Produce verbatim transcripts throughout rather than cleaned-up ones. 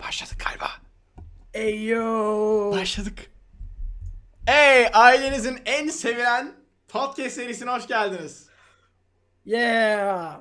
Başladık galiba. Eyo. Başladık. Hey, ailenizin en sevilen podcast serisine hoş geldiniz. Yeah.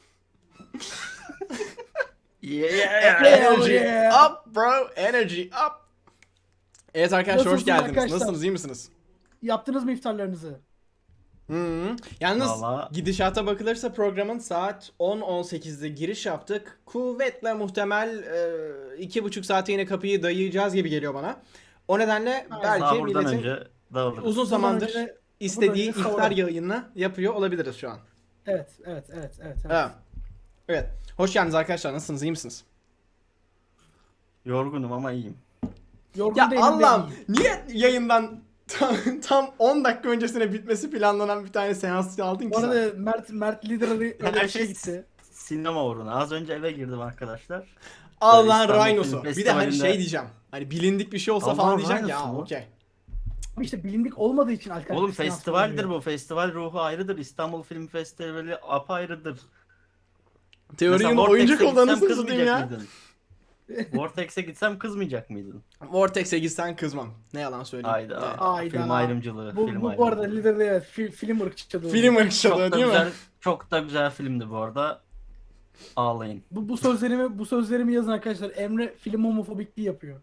Yeah, Hell energy yeah. up bro, energy up. Evet arkadaşlar, hoş Nasılsınız geldiniz. arkadaşlar? Nasılsınız, iyi misiniz? Yaptınız mı iftarlarınızı? Hı. Yalnız Vallahi- gidişata bakılırsa programın saat on on sekizde giriş yaptık. Kuvvetle muhtemel e, iki buçuk saate yine kapıyı dayayacağız gibi geliyor bana. O nedenle belki Sahurdan milletin önce dağılırız. uzun zamandır önce- istediği önce iftar savura. yayınını yapıyor olabiliriz şu an. Evet, evet, evet, evet. evet. Evet. Evet. Hoş geldiniz arkadaşlar. Nasılsınız? İyi misiniz? Yorgunum ama iyiyim. Yorgun Ya değilim Allah'ım, değil. niye yayından tam, tam on dakika öncesine bitmesi planlanan bir tane seans aldın ki Bu sen? arada Mert, Mert Lider'ı öyle Her bir şey şey gitti. sinema uğruna. Az önce eve girdim arkadaşlar. Allah'ın İstanbul Rhino'su. Film Bir de hani Festivali'nde- şey diyeceğim. Hani bilindik bir şey olsa Allah'ın falan diyeceğim ya. Rhino'su mu? Okey. İşte bilindik olmadığı için alternatif Oğlum finans festivaldir kullanıyor. bu. Festival ruhu ayrıdır. İstanbul Film Festivali apayrıdır. Teorinin Mesela oyuncak Vortex'e olduğunu gitsem nasıl satayım kızmayacak ya? mıydın? Vortex'e gitsem kızmayacak mıydın? Vortex'e gitsen kızmam. Ne yalan söyleyeyim. Hayda. Yani. Hayda. Film ayrımcılığı. Bu, film bu, bu arada ayrımcılığı. Lider'da evet fi, film ırkçılığı. Film Çok ırkçılığı da değil güzel, mi? çok da güzel filmdi bu arada. Ağlayın. Bu, bu sözlerimi bu sözlerimi yazın arkadaşlar. Emre film homofobikliği yapıyor.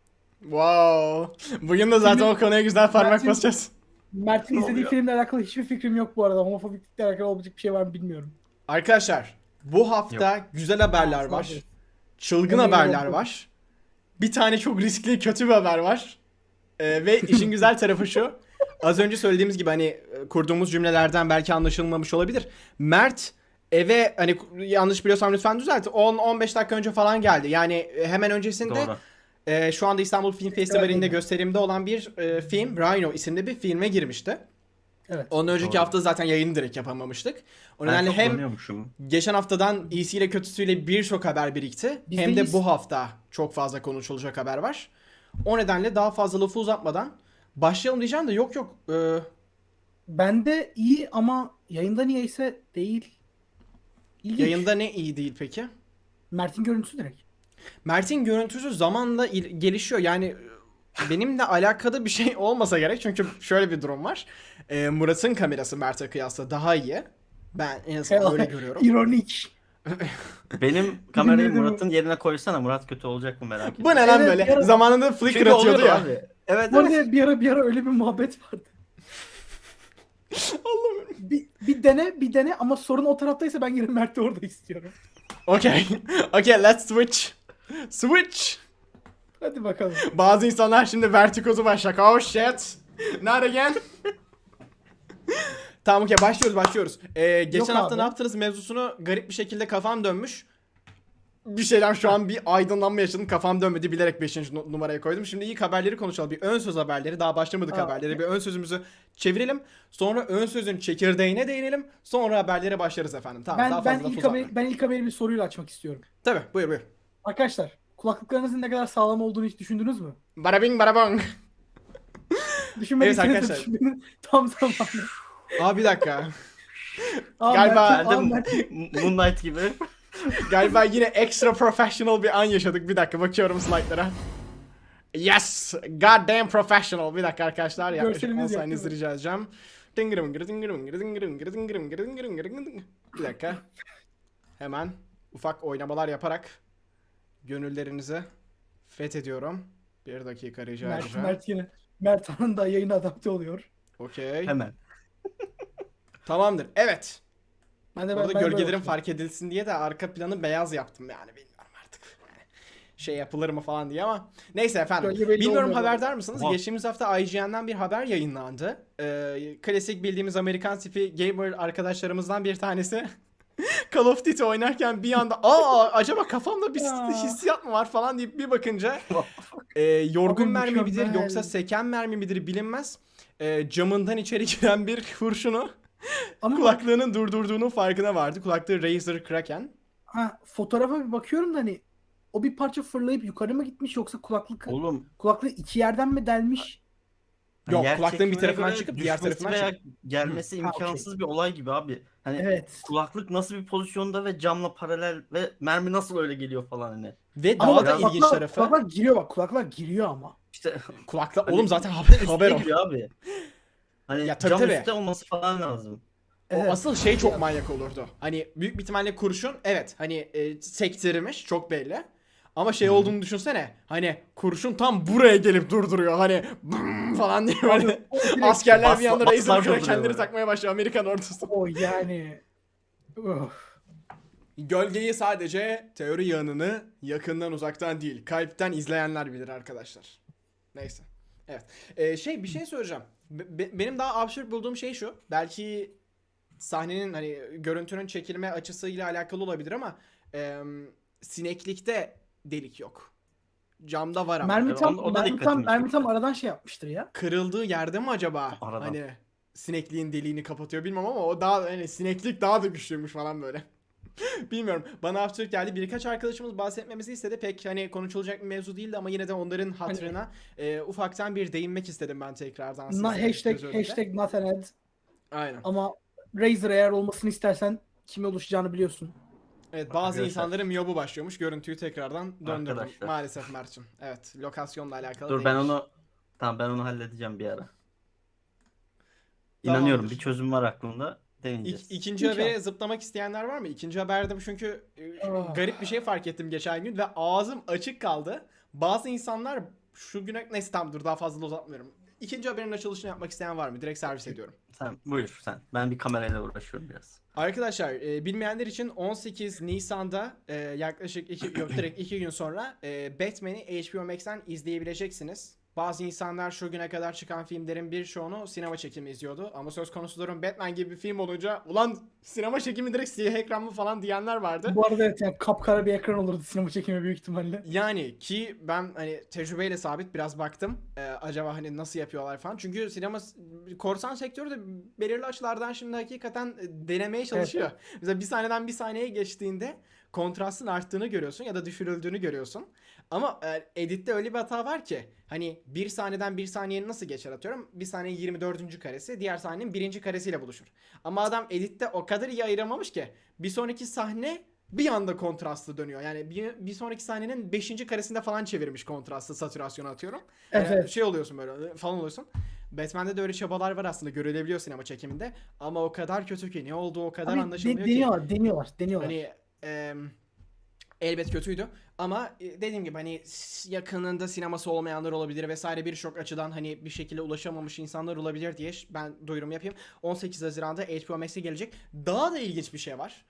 Wow. Bugün de zaten Film- o konuya güzel parmak Mert'in- basacağız. Mert'in Ne izlediği oluyor? filmle alakalı hiçbir fikrim yok bu arada. Homofobiklikle alakalı olabilecek bir şey var mı bilmiyorum. Arkadaşlar, bu hafta güzel haberler Sağ var. olun. Çılgın Emeği haberler yok. var. Bir tane çok riskli, kötü bir haber var. Ee, ve işin güzel tarafı şu. Az önce söylediğimiz gibi hani e, kurduğumuz cümlelerden belki anlaşılmamış olabilir. Mert eve hani yanlış biliyorsam lütfen düzelt. on on beş dakika önce falan geldi. Yani e, hemen öncesinde Doğru. e, şu anda İstanbul Film Festivali'nde Evet. gösterimde olan bir e, film, Rhino isimli bir filme girmişti. Evet. Ondan önceki Doğru. hafta zaten yayını direkt yapamamıştık. O Ben nedenle çok hem donuyormuşum. geçen haftadan iyisiyle kötüsüyle birçok haber birikti. Biz Hem de deyiz. bu hafta çok fazla konuşulacak haber var. O nedenle daha fazla lafı uzatmadan başlayalım diyeceğim de yok yok. Ee, Bende iyi ama yayında niyeyse değil. İlginç. yayında ne iyi değil peki? Mert'in görüntüsü direkt. Mert'in görüntüsü zamanla il- gelişiyor. Yani e, benimle alakalı bir şey olmasa gerek. Çünkü şöyle bir durum var. Ee, Murat'ın kamerası Mert'e kıyasla daha iyi. Ben en azından öyle görüyorum. İronik. Benim kamerayı Dinledim. Murat'ın yerine koysana. Murat kötü olacak mı merak Bu ediyorum. ne lan Evet, böyle? yarın- Zamanında Flickr Çünkü atıyordu oluyor ya. abi. Evet Bu evet. arada bir ara bir ara öyle bir muhabbet vardı. Allah'ım. Bir, bir dene bir dene ama sorun o taraftaysa ben yine Mert'i orada istiyorum. Okay. Okay, let's switch. Switch. Hadi bakalım. Bazı insanlar şimdi vertikozu başlayacak. Oh shit. Not again. Tamam okey, başlıyoruz başlıyoruz. Ee, geçen Yok hafta abi. ne yaptınız mevzusunu garip bir şekilde kafam dönmüş. Bir şeyler şu an bir aydınlanma yaşadım. Kafam dönmedi, bilerek beşinci numaraya koydum. Şimdi ilk haberleri konuşalım. Bir ön söz haberleri. Daha başlamadık Aa, haberleri. Bir ön sözümüzü çevirelim. Sonra ön sözün çekirdeğine değinelim. Sonra haberlere başlarız efendim. Tamam, daha Ben ben fazla laf ilk uzatma. haberi, ben ilk haberi bir soruyla açmak istiyorum. Tabii, buyur buyur. Arkadaşlar, kulaklıklarınızın ne kadar sağlam olduğunu hiç düşündünüz mü? Bada bing bada bong. Düşünmediyseniz Evet de arkadaşlar. düşünmenin tam zamanı. Aa bir dakika. Aa, Galiba- Mert'in- Ben aa, de Mert'in- Moonlight gibi. Galiba yine extra professional bir an yaşadık. Bir dakika bakıyorum slaytlara. Yes! Goddamn professional. Bir dakika arkadaşlar. Yaklaşık Görselimiz on yok, saniyenizi değil mi? rica edeceğim. Dıngırım gırı dıngırım gırı dıngırım gırı dıngırım gırı dıngırım gırı dıngırım gırı. Bir dakika. Hemen ufak oynamalar yaparak gönüllerinizi fethediyorum. Bir dakika rica Mert, edeceğim. Mert yine. Mert anında yayına adapte oluyor. Okey. Hemen. Tamamdır. Evet. Ben de Orada ben, ben böyle gölgelerin bakıyorum. fark edilsin diye de arka planı beyaz yaptım yani, bilmiyorum artık. Yani şey yapılır mı falan diye ama neyse efendim. Gölge belli Bilmiyorum, olmuyor haberdar mısınız? Oha. Geçtiğimiz hafta I G N'den bir haber yayınlandı. Ee, klasik bildiğimiz Amerikan tipi gamer arkadaşlarımızdan bir tanesi Call of Duty oynarken bir anda aa acaba kafamda bir Ya. hissiyat mı var falan deyip bir bakınca e, yorgun Abi mermi midir mükemmel. yoksa seken mermi midir bilinmez. E, camından içeri giren bir kurşunu Ama bak, kulaklığının durdurduğunun farkına vardı. Kulaklığı Razer Kraken. ha, fotoğrafa bir bakıyorum da hani o bir parça fırlayıp yukarı mı gitmiş yoksa kulaklık Oğlum kulaklığı iki yerden mi delmiş? Hani Yok, yer kulaklığın bir çekimine tarafından göre çıkıp diğer düşmesi tarafından veya çık. gelmesi Ha, okey. imkansız bir olay gibi abi. Hani Evet. kulaklık nasıl bir pozisyonda ve camla paralel ve mermi nasıl öyle geliyor falan hani. Ve Ama daha bak da Biraz- ilginç kulaklar, tarafı kulaklar giriyor bak. Kulaklar giriyor ama. İşte kulakla hani oğlum zaten üstte haber, haber üstüne o. giriyor abi. Hani Ya tabii cam tabii. üstte olması falan lazım. O Evet. asıl şey çok Ya. manyak olurdu. Hani büyük bir ihtimalle kurşun evet hani e, sektirmiş çok belli. Ama şey Hı. olduğunu düşünsene. Hani kurşun tam buraya gelip durduruyor. Hani bım falan diye böyle. Abi, o direkt- Askerler bir Bas- anda baslar Razer durduruyor krakenleri böyle. takmaya başlıyor Amerikan ordusu. O yani. Uf. Gölgeyi sadece teori yanını yakından uzaktan değil kalpten izleyenler bilir arkadaşlar. Neyse. Evet. Ee, şey bir şey söyleyeceğim. Be- be- benim daha absürt bulduğum şey şu. Belki sahnenin hani görüntünün çekilme açısıyla alakalı olabilir ama e, sineklikte delik yok. Camda var ama. Mermi Evet, tam, o- o da mermi tam, dikkatimi mermi tam çekti. aradan şey yapmıştır ya. Kırıldığı yerde mi acaba? Aradan. Hani sinekliğin deliğini kapatıyor bilmem ama o daha hani sineklik daha da güçlüymüş falan böyle. Bilmiyorum. Bana absürt geldi. Birkaç arkadaşımız bahsetmemizi istedi. Pek hani konuşulacak bir mevzu değildi ama yine de onların hatırına e, ufaktan bir değinmek istedim ben tekrardan size. Na, hashtag, göz önünde. hashtag not an ad. Aynen. Ama Razer eğer olmasını istersen kime oluşacağını biliyorsun. Evet, bazı Arkadaşlar. insanların miyobu başlıyormuş. Görüntüyü tekrardan döndürdüm. Arkadaşlar. Maalesef Mert'cim. Evet, lokasyonla alakalı Dur ben değilmiş. onu tamam ben onu halledeceğim bir ara. Tamamdır. İnanıyorum bir çözüm var aklımda. Deneyeceğiz. İk, ikinci İnşallah. habere zıplamak isteyenler var mı? İkinci haberde çünkü e, Ah. garip bir şey fark ettim geçen gün ve ağzım açık kaldı. Bazı insanlar şu güne... Neyse tamam dur daha fazla uzatmıyorum. İkinci haberin açılışını yapmak isteyen var mı? Direkt servis ediyorum. Sen buyur sen. Ben bir kamerayla uğraşıyorum biraz. Arkadaşlar e, bilmeyenler için on sekiz Nisan'da e, yaklaşık iki, yok direkt iki gün sonra e, Batman'i H B O Max'ten izleyebileceksiniz. Bazı insanlar şu güne kadar çıkan filmlerin birçoğunu sinema çekimi izliyordu. Ama söz konusu durum Batman gibi bir film olunca ulan sinema çekimi direkt siyah ekran mı falan diyenler vardı. Bu arada evet yani kapkara bir ekran olurdu sinema çekimi büyük ihtimalle. Yani ki ben hani tecrübeyle sabit biraz baktım. Ee, acaba hani nasıl yapıyorlar falan. Çünkü sinema korsan sektörü de belirli açılardan şimdi hakikaten denemeye çalışıyor. Mesela bir sahneden bir sahneye geçtiğinde kontrastın arttığını görüyorsun ya da düşürüldüğünü görüyorsun. Ama e, editte öyle bir hata var ki hani bir sahneden bir saniyenin nasıl geçer atıyorum. Bir saniye yirmi dördüncü karesi diğer sahnenin birinci karesiyle buluşur. Ama adam editte o kadar iyi ayıramamış ki bir sonraki sahne bir anda kontrastlı dönüyor. Yani bir, bir sonraki sahnenin beşinci karesinde falan çevirmiş kontrastlı satürasyonu atıyorum. Evet, Yani evet. şey oluyorsun böyle falan oluyorsun. Batman'de de öyle çabalar var aslında görülebiliyor sinema çekiminde. Ama o kadar kötü ki ne olduğu o kadar Abi, anlaşılmıyor de, ki. deniyorlar, deniyorlar, deniyorlar. Hani e, elbet kötüydü ama e, dediğim gibi hani yakınında sineması olmayanlar olabilir vesaire birçok açıdan hani bir şekilde ulaşamamış insanlar olabilir diye ben duyurum yapayım. on sekiz Haziran'da H B O Max'e gelecek. Daha da ilginç bir şey var.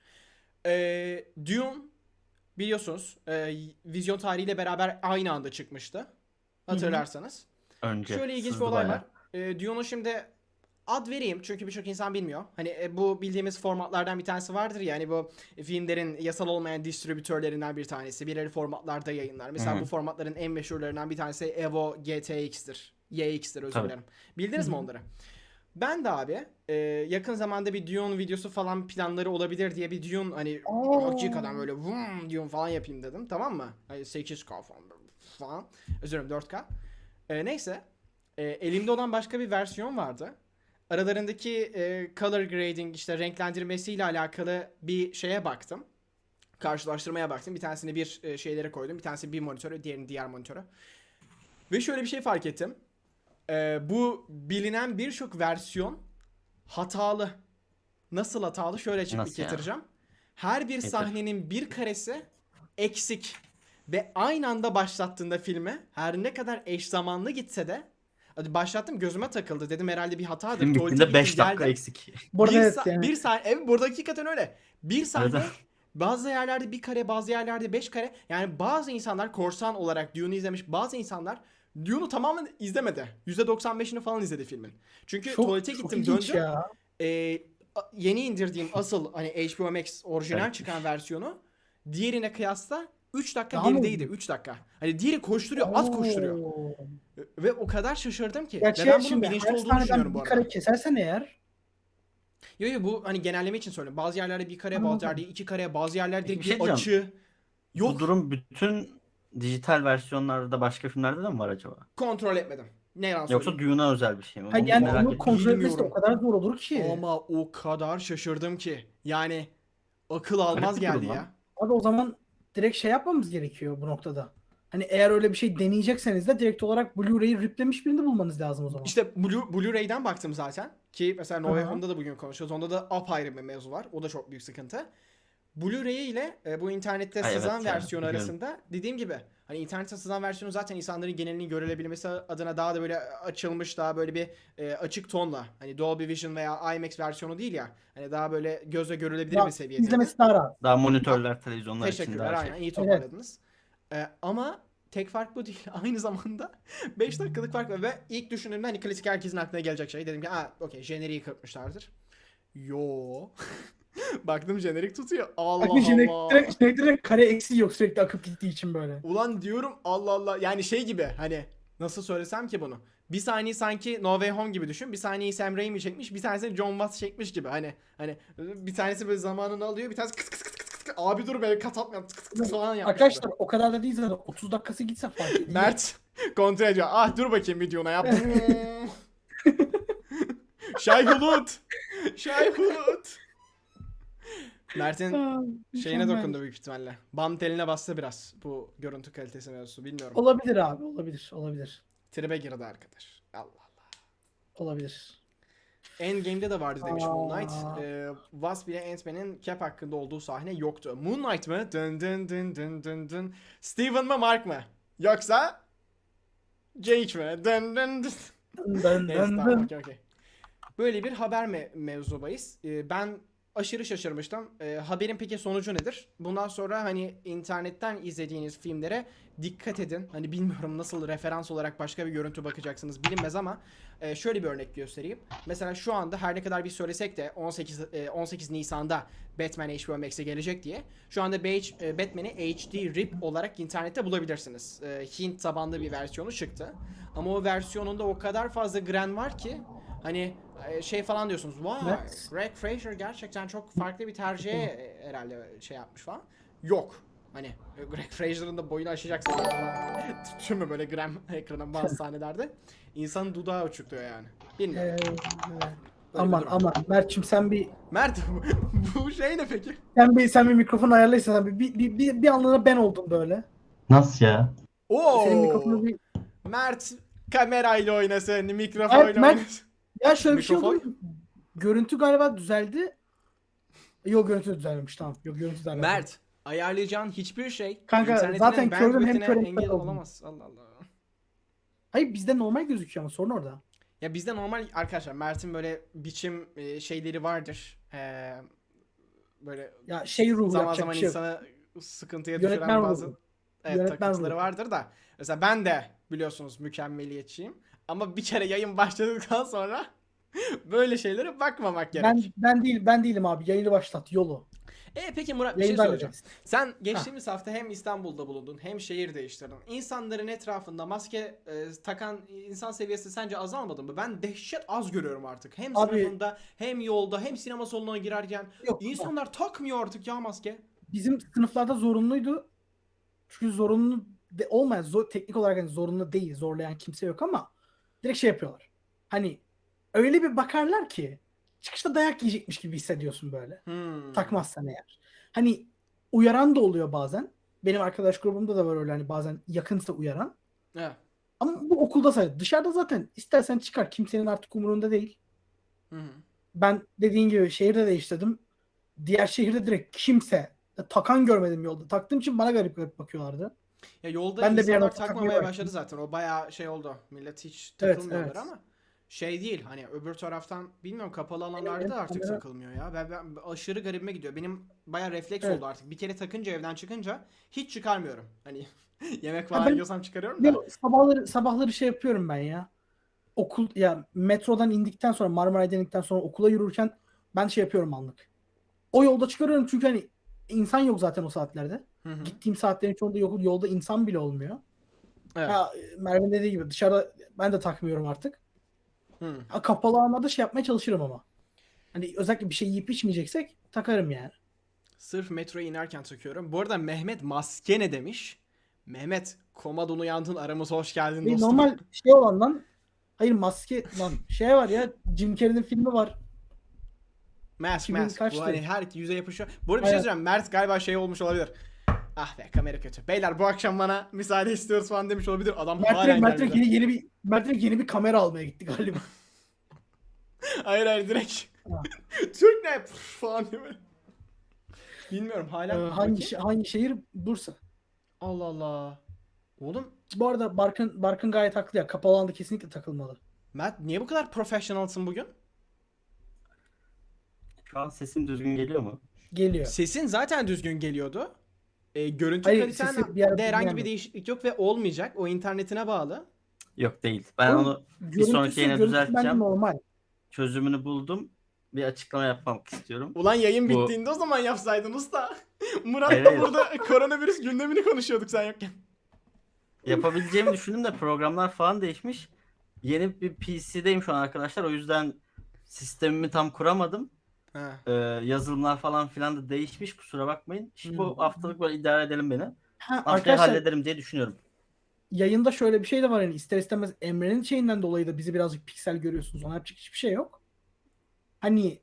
Ee, Dune biliyorsunuz e, vizyon tarihiyle beraber aynı anda çıkmıştı. Hatırlarsanız. Önce. Şöyle ilginç bir sızdı olay bayağı. var. E, Dune'u şimdi ad vereyim çünkü birçok insan bilmiyor. Hani e, bu bildiğimiz formatlardan bir tanesi vardır ya hani bu filmlerin yasal olmayan distribütörlerinden bir tanesi. Belirli formatlarda yayınlar. Mesela Hı hı. bu formatların en meşhurlarından bir tanesi Evo G T X'tir. Y X'tir özür Tabii. dilerim. Bildiniz Hı mi hı. onları? Ben de abi e, yakın zamanda bir Dune videosu falan planları olabilir diye bir Dune hani Aa. hakikaten böyle vum Dune falan yapayım dedim tamam mı? Hani sekiz K falan falan. Özür dilerim dört K. E, neyse. E, elimde olan başka bir versiyon vardı. Aralarındaki e, color grading işte renklendirmesiyle alakalı bir şeye baktım. Karşılaştırmaya baktım. Bir tanesini bir e, şeylere koydum. Bir tanesi bir monitöre, diğerini diğer monitöre. Ve şöyle bir şey fark ettim. Ee, bu bilinen birçok versiyon hatalı. Nasıl hatalı? Şöyle açıklık Nasıl yani? getireceğim. Her bir Getir. sahnenin bir karesi eksik. Ve aynı anda başlattığında filmi her ne kadar eş zamanlı gitse de hadi başlattım gözüme takıldı. Dedim herhalde bir hatadır. Film Tuvalete bittiğinde gittim, beş dakika geldim. eksik. Bu arada Bir, evet sa- yani. bir saniye. Evet burada hakikaten öyle. Bir sahne Evet. bazı yerlerde bir kare bazı yerlerde beş kare. Yani bazı insanlar korsan olarak Dune'u izlemiş. Bazı insanlar Dune'u tamamen izlemedi. yüzde doksan beşini falan izledi filmin. Çünkü Çok, tuvalete çok gittim ilginç döndüm. ya. Ee, a- yeni indirdiğim asıl hani H B O Max orijinal Garipmiş. çıkan versiyonu diğerine kıyasla üç dakika Daha mı gerideydi. uzun? üç dakika. Hani diğeri koşturuyor, az koşturuyor. Oo. Ve o kadar şaşırdım ki. Gerçi Ve ben bunun şimdi bilinçli her olduğunu sahneden düşünüyorum bu bir arada. kare kesersen eğer Yo yo bu hani genelleme için söylüyorum. Bazı yerlerde bir kare, bazı Anladım. yerde iki kare, bazı yerlerde Peki direkt bir şey bir diyeceğim. açı. Yok. Bu durum bütün dijital versiyonlarda başka filmlerde de mi var acaba? Kontrol etmedim. Ne yalan Yoksa söyleyeyim. Dune'a özel bir şey mi? Hayır Onu yani merak onu ettim. kontrol etmesi de Bilmiyorum. o kadar zor olur ki. Ama o kadar şaşırdım ki. Yani akıl Garip almaz bir durum geldi lan. ya. Abi o zaman direkt şey yapmamız gerekiyor bu noktada. Hani eğer öyle bir şey deneyecekseniz de direkt olarak Blu-ray'i riplemiş birini bulmanız lazım o zaman. İşte Blu- Blu-ray'den baktım zaten. Ki mesela No Way Aha. Home'da da bugün konuşuyoruz. Onda da apayrı bir mevzu var. O da çok büyük sıkıntı. Blu-ray ile e, bu internette Ay, sızan evet ya, versiyonu biliyorum. arasında dediğim gibi hani internette sızan versiyonu zaten insanların genelini görülebilmesi adına daha da böyle açılmış, daha böyle bir e, açık tonla, hani Dolby Vision veya IMAX versiyonu değil ya, hani daha böyle gözle görülebilir Daha bir seviyede. izlemesi daha rahat. Daha monitörler, televizyonlar için Teşekkürler, daha aynen, şey. iyi toparladınız. E, ama tek fark bu değil. Aynı zamanda beş dakikalık fark var ve ilk düşündüğümde hani klasik herkesin aklına gelecek şey. Dedim ki aa okey, jeneriği kırpmışlardır. Yo. Baktım jenerik tutuyor. Allah Bak jenerik Allah. direkt, jenerik direkt kare eksiği yok sürekli akıp gittiği için böyle. Ulan diyorum Allah Allah. Yani şey gibi, hani nasıl söylesem ki bunu. Bir saniye sanki No Way Home gibi düşün. Bir saniye Sam Raimi çekmiş. Bir tanesi John Watts çekmiş gibi. Hani hani bir tanesi böyle zamanını alıyor. Bir tanesi kıs kıs kıs kıs kıs kıs. Abi dur be, kat atmayalım. Kıs kıs kıs falan yapmış Arkadaşlar gibi. o kadar da değil zaten otuz dakikası gitse fark ediyor. Mert kontrol ediyor. Ah dur bakayım videona yap. Şayhulut. Şayhulut. Mert'in Aa, şeyine mükemmel. dokundu büyük ihtimalle. Bam teline bastı biraz bu görüntü kalitesi mevzusu, bilmiyorum. Olabilir abi olabilir olabilir. Tribe girdi arkadaş. Allah Allah. Olabilir. Endgame'de de vardı demiş Aa. Moon Knight. Ee, Wasp ile Ant-Man'in Cap hakkında olduğu sahne yoktu. Moon Knight mı? Dın dın dın dın dın dın. Steven mı, Mark mı? Yoksa Jake mi? Dın dın dın. Dın Neyse dın tamam, dın. okey okey. Böyle bir haber me mevzu bahis. Ee, ben aşırı şaşırmıştım. Ee, haberin peki sonucu nedir? Bundan sonra hani internetten izlediğiniz filmlere dikkat edin. Hani bilmiyorum nasıl referans olarak başka bir görüntü bakacaksınız bilinmez ama e, şöyle bir örnek göstereyim. Mesela şu anda her ne kadar biz söylesek de on sekiz e, on sekiz Nisan'da Batman H B O Max'e gelecek diye. Şu anda Be- e, Batman'i H D R I P olarak internette bulabilirsiniz. E, Hint tabanlı bir versiyonu çıktı. Ama o versiyonunda o kadar fazla gren var ki hani e, şey falan diyorsunuz. Vay, Evet. Greg Fraser gerçekten çok farklı bir tercihe e, herhalde şey yapmış falan. Yok. Hani e, Greg Fraser'ın da boyunu aşacaksın falan. Tüm mü böyle gram ekrana bazı sahnelerde. İnsanın dudağı uçukluyor yani. Bilmiyorum. Ee, Böyle bir aman durum. aman Mert'cim sen bir Mert bu şey ne peki? sen bir sen bir mikrofon ayarlaysan abi bir bir bir, bir anlığına ben oldum böyle. Nasıl ya? Senin mikrofonu Oo. bir Mert kamerayla oynasın, Evet, mikrofonla Mert- oynasın. ya şöyle bir şey Mikrofon? oldu. Görüntü galiba düzeldi. Yok görüntü düzelmemiş tamam. Yok görüntü düzelmemiş. Mert, ayarlayacağın hiçbir şey Kanka, internetinin zaten kördüm, hem bandwidth'ine kör hem engel kör oldum. olamaz. Allah Allah. Hayır bizde normal gözüküyor ama sorun orada. Ya bizde normal arkadaşlar, Mert'in böyle biçim e, şeyleri vardır. Ee, böyle Ya şey ruhu zaman yapacak zaman bir şey yok. insana sıkıntıya Yönetmen düşüren ruhu. bazı evet, Yönetmen takıntıları ruhu. vardır da. Mesela ben de biliyorsunuz mükemmeliyetçiyim. Ama bir kere yayın başladıktan sonra böyle şeylere bakmamak gerek. Ben ben değil ben değilim abi. Yayını başlat yolu. E peki Murat, bir şey Yayını söyleyeceğim. hallederiz. Sen geçtiğimiz hafta hem İstanbul'da bulundun hem şehir değiştirdin. İnsanların etrafında maske e, takan insan seviyesi sence azalmadı mı? Ben dehşet az görüyorum artık. Hem Abi- sınıfında hem yolda hem sinema salonuna girerken Yok. insanlar takmıyor artık ya maske. Bizim sınıflarda zorunluydu. Çünkü zorunlu de olmayan zor, teknik olarak hani zorunlu değil. Zorlayan kimse yok ama direkt şey yapıyorlar. Hani öyle bir bakarlar ki çıkışta dayak yiyecekmiş gibi hissediyorsun böyle. Hmm. Takmazsan eğer. Hani uyaran da oluyor bazen. Benim arkadaş grubumda da var öyle hani bazen yakınsa uyaran. Evet. Ama bu okulda sadece. Dışarıda zaten istersen çıkar. Kimsenin artık umurunda değil. Hı hı. Ben dediğin gibi şehirde değiştirdim. Diğer şehirde direkt kimse takan görmedim yolda. Taktığım için bana garip garip bakıyorlardı. Ya yolda Ben de bir insanlar yerden takmamaya takmaya başladı zaten. O bayağı şey oldu. Millet hiç Evet, takılmıyorlar evet. ama şey değil, hani öbür taraftan bilmiyorum, kapalı alanlarda Benim da artık kamera- takılmıyor ya. Ben, ben aşırı garibime gidiyor. Benim bayağı refleks Evet. oldu artık. Bir kere takınca, evden çıkınca hiç çıkarmıyorum. Hani yemek Ya falan ben- yiyorsam çıkarıyorum Ya da. sabahları sabahları şey yapıyorum ben ya. Okul ya metrodan indikten sonra Marmaray'dan indikten sonra okula yürürken ben şey yapıyorum anlık. O yolda çıkarıyorum çünkü hani insan yok zaten o saatlerde. Hı hı. Gittiğim saatlerin çoğunda yok, yolda insan bile olmuyor. Evet. Ha, Merve'nin dediği gibi dışarıda ben de takmıyorum artık. Hı. Ha, kapalı alanlarda şey yapmaya çalışırım ama. Hani özellikle bir şey yiyip içmeyeceksek takarım yani. Sırf metroya inerken takıyorum. Bu arada Mehmet maske ne demiş? Mehmet komadan uyandın, aramıza hoş geldin Ve dostum. normal şey olandan Hayır maske lan şey var ya Jim Carrey'nin filmi var. Mask iki bin mask. kaçtı? Bu hani her yüze yapışıyor. Bu arada bir şey Aynen. söyleyeyim. Mert galiba şey olmuş olabilir. Ah be kamera kötü. Beyler bu akşam bana müsaade istiyoruz falan demiş olabilir. Adam Mert halen direkt, Mert direkt gelmedi. yeni, yeni bir Mert direkt yeni bir kamera almaya gitti galiba. Hayır hayır direkt. Ha. Türk ne Pf, falan diye böyle. Bilmiyorum hala. Ee, Bakayım. hangi şe- hangi şehir? Bursa. Allah Allah. Oğlum Bu arada Barkın Barkın gayet haklı ya. Kapalı alanda kesinlikle takılmalı. Mert niye bu kadar professionalsın bugün? Şu an sesim düzgün geliyor mu? Geliyor. Sesin zaten düzgün geliyordu. E, görüntü Hayır, kaliten sesi bir ara de herhangi bir dinleyemedim. değişiklik yok ve olmayacak. O internetine bağlı. Yok değil. Ben Oğlum, onu bir Görüntüsü- sonraki yayına görüntüsü bence düzelteceğim. normal. Çözümünü buldum. Bir açıklama yapmak istiyorum. Ulan yayın Bu- bittiğinde o zaman yapsaydın usta. Murat'la Hayır, hayır. burada koronavirüs gündemini konuşuyorduk sen yokken. Yapabileceğimi düşündüm de programlar falan değişmiş. Yeni bir P C'deyim şu an arkadaşlar. O yüzden sistemimi tam kuramadım. Ha. Ee, yazılımlar falan filan da değişmiş. Kusura bakmayın. Şimdi bu Hmm. haftalık böyle idare edelim beni. Ha, Haftaya arkadaşlar hallederim diye düşünüyorum. yayında şöyle bir şey de var yani ister istemez Emre'nin şeyinden dolayı da bizi birazcık piksel görüyorsunuz. Ona yapacak hiçbir şey yok. Hani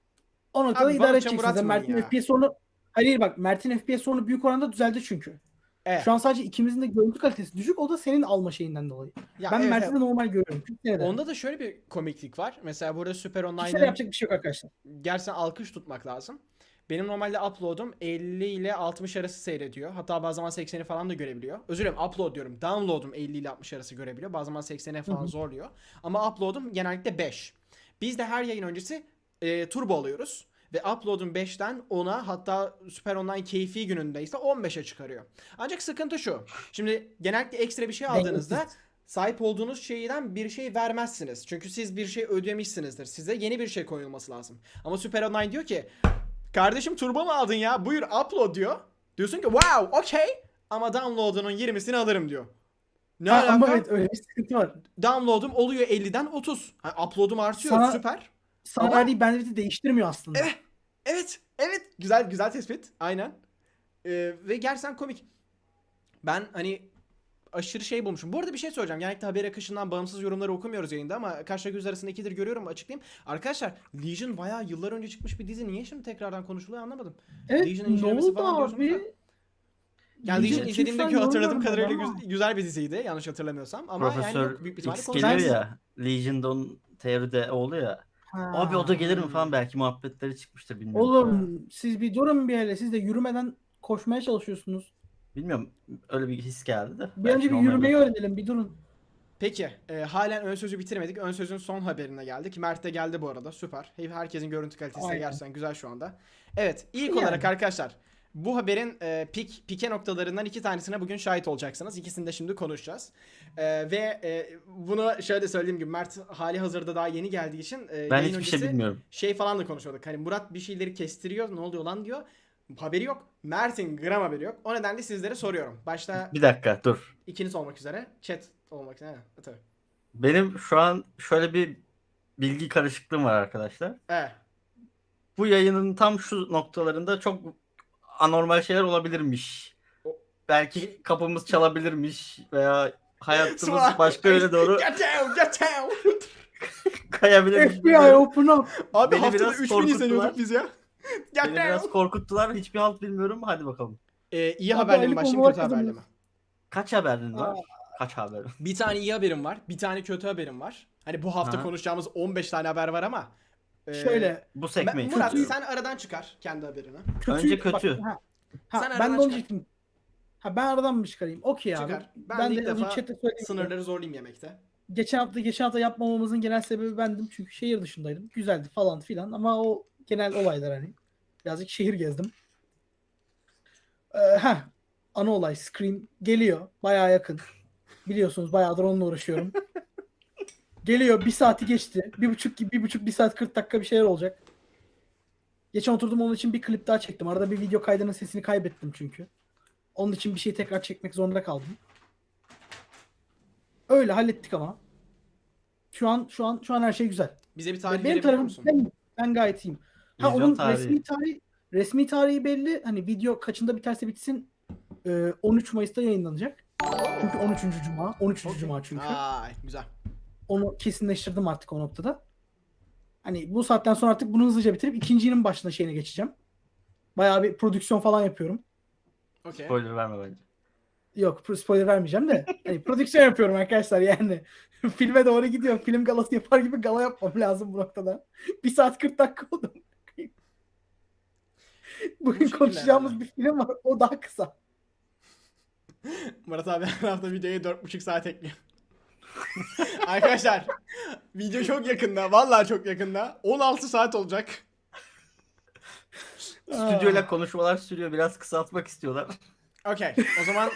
o noktada Abi, idare bana edeceksiniz. çamur Yani atmayın Mert'in ya. F P S sorunu hayır bak Mert'in F P S sorunu büyük oranda düzeldi çünkü. Evet. Şu an sadece ikimizin de görüntü kalitesi düşük. O da senin alma şeyinden dolayı. Ya ben evet, Mert'i evet. de normal görüyorum. Çünkü neden? Onda da şöyle bir komiklik var. Mesela burada Süper Piksel Online'ın yapacak bir şey yok arkadaşlar. gerçekten alkış tutmak lazım. Benim normalde upload'um elli ile altmış arası seyrediyor. Hatta bazı zaman sekseni falan da görebiliyor. Özür dilerim upload diyorum. Download'um elli ile altmış arası görebiliyor. Bazı zaman seksene falan Hı hı. zorluyor. Ama upload'um genellikle beş. Biz de her yayın öncesi e, turbo alıyoruz. Ve upload'um beşten ona hatta Süper Online keyfi günündeyse on beşe çıkarıyor. Ancak sıkıntı şu. Şimdi genellikle ekstra bir şey aldığınızda Dengesiz. sahip olduğunuz şeyden bir şey vermezsiniz. Çünkü siz bir şey ödemişsinizdir. Size yeni bir şey koyulması lazım. Ama Süper Online diyor ki kardeşim turbo mu aldın ya? Buyur upload diyor. Diyorsun ki wow okey. Ama download'unun yirmisini alırım diyor. Ne Ha, alaka? ama evet öyle bir sıkıntı var. Download'um oluyor elliden otuz. Ha, upload'um artıyor Sana- süper. Sana Ama- verdiği bandwidth'i değiştirmiyor aslında. Evet. Evet. Evet. Güzel güzel tespit. Aynen. Ee, ve gerçekten komik. Ben hani aşırı şey bulmuşum. Bu arada bir şey söyleyeceğim. Genellikle haber akışından bağımsız yorumları okumuyoruz yayında ama kaşla göz arasında ikidir görüyorum, açıklayayım. Arkadaşlar Legion bayağı yıllar önce çıkmış bir dizi. Niye şimdi tekrardan konuşuluyor anlamadım. Evet Legion'ın ne incelemesi oldu falan diyorsunuz abi? da. Yani Legion Legion izlediğimde iki üç tane hatırladığım yorum kadarıyla görmedim güz- güzel bir diziydi. Yanlış hatırlamıyorsam. Ama yani Profesör yok, büyük bir ihtimalle X konuşacağız. geliyor ya. Legion'da onun teoride oluyor ya. Ha. Abi o da gelir mi falan Hmm. belki muhabbetleri çıkmıştır bilmiyorum. Oğlum siz bir durun bir hele. Siz de yürümeden koşmaya çalışıyorsunuz. Bilmiyorum öyle bir his geldi de. Bir Belki önce bir normal yürümeyi olur. öğrenelim. Bir durun. Peki, e, halen ön sözü bitirmedik. Ön sözün son haberine geldik. Mert de geldi bu arada. Süper. Herkesin görüntü kalitesi de Aynen. gerçekten güzel şu anda. Evet, ilk Yani. olarak arkadaşlar bu haberin e, pik pike noktalarından iki tanesine bugün şahit olacaksınız. İkisini de şimdi konuşacağız. E, ve e, bunu şöyle söyleyeyim gibi Mert hali hazırda daha yeni geldiği için e, Ben yayın hiçbir öncesi şey bilmiyorum. şey falan da konuşuyorduk. Hani Murat bir şeyleri kestiriyor. Ne oluyor lan diyor. Haberi yok. Mert'in gram haberi yok. O nedenle sizlere soruyorum. Başta Bir dakika dur. ikiniz olmak üzere. Chat olmak üzere. Evet, tabii. Benim şu an şöyle bir bilgi karışıklığım var arkadaşlar. Evet. Bu yayının tam şu noktalarında çok anormal şeyler olabilirmiş. O- Belki kapımız çalabilirmiş veya hayatımız Sonra- başka yöne doğru Get down, get down. kayabilirmiş. F B I open up. Abi Beni haftada biraz üç bin korkuttular. izleniyorduk biz ya. Get Beni biraz down. korkuttular. Hiçbir halt bilmiyorum. Hadi bakalım. Ee, iyi Abi haberle mi Ali başlayayım, Baba kötü haberle mi? kazanıyor. Kaç haberin var? Kaç haber? Bir tane iyi haberim var, bir tane kötü haberim var. Hani bu hafta Aha. konuşacağımız on beş tane haber var ama. e, Şöyle. Bu ben- sekmeyi. Murat tutuyorum. sen aradan çıkar kendi haberini. Kötü, Önce kötü. ha, ha, Sen ben aradan de onu çıkar. diyecektim. Ha ben aradan mı çıkarayım? Okey abi. Çıkar. Ben, Ben, de ilk de onu defa chatte söyleyeyim. sınırları zorlayayım yemekte. Geçen hafta geçen hafta yapmamamızın genel sebebi bendim. Çünkü şehir dışındaydım. Güzeldi falan filan ama o genel olaylar hani. Birazcık şehir gezdim. Ee, heh. Ana olay Scream geliyor. Bayağı yakın. Biliyorsunuz bayağıdır onunla uğraşıyorum. Geliyor. Bir saati geçti. Bir buçuk, bir buçuk, bir saat kırk dakika bir şeyler olacak. Geçen oturdum onun için bir klip daha çektim. Arada bir video kaydının sesini kaybettim çünkü. Onun için bir şey tekrar çekmek zorunda kaldım. Öyle hallettik ama. Şu an şu an şu an her şey güzel. Bize bir Ve tarih benim verebilir tarafım misin? ben, ben gayet iyiyim. Ha Vizyon onun tarihi. resmi tarihi resmi tarihi belli. Hani video kaçında biterse bitsin e, on üç Mayıs'ta yayınlanacak. Çünkü on üçüncü cuma, on üçüncü cuma çünkü. Ay güzel. Onu kesinleştirdim artık o noktada. Hani bu saatten sonra artık bunu hızlıca bitirip ikincinin başına şeyine geçeceğim. Bayağı bir prodüksiyon falan yapıyorum. Okey. Spoiler verme bence. Yok, pro- spoiler vermeyeceğim de. Hani prodüksiyon yapıyorum arkadaşlar yani. Filme doğru gidiyor. Film galası yapar gibi gala yapmam lazım bu noktada. bir saat kırk dakika oldu. Bugün şekilde konuşacağımız herhalde. bir film var. O daha kısa. Murat abi her hafta videoya dört buçuk saat ekliyor. Arkadaşlar video çok yakında. Vallahi çok yakında. on altı saat olacak. Stüdyoyla konuşmalar sürüyor. Biraz kısaltmak istiyorlar. Okey. O zaman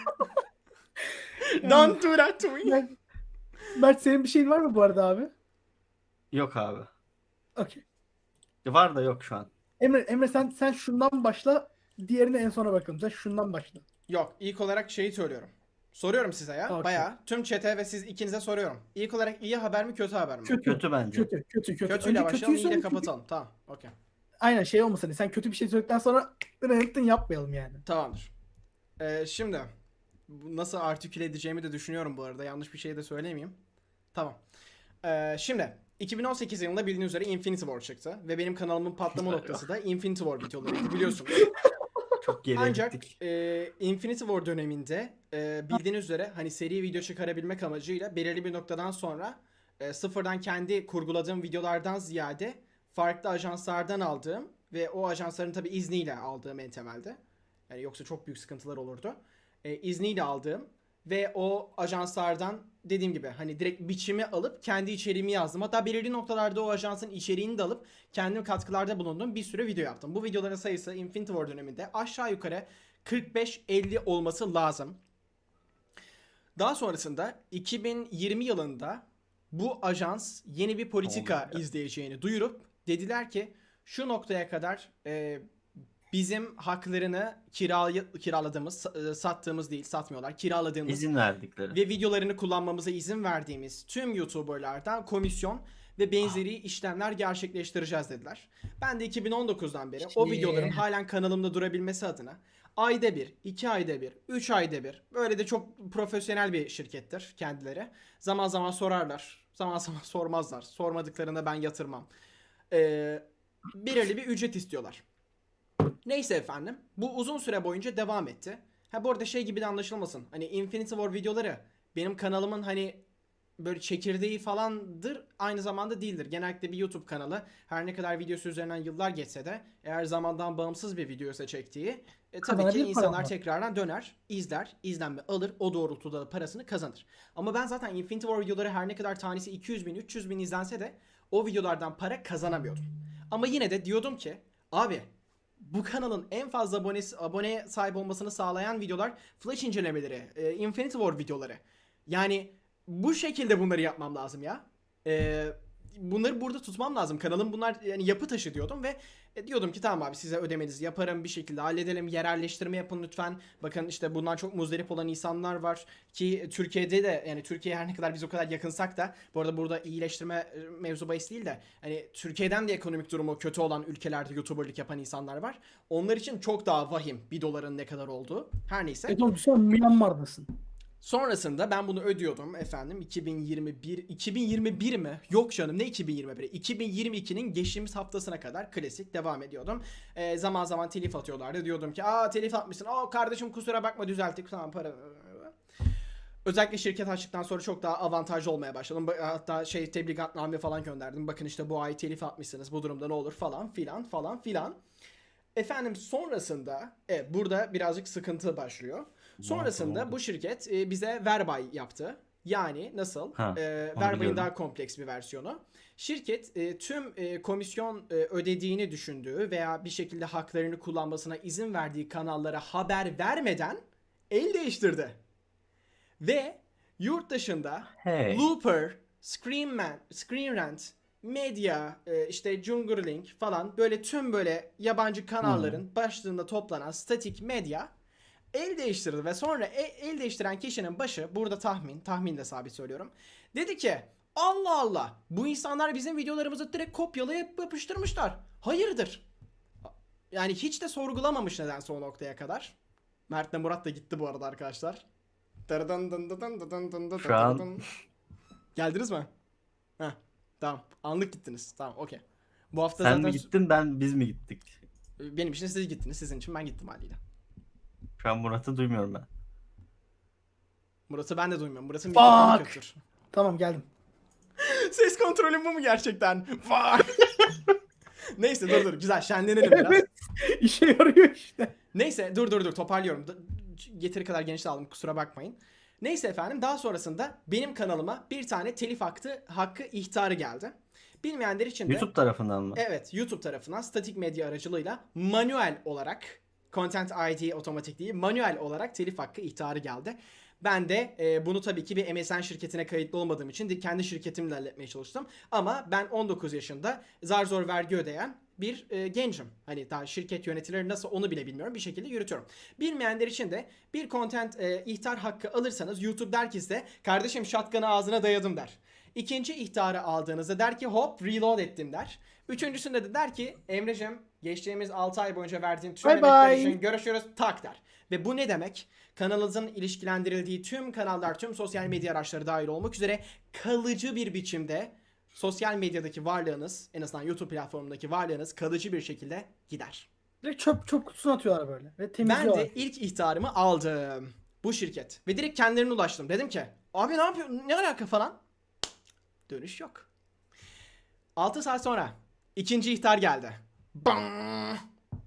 don't do that to me. Mert, Mert senin bir şeyin var mı bu arada abi? Yok abi. Okey. Var da yok şu an. Emre, Emre sen sen şundan başla. Diğerine en sona bakalım. Sen şundan başla. Yok, ilk olarak şeyi söylüyorum. Soruyorum size ya. Okey. Bayağı tüm chat'e ve siz ikinize soruyorum. İlk olarak iyi haber mi kötü haber mi? Kötü. Kötü bence. Kötü, kötü, kötü. Kötüyle Önce başlayalım, kötüyü iyiyle söyle, kapatalım. Tamam, okey. Aynen şey olmasın. Sen kötü bir şey söyledikten sonra rıntın yapmayalım yani. Tamamdır. Ee, şimdi bu nasıl artiküle edeceğimi de düşünüyorum bu arada. Yanlış bir şey de söylemeyeyim. Tamam. Ee, şimdi iki bin on sekiz yılında bildiğiniz üzere Infinity War çıktı. Ve benim kanalımın patlama noktası da Infinity War videolarıydı biliyorsunuz. Çok geriye Ancak gittik. e, Infinity War döneminde e, bildiğiniz üzere hani seri video çıkarabilmek amacıyla belirli bir noktadan sonra e, sıfırdan kendi kurguladığım videolardan ziyade farklı ajanslardan aldığım ve o ajansların tabi izniyle aldığım en temelde. Yani yoksa çok büyük sıkıntılar olurdu. E, izniyle aldığım ve o ajanslardan dediğim gibi hani direkt biçimi alıp kendi içeriğimi yazdım. Hatta belirli noktalarda o ajansın içeriğini de alıp kendim katkılarda bulunduğum bir sürü video yaptım. Bu videoların sayısı Infinity War döneminde aşağı yukarı kırk beş elli olması lazım. Daha sonrasında iki bin yirmi yılında bu ajans yeni bir politika Tamam. izleyeceğini duyurup dediler ki şu noktaya kadar e, bizim haklarını kiralay- kiraladığımız, e, sattığımız değil, satmıyorlar, kiraladığımız İzin verdikleri. ve videolarını kullanmamıza izin verdiğimiz tüm YouTuber'lardan komisyon ve benzeri işlemler gerçekleştireceğiz dediler. Ben de iki bin on dokuzdan beri o Shit. videoların halen kanalımda durabilmesi adına ayda bir, iki ayda bir, üç ayda bir, böyle de çok profesyonel bir şirkettir kendileri. Zaman zaman sorarlar, zaman zaman sormazlar. Sormadıklarında ben yatırmam. Ee, belirli bir ücret istiyorlar. Neyse efendim. Bu uzun süre boyunca devam etti. Ha bu arada şey gibi de anlaşılmasın. Hani Infinity War videoları benim kanalımın hani böyle çekirdeği falandır. Aynı zamanda değildir. Genellikle bir YouTube kanalı. Her ne kadar videosu üzerinden yıllar geçse de eğer zamandan bağımsız bir videoysa çektiği e, tabii ki Kazanabilir insanlar param var. tekrardan döner, izler, izlenme alır. O doğrultuda da parasını kazanır. Ama ben zaten Infinity War videoları her ne kadar tanesi iki yüz bin, üç yüz bin izlense de o videolardan para kazanamıyordum. Ama yine de diyordum ki abi bu kanalın en fazla abonesi, aboneye sahip olmasını sağlayan videolar Flash incelemeleri, e, Infinity War videoları. Yani bu şekilde bunları yapmam lazım ya. E, bunları burada tutmam lazım. Kanalım bunlar yani yapı taşı diyordum ve e, diyordum ki tamam abi size ödemenizi yaparım bir şekilde halledelim. Yerelleştirme yapın lütfen. Bakın işte bundan çok muzdarip olan insanlar var ki Türkiye'de de yani Türkiye her ne kadar biz o kadar yakınsak da bu arada burada iyileştirme e, mevzu bahis değil de hani Türkiye'den de ekonomik durumu kötü olan ülkelerde YouTuber'lık yapan insanlar var. Onlar için çok daha vahim bir doların ne kadar olduğu. Her neyse. Evet oğlum sen Myanmar'dasın. Sonrasında ben bunu ödüyordum efendim iki bin yirmi bir iki bin yirmi bir mi? Yok canım ne iki bin yirmi bir? iki bin yirmi ikinin geçtiğimiz haftasına kadar klasik devam ediyordum. Ee, zaman zaman telif atıyorlardı. Diyordum ki aa telif atmışsın. Aa kardeşim kusura bakma düzelttik. Tamam para. Özellikle şirket açtıktan sonra çok daha avantajlı olmaya başladım. Hatta şey tebligatname falan gönderdim. Bakın işte bu ay telif atmışsınız. Bu durumda ne olur falan filan falan filan. Efendim sonrasında evet, burada birazcık sıkıntı başlıyor. Sonrasında bu şirket e, bize verbay yaptı. Yani nasıl? Ha, e, onu verbayın biliyorum. daha kompleks bir versiyonu. Şirket e, tüm e, komisyon e, ödediğini düşündüğü veya bir şekilde haklarını kullanmasına izin verdiği kanallara haber vermeden el değiştirdi. Ve yurt dışında Hey. Looper, Screenman, Screen Rant, Media, e, işte Jungerlink falan böyle tüm böyle yabancı kanalların başlığında toplanan statik medya el değiştirdi ve sonra e- el değiştiren kişinin başı burada tahmin, tahmin de sabit söylüyorum. Dedi ki Allah Allah bu insanlar bizim videolarımızı direkt kopyalayıp yapıştırmışlar. Hayırdır? Yani hiç de sorgulamamış nedense o noktaya kadar. Mert'le Murat da gitti bu arada arkadaşlar. Şu an- Geldiniz mi? Heh, tamam. Anlık gittiniz. Tamam, okey. Bu hafta Sen zaten mi gittin ben biz mi gittik? benim için siz gittiniz. Sizin için ben gittim haliyle. Şu an Murat'ı duymuyorum ben. Murat'ı ben de duymuyorum. Murat'ın mikrofonu Fuck. kötüdür. Tamam geldim. Ses kontrolüm bu mu gerçekten? Fuck. Neyse dur dur. Güzel. Şenlenelim biraz. Evet. İşe yarıyor işte. Neyse dur dur dur toparlıyorum. D- Yeteri kadar geniş aldım, kusura bakmayın. Neyse efendim, daha sonrasında benim kanalıma bir tane telif hakkı, hakkı ihtarı geldi. Bilmeyenler için de YouTube tarafından mı? evet, YouTube tarafından Static Media aracılığıyla manuel olarak, Content I D otomatik değil, manuel olarak telif hakkı ihtarı geldi. Ben de e, bunu tabii ki bir M S N şirketine kayıtlı olmadığım için de kendi şirketimle halletmeye çalıştım. Ama ben on dokuz yaşında zar zor vergi ödeyen bir e, gencim. Hani daha şirket yönetileri nasıl onu bile bilmiyorum. Bir şekilde yürütüyorum. Bilmeyenler için de bir content e, ihtar hakkı alırsanız YouTube der ki size, kardeşim shotgun'ı ağzına dayadım der. İkinci ihtarı aldığınızda der ki hop reload ettim der. Üçüncüsünde de der ki Emre'cim geçtiğimiz altı ay boyunca verdiğin tüm Bye emekler bye. için görüşürüz tak der. Ve bu ne demek? Kanalınızın ilişkilendirildiği tüm kanallar, tüm sosyal medya araçları dahil olmak üzere kalıcı bir biçimde sosyal medyadaki varlığınız, en azından YouTube platformundaki varlığınız kalıcı bir şekilde gider. Direkt çöp çöp kutusuna atıyorlar böyle. Ve Ben temizliyorlar. de ilk ihtarımı aldım. Bu şirket. Ve direkt kendilerine ulaştım. Dedim ki abi ne yapıyorsun? Ne alaka falan? Dönüş yok. altı saat sonra ikinci ihtar geldi. Bang!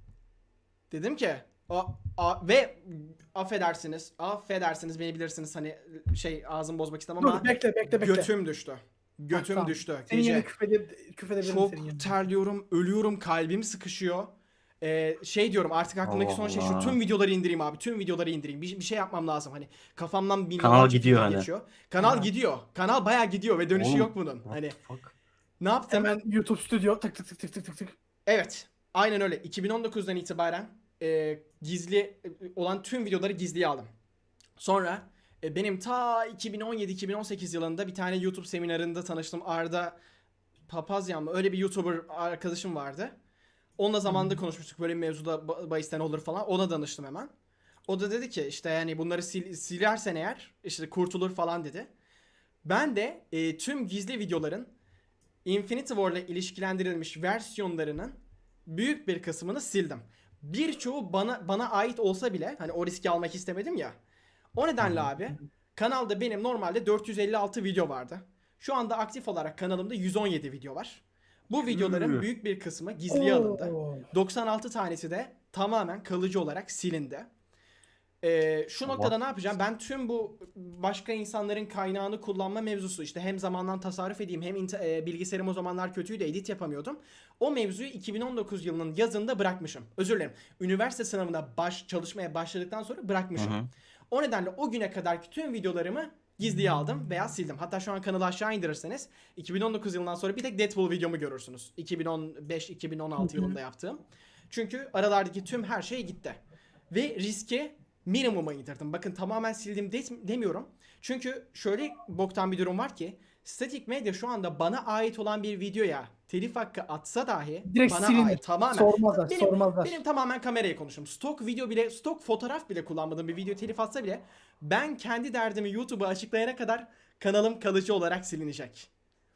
Dedim ki a, a, ve affedersiniz, affedersiniz beni bilirsiniz hani şey ağzımı bozmak istemem ama Dur bekle bekle bekle. götüm düştü. Götüm tamam. düştü. Senin yerine Gece. küfede, küfedebilirim senin yerine. Çok terliyorum, ölüyorum, kalbim sıkışıyor. Ee, şey diyorum artık aklımdaki son şey şu, Allah. tüm videoları indireyim abi, tüm videoları indireyim. Bir, bir şey yapmam lazım hani. Kafamdan Kanal milyonlarca gidiyor fikir hani. geçiyor. Kanal Aha. gidiyor. Kanal bayağı gidiyor ve dönüşü Oğlum, yok bunun. what Hani the fuck? ne yaptım? Hemen YouTube Studio tık tık tık tık tık tık tık. Evet. Aynen öyle. iki bin on dokuzdan itibaren e, gizli e, olan tüm videoları gizliye aldım. Sonra e, benim ta iki bin on yedi iki bin on sekiz yılında bir tane YouTube seminerinde tanıştım. Arda Papazyan mı? Öyle bir YouTuber arkadaşım vardı. Onunla zamanında konuşmuştuk. Böyle bir mevzuda ba- bahisten olur falan. Ona danıştım hemen. O da dedi ki işte yani bunları sil- silersen eğer işte kurtulur falan dedi. Ben de e, tüm gizli videoların Infinity War ile ilişkilendirilmiş versiyonlarının büyük bir kısmını sildim. Birçoğu bana bana ait olsa bile hani o riski almak istemedim ya. O nedenle abi kanalda benim normalde dört yüz elli altı video vardı. Şu anda aktif olarak kanalımda yüz on yedi video var. Bu videoların Üh. büyük bir kısmı gizliye alındı. Oo. doksan altı tanesi de tamamen kalıcı olarak silindi. Ee, şu noktada What? ne yapacağım? Ben tüm bu başka insanların kaynağını kullanma mevzusu işte hem zamandan tasarruf edeyim hem inter- e, bilgisayarım o zamanlar kötüydü edit yapamıyordum. O mevzuyu iki bin on dokuz yılının yazında bırakmışım. Özür dilerim. Üniversite sınavına baş çalışmaya başladıktan sonra bırakmışım. Hı hı. O nedenle o güne kadarki tüm videolarımı gizliye aldım veya sildim. Hatta şu an kanalı aşağı indirirseniz iki bin on dokuz yılından sonra bir tek Deadpool videomu görürsünüz. iki bin on beş iki bin on altı Hı hı. yılında yaptığım. Çünkü aralardaki tüm her şey gitti. Ve riski minimuma indirdim. Bakın tamamen sildim de- demiyorum. Çünkü şöyle boktan bir durum var ki Static Media şu anda bana ait olan bir videoya telif hakkı atsa dahi Direkt bana silinir. ait tamamen. Sormazlar, benim, sormazlar. benim tamamen kameraya konuştum. Stok video bile, stok fotoğraf bile kullanmadığım bir video telif atsa bile ben kendi derdimi YouTube'a açıklayana kadar kanalım kalıcı olarak silinecek.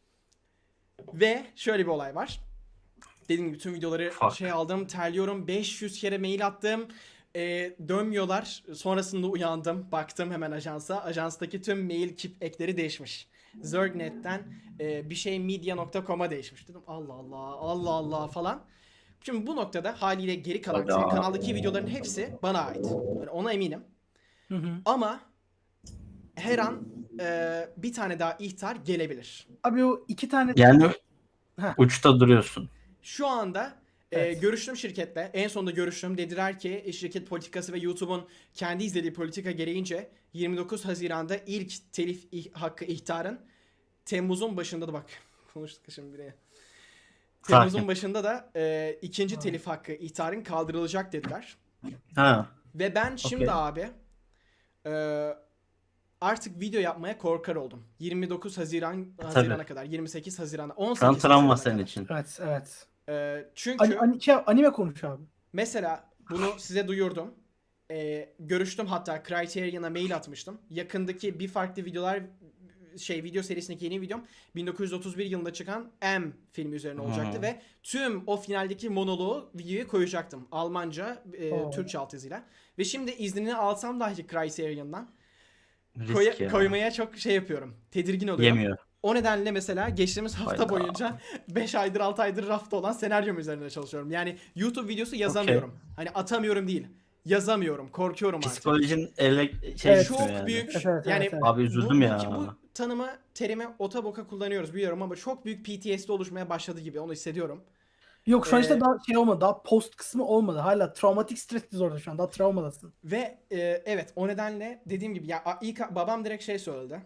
Ve şöyle bir olay var. Dediğim gibi tüm videoları Fuck. şey aldım, terliyorum. beş yüz kere mail attım. Ee, dönmüyorlar. Sonrasında uyandım. Baktım hemen ajansa. Ajanstaki tüm mail kip ekleri değişmiş. Zergnet'ten e, bir şey media nokta com'a değişmiş. Dedim Allah Allah, Allah Allah falan. Şimdi bu noktada haliyle geri kalan Hadi senin abi. kanaldaki videoların hepsi bana ait. Yani ona eminim. Hı hı. Ama her an e, bir tane daha ihtar gelebilir. Abi o iki tane Yani Heh. uçta duruyorsun. Şu anda e, Evet. görüştüm şirketle. En sonunda görüştüm. Dediler ki e, şirket politikası ve YouTube'un kendi izlediği politika gereğince yirmi dokuz Haziran'da ilk telif ih- hakkı ihtarın Temmuz'un başında da bak konuştuk şimdi bile. Temmuz'un Sakin. başında da e, ikinci telif hakkı ihtarın kaldırılacak dediler. Ha. Ve ben şimdi Okey. abi e, artık video yapmaya korkar oldum. yirmi dokuz Haziran Haziran'a kadar, yirmi sekiz Haziran'a, on Şu an sekiz travma Haziran'a senin kadar. için. Evet, evet. E, çünkü Ani, ani, şey, anime konuş abi. mesela bunu size duyurdum. Ee, görüştüm hatta Criterion'a mail atmıştım. Yakındaki bir farklı videolar şey video serisindeki yeni videom bin dokuz yüz otuz bir yılında çıkan M filmi üzerine olacaktı Hı. ve tüm o finaldeki monoloğu videoya koyacaktım. Almanca, e, Oo. Türkçe altyazıyla. Ve şimdi iznini alsam dahi Criterion'dan Risk koya- ya. koymaya çok şey yapıyorum. Tedirgin oluyorum. Yemiyor. O nedenle mesela geçtiğimiz hafta Hayda. boyunca beş aydır altı aydır rafta olan senaryom üzerinde çalışıyorum. Yani YouTube videosu yazamıyorum. Hani atamıyorum değil. Yazamıyorum. Korkuyorum artık. Psikolojin ele şey Evet. Çok gitmiyor yani. büyük Evet, evet, yani evet, evet. Abi üzüldüm bu, ya. Bu, bu tanımı, terimi ota boka kullanıyoruz biliyorum ama çok büyük P T S D oluşmaya başladı gibi onu hissediyorum. Yok şu an Ee, işte daha şey olmadı. Daha post kısmı olmadı. Hala travmatik stres disorder şu an. Daha travmadasın. Ve e, evet o nedenle dediğim gibi ya a- ilk babam direkt şey söyledi.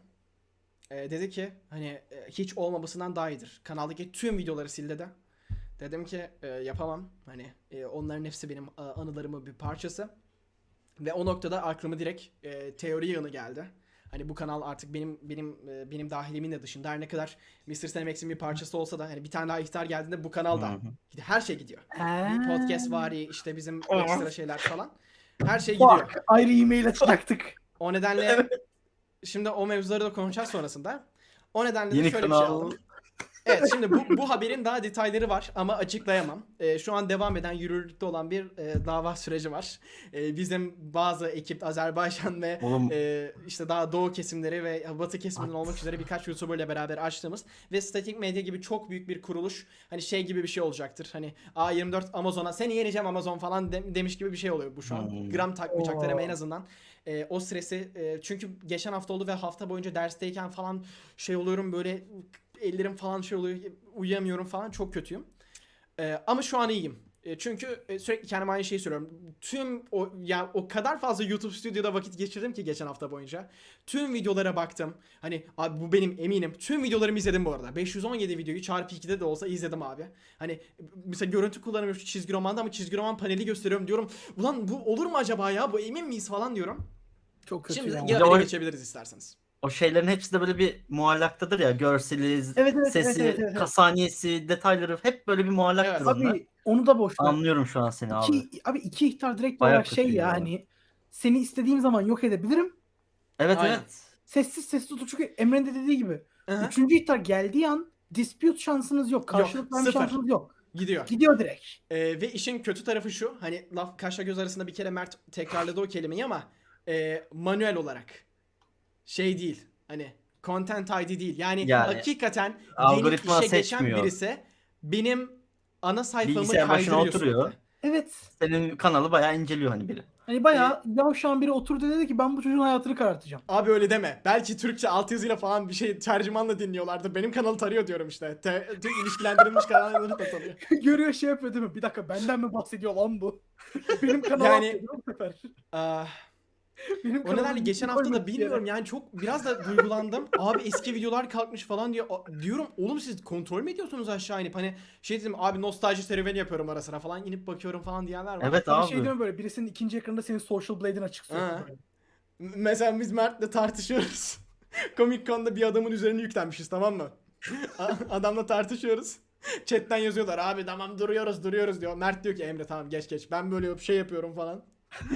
E, dedi ki hani e, hiç olmamasından daha iyidir. Kanaldaki tüm videoları sil dedi. Dedim ki e, yapamam. Hani e, onların hepsi benim e, anılarımın bir parçası. Ve o noktada aklıma direkt e, teori yanı geldi. Hani bu kanal artık benim benim e, benim dahilimin de dışında her ne kadar mister Cinemax'in bir parçası olsa da hani bir tane daha ihtar geldiğinde bu kanal da Hı hı. her şey gidiyor. He. Bir podcast vari işte bizim Aa. ekstra şeyler falan. Her şey gidiyor. Fuck. Ayrı e-mail açacaktık. O nedenle şimdi o mevzuları da konuşacağız sonrasında. O nedenle de Yeni şöyle bir şey kanal. aldım. Evet şimdi bu, bu haberin daha detayları var ama açıklayamam. Ee, şu an devam eden yürürlükte olan bir e, dava süreci var. Ee, bizim bazı ekip Azerbaycan ve Oğlum e, işte daha doğu kesimleri ve batı kesiminden olmak üzere birkaç YouTuber ile beraber açtığımız ve Static Media gibi çok büyük bir kuruluş hani şey gibi bir şey olacaktır. Hani A yirmi dört Amazon'a seni yeneceğim Amazon falan de- demiş gibi bir şey oluyor bu şu an. Hmm. Gram takmayacaklar ama en Oo. azından e, o stresi e, çünkü geçen hafta oldu ve hafta boyunca dersteyken falan şey oluyorum böyle ellerim falan şey oluyor uyuyamıyorum falan çok kötüyüm. E, ama şu an iyiyim. E, çünkü e, sürekli kendime aynı şeyi söylüyorum. Tüm o ya o kadar fazla YouTube stüdyoda vakit geçirdim ki geçen hafta boyunca. Tüm videolara baktım. Hani abi bu benim eminim. Tüm videolarımı izledim bu arada. beş yüz on yedi videoyu çarpı ikide de olsa izledim abi. Hani mesela görüntü kullanamıyorum şu çizgi romanda ama çizgi roman paneli gösteriyorum diyorum. Ulan bu olur mu acaba ya? Bu emin miyiz falan diyorum. Çok kötü Şimdi ya. Bir de habere o- geçebiliriz isterseniz. o şeylerin hepsi de böyle bir muallaktadır ya. Görseli, Evet, evet, sesi, evet, evet, evet. kasaniyesi, detayları hep böyle bir muallaktır Evet. onlar. Abi onu da boş ver. Anlıyorum şu an seni abi. İki, abi iki ihtar direkt Bayağı olarak şey kötü ya ya. hani seni istediğim zaman yok edebilirim. Evet Aynen. evet. Sessiz sessiz tutup çünkü Emre'nin de dediği gibi. Aha. Üçüncü ihtar geldiği an dispute şansınız yok. Karşılık verme sıfır. şansınız yok. Gidiyor. Gidiyor direkt. Ee, ve işin kötü tarafı şu. Hani laf kaşla göz arasında bir kere Mert tekrarladı o kelimeyi ama e, manuel olarak şey değil. Hani content I D değil. Yani, Yani hakikaten yeni algoritma işe geçen seçmiyor. birisi benim ana sayfamı Bilgisayar başına kaydırıyor oturuyor. sürekli. Evet. Senin kanalı bayağı inceliyor hani biri. Hani bayağı yavşan biri oturdu dedi ki ben bu çocuğun hayatını karartacağım. Abi öyle deme. Belki Türkçe altyazıyla falan bir şey tercümanla dinliyorlardır. Benim kanalı tarıyor diyorum işte. Te, tüm ilişkilendirilmiş kanalları da tanıyor. Görüyor şey yapıyor değil mi? Bir dakika benden mi bahsediyor lan bu? Benim kanalım Yani- yani... bu sefer. Ah, Benim o kanalım nedenle geçen hafta da koymak üzere. bilmiyorum yani çok biraz da duygulandım. Abi eski videolar kalkmış falan diyor. A- Diyorum oğlum siz kontrol mü ediyorsunuz aşağı inip? Hani şey dedim abi nostalji serüveni yapıyorum ara sıra falan inip bakıyorum falan diyenler var. Evet Tabii abi. şey diyorum böyle birisinin ikinci ekranında senin Social Blade'in açık sürekli Ha. böyle. M- Mesela biz Mert'le tartışıyoruz. Comic Con'da bir adamın üzerine yüklenmişiz tamam mı? A- Adamla tartışıyoruz. Chatten yazıyorlar abi tamam duruyoruz duruyoruz diyor. Mert diyor ki Emre tamam geç geç ben böyle bir şey yapıyorum falan.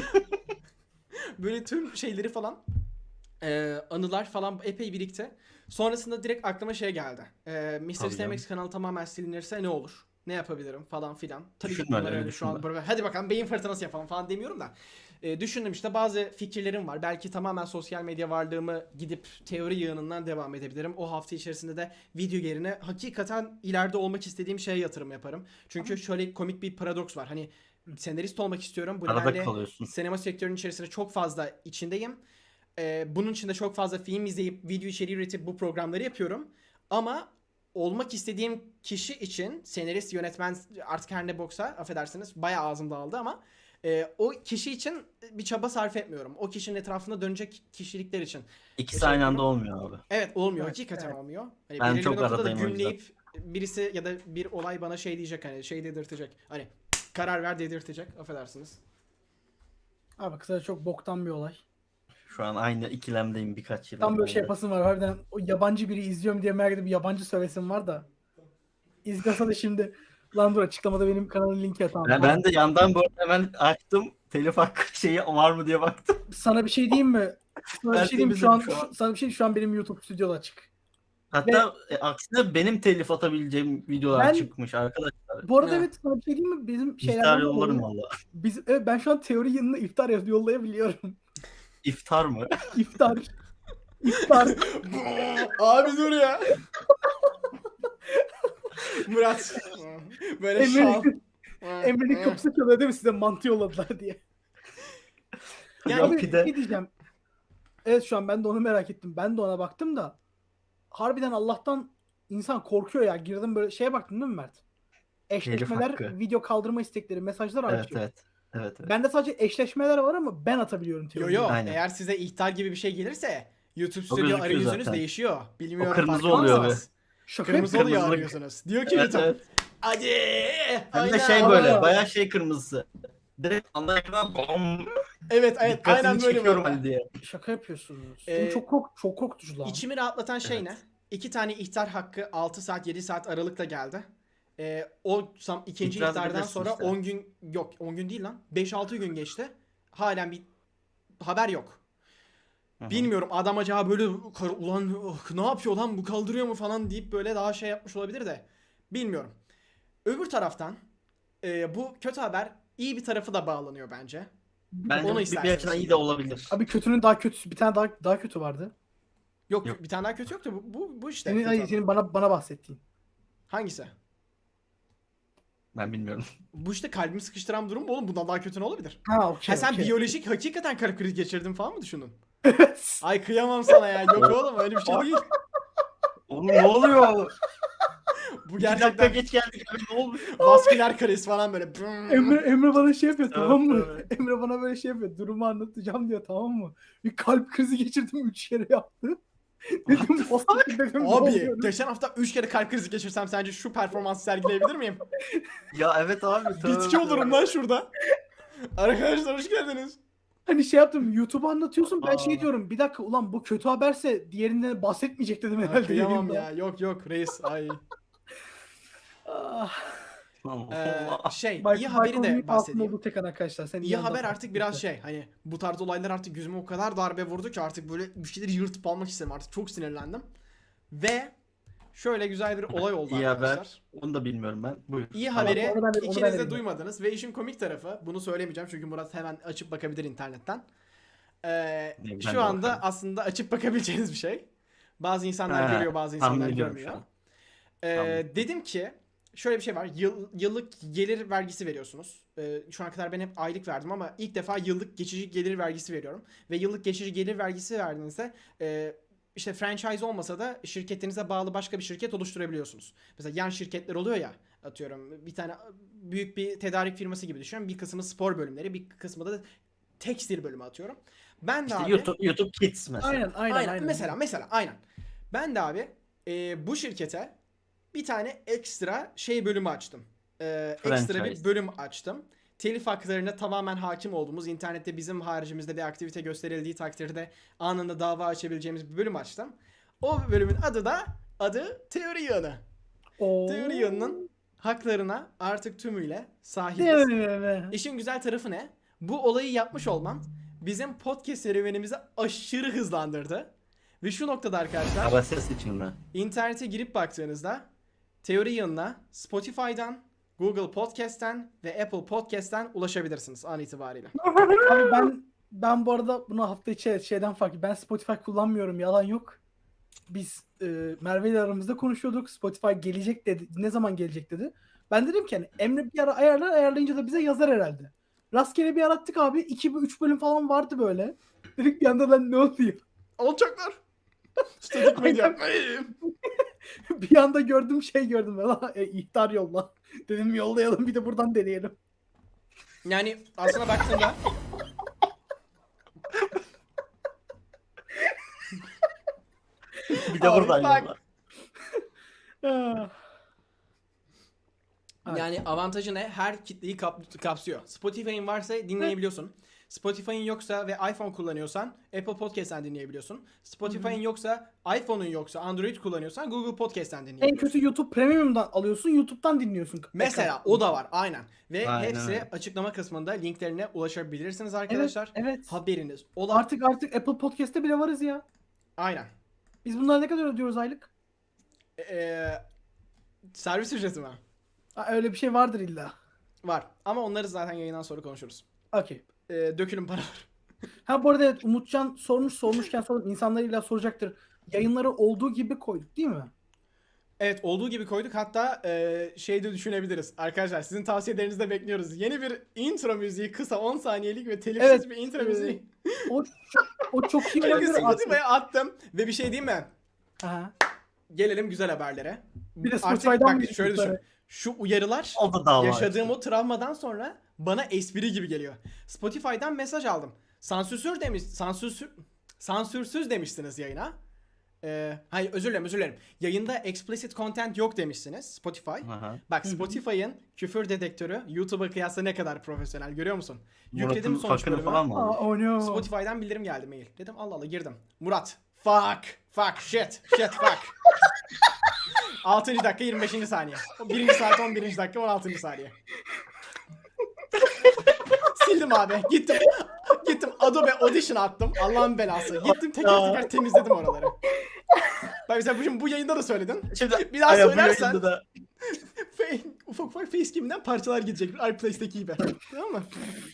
Böyle tüm şeyleri falan e, anılar falan epey birikti. Sonrasında direkt aklıma şey geldi. E, mister Tabii Cinemax kanalı tamamen silinirse ne olur? Ne yapabilirim falan filan. Tabii ki Düşünme bunları öyle, öyle şu an düşünme. böyle hadi bakalım beyin fırtınası yapalım falan demiyorum da. E, düşündüm işte bazı fikirlerim var. Belki tamamen sosyal medya varlığımı gidip teori yığınından devam edebilirim. O hafta içerisinde de video yerine hakikaten ileride olmak istediğim şeye yatırım yaparım. Çünkü şöyle komik bir paradoks var. Hani senarist olmak istiyorum. Bu Arada nedenle kalıyorsun. sinema sektörünün içerisinde çok fazla içindeyim. Ee, bunun için de çok fazla film izleyip video içeriği üretip bu programları yapıyorum. Ama olmak istediğim kişi için senarist, yönetmen artık her ne boksa affedersiniz bayağı ağzım dağıldı ama e, o kişi için bir çaba sarf etmiyorum. O kişinin etrafında dönecek kişilikler için. İkisi Teşekkür aynı anda ederim. olmuyor abi. Evet olmuyor. Evet, hakikaten evet. olmuyor. Hani Ben belirli çok bir noktada da aradayım o yüzden. gümleyip birisi ya da bir olay bana şey diyecek hani şey dedirtecek. Hani karar ver dedirtecek. Affedersiniz. Abi kısaca çok boktan bir olay. Şu an aynı ikilemdeyim birkaç yıl. Tam böyle şey yapasım var. Harbiden o yabancı biri izliyorum diye merak edip bir yabancı söylesim var da. İzlese de şimdi lan dur açıklamada benim kanalın linki at. Tamam. Ben, ben de yandan bu arada hemen açtım. Telif hakkı şeyi var mı diye baktım. Sana bir şey diyeyim mi? Sana bir şey diyeyim mi? şu an, Tertemizim şu an. sana bir şey diyeyim, şu an benim YouTube stüdyoda açık. Hatta e, aksine benim telif atabileceğim videolar Ben- çıkmış arkadaşlar. Bu arada Ne? evet sana bir şey diyeyim mi? Bizim İftar şeylerden yollarım dolayı valla. biz, evet, ben şu an teori yanına iftar yaz- yollayabiliyorum. İftar mı? İftar. İftar. Abi dur ya. Murat. Böyle şal. Emre'nin, Emre'nin kapısı çalıyor değil mi, size mantı yolladılar diye. Yani Abi pide. ne diyeceğim? Evet, şu an ben de onu merak ettim. Ben de ona baktım da harbiden Allah'tan insan korkuyor ya. Girdim böyle şeye baktın değil mi Mert? Eşleşmeler, hakkı. video kaldırma istekleri, mesajlar Evet artıyor. evet. Evet evet. Bende sadece eşleşmeler var ama ben atabiliyorum Yo teoriyi. yo, Aynen. eğer size ihtar gibi bir şey gelirse YouTube O Studio gözüküyor arayüzünüz zaten. değişiyor. Bilmiyorum, O kırmızı farkında oluyor mısınız? Şaka Kırmızı yapıyorum. oluyor Kırmızılık. arıyorsunuz. Diyor ki Evet, YouTube. evet. Hadi. Hem de aynen. şey böyle Aa. bayağı şey kırmızısı. Direkt anlayana bam. Evet evet, Dikkatini aynen böyle çekiyorum böyle. hani diye. Şaka yapıyorsunuz. Ee, Ee, çok kork çok korkutucu lan. İçimi rahatlatan şey Evet. ne? İki tane ihtar hakkı altı saat yedi saat aralıkla geldi. Ee, o sam ikinci İtiraz ihtardan edebilirsin sonra işte. on gün yok, on gün değil lan. beş altı gün geçti. Halen bir haber yok. Hı hı. Bilmiyorum, adam acaba böyle kar- ulan oh, ne yapıyor lan bu, kaldırıyor mu falan deyip böyle daha şey yapmış olabilir de bilmiyorum. Öbür taraftan e, bu kötü haber iyi bir tarafı da bağlanıyor bence. Bence Onu bir, bir isterseniz açıdan iyi şimdi. de olabilir. Abi kötünün daha kötüsü, bir tane daha daha kötü vardı. Yok, Yok. bir tane daha kötü yoktu, bu bu, bu işte. Senin, kötü ay, haber. senin bana bana bahsettiğin. Hangisi? Ben bilmiyorum. Bu işte kalbimi sıkıştıran durum bu oğlum, bundan daha kötü ne olabilir? Ha okey. Ha sen okey. biyolojik hakikaten kalp krizi geçirdin falan mı düşündün? Evet. Ay kıyamam sana ya. Yok oğlum, öyle bir şey değil. Oğlum ne oluyor? Bu İki dakika gerçekten geç geldik abi ne olmuş? vasküler kriz falan böyle. Emre Emre bana şey yapıyor, tamam mı? evet. Emre bana böyle şey yapıyor. Durumu anlatacağım diyor, tamam mı? Bir kalp krizi geçirdim, üç kere yaptı. Dedim o dedim ne Abi oluyor? geçen hafta üç kere kalp krizi geçirsem sence şu performansı sergileyebilir miyim? Ya evet abi. Bitki olurum lan şurada. Arkadaşlar hoş geldiniz. Hani şey yaptım, YouTube'a anlatıyorsun, ben şey Aa. diyorum, bir dakika ulan bu kötü haberse diğerinden bahsetmeyecek dedim Ay, herhalde. kıyamam yayında. ya. Yok yok reis. Ay. Ah, Ee, şey iyi Michael- haberi Michael de Newton bahsedeyim. olduğu tek an arkadaşlar. Sen İyi iyi haber anlat. artık biraz şey, hani bu tarz olaylar artık yüzüme o kadar darbe vurdu ki artık böyle bir şeyleri yırtıp almak istedim, artık çok sinirlendim. Ve şöyle güzel bir olay oldu İyi haber. arkadaşlar. Onu da bilmiyorum ben. Buyur. İyi Tamam. haberi onu ben de- onu ben ikiniz de de bilmiyorum. duymadınız ve işin komik tarafı, bunu söylemeyeceğim çünkü Murat hemen açıp bakabilir internetten. Ee, Ben de şu anda bakarım. aslında açıp bakabileceğiniz bir şey. Bazı insanlar Ha, görüyor, bazı tahmin insanlar ediyorum görmüyor. şu an. Ee, Tahmin. dedim ki şöyle bir şey var. Yıl, yıllık gelir vergisi veriyorsunuz. Ee, şu ana kadar ben hep aylık verdim ama ilk defa yıllık geçici gelir vergisi veriyorum. Ve yıllık geçici gelir vergisi verdiğinizde e, işte franchise olmasa da şirketinize bağlı başka bir şirket oluşturabiliyorsunuz. Mesela yan şirketler oluyor ya, atıyorum bir tane büyük bir tedarik firması gibi düşünün. Bir kısmı spor bölümleri, bir kısmı da tekstil bölümü atıyorum. Ben de İşte abi YouTube, YouTube Kids mesela. Aynen aynen aynen, aynen. mesela mesela aynen. Ben de abi e, bu şirkete bir tane ekstra şey bölümü açtım. E, ekstra bir Franchise. bölüm açtım. Telif haklarına tamamen hakim olduğumuz, internette bizim haricimizde bir aktivite gösterildiği takdirde anında dava açabileceğimiz bir bölüm açtım. O bölümün adı da adı Teori Yanı. Oo. Teori Yanı'nın haklarına artık tümüyle Değil sahibiz. mi? İşin güzel tarafı ne? Bu olayı yapmış olmam bizim podcast serüvenimizi aşırı hızlandırdı. Ve şu noktada arkadaşlar, Hava ses için mi? internete girip baktığınızda Teori Yanı'na Spotify'dan, Google Podcast'ten ve Apple Podcast'ten ulaşabilirsiniz an itibariyle. Abi ben ben bu arada bunu hafta içi şeyden farklı. Ben Spotify kullanmıyorum, yalan yok. Biz e, Merve ile aramızda konuşuyorduk. Spotify gelecek dedi. Ne zaman gelecek dedi. Ben dedim ki hani Emre bir ara ayarlar, ayarlayınca da bize yazar herhalde. Rastgele bir arattık abi. iki üç bölüm falan vardı böyle. Dedik bir anda lan ne oluyor? Olacaklar. Statik medya. Bir anda gördüm şey gördüm. Lan e, ihtar yolla. Dedim yollayalım bir de buradan deneyelim. Yani aslına baktığında Bir de Abi buradan bak. yolla. Ah. Evet. yani avantajı ne? Her kitleyi kap- kapsıyor. Spotify'ın varsa dinleyebiliyorsun. Spotify'ın yoksa ve iPhone kullanıyorsan Apple Podcast'ten dinleyebiliyorsun. Spotify'ın yoksa, iPhone'un yoksa, Android kullanıyorsan Google Podcast'ten En dinleyebiliyorsun. kötü YouTube Premium'dan alıyorsun, YouTube'dan dinliyorsun. Mesela o da var aynen. Ve Aynen hepsi öyle. açıklama kısmında linklerine ulaşabilirsiniz arkadaşlar. Evet, evet. Haberiniz ola. Artık artık Apple Podcast'te bile varız ya. Aynen. Biz bunlara ne kadar ödüyoruz aylık? Ee, servis ücreti mi? Ha, öyle bir şey vardır illa. Var. Ama onları zaten yayından sonra konuşuruz. Okey. Ee, dökülün para var. Ha bu arada evet, Umutcan sormuş sormuşken soralım. İnsanlar illa soracaktır. Yayınları olduğu gibi koyduk değil mi? Evet, olduğu gibi koyduk. Hatta e, şey de düşünebiliriz. Arkadaşlar sizin tavsiyelerinizi de bekliyoruz. Yeni bir intro müziği, kısa on saniyelik ve telifsiz Evet. bir intro müziği. O o çok iyi Çünkü olabilir aslında. Spotify'a attım ve bir şey diyeyim mi? Aha. Gelelim güzel haberlere. Bir de Artık Spotify'dan bak mı şöyle düşün. çıktıkları? Şu uyarılar O da dava yaşadığım açtı. o travmadan sonra bana espri gibi geliyor. Spotify'dan mesaj aldım. Sansürsüz demiş, sansürsüz, sansürsüz demişsiniz yayına. Ee, hayır özür dilerim özür dilerim. Yayında explicit content yok demişsiniz Spotify. Aha. Bak Spotify'ın küfür dedektörü YouTube'a kıyasla ne kadar profesyonel görüyor musun? Yükledim Murat'ın sonuç fakını bölümü. falan mı Aa, aldı? o ne o? Spotify'dan bildirim geldi mail. Dedim Allah Allah girdim. Murat. Fuck. Fuck. Shit. Shit. Fuck. altıncı dakika yirmi beşinci saniye. birinci saat on birinci dakika on altıncı saniye. Sildim abi. Gittim. Gittim Adobe Audition attım. Allah'ın belası. Gittim teker teker temizledim oraları. Bak mesela bu, bu yayında da söyledin. Şimdi Bir daha Aya, bu söylersen yayında da fe- ufak ufak facecam'den parçalar gidecek. iPlace'deki gibi. Tamam mı?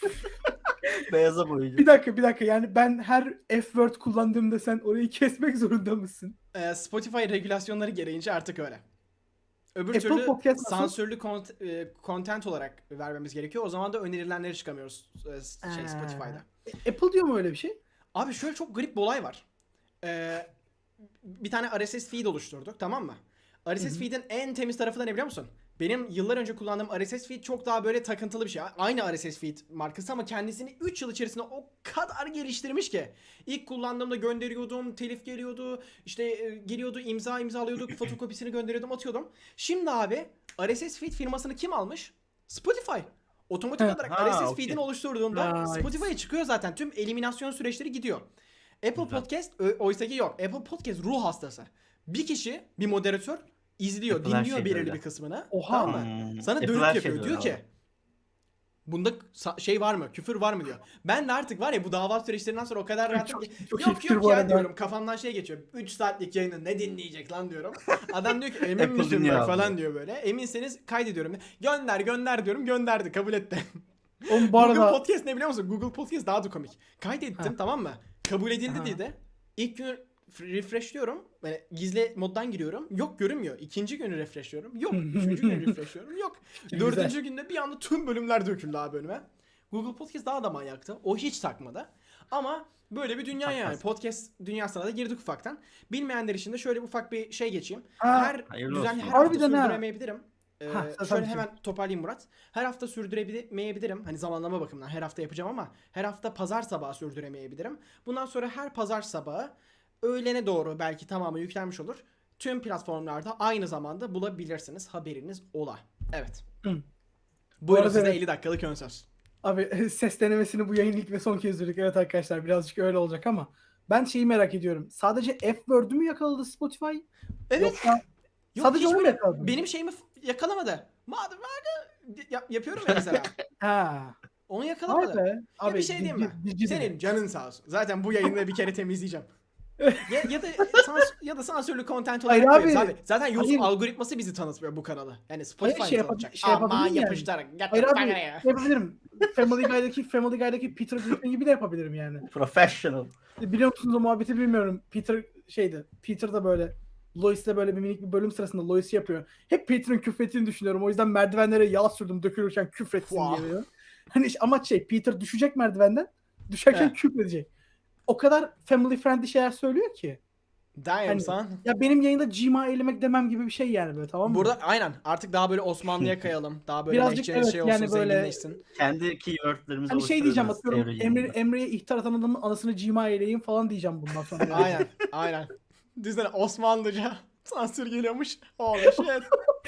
beyaza boyayacak. Bir dakika bir dakika yani ben her F-word kullandığımda sen orayı kesmek zorunda mısın? Ee, Spotify regülasyonları gereğince artık öyle. Öbür Apple türlü Podcast nasıl? sansürlü kont- e, content olarak vermemiz gerekiyor. O zaman da önerilenleri çıkamıyoruz e, şey Ee. Spotify'da. Apple diyor mu öyle bir şey? Abi şöyle çok garip bir olay var. Ee, bir tane R S S feed oluşturduk, tamam mı? R S S feed'in en temiz tarafı da ne biliyor musun? Benim yıllar önce kullandığım R S S feed çok daha böyle takıntılı bir şey. Aynı R S S feed markası ama kendisini üç yıl içerisinde o kadar geliştirmiş ki. İlk kullandığımda gönderiyordum, telif geliyordu, işte e, geliyordu, imza imzalıyorduk, fotokopisini gönderiyordum, atıyordum. Şimdi abi R S S feed firmasını kim almış? Spotify. Otomatik olarak Ha, R S S okey. feed'ini oluşturduğunda Right. Spotify'a çıkıyor zaten. Tüm eliminasyon süreçleri gidiyor. Apple Güzel. Podcast ö- oysaki yok. Apple Podcast ruh hastası. Bir kişi, bir moderatör izliyor, Apple her dinliyor şeyde belirli öyle. bir kısmını. Oha. Tamam mı? Hmm, Sana Apple dönüt her yapıyor. şeyde Diyor öyle ki bunda sa- şey var mı? Küfür var mı diyor. Ben de artık var ya bu dava süreçlerinden sonra o kadar rahatım ki Çok iyi yok fikir yok bu ya arada. diyorum. Kafamdan şey geçiyor. üç saatlik yayını ne dinleyecek lan diyorum. Adam diyor ki emin Apple misin dinliyor bak abi. falan diyor böyle. Eminseniz kaydediyorum. Gönder gönder diyorum. Gönderdi. Kabul etti. Oğlum bu Google arada Podcast ne biliyor musun? Google Podcast daha da komik. Kaydettim Ha. tamam mı? Kabul edildi Aha. dedi. İlk gün refreshliyorum. Yani gizli moddan giriyorum. Yok görünmüyor. İkinci günü refreshliyorum. Yok. Üçüncü günü refreshliyorum. Yok. Güzel. Dördüncü günde bir anda tüm bölümler döküldü abi önüme. Google Podcast daha da manyaktı. O hiç takmadı. Ama böyle bir dünya yani. Haklısın. Podcast dünyasına da girdik ufaktan. Bilmeyenler için de şöyle ufak bir şey geçeyim. Ha, Her hayırlı düzenli olsun. her hafta Harbiden ha. sürdüremeyebilirim. Ee, Ha, sen şöyle tabii ki. hemen toparlayayım Murat. Her hafta sürdüremeyebilirim. Hani zamanlama bakımından her hafta yapacağım ama her hafta pazar sabahı sürdüremeyebilirim. Bundan sonra her pazar sabahı öğlene doğru belki tamamı yüklenmiş olur. Tüm platformlarda aynı zamanda bulabilirsiniz. Haberiniz ola. Evet. Hı. Buyurun arada size evet. elli dakikalık ön söz. abi ses denemesini bu yayın ilk ve son kez duyduk. Evet arkadaşlar birazcık öyle olacak ama ben şeyi merak ediyorum. Sadece F-word'ü mü yakaladı Spotify? Evet. Yoksa Yok, sadece hiç onu mu böyle yakaladı? benim şeyimi f- yakalamadı. Madem vardı yap- yapıyorum ya mesela. Ha. Onu Vay yakalamadı. be. Ya Abi bir şey diyeyim mi? ciddi- ciddi Senin mi? canın sağ olsun. Zaten bu yayını bir kere temizleyeceğim. ya, ya da sans ya da sansürlü content olarak Hayır koyarız abi. abi. Zaten YouTube Hayır. algoritması bizi tanıtmıyor bu kanalı. Yani Spotify Hayır, şey tanıtacak. yapabil- şey Aman yapabilirim yani. yapıştır. Hayır abi şey yapabilirim. Family Guy'daki Family Guy'daki Peter Griffin gibi de yapabilirim yani. Professional. Biliyor musunuz o muhabbeti bilmiyorum. Peter şeydi. Peter da böyle Lois'le böyle bir minik bir bölüm sırasında Lois'i yapıyor. Hep Peter'ın küfrettiğini düşünüyorum. O yüzden merdivenlere yağ sürdüm dökülürken küfretsin Wow. diye. Hani işte amaç şey Peter düşecek merdivenden. Düşerken Evet. küfredecek. O kadar family friendly şeyler söylüyor ki. Damn Hani- son. Ya benim yayında cima eylemek demem gibi bir şey yani böyle tamam mı? Burada aynen artık daha böyle Osmanlı'ya kayalım. Daha böyle Birazcık lehçemiz evet, şey olsun, yani böyle- zenginleşsin. Kendi keywordlerimizi Hani şey diyeceğim oluşturuyoruz atıyorum teori Emre, yayınında. Emre'ye ihtar atan adamın anasını cima eyleyeyim falan diyeceğim bundan sonra. Aynen aynen. Düşünsene Osmanlıca sansür geliyormuş. Oh shit.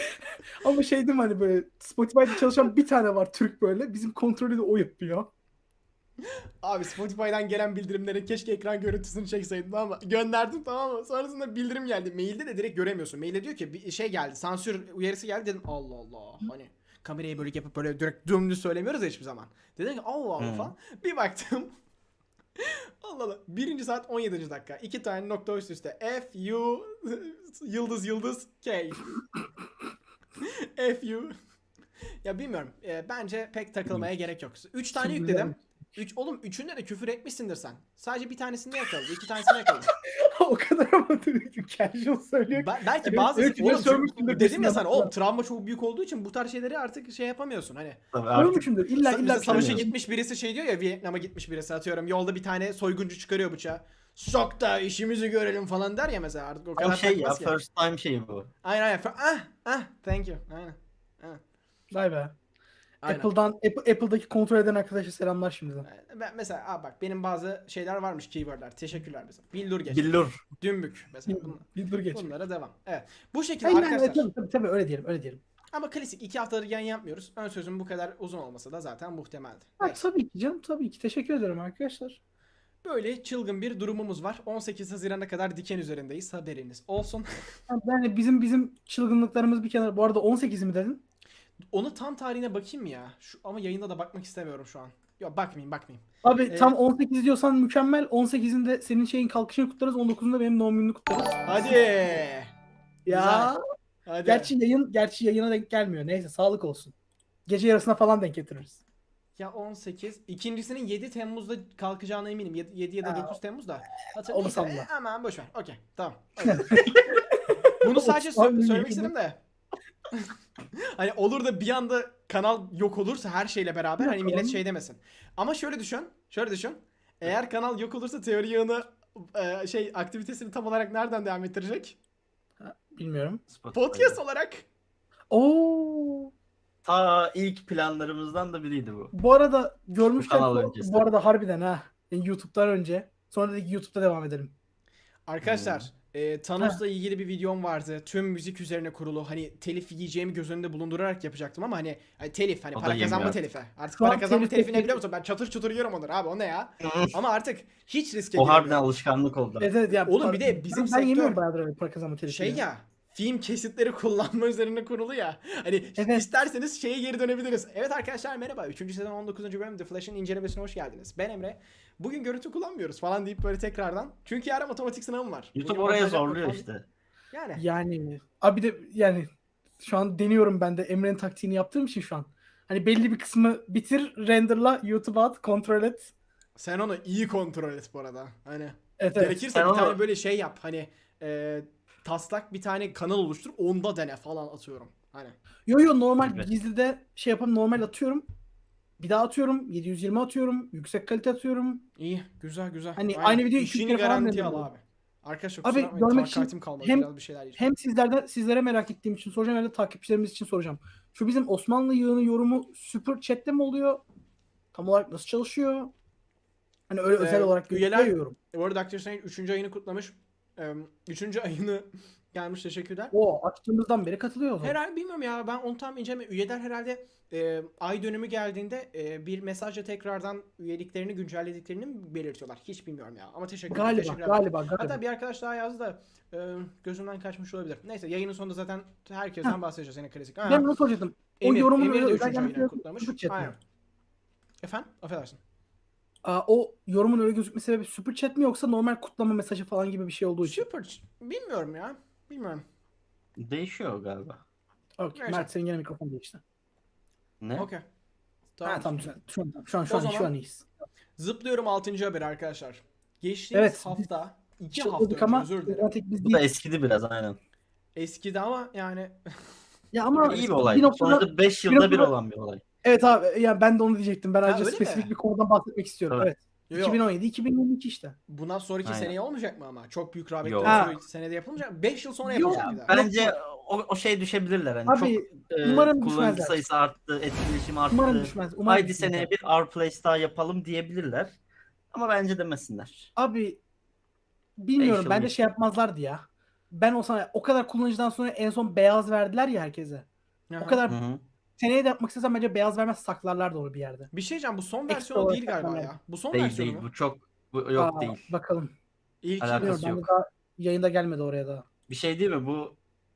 Ama şey değil mi hani böyle Spotify'da çalışan bir tane var Türk böyle. Bizim kontrolü de o yapıyor. Abi Spotify'dan gelen bildirimlerin keşke ekran görüntüsünü çekseydim ama gönderdim, tamam mı? Sonrasında bildirim geldi. Mailde de direkt göremiyorsun. Mailde diyor ki bir şey geldi. Sansür uyarısı geldi, dedim Allah Allah. Hani kamerayı böyle yapıp böyle direkt dümdüz söylemiyoruz ya hiçbir zaman. Dedim ki Allah Allah Hmm. falan. Bir baktım. Allah Allah. Birinci saat on yedinci dakika. İki tane nokta üst üste. F U yıldız yıldız K. F U. Ya bilmiyorum. E, bence pek takılmaya gerek yok. Üç tane Şimdi yükledim. Üç, oğlum üçünde de küfür etmişsindir sen. Sadece bir tanesinde yakaladı. İki tanesinde yakaladı. o kadar ama casual söylüyor. Be- belki Evet, bazı evet, oğlum, evet, sövmüşsündür çünkü dedim ya kesin sana ama. oğlum travma çok büyük olduğu için bu tarz şeyleri artık şey yapamıyorsun hani. Tabii artık Ölmüşümdür. İlla Sa- illa mesela savaşa bir şey- gitmiş birisi şey diyor ya, Vietnam'a gitmiş birisi atıyorum, yolda bir tane soyguncu çıkarıyor bıçağı. Sok da işimizi görelim falan der ya mesela, artık o o kadar şey ya takmaz ki. first time şeyi bu. Aynen aynen. Ah ah thank you. Aynen. Aynen. Vay be. Aynen. Apple'dan Apple, Apple'daki kontrol eden arkadaşa selamlar şimdiden. Ben mesela aa bak benim bazı şeyler varmış, keywordler. Teşekkürler mesela. Billur geç. Billur. Dümbük mesela. Bunlar. Bir dur geç. Bunlara devam. Evet. Bu şekilde Hayır, arkadaşlar. evet, tabii, tabii, tabii öyle diyelim öyle diyelim. Ama klasik iki haftadır yayın yapmıyoruz. Ön sözüm bu kadar uzun olmasa da zaten muhtemeldi. Ha, Neyse. tabii ki canım tabii ki. Teşekkür ederim arkadaşlar. Böyle çılgın bir durumumuz var. on sekiz Haziran'a kadar diken üzerindeyiz. Haberiniz olsun. Yani bizim bizim çılgınlıklarımız bir kenara. Bu arada on sekiz mi dedin? Onu tam tarihine bakayım mı ya? Şu, ama yayında da bakmak istemiyorum şu an. Yok bakmayayım bakmayayım. Abi Ee, tam on sekiz diyorsan mükemmel. on sekizinde senin şeyin kalkışını kutlarız. on dokuzunda benim doğum gününü kutlarız. Hadi. Ya. Güzel. Hadi. Gerçi yayın gerçi yayına denk gelmiyor. Neyse sağlık olsun. Gece yarısına falan denk getiririz. Ya on sekiz. İkincisinin yedi Temmuz'da kalkacağına eminim. yedi ya da Ha, dokuz Temmuz'da. Hatır, onu neyse, salla. e, aman boş ver. Okey. Tamam. Okey. Bunu sadece Osman sö- Bey söylemek yayını- istedim de. Hani olur da bir anda kanal yok olursa her şeyle beraber Yok, hani millet oğlum. şey demesin. Ama şöyle düşün. Şöyle düşün. Eğer kanal yok olursa teori yığını e, şey aktivitesini tam olarak nereden devam ettirecek? Bilmiyorum. Spotify'da. Podcast olarak. Oo. Ta ilk planlarımızdan da biriydi bu. Bu arada görmüşken kanal bu, öncesi. bu arada harbiden ha. Yani YouTube'dan önce. Sonra dedik YouTube'da devam edelim. Arkadaşlar Hmm. e, Thanos'la ilgili bir videom vardı. Tüm müzik üzerine kurulu. Hani telif yiyeceğimi göz önünde bulundurarak yapacaktım ama hani, hani telif hani O da para kazanma yemiyor. telifi. Artık Şu an para kazanma telif telifi ne teklifi- biliyor musun? Ben çatır çutur yiyorum onları abi, o ne ya? Ama artık hiç riske O harbiden giremiyorum. alışkanlık oldu. Evet, evet, ya, Oğlum bir par- de bizim ben, ben sektör- yemiyorum bayağıdır öyle para kazanma telifi. Şey ya, film kesitleri kullanma üzerine kurulu ya. Hani Evet. isterseniz şeye geri dönebiliriz. Evet arkadaşlar merhaba. üçüncü sezon on dokuzuncu bölüm The Flash'ın incelemesine hoş geldiniz. Ben Emre. Bugün görüntü kullanmıyoruz falan deyip böyle tekrardan. Çünkü yarın matematik sınavım var. YouTube Bugün oraya montaj yapmak zorluyor falan- işte. Yani. Yani abi de yani şu an deniyorum ben de Emre'nin taktiğini yaptığım için şu an. Hani belli bir kısmı bitir, renderla, YouTube'a at, kontrol et. Sen onu iyi kontrol et bu arada. Hani Evet, evet. gerekirse Sen bir onu- tane böyle şey yap. Hani e, taslak bir tane kanal oluştur. Onda dene falan atıyorum. Hani. Yo yo normal Evet. gizlide şey yapalım, normal atıyorum. Bir daha atıyorum. yedi yüz yirmi atıyorum. Yüksek kalite atıyorum. İyi, güzel güzel. Hani aynı videoyu iki İşini kere falan garantiye al denedim. abi. Arkadaşlar Abi, kusura bakmayın, görmek için takatim kalmadı. hem- Biraz bir şeyler yiyeceğim. Hem sizlerden sizlere merak ettiğim için soracağım, hem de takipçilerimiz için soracağım. Şu bizim Osmanlı yığını yorumu Super Chat'te mi oluyor? Tam olarak nasıl çalışıyor? Hani öyle Ee, özel olarak üyeler- gözüküyor yorum. Bu arada Doctor Strange üçüncü ayını kutlamış. Ee, üçüncü ayını gelmiş, teşekkürler. O açtığımızdan beri katılıyor o zaman. Herhalde bilmiyorum ya, ben onu tam inceleme. Üyeler herhalde e, ay dönümü geldiğinde e, bir mesajla tekrardan üyeliklerini güncellediklerini mi belirtiyorlar. Hiç bilmiyorum ya, ama teşekkürler. Galiba, teşekkürler. galiba, galiba. Hatta bir arkadaş daha yazdı da e, gözümden kaçmış olabilir. Neyse yayının sonunda zaten herkesten Heh. bahsedeceğiz, yine klasik. Ha, Ben bunu soracaktım. O Emir, yorumun Emir de öyle üçüncü özel ayını gelmesi kutlamış. Super Chat mi? Aynen. Efendim? Affedersin. Aa, o yorumun öyle gözükme sebebi Super Chat mi yoksa normal kutlama mesajı falan gibi bir şey olduğu için? Super. Bilmiyorum ya. Bilmiyorum. Değişiyor galiba. Okay. Neyse. Mert senin gene mikrofon değişti. Ne? Okey. Tamam. Ha, tamam güzel. Şu an, şu an, şu O an, zaman- şu an iyiyiz. Zıplıyorum altıncı haber arkadaşlar. Geçtiğimiz Evet, hafta, iki hafta Çıldırdık önce, ama özür dilerim. zaten tek biz Bu da değil. eskidi biraz aynen. Eskidi ama yani Ya ama İyi bir olay. bir noktada, Sonuçta beş bir yılda bir noktada- olan bir olay. evet abi ya ben de onu diyecektim. Ben Ha, ayrıca öyle spesifik mi? bir konudan bahsetmek istiyorum. Tabii. Evet. Yo, yo. iki bin on yedi iki bin yirmi iki işte. bundan sonraki Aynen. seneye olmayacak mı ama? Çok büyük rağbet Yok. gösteriyor, senede yapılmayacak. beş yıl sonra Yok. yapılacak bir daha. Bence o, o şey düşebilirler. Hani Abi, çok e, umarım kullanıcı düşmezler. sayısı arttı, etkileşim arttı. Umarım düşmez. Umarım Haydi düşmez. seneye bir Our Place daha yapalım diyebilirler. Ama bence demesinler. Abi bilmiyorum, Beş yıl bence geçti. şey yapmazlardı ya. Ben o sana o kadar kullanıcıdan sonra en son beyaz verdiler ya herkese. Aha. O kadar Hı hı. seneye de yapmak istesem bence beyaz vermez saklarlar da onu bir yerde. Bir şey diyeceğim, bu son Ekstra versiyonu olarak değil galiba saklamaya. ya. Bu son Değil versiyonu değil mu? bu çok bu, yok Aa, değil. Bakalım. İlk Alakası Bilmiyorum, ben de yok. daha yayında gelmedi oraya da. Bir şey değil mi bu?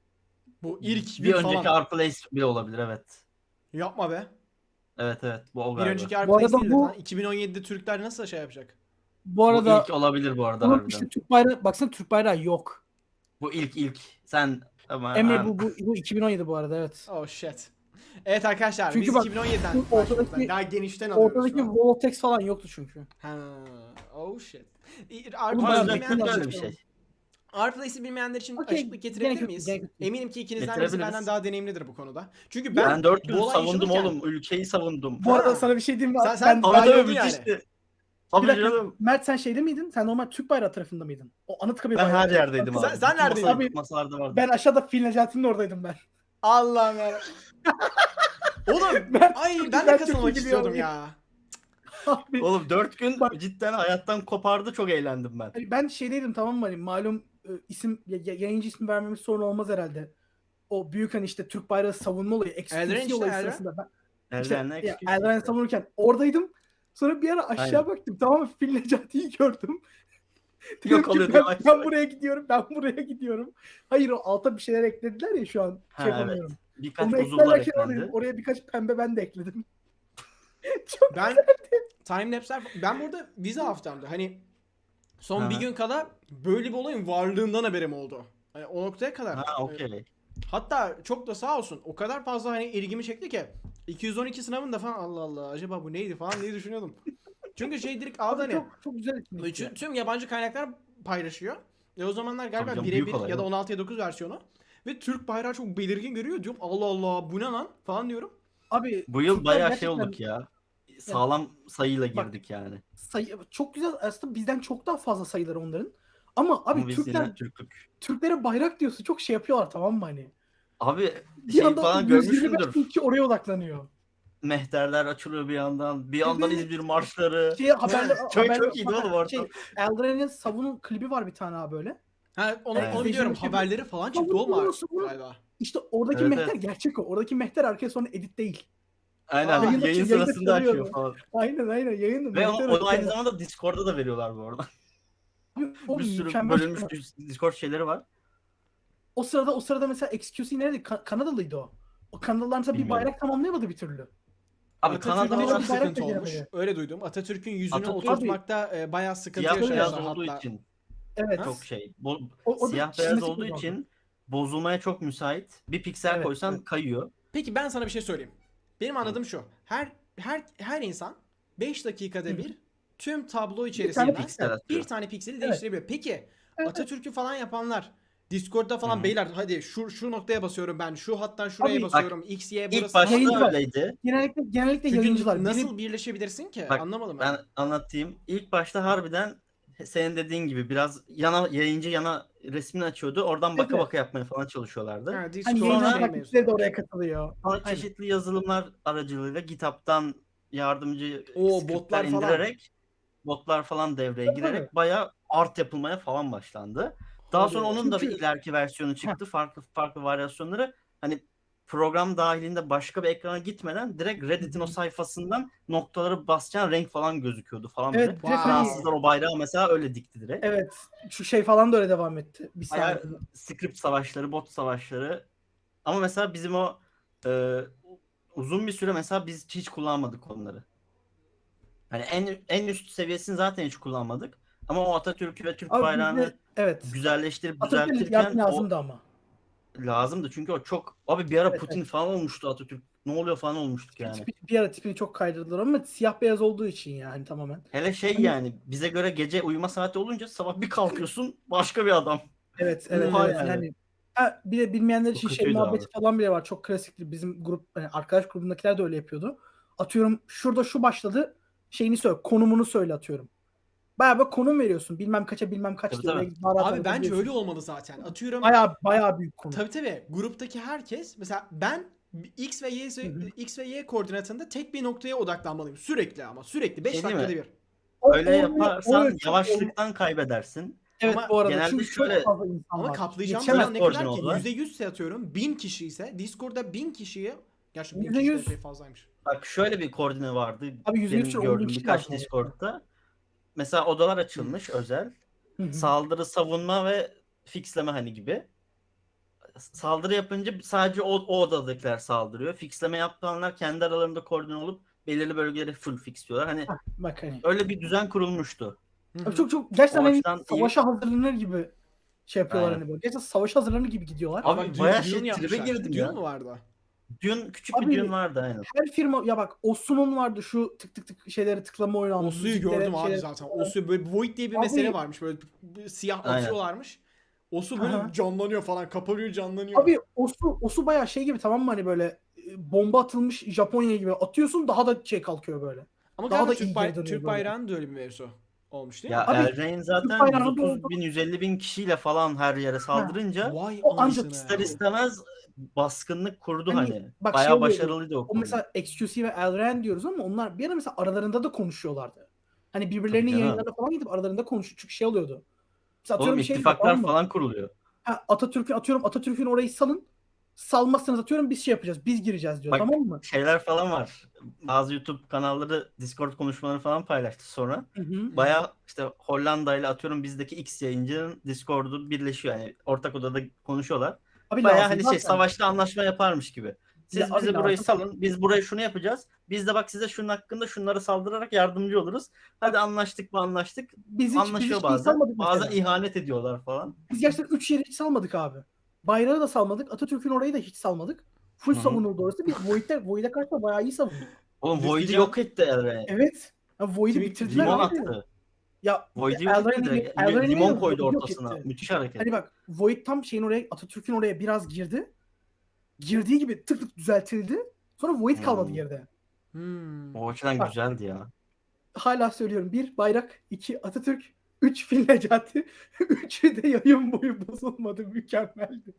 bu ilk Bir bir önceki falan. Arplace bile olabilir evet. Yapma be. Evet evet bu o Bir galiba. önceki Bu Arplace arada değildir bu- lan. iki bin on yedide Türkler nasıl şey yapacak? Bu Bu arada ilk olabilir bu arada bunun harbiden. işte Türk bayrağı, baksana Türk bayrağı yok. Bu ilk ilk. Sen ama Emre ha, bu, bu, bu iki bin on yedi bu arada, evet. Oh shit. Evet arkadaşlar, Çünkü biz bak, iki bin on yediden bu başlıyoruz. ortadaki- Daha genişten alıyoruz Ortadaki şu an. Voltex falan yoktu çünkü. Ha, oh shit. Bunu Arplace'i bayağı Harbiden bekleyen kötü bilmeyenler öyle bir için, şey. Arplace'i bilmeyenler için Okey, açıklık gene getirebilir kötü, miyiz? gene kötü. Eminim ki ikinizden birisi Getirebiliriz. benden daha deneyimlidir bu konuda. Çünkü ben, Ben dört bu yıl olay savundum yaşanırken- oğlum. Ülkeyi savundum. Bu arada Ha. sana bir şey diyeyim mi? Sen- sen- ben, Ama Abi Bayıldı tabii yani. müthişti. bir Tabii dakika, canım. Mert sen şeyde miydin? Sen normal Türk bayrağı tarafında mıydın? O Anıtkabir Ben bayrağı. her yerdeydim Sen- abi. sen Bütün neredeydin? masa- Abi, Masalarda vardı. Ben aşağıda Fil Necati'nin oradaydım ben. Allah'ım ya. Oğlum Ben- ay ben ben de çok katılmak iyi istiyordum biliyorum. ya. Abi, Oğlum dört gün Bak- cidden hayattan kopardı. Çok eğlendim ben. hani ben şeydeydim, tamam mı? Hani malum e, isim ya- ya- yayıncı ismi vermemiz sorun olmaz herhalde. O büyük hani işte Türk bayrağı savunma olayı, Eldiren eksklusiv işte, olayı Eldiren. sırasında ben işte Eldirenler ya, excuse Eldiren işte. savunurken oradaydım. Sonra bir ara aşağı Aynen. baktım, tamam mı? Fil Necati'yi gördüm. Dedim Yok ki, oluyordu ben, aşağı. ben buraya gidiyorum, ben buraya gidiyorum. Hayır, o alta bir şeyler eklediler ya şu an. Ha, Şey evet. yapamıyorum. Birkaç Onu buzullar eklerken oradayım. eklendi. Oraya birkaç pembe ben de ekledim. Çok Ben timelapse'ler ben burada vize haftamdı. Hani son Ha. bir gün kala böyle bir olayın varlığından haberim oldu. Hani o noktaya kadar. Ha Ee, okey. Hatta çok da sağ olsun. O kadar fazla hani ilgimi çekti ki iki yüz on iki sınavında falan Allah Allah acaba bu neydi falan diye düşünüyordum. Çünkü şey direkt aldı hani. çok çok güzel etkinlik. Bütün, tüm yabancı kaynaklar paylaşıyor. E o zamanlar Tabii galiba canım, birebir büyük olay, ya da evet. on altıya dokuz versiyonu. Ve Türk bayrağı çok belirgin görüyor diyorum. Allah Allah bu ne lan falan diyorum. Abi Bu yıl Türkler bayağı şey gerçekten olduk ya. Sağlam sayıyla Bak, girdik yani. sayı çok güzel, aslında bizden çok daha fazla sayıları onların. Ama abi Ama biz Türkler yine Türklük. Türklere bayrak diyorsun, çok şey yapıyorlar, tamam mı hani? Abi Bir şey anda falan yüz yirmi beş görmüşsündür. bin kişi oraya odaklanıyor. Mehterler açılıyor bir yandan. Bir yandan Evet. İzmir marşları. Şey haberler Çok haberler- çok iyiydi oğlum orada. Şey, Eldrain'in savunun klibi var bir tane abi böyle. Ha onu, Evet. onu biliyorum. Zehirli- Haberleri falan çıktı Savun oğlum bunu, artık savun. galiba. İşte oradaki Evet, mehter evet. gerçek o. Oradaki mehter arkaya sonra edit değil. Aynen Aa, yayın yayında- yayında sırasında açıyor çalıyordu. falan. Aynen aynen yayın. Ve onu, mehter onu açıyor. aynı zamanda Discord'da da veriyorlar bu arada. Abi, o Bir sürü mükemmel bölünmüş şey. dis- Discord şeyleri var. O sırada o sırada mesela X Q C nerede? Ka- Kanadalıydı o. O Kanadalılar mesela bir Bilmiyorum. bayrak tamamlayamadı bir türlü. Abi Atatürk'te Kanadalılar çok bir bayrak sıkıntı olmuş. beceremedi. Öyle duydum. Atatürk'ün yüzünü Atatürk- oturtmakta e, bayağı sıkıntı siyah beyaz yaşamışlar olduğu hatta. için Evet. Ha? çok şey. Bo- O- o da siyah çizmesi beyaz olduğu kullandı. için bozulmaya çok müsait. Bir piksel Evet, koysan evet. kayıyor. Peki ben sana bir şey söyleyeyim. Benim anladığım şu. Her her her insan beş dakikada Hı. bir tüm tablo tane içerisinde piksel atıyor. bir tane pikseli Evet. değiştirebiliyor. Peki Evet. Atatürk'ü falan yapanlar Discord'da falan Hı. beyler hadi şu şu noktaya basıyorum ben. Şu hattan şuraya Abi, basıyorum. X, Y burası. İlk başta Yayıncı var. öyleydi. Genellikle genellikle Çünkü yayıncılar. nasıl Biri- birleşebilirsin ki? Bak, Anlamadım ben. Ben anlatayım. İlk başta harbiden senin dediğin gibi biraz yana yayıncı yana resmini açıyordu. Oradan baka Evet. baka yapmaya falan çalışıyorlardı. Ha, Hani Discord'da yayıncı şey takipçileri de mevzu. oraya katılıyor. Sonra Aynen. çeşitli yazılımlar aracılığıyla GitHub'tan yardımcı Oo, scriptler botlar falan. indirerek botlar falan devreye Tabii, girerek tabii. bayağı art yapılmaya falan başlandı. Daha Hadi sonra ya. onun da bir Çünkü- ileriki versiyonu çıktı. Farklı farklı varyasyonları. Hani program dahilinde başka bir ekrana gitmeden direkt Reddit'in o sayfasından noktaları basacağın renk falan gözüküyordu falan Evet, böyle. direkt hani- Fransızlar o bayrağı mesela öyle dikti direkt. Evet. Şu şey falan da öyle devam etti. Bir Bayağı saniye. script savaşları, bot savaşları. Ama mesela bizim o e, uzun bir süre mesela biz hiç kullanmadık onları. Hani en en üst seviyesini zaten hiç kullanmadık. Ama o Atatürk'ü ve Türk Abi bayrağını bizde- evet. güzelleştirip Atatürk'ün düzeltirken yardım o lazımdı ama. lazımdı. Çünkü o çok abi bir ara Evet, Putin falan olmuştu Atatürk. Ne oluyor falan olmuştuk yani. Tipi, bir ara tipini çok kaydırdılar ama siyah beyaz olduğu için yani tamamen. Hele şey Hani- yani bize göre gece uyuma saati olunca sabah bir kalkıyorsun başka bir adam. Evet evet Oha evet. yani. Yani. Ha, bir de bilmeyenler Çok için şey kötüydü muhabbeti abi. falan bile var. Çok klasiktir. Bizim grup hani arkadaş grubundakiler de öyle yapıyordu. Atıyorum şurada şu başladı. Şeyini söyle. Konumunu söyle atıyorum. Bayağı bir konum veriyorsun. Bilmem kaça bilmem kaç Tabii, diye. tabii. Oraya daha rahat Abi bence alabiliyorsun. öyle olmalı zaten. Atıyorum Bayağı bayağı büyük konum. tabii tabii gruptaki herkes mesela ben X ve Y Hı hı. X ve Y koordinatında tek bir noktaya odaklanmalıyım. Sürekli ama sürekli beş Şey değil dakikada mi? bir. O- Öyle o- yaparsan o- çok- yavaşlıktan kaybedersin. Evet Ama bu arada genelde çünkü şöyle- çok fazla insan Ama var. kaplayacağım Yetişemez. zaman ne Discord kadar ki? oldu. yüzde yüz ise atıyorum bin kişi ise Discord'da bin kişiyi Gerçi bin Yüzde kişi de yüz. epey fazlaymış. Bak şöyle bir koordine vardı Abi yüzde yüz benim on bin gördüğüm kişi birkaç var. Discord'da. Mesela odalar açılmış özel. Hı hı. Saldırı, savunma ve fixleme hani gibi. Saldırı yapınca sadece o, o odadakiler saldırıyor. Fixleme yaptıranlar kendi aralarında koordine olup belirli bölgeleri full fixliyorlar. Hani Hah, bak hani. öyle bir düzen kurulmuştu. Hı Abi hı. çok çok gerçekten O hani açıdan iyi. savaşa hazırlanır gibi şey yapıyorlar Aynen. hani böyle. Gerçekten savaşa hazırlanır gibi gidiyorlar. Abi Bak, bayağı Dune- şey Dune tribe yapmışlar. girdim Dune ya. mu vardı? Dune küçük Abi, bir Dune vardı aynen. Her firma ya bak Osu'nun vardı şu tık tık tık şeyleri tıklama oyunu. Osu'yu müziklere, gördüm abi şeylere- zaten. Osu böyle Void diye bir Abi- mesele varmış. Böyle bir siyah Aynen. atıyorlarmış. Osu böyle Aha. canlanıyor falan. Kapanıyor, canlanıyor. Abi Osu, Osu bayağı şey gibi, tamam mı, hani böyle e, bomba atılmış Japonya gibi atıyorsun, daha da şey kalkıyor böyle. Ama daha galiba da Türk, iyi bay- geri dönüyor Türk böyle. bayrağının da öyle bir mevzu olmuş değil Ya mi? Abi, Eldrain zaten bayrağında yüz otuz oldu. bin yüz elli bin kişiyle falan her yere saldırınca Vay O ancak anasını ister ya. istemez baskınlık kurdu Hani hani. bak Bayağı şey oluyordu, başarılıydı o O konu. mesela X Q C ve Elren diyoruz ama onlar bir ara mesela aralarında da konuşuyorlardı. Hani birbirlerinin Tabii canım. yayınlarına falan gidip aralarında konuşuyor. Çünkü şey oluyordu. Mesela Oğlum atıyorum bir şey diyeceğim, ittifaklar tamam mı? falan kuruluyor. Ha, Atatürk'ün atıyorum Atatürk'ün orayı salın. Salmazsanız atıyorum biz şey yapacağız. Biz gireceğiz diyor, Bak tamam mı? şeyler falan var. Bazı YouTube kanalları Discord konuşmaları falan paylaştı sonra. Hı hı. Bayağı işte Hollanda ile atıyorum bizdeki X yayıncının Discord'u birleşiyor. Yani ortak odada konuşuyorlar. Abi Bayağı lazım hani şey zaten. savaşta anlaşma yaparmış gibi. Siz Ya abi bize burayı lazım. salın. Biz burayı şunu yapacağız. Biz de bak size şunun hakkında şunları saldırarak yardımcı oluruz. Hadi anlaştık mı anlaştık. Biz hiç, biz Anlaşıyor hiç şey bazen. salmadık Bazen mesela. ihanet ediyorlar falan. Biz gerçekten üç yeri hiç salmadık abi. Bayrağı da salmadık. Atatürk'ün orayı da hiç salmadık. Full Hı hı. savunuldu orası. Biz Void'e Void'e karşı da bayağı iyi savunduk. Oğlum Void'i Riskli yok etti Eldrain. Evet. Ya Void'i Kimi- bitirdiler Limon abi. attı. Ya Void'i yok etti Eldrain'in direkt. Eldrain'in Limon yok- koydu yok ortasına. etti. Müthiş hareket. Hani bak Void tam şeyin oraya, Atatürk'ün oraya biraz girdi. Girdiği gibi tık tık düzeltildi. Sonra Void kalmadı Hmm. geride. Hmm. O açıdan Bak. güzeldi ya. Hala söylüyorum. Bir bayrak, iki Atatürk, üç Fil Necati. Üçü de yayın boyu bozulmadı. Mükemmeldi.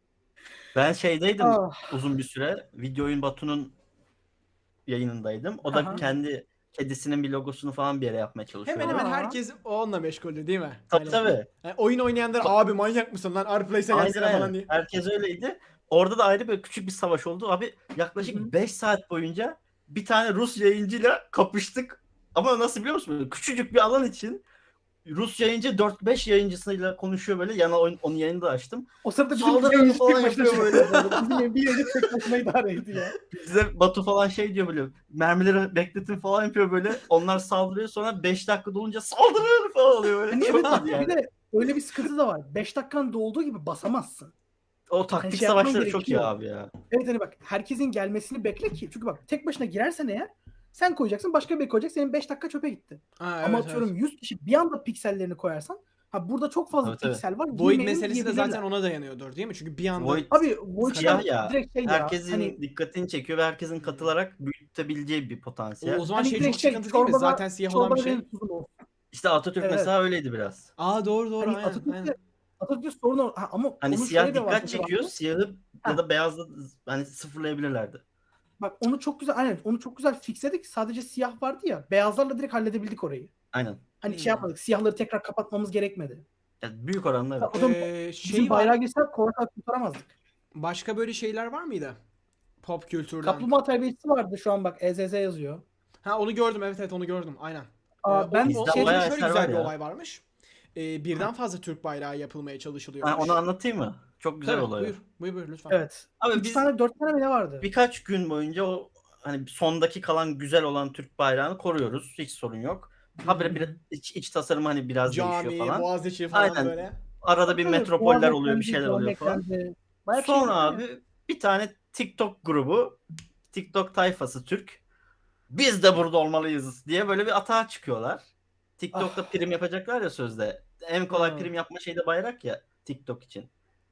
Ben şeydeydim Ah. uzun bir süre. Video oyun Batu'nun yayınındaydım. O da Aha. kendi kedisinin bir logosunu falan bir yere yapmaya çalışıyordu. Hemen hemen Aa. herkes onunla meşguldü değil mi? Tabii Hani- tabii. Yani oyun oynayanlar abi manyak mısın lan? Arplace'e Aynen gelsene falan aynen. diye. Herkes öyleydi. Orada da ayrı bir küçük bir savaş oldu. Abi Hı hı. yaklaşık beş saat boyunca bir tane Rus yayıncıyla kapıştık. Ama nasıl biliyor musun? Böyle küçücük bir alan için Rus yayıncı dört beş yayıncısıyla konuşuyor böyle. Yana oyun, onun yayını da açtım. O sırada bizim Saldırı yayıncı falan tek başına yapıyor şey böyle. yapıyordu. Bizim bir yayıncı tek başına idare ediyor ya. Bize Batu falan şey diyor böyle. Mermileri bekletin falan yapıyor böyle. Onlar saldırıyor sonra beş dakika dolunca saldırır falan oluyor böyle. Hani Çok evet iyiydi bak yani. bir de öyle bir sıkıntı da var. beş dakikan dolduğu gibi basamazsın. O taktik Hani şey yapman savaşları çok iyi gerekiyor. abi ya. Evet hani bak herkesin gelmesini bekle ki. Çünkü bak tek başına girersen eğer sen koyacaksın, başka biri koyacak, senin beş dakika çöpe gitti. Ha, Ama evet, atıyorum evet. yüz kişi bir anda piksellerini koyarsan, ha burada çok fazla Tabii, tabii. piksel var. Void girmeyelim meselesi de diyebilirler. zaten ona dayanıyordur değil mi? Çünkü bir anda Void Abi Void siyah ya. direkt şey ya. Herkesin Hani dikkatini çekiyor ve herkesin katılarak büyütebileceği bir o, potansiyel. o zaman hani şey direkt çok şey sıkıntı değil mi? çorbada- Zaten siyah olan bir çorbada şey. benim tuzum olsun. İşte Atatürk Evet. mesela öyleydi biraz. Aa doğru doğru Hani aynen. Atatürk'te aynen. Atatürk'te sorun o. Ha, ama Hani onun siyah şöyle bir dikkat avantajı çekiyor, vardı. siyahı Ha. ya da beyazla hani sıfırlayabilirlerdi. Bak onu çok güzel, aynen onu çok güzel fixledik. Sadece siyah vardı ya. Beyazlarla direkt halledebildik orayı. Aynen. Hani şey Hmm. yapmadık. Siyahları tekrar kapatmamız gerekmedi. Yani büyük oranda evet. O zaman Ee, bizim şey var. bayrağı girsek kolay kolay kurtaramazdık. Başka böyle şeyler var mıydı? Pop kültürden. Kaplumbağa terbiyesi vardı şu an bak E Z Z yazıyor. Ha onu gördüm, evet evet onu gördüm aynen. Aa, Ee, ben o, Bizde o, şey orada bayağı şöyle eser güzel var bir ya. olay varmış. Ee, birden fazla Türk bayrağı yapılmaya çalışılıyor. Ben onu anlatayım mı? Çok güzel Tabii, olay. buyur, buyur buyur lütfen. evet. Abi Üç biz tane dört tane mi ne vardı? birkaç gün boyunca o hani sondaki kalan güzel olan Türk bayrağını koruyoruz. Hiç sorun yok. Habire bir iç, iç tasarımı hani biraz değişiyor Cami, falan. Boğaziçi falan Aynen. böyle. Arada bir Tabii, metropoller Boğaz oluyor, bir eklendi, şeyler Cami oluyor falan. eklendi. Bayağı bir şey Sonra eklendi. abi bir tane TikTok grubu, TikTok tayfası Türk. Biz de burada olmalıyız diye böyle bir atağa çıkıyorlar. TikTok'ta Ah. prim yapacaklar ya sözde. En kolay Hmm. prim yapma şeyi de bayrak ya TikTok için.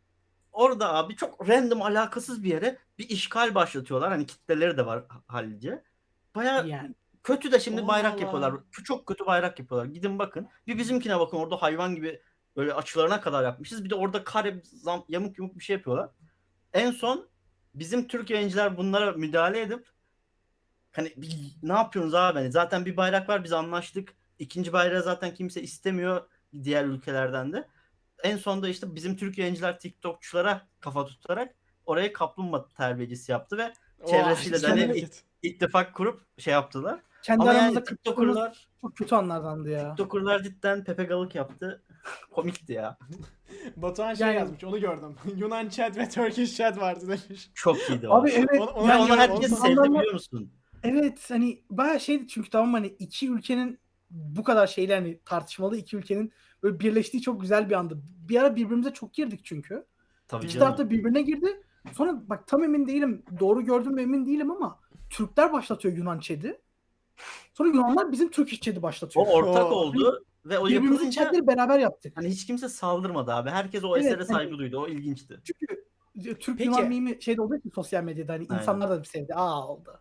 Orada abi çok random alakasız bir yere bir işgal başlatıyorlar. Hani kitleleri de var hallice. Baya Yani. kötü de şimdi Allah bayrak Allah. yapıyorlar. Çok kötü bayrak yapıyorlar. Gidin bakın. Bir bizimkine bakın orada hayvan gibi böyle açılarına kadar yapmışız. Bir de orada kare zam, yamuk yumuk bir şey yapıyorlar. En son bizim Türk yayıncılar bunlara müdahale edip hani bir- ne yapıyorsunuz abi? Hani zaten bir bayrak var biz anlaştık. İkinci bayrağı zaten kimse istemiyor diğer ülkelerden de. En sonunda işte bizim Türk yayıncılar TikTokçulara kafa tutarak oraya kaplumbağa terbiyecisi yaptı ve çevresiyle Oha, de hani hareket. ittifak kurup şey yaptılar. Kendi Ama aramızda yani kırptığımız TikToker'lar, çok kötü anlardandı ya. TikToker'lar cidden Pepe Galık yaptı. Komikti ya. Batuhan şey Yani- yazmış, onu gördüm. Yunan chat ve Turkish chat vardı demiş. Çok iyiydi o. Abi evet. Onu- onu- yani Onu herkes onu- sevdi adamlar- biliyor musun? Evet hani bayağı şeydi çünkü tamam hani iki ülkenin bu kadar şeyler hani tartışmalı iki ülkenin böyle birleştiği çok güzel bir andı. Bir ara birbirimize çok girdik çünkü. Tabii İki canım. taraf da birbirine girdi. Sonra bak tam emin değilim. Doğru gördüm mü emin değilim ama Türkler başlatıyor Yunan chat'i. Sonra Yunanlar bizim Türk chat'i başlatıyor. O ortak Oo. oldu ve o Birbirimizin yapılınca chat'leri beraber yaptık. hani hiç kimse saldırmadı abi. Herkes o Evet, esere hani- saygı duydu. O ilginçti. Çünkü Türk Peki. Yunan mimi şeyde olduğu için sosyal medyada hani Aynen. insanlar da bir sevdi. Aa oldu.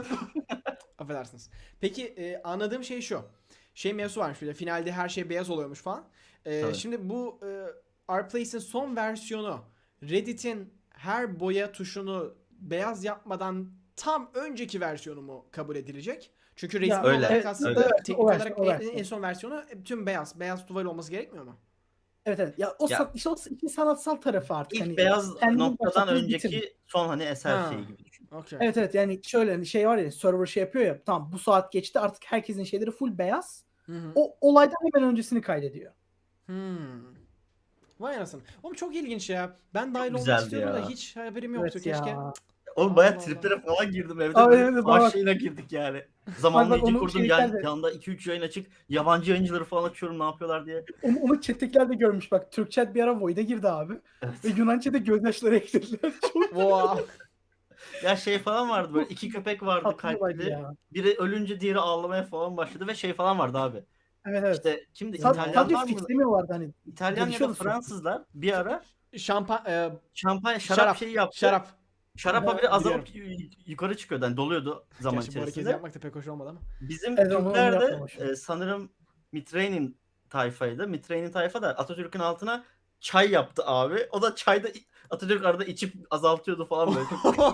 Affedersiniz. Peki e, anladığım şey şu. Şey mevzusu varmış bir de finalde her şey beyaz oluyormuş falan. E, Tabii. şimdi bu e, Rplace'in son versiyonu Reddit'in her boya tuşunu beyaz yapmadan tam önceki versiyonu mu kabul edilecek? Çünkü resmi öyle, olarak evet, aslında öyle. teknik O versiyon, olarak o en, versiyon. en son versiyonu tüm beyaz. Beyaz tuval olması gerekmiyor mu? Evet evet. Ya o Ya- san- işte o işin sanatsal tarafı artık. İlk hani beyaz kendini noktadan başlatmayı önceki bitirdi. son hani eser Ha. şeyi gibi düşün. Okey. Evet evet yani şöyle hani şey var ya server şey yapıyor ya tamam bu saat geçti artık herkesin şeyleri full beyaz. Hı hı. O olaydan hemen öncesini kaydediyor. Hmm. Vay anasını. Oğlum çok ilginç ya. Ben dahil olmak güzeldi istiyordum da ya. hiç haberim yoktu. Evet Keşke. ya. Oğlum bayağı Allah triplere falan girdim evde. Abi Böyle evet, savaş bak. şeyine girdik yani. Zamanlayıcı onu kurdum. şeyler Yan, de- yanında iki üç yayın açık. Yabancı yayıncıları falan açıyorum ne yapıyorlar diye. Onu, onu chat'tekiler de görmüş bak. Türk chat bir ara Void'e girdi abi. Evet. Ve Yunan chat'e gözyaşları eklediler. Çok Wow. Ya şey falan vardı böyle iki köpek vardı tatlı olaydı kalpli. ya. Biri ölünce diğeri ağlamaya falan başladı ve şey falan vardı abi. Evet evet. İşte kimdi Sad- sadece İtalyanlar mı? fixlemiyorlardı hani. İtalyan ya da gelişiyordu sürekli. Fransızlar bir ara Şampa e, şampanya şarap, şarap şeyi yaptı. Şarap. Şarap Ha, haberi azalıp y- yukarı çıkıyordu. Yani doluyordu zaman Gerçi bu hareketi içerisinde. yapmak da pek hoş olmadı ama. Bizim Evet, onu- onu Türkler de yapmamış. e, sanırım Mitrai'nin tayfaydı. Mitrai'nin tayfa da Atatürk'ün altına çay yaptı abi. O da çayda Atatürk arada içip azaltıyordu falan böyle.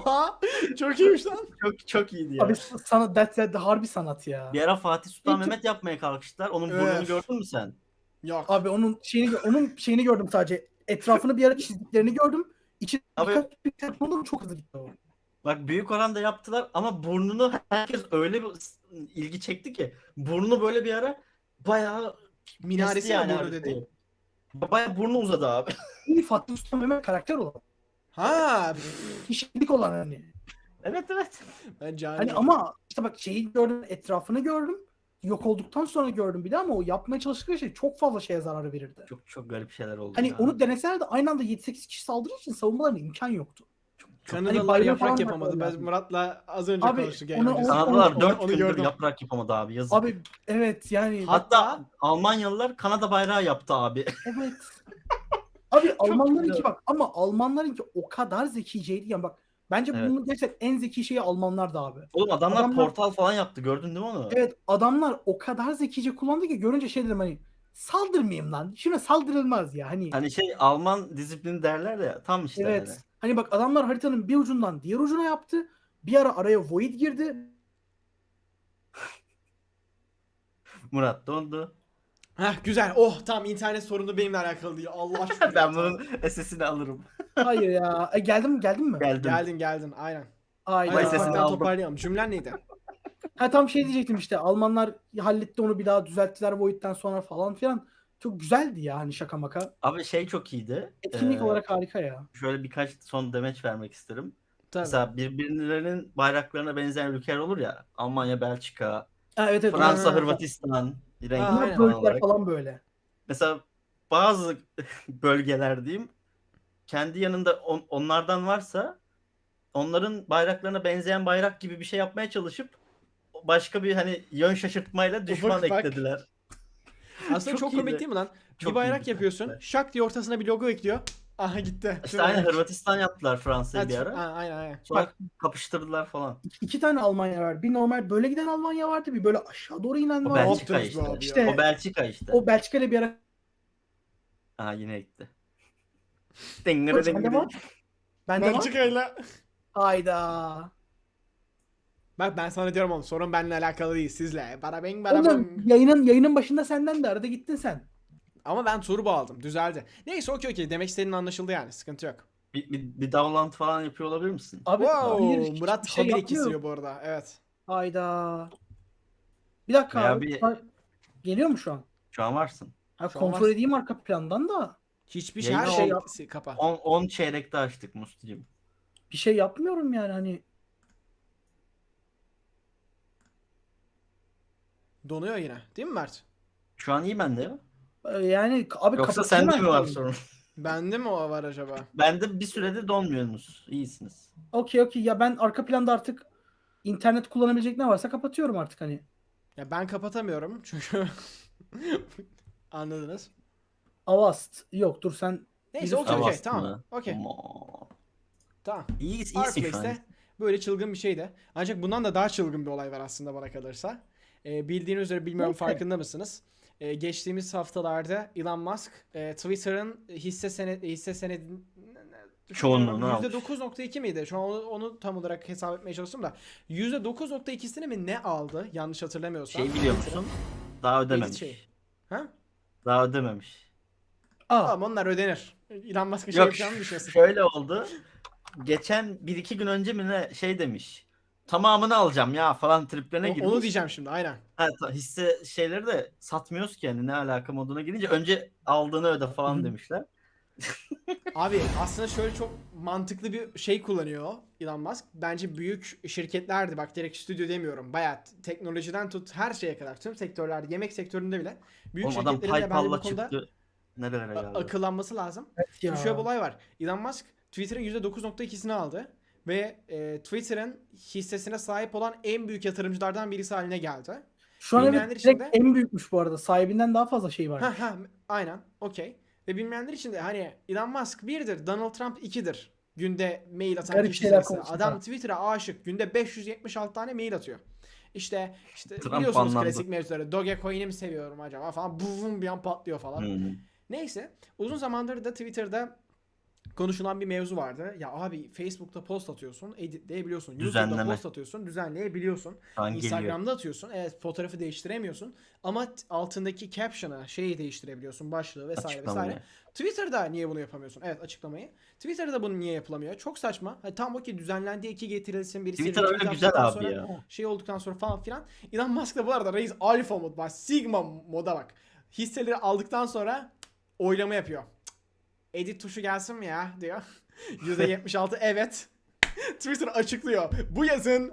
Çok, Çok iyiymiş lan. çok, çok iyiydi ya. Abi sanat that, that, harbi sanat ya. Bir ara Fatih Sultan İlk- Mehmet yapmaya kalkıştılar. Onun Öf. burnunu gördün mü sen? Yok. Abi onun şeyini onun şeyini gördüm sadece. Etrafını bir ara çizdiklerini gördüm. İçi Abi- birkaç bir telefonda çok hızlı gitti o. Bak büyük oranda yaptılar ama burnunu herkes öyle bir ilgi çekti ki burnu böyle bir ara bayağı Minaresi kesti mi yani burnu abi. dedi? Bayağı burnu uzadı abi. İyi Fatih Sultan Mehmet karakter olan. Ha. Kişilik olan hani. Evet evet. Ben cani. Hani ama işte bak şeyi gördüm, etrafını gördüm. Yok olduktan sonra gördüm bir de ama o yapmaya çalıştıkları şey çok fazla şeye zarar verirdi. Çok çok garip şeyler oldu. Hani ya. onu deneseler de aynı anda yedi sekiz kişi saldırır için savunmalarına imkan yoktu. Kanadalılar Hani bayrağı yaprak falan yapamadı. Biz bakıyorlar. Murat'la az önce Abi, konuştuk. onu- Yani onu- Kanadalılar onu- dört onu gündür gördüm. yaprak yapamadı abi yazık. Abi evet yani Hatta, Hatta- Almanyalılar Kanada bayrağı yaptı abi. evet. Abi Almanlarınki güzel. bak ama Almanlarınki o kadar zekiceydi yani bak bence Evet. bunun gerçekten en zeki şeyi Almanlardı abi. Oğlum adamlar, Adamlar- portal falan yaptı gördün değil mi onu? Evet adamlar o kadar zekice kullandı ki görünce şey dedim hani saldırmayayım lan. Şimdi saldırılmaz ya hani. Hani şey Alman disiplini derler ya tam işte Evet. yani. Hani bak adamlar haritanın bir ucundan diğer ucuna yaptı. Bir ara araya Void girdi. Murat dondu. Heh, güzel. Oh tamam, internet sorunu benimle alakalı değil. Allah şükür. Ben bunun S S'ini alırım. Hayır ya. E, geldin mi? Geldin mi? Geldim. Geldin geldin aynen. Hayda. Aynen, sesini ufaktan aldım. toparlayalım. Cümlen neydi? Ha tam şey diyecektim işte. Almanlar halletti onu bir daha düzelttiler Void'den sonra falan filan. Çok güzeldi ya hani şaka maka. Abi şey çok iyiydi. Etkinlik Ee, olarak harika ya. Şöyle birkaç son demeç vermek isterim. Tabii. Mesela birbirlerinin bayraklarına benzeyen ülkeler olur ya. Almanya, Belçika, Ha, evet evet. Fransa, Ha. Hırvatistan. renk Ha, Bunlar aynen. falan bölgeler olarak. falan böyle. Mesela bazı bölgeler diyeyim kendi yanında on- onlardan varsa onların bayraklarına benzeyen bayrak gibi bir şey yapmaya çalışıp başka bir hani yön şaşırtmayla düşman Ufak ufak. eklediler. Aslında çok, Çok komik iyiydi. değil mi lan? Çok bir bayrak iyiydi yapıyorsun. gerçekten. Şak diye ortasına bir logo ekliyor. Aha gitti. İşte aynı Hırvatistan yaptılar Fransa'yı bir ara. Ha, aynen aynen. Sonra kapıştırdılar falan. İki tane Almanya var. Bir normal böyle giden Almanya vardı. Bir böyle aşağı doğru inen O var. Belçika Belçika yaptınız be işte. abi İşte- O Belçika işte. O Belçika ile bir ara. Aha yine gitti. Dingere Bende dingere. var. Bende var. Belçika'yla. Hayda. Bak ben sana diyorum oğlum, sorun benimle alakalı değil, sizle. Bada bing bada Oğlum bing. yayının yayının başında senden de arada gittin sen. Ama ben turbo aldım, düzeldi. Neyse okey okey, demek istediğin anlaşıldı yani, sıkıntı yok. Bir, bir, bir download falan yapıyor olabilir misin? Abi hayır, Wow, hiçbir Murat şey habire yapmıyor. kesiliyor bu arada. Evet. Hayda. Bir dakika Veya abi. bir- Ha, geliyor mu şu an? Şu an varsın. Ha, Şu an kontrol var. edeyim arka plandan da Hiçbir şey, Yayını her şey ol- si- kapa. on çeyrekte açtık Musti'cim. bir şey yapmıyorum yani hani. Donuyor yine. Değil mi Mert? Şu an iyi bende ya. e, Yani abi Yoksa kapatacağım sende ben mi var şimdi. sorun? Bende mi o var acaba? Bende bir süredir donmuyorsunuz. İyisiniz. Okey okey ya ben arka planda artık internet kullanabilecek ne varsa kapatıyorum artık hani. Ya ben kapatamıyorum çünkü anladınız. Avast. Yok dur sen Neyse Bilirsin. okey okey Avast tamam. mı? Okey. Aman. Tamam. İyi, iyisin şu an. Arplace'te böyle çılgın bir şeydi. Ancak bundan da daha çılgın bir olay var aslında bana kalırsa. Ee, bildiğiniz üzere bilmiyorum Neyse. farkında mısınız? Ee, geçtiğimiz haftalarda Elon Musk e, Twitter'ın hisse senet hisse senedin Çoğunluğunu yüzde almış. dokuz nokta iki miydi? Şu an onu, onu tam olarak hesap etmeye çalıştım da yüzde dokuz nokta ikisini mi ne aldı? Yanlış hatırlamıyorsam. Şey biliyor musun? Daha ödememiş. Şey. Ha? Daha ödememiş. Aa, Tamam onlar ödenir. Elon Musk'ın şey Yok yapacağını mı düşünüyorsun? şöyle oldu. Geçen bir iki gün önce mi ne şey demiş. Tamamını alacağım ya falan triplerine O- girmiş. onu diyeceğim şimdi aynen. Ha, ta- hisse şeyleri de satmıyoruz ki yani ne alaka moduna girince önce aldığını öde falan Hı hı. demişler. Abi aslında şöyle çok mantıklı bir şey kullanıyor Elon Musk. Bence büyük şirketlerdi, bak direkt stüdyo demiyorum. Bayağı teknolojiden tut her şeye kadar tüm sektörlerde, yemek sektöründe bile büyük Oğlum adam şirketlerin de bence bu PayPal'la konuda çıktı. Nerelere a- geldi? akıllanması lazım. evet ya. Şimdi şöyle bir olay var. Elon Musk Twitter'ın yüzde dokuz nokta ikisini aldı ve e, Twitter'ın hissesine sahip olan en büyük yatırımcılardan birisi haline geldi. Şu an evet Bilmeyenler için direkt de- en büyükmüş bu arada. Sahibinden daha fazla şey var. Ha ha aynen okey. Ve bilmeyenler için de hani Elon Musk birdir, Donald Trump ikidir. Günde mail atan Garip kişi şeyler sayısı. konuştuk Adam ha. Twitter'a aşık. Günde beş yüz yetmiş altı tane mail atıyor. İşte işte Trump biliyorsunuz banlandı. klasik mevzuları. Dogecoin'i mi seviyorum acaba falan. Buvum bir an patlıyor falan. Hmm. Neyse uzun zamandır da Twitter'da konuşulan bir mevzu vardı. Ya abi Facebook'ta post atıyorsun, editleyebiliyorsun. YouTube'da Düzenleme. post atıyorsun, düzenleyebiliyorsun. Şu an geliyor. Instagram'da atıyorsun. Evet fotoğrafı değiştiremiyorsun. Ama t- altındaki caption'ı, şeyi değiştirebiliyorsun. Başlığı vesaire Açıklamayı. vesaire. Twitter'da niye bunu yapamıyorsun? Evet açıklamayı. Twitter'da bunu niye yapılamıyor? Çok saçma. Hani tam o ki düzenlendiği iki getirilsin. Birisi Twitter öyle retweet güzel attıktan abi sonra, ya. şey olduktan sonra falan filan. Elon Musk da bu arada reis alfa mod var. Sigma moda bak. Hisseleri aldıktan sonra cık, oylama yapıyor. Cık, edit tuşu gelsin mi ya diyor. yüzde yetmiş altı evet. Twitter açıklıyor. Bu yazın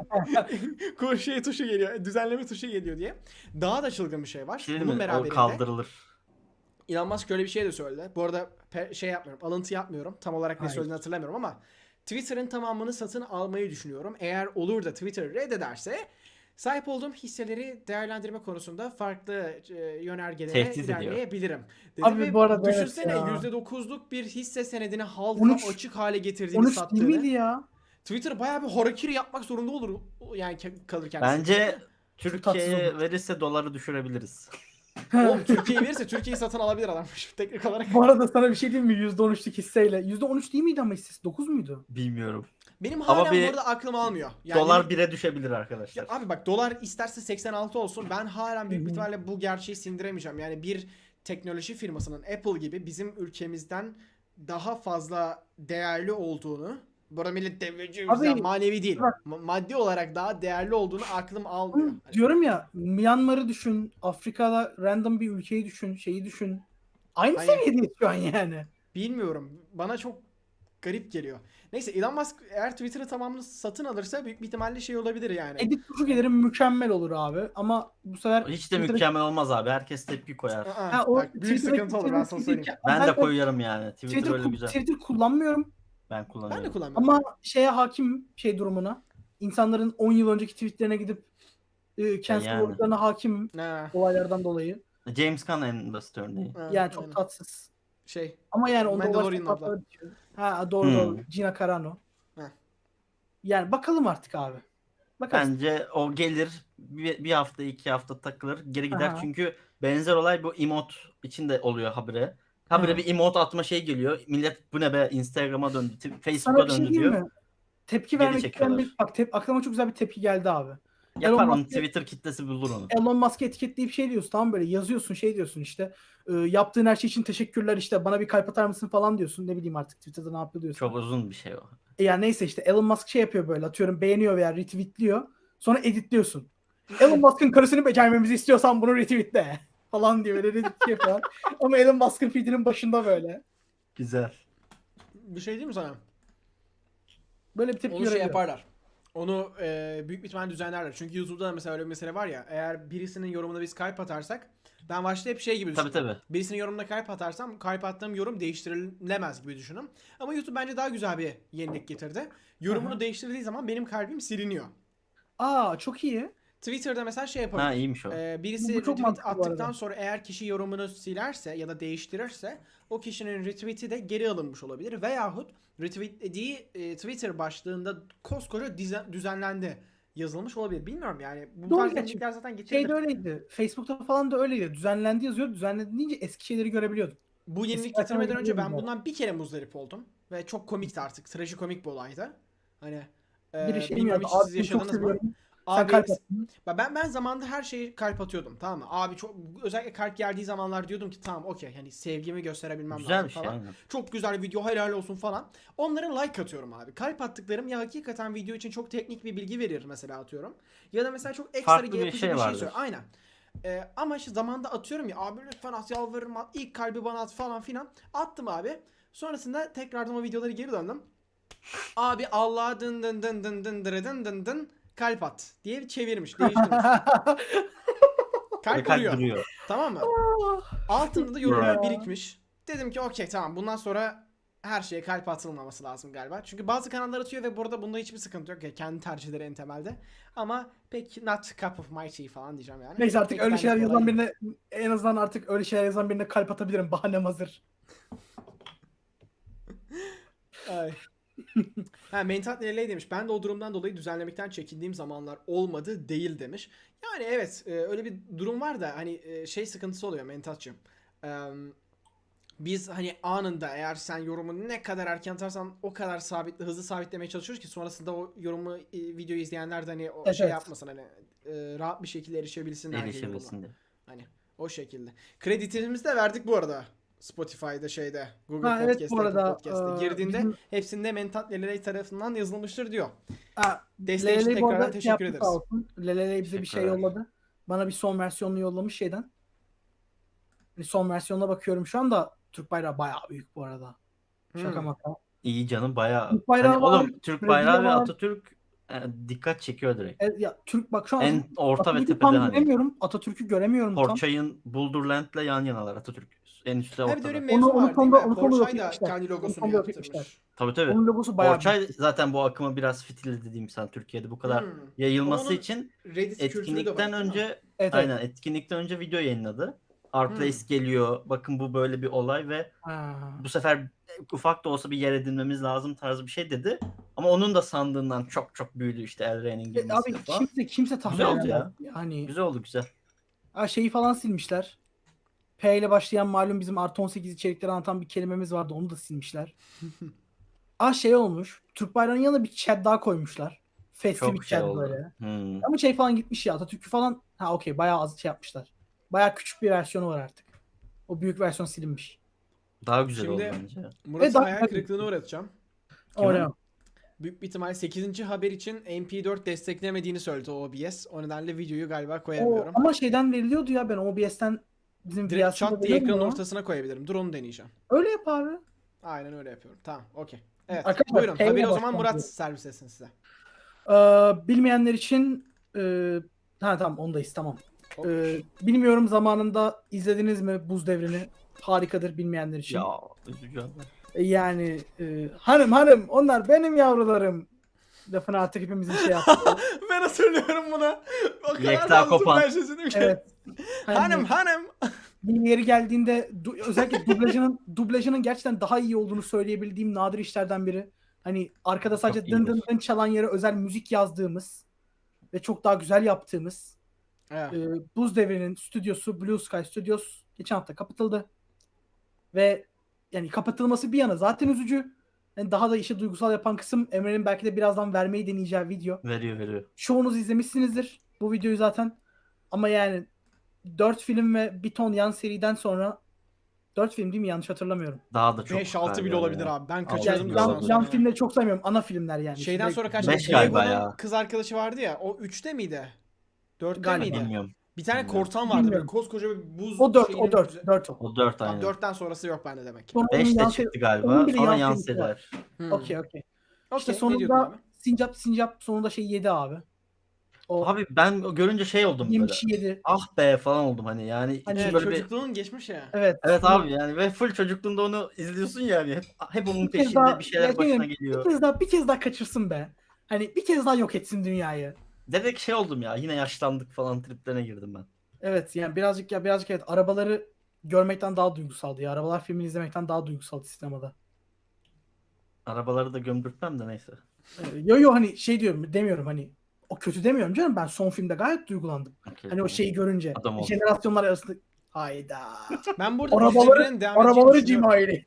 ko- şey tuşu geliyor. Düzenleme tuşu geliyor diye. Daha da çılgın bir şey var. Şey Bunun mi? O beraberinde kaldırılır. Elon Musk şöyle bir şey de söyledi. Bu arada pe- şey yapmıyorum. Alıntı yapmıyorum. Tam olarak ne Hayır. söylediğini hatırlamıyorum ama Twitter'ın tamamını satın almayı düşünüyorum. Eğer olur da Twitter reddederse sahip olduğum hisseleri değerlendirme konusunda farklı e, yönergelere Tehdit ediyor. ilerleyebilirim. Dedi Abi ve bu arada evet düşünsene ya. yüzde dokuzluk bir hisse senedini halka on üç açık hale getirdiğini on üç değil sattığını. miydi ya? Twitter bayağı bir harakiri yapmak zorunda olur yani ke- kalır kendisi. Bence tatsız Türkiye'ye oldu. verirse doları düşürebiliriz. Oğlum Türkiye'yi verirse Türkiye'yi satın alabilir adam teknik olarak. Bu arada sana bir şey diyeyim mi? yüzde on üçlük hisseyle. yüzde on üç değil miydi ama hissesi? dokuz muydu? Bilmiyorum. Benim Ama hala bir bu arada aklım almıyor. Yani Dolar bire düşebilir arkadaşlar. ya abi bak dolar isterse seksen altı olsun ben hala büyük bir Hı hı. ihtimalle bu gerçeği sindiremeyeceğim. Yani bir teknoloji firmasının Apple gibi bizim ülkemizden daha fazla değerli olduğunu, bu arada millet devleci Abi, yüzden manevi değil, bak- ma- maddi olarak daha değerli olduğunu aklım almıyor. Hı, diyorum ya Myanmar'ı düşün. Afrika'da random bir ülkeyi düşün. Şeyi düşün. Aynı Aynen. seviyedeyiz şu an yani. Bilmiyorum. Bana çok garip geliyor. Neyse Elon Musk eğer Twitter'ı tamamını satın alırsa büyük bir ihtimalle şey olabilir yani. Edit tuşu gelir mükemmel olur abi. Ama bu sefer Hiç de Twitter'ı- mükemmel olmaz abi. Herkes tepki koyar. Aa, Ha, o bak büyük Twitter'daki sıkıntı olur ben sana Twitter- söyleyeyim. Ben de Zaten koyuyorum yani. Twitter, Twitter, öyle ku- güzel. Twitter kullanmıyorum. Ben Ben de kullanıyorum. kullanmıyorum. Ama şeye hakim şey durumuna. İnsanların on yıl önceki tweetlerine gidip e, cancel Yani. olduklarına hakim Ha, olaylardan dolayı. James Gunn en basit örneği. ha, Yani çok aynen. tatsız. Şey. Ama yani onda Mandalorian'ın ulaşmak abla. tatlı bitiyor. Ha doğru Hmm. doğru. Gina Carano. Heh. Yani bakalım artık abi. Bakarız. Bence o gelir bir, bir hafta iki hafta takılır geri gider. Aha. Çünkü benzer olay bu emote için de oluyor habire. Habire Hı. bir emote atma şey geliyor. Millet bu ne be Instagram'a döndü, t- Sana Facebook'a bir şey döndü diyeyim diyor. mi? Tepki Geri vermek isteyen çekiyorlar. bir... Bak tep, aklıma çok güzel bir tepki geldi abi. Yapar Elon onu, Musk'ı- Twitter kitlesi bulur onu. Elon Musk'ı etiketleyip şey diyorsun, tamam, böyle yazıyorsun, şey diyorsun işte e, yaptığın her şey için teşekkürler, işte bana bir kalp atar mısın falan diyorsun, ne bileyim artık Twitter'da ne yapıyor diyorsun. Çok uzun bir şey o. E yani neyse işte Elon Musk şey yapıyor, böyle atıyorum beğeniyor veya retweetliyor, sonra editliyorsun. Elon Musk'ın karısını becermemizi istiyorsan bunu retweetle falan diye böyle retweet yapıyor. Ama Elon Musk'ın feedinin başında böyle. Güzel. Bir şey diyeyim mi sana? Böyle bir tepki Onu şey görebiliyor. yaparlar. Onu e, büyük bir ihtimalle düzenlerler. Çünkü YouTube'da da mesela öyle bir mesele var ya. Eğer birisinin yorumuna biz kalp atarsak, ben başta hep şey gibi Tabii düşünüyorum. tabii. Birisinin yorumuna kalp atarsam kalp attığım yorum değiştirilemez gibi düşünün. Ama YouTube bence daha güzel bir yenilik getirdi. Yorumunu Aha. değiştirdiği zaman benim kalbim siliniyor. Aa, çok iyi. Twitter'da mesela şey yapabilir. Ha, iyiymiş o. Ee, Bu- birisi bu çok retweet mantıklı bu attıktan arada. sonra eğer kişi yorumunu silerse ya da değiştirirse o kişinin retweet'i de geri alınmış olabilir. Veyahut retweetlediği e, Twitter başlığında koskoca dize- düzenlendi yazılmış olabilir. Bilmiyorum yani. Bu Doğru tarz gerçi. yenilikler zaten getirilir. Şeyde öyleydi. Facebook'ta falan da öyleydi. Düzenlendi yazıyor. Düzenlendi deyince eski şeyleri görebiliyordun. Bu yenilik Eski getirmeden versiyonu önce ben görüyorum bundan bir kere muzdarip oldum. Ve çok komikti artık. Trajikomik bir olaydı. Hani Biri e, şey mi bilmiyorum yazdı? hiç Abi siz seni çok yaşadınız mı? seviyorum. Sen Abi kalp attın. ben ben zamanında her şeyi kalp atıyordum, tamam mı? Abi çok özellikle kalp geldiği zamanlar diyordum ki tamam okey, hani sevgimi gösterebilmem Güzel lazım bir şey. falan. Aynen. Çok güzel video, helal olsun falan. Onlara like atıyorum abi. Kalp attıklarım ya hakikaten video için çok teknik bir bilgi verir mesela, atıyorum. Ya da mesela çok ekstra Farklı bir yapıcı bir şey şey, vardır. söylüyor. Aynen. Ee, ama işte zamanda atıyorum ya abi, lütfen at, yalvarırım at, ilk kalbi bana at falan filan. Attım abi. Sonrasında tekrardan o videoları geri döndüm. Abi Allah'a dın dın dın dın dın dın dın dın dın kalp at diye bir çevirmiş, değiştirmiş. Ve Kalp kalp duruyor. duruyor. Tamam mı? Altında da yorumlar Ya. birikmiş. Dedim ki okey tamam, bundan sonra her şeye kalp atılmaması lazım galiba. Çünkü bazı kanallar atıyor ve burada bunda hiçbir sıkıntı yok. Ya kendi tercihleri en temelde. Ama pek not cup of my tea falan diyeceğim yani. Neyse artık Pek öyle benlik şeyler bir olay yazan değil. birine, en azından artık öyle şeyler yazan birine kalp atabilirim. Bahanem hazır. Ay. Ha, mental delay demiş. Ben de o durumdan dolayı düzenlemekten çekindiğim zamanlar olmadı değil demiş. Yani evet, e, öyle bir durum var da hani e, şey sıkıntısı oluyor Mentat'cığım. Eee, Biz hani anında eğer sen yorumu ne kadar erken atarsan o kadar sabitle, hızlı sabitlemeye çalışıyoruz ki sonrasında o yorumu, e, videoyu izleyenler de hani o Evet, şey evet. yapmasın, hani e, rahat bir şekilde erişebilsinler ki yoruma. Erişebilsin de. Hani o şekilde. Kredilerimizi de verdik bu arada. Spotify'da, şeyde, Google Ha, evet, Podcast'te, bu Apple arada, Podcast'te e, girdiğinde bizim- hepsinde Mentat Leleley tarafından yazılmıştır diyor. Ha, Desteği için Leleley bu tekrardan arada şey teşekkür yaptı, ederiz. sağ olsun. Leleley bize bir şey Teşekkürler. yolladı. Bana bir son versiyonunu yollamış şeyden. Bir son versiyonuna bakıyorum şu anda. Türk bayrağı bayağı büyük bu arada. Şaka Hmm. maka. İyi canım, bayağı. Türk bayrağı Hani var, oğlum, Türk Brezilya bayrağı ve var. Atatürk e, dikkat çekiyor direkt. E, ya Türk bak şu an En orta ve Atatürk'ü tepede tam hani. göremiyorum. Atatürk'ü göremiyorum tam. Porçay'ın Buldurland'le yan yanalar Atatürk. En üstte Ha bir de ortada. öyle bir Onu- mevzu onu var değil sonda- mi? onu sonda Porsche yok da etmişler. kendi Onu logosunu sonda yok yaptırmış. etmişler. Tabii tabii. Onun logosu bayağı Porçay büyük. zaten bu akımı biraz fitil dediğim sana, Türkiye'de bu kadar Hmm. yayılması Onun için Reddit kültürü de var, etkinlikten değil mi? önce Evet, evet. aynen etkinlikten önce video yayınladı. Arplace Hmm. geliyor. Bakın bu böyle bir olay ve Ha. bu sefer ufak da olsa bir yer edinmemiz lazım tarzı bir şey dedi. Ama onun da sandığından çok çok büyüdü işte El Rey'nin E, girmesiyle abi falan. kimse kimse tahmin Güzel oldu edemez. ya. Yani Güzel oldu, güzel. ha, şeyi falan silmişler. P ile başlayan malum bizim artı on sekiz içerikleri anlatan bir kelimemiz vardı. Onu da silmişler. Aa, şey olmuş. Türk bayrağının yanına bir chat daha koymuşlar. Fesli Çok bir şey chat oldu. böyle. Hmm. Ama şey falan gitmiş ya. Atatürk'ü falan. Ha okey, bayağı az şey yapmışlar. Bayağı küçük bir versiyonu var artık. O büyük versiyon silinmiş. Daha güzel Şimdi- oldu bence. Murat'ı E, daha- hayal kırıklığına uğratacağım. Kimin? Oraya. Büyük bir ihtimal sekizinci haber için M P dört desteklemediğini söyledi O B S. O nedenle videoyu galiba O, koyamıyorum. ama şeyden veriliyordu ya, ben O B S'ten bizim Direkt V L'sinde çat diye veriyorum ekranın ama. ortasına koyabilirim. Dur onu deneyeceğim. Öyle yap abi. Aynen öyle yapıyorum. Tamam, okey. Evet, Arkadaşlar, buyurun. P ile Haberi o zaman başlayan Murat diyor. servis etsin size. Ee, bilmeyenler için e, ha tamam, ondayız, tamam. Hop. Ee, bilmiyorum, zamanında izlediniz mi Buz Devri'ni? Harikadır bilmeyenler için. Ya üzücü haber. E, Yani e, hanım hanım onlar benim yavrularım lafını artık hepimizin şey yaptı. Ben hatırlıyorum bunu. O kadar Yekta fazla Kopan. Türk versiyonu ki. Evet. Hani Hanım hanım. bir yeri geldiğinde du- özellikle dublajının dublajının gerçekten daha iyi olduğunu söyleyebildiğim nadir işlerden biri. Hani arkada sadece Çok dın dın iyidir. dın çalan yere özel müzik yazdığımız ve çok daha güzel yaptığımız Evet. e, Buz Devri'nin stüdyosu Blue Sky Studios geçen hafta kapatıldı. Ve yani kapatılması bir yana zaten üzücü. Yani daha da işi duygusal yapan kısım Emre'nin belki de birazdan vermeyi deneyeceği video. Veriyor veriyor. Çoğunuz izlemişsinizdir bu videoyu zaten. Ama yani dört film ve bir ton yan seriden sonra dört film değil mi? Yanlış hatırlamıyorum. Daha da çok beş altı bile galiba olabilir ya. abi. Ben Altı kaçırdım bile da yan, olabilir. yan sonra. filmleri çok saymıyorum. Ana filmler yani. Şeyden İşte sonra kaç? Beş galiba Diego'nun ya. kız arkadaşı vardı ya. O üçte miydi? dörtte Galiba. miydi? Bilmiyorum. Bir tane Bilmiyorum. korsan vardı böyle Bilmiyorum. koskoca bir buz O dört, şeyinin o dört, üze- dört o. O dört Tamam, aynen. dörtten sonrası yok bende demek ki. Sonra onun beş de yan çıktı seri- galiba. onun bile Sonra yan yan serisi var. seriler. Hmm. Okey okey. Okey, İşte ne diyordun sonunda abi? Sincap Sincap sonunda şey yedi abi. O Abi ben o görünce şey oldum böyle. yemişi yedi. Ah be falan oldum hani yani. Hani içim Evet, böyle bir... çocukluğun geçmiş ya. Evet. Evet abi yani ve full çocukluğunda onu izliyorsun yani. Hep, hep onun Bir kez peşinde daha- bir şeyler ya başına bilmiyorum, geliyor. Bir kez daha bir kez daha kaçırsın be. Hani bir kez daha yok etsin dünyayı. Demek şey oldum ya yine yaşlandık falan triplerine girdim ben. Evet yani birazcık ya birazcık evet arabaları görmekten daha duygusaldı ya. Arabalar filmini izlemekten daha duygusaldı sinemada. Arabaları da gömdürtmem de neyse. Ee, Yo yo hani şey diyorum demiyorum hani o kötü demiyorum canım ben son filmde gayet duygulandım. Okey, Hani o tamam. şeyi görünce Adam oldu. jenerasyonlar arasında hayda. Ben burada Arabaları arabaları devam edeceğini arabaları düşünüyorum. cimali.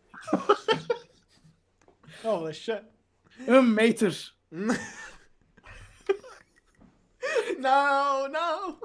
Oh shit. Üm Mater. No, no.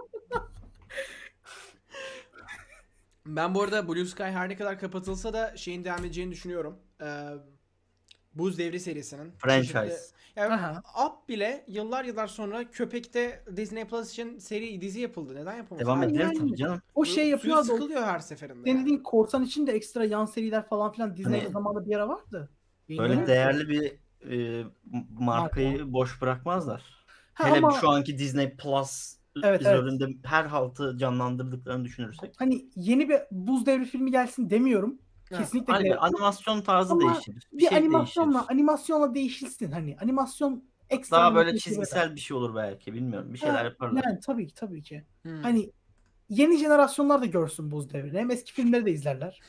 Ben bu arada Blue Sky her ne kadar kapatılsa da şeyin devam edeceğini düşünüyorum. Ee, Buz Devri serisinin. Franchise. çeşitli- Yani Aha. Up bile yıllar yıllar sonra Köpek'te Disney Plus için seri dizi yapıldı. Neden yapılmadı? Devam Yani- edilir tabii canım. O şey Suyu yapıyor da o sıkılıyor her seferinde. senin yani. dediğin korsan için de ekstra yan seriler falan filan Disney'de Hani- zamanında bir ara vardı. Böyle Yayınlanıyor. değerli bir e, markayı boş bırakmazlar. Ha, Hele ama şu anki Disney Plus Evet, üzerinde her haltı canlandırdıklarını düşünürsek. hani yeni bir Buz Devri filmi gelsin demiyorum. Ha, Kesinlikle Hani gerek bir yok. animasyon tarzı Ama değişir. Bir, Bir şey animasyonla değişir. animasyonla değişilsin hani. Animasyon ekstra Daha bir böyle şey çizgisel bir şey olur belki bilmiyorum. Bir Ha, şeyler yaparlar. Yani tabii ki tabii ki. Hmm. Hani yeni jenerasyonlar da görsün Buz Devri'ni. Hem eski filmleri de izlerler.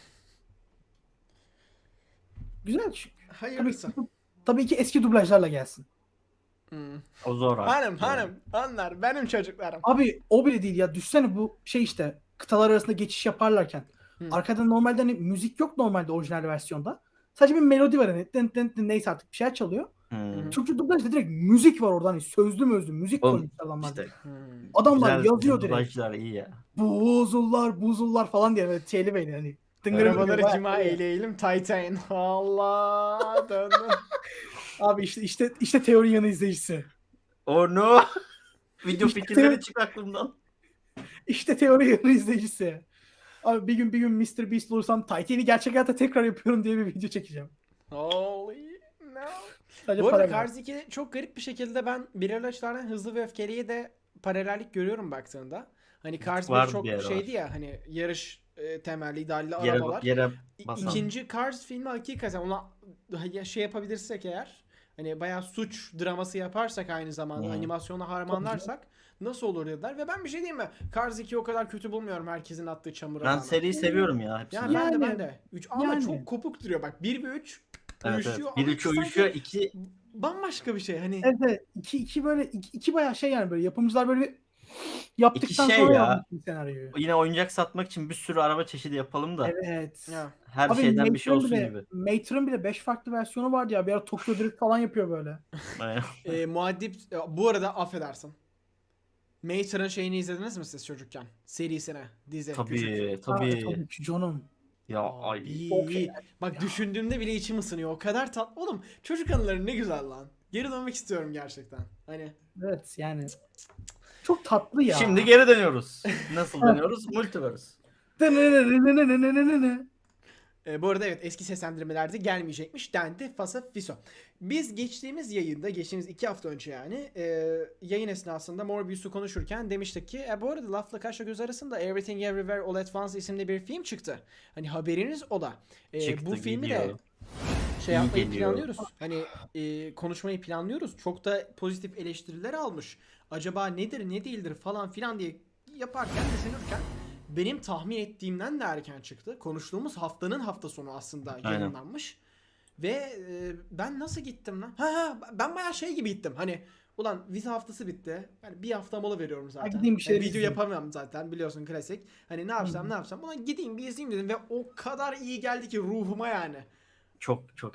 Güzel çünkü. Tabii, Hayırlısı. tabii ki eski dublajlarla gelsin. Hmm. O zor artık. Hanım hanım onlar benim çocuklarım. Abi o bile değil ya. Düşsene bu şey işte kıtalar arasında geçiş yaparlarken. Hı. Arkada normalde hani müzik yok normalde orijinal versiyonda. Sadece bir melodi var hani. Dın dın dın, neyse artık bir şeyler çalıyor. Hmm. Türkçe dublajda direkt müzik var orada hani sözlü mözlü müzik Oğlum, koymuş adamlar. İşte Hmm. Adamlar güzel yazıyor direkt. dublajlar iyi ya. Buzullar buzullar falan diye böyle teyli beyli hani. Dıngırı Arabaları mıngırı bayağı cima iyi. eyleyelim Titan. Allah döndü. Abi işte işte işte teori yanı izleyicisi. Oh no. Video İşte fikirleri teori- çık aklımdan. İşte teori yanı izleyicisi. Abi bir gün bir gün mister Beast olursam Titan'i gerçek hayatta tekrar yapıyorum diye bir video çekeceğim. Holy no. Sadece Bu arada para Cars iki çok garip bir şekilde ben belirli açılardan Hızlı ve Öfkeli'ye de paralellik görüyorum baktığında. Hani Cars bir Vardı çok bir ara şeydi ya hani yarış e, temelli idealli Yere, arabalar. yere İ- basan. İkinci Cars filmi hakikaten ona ya- şey yapabilirsek eğer hani bayağı suç draması yaparsak aynı zamanda Hı. animasyonu harmanlarsak nasıl olur dediler ve ben bir şey diyeyim mi? Cars ikiyi o kadar kötü bulmuyorum herkesin attığı çamura Ben rağmen. seriyi seviyorum ya hepsini. Yani, ben de Yani- ben de. üç ama yani. çok kopuk duruyor bak. bir ve üç Evet, evet. uyuşuyor Bir ama üç iki sanki uyuşuyor, iki bambaşka bir şey hani. Evet, evet. İki, iki böyle iki, iki bayağı şey yani böyle yapımcılar böyle bir yaptıktan şey sonra ya. yapmış bir senaryoyu. yine oyuncak satmak için bir sürü araba çeşidi yapalım da Evet. Ya. her Abi şeyden bir şey Mater'ın olsun bile, gibi. Mater'ın bile beş farklı versiyonu vardı ya. Bir ara Tokyo Drift falan yapıyor böyle. Aynen. E, muaddip e, bu arada affedersin. Mater'ın şeyini izlediniz mi siz çocukken? Serisine, dizi. küçük. tabii, Ha, tabii. tabii ki canım. Ya Aa, ay. iyi, Çok iyi. fena Bak ya. düşündüğümde bile içim ısınıyor. O kadar tatlı. Oğlum çocuk anıları ne güzel lan. Geri dönmek istiyorum gerçekten. Hani Evet yani. Çok tatlı ya. Şimdi geri dönüyoruz. Nasıl dönüyoruz? Multiverse. E, bu arada evet eski seslendirmelerde gelmeyecekmiş dendi fasa fiso. Biz geçtiğimiz yayında geçtiğimiz iki hafta önce yani e, yayın esnasında Morbius'u konuşurken demiştik ki e, bu arada lafla kaşla göz arasında Everything Everywhere All at Once isimli bir film çıktı. Hani haberiniz o da. E, Çıktı, bu filmi de gidiyor. şey İyi yapmayı geliyor. planlıyoruz. Hani e, konuşmayı planlıyoruz. Çok da pozitif eleştiriler almış. Acaba nedir ne değildir falan filan diye yaparken düşünürken benim tahmin ettiğimden de erken çıktı. Konuştuğumuz haftanın hafta sonu aslında Aynen. yayınlanmış. Ve e, ben nasıl gittim lan? Ha ha ben bayağı şey gibi gittim. Hani ulan vize haftası bitti. Yani bir hafta mola veriyorum zaten. gideyim bir Yani şeyler video izleyeyim. yapamıyorum zaten biliyorsun klasik. Hani ne yapsam Hı. ne yapsam. Ulan gideyim bir izleyeyim dedim ve o kadar iyi geldi ki ruhuma yani. Çok çok iyi.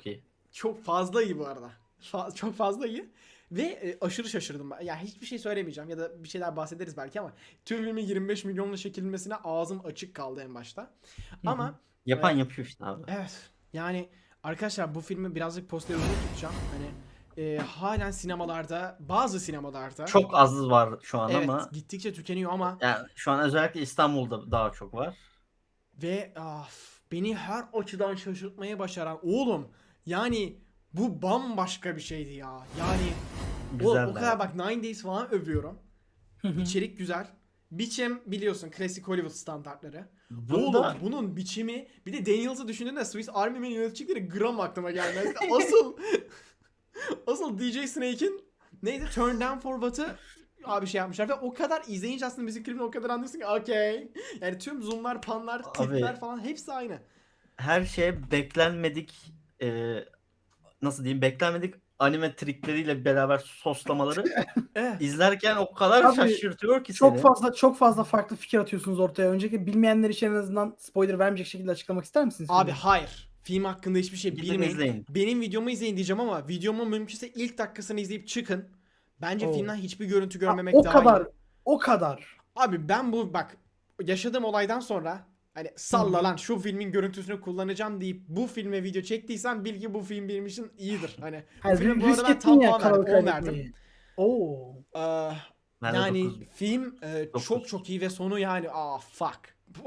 çok fazla iyi bu arada. Fa- çok fazla iyi. Ve e, aşırı şaşırdım ben. Ya hiçbir şey söylemeyeceğim ya da bir şeyler bahsederiz belki ama tüm filmin yirmi beş milyonla çekilmesine ağzım açık kaldı en başta. Ama Yapan e, yapıyor işte abi. evet yani arkadaşlar bu filmi birazcık posteri uzun tutacağım. Hani e, halen sinemalarda, bazı sinemalarda Çok az var şu an evet ama gittikçe tükeniyor ama yani şu an özellikle İstanbul'da daha çok var. ve af, beni her açıdan şaşırtmayı başaran oğlum yani bu bambaşka bir şeydi ya. Yani oğlum, Güzel. o kadar bak Nine Days falan övüyorum. İçerik güzel. Biçim biliyorsun klasik Hollywood standartları. Bunda Oğlum bunun biçimi bir de Daniels'ı düşündüğünde Swiss Army Man yönetecekleri gram aklıma gelmez. Asıl asıl D J Snake'in neydi? Turn Down for What'ı abi şey yapmışlar ve o kadar izleyince aslında müzik klibini o kadar anlıyorsun ki okey. Yani tüm zoomlar, panlar, klipler Abi- falan hepsi aynı. her şeye beklenmedik e, nasıl diyeyim beklenmedik anime trikleriyle beraber soslamaları Eh. izlerken o kadar Abi, şaşırtıyor ki Çok seni. fazla çok fazla farklı fikir atıyorsunuz ortaya. Önceki bilmeyenler için en azından spoiler vermeyecek şekilde açıklamak ister misiniz? Abi filmi? hayır. Film hakkında hiçbir şey Gidin bilmeyin. izleyin. Benim videomu izleyin diyeceğim ama videomun mümkünse ilk dakikasını izleyip çıkın. Bence Oo. filmden hiçbir görüntü Ha, görmemek o daha kadar, iyi. o kadar. Abi ben bu bak yaşadığım olaydan sonra hani salla lan şu filmin görüntüsünü kullanacağım deyip bu filme video çektiysem bil ki bu film benim için iyidir. Hani bu Yani filme bu arada risk ben ettin tam ya puan verdim. karalı on verdim. kaybetmeyi. Oo. Ee, Ben de yani dokuz. film e, Dokuz. çok çok iyi ve sonu yani ah fuck.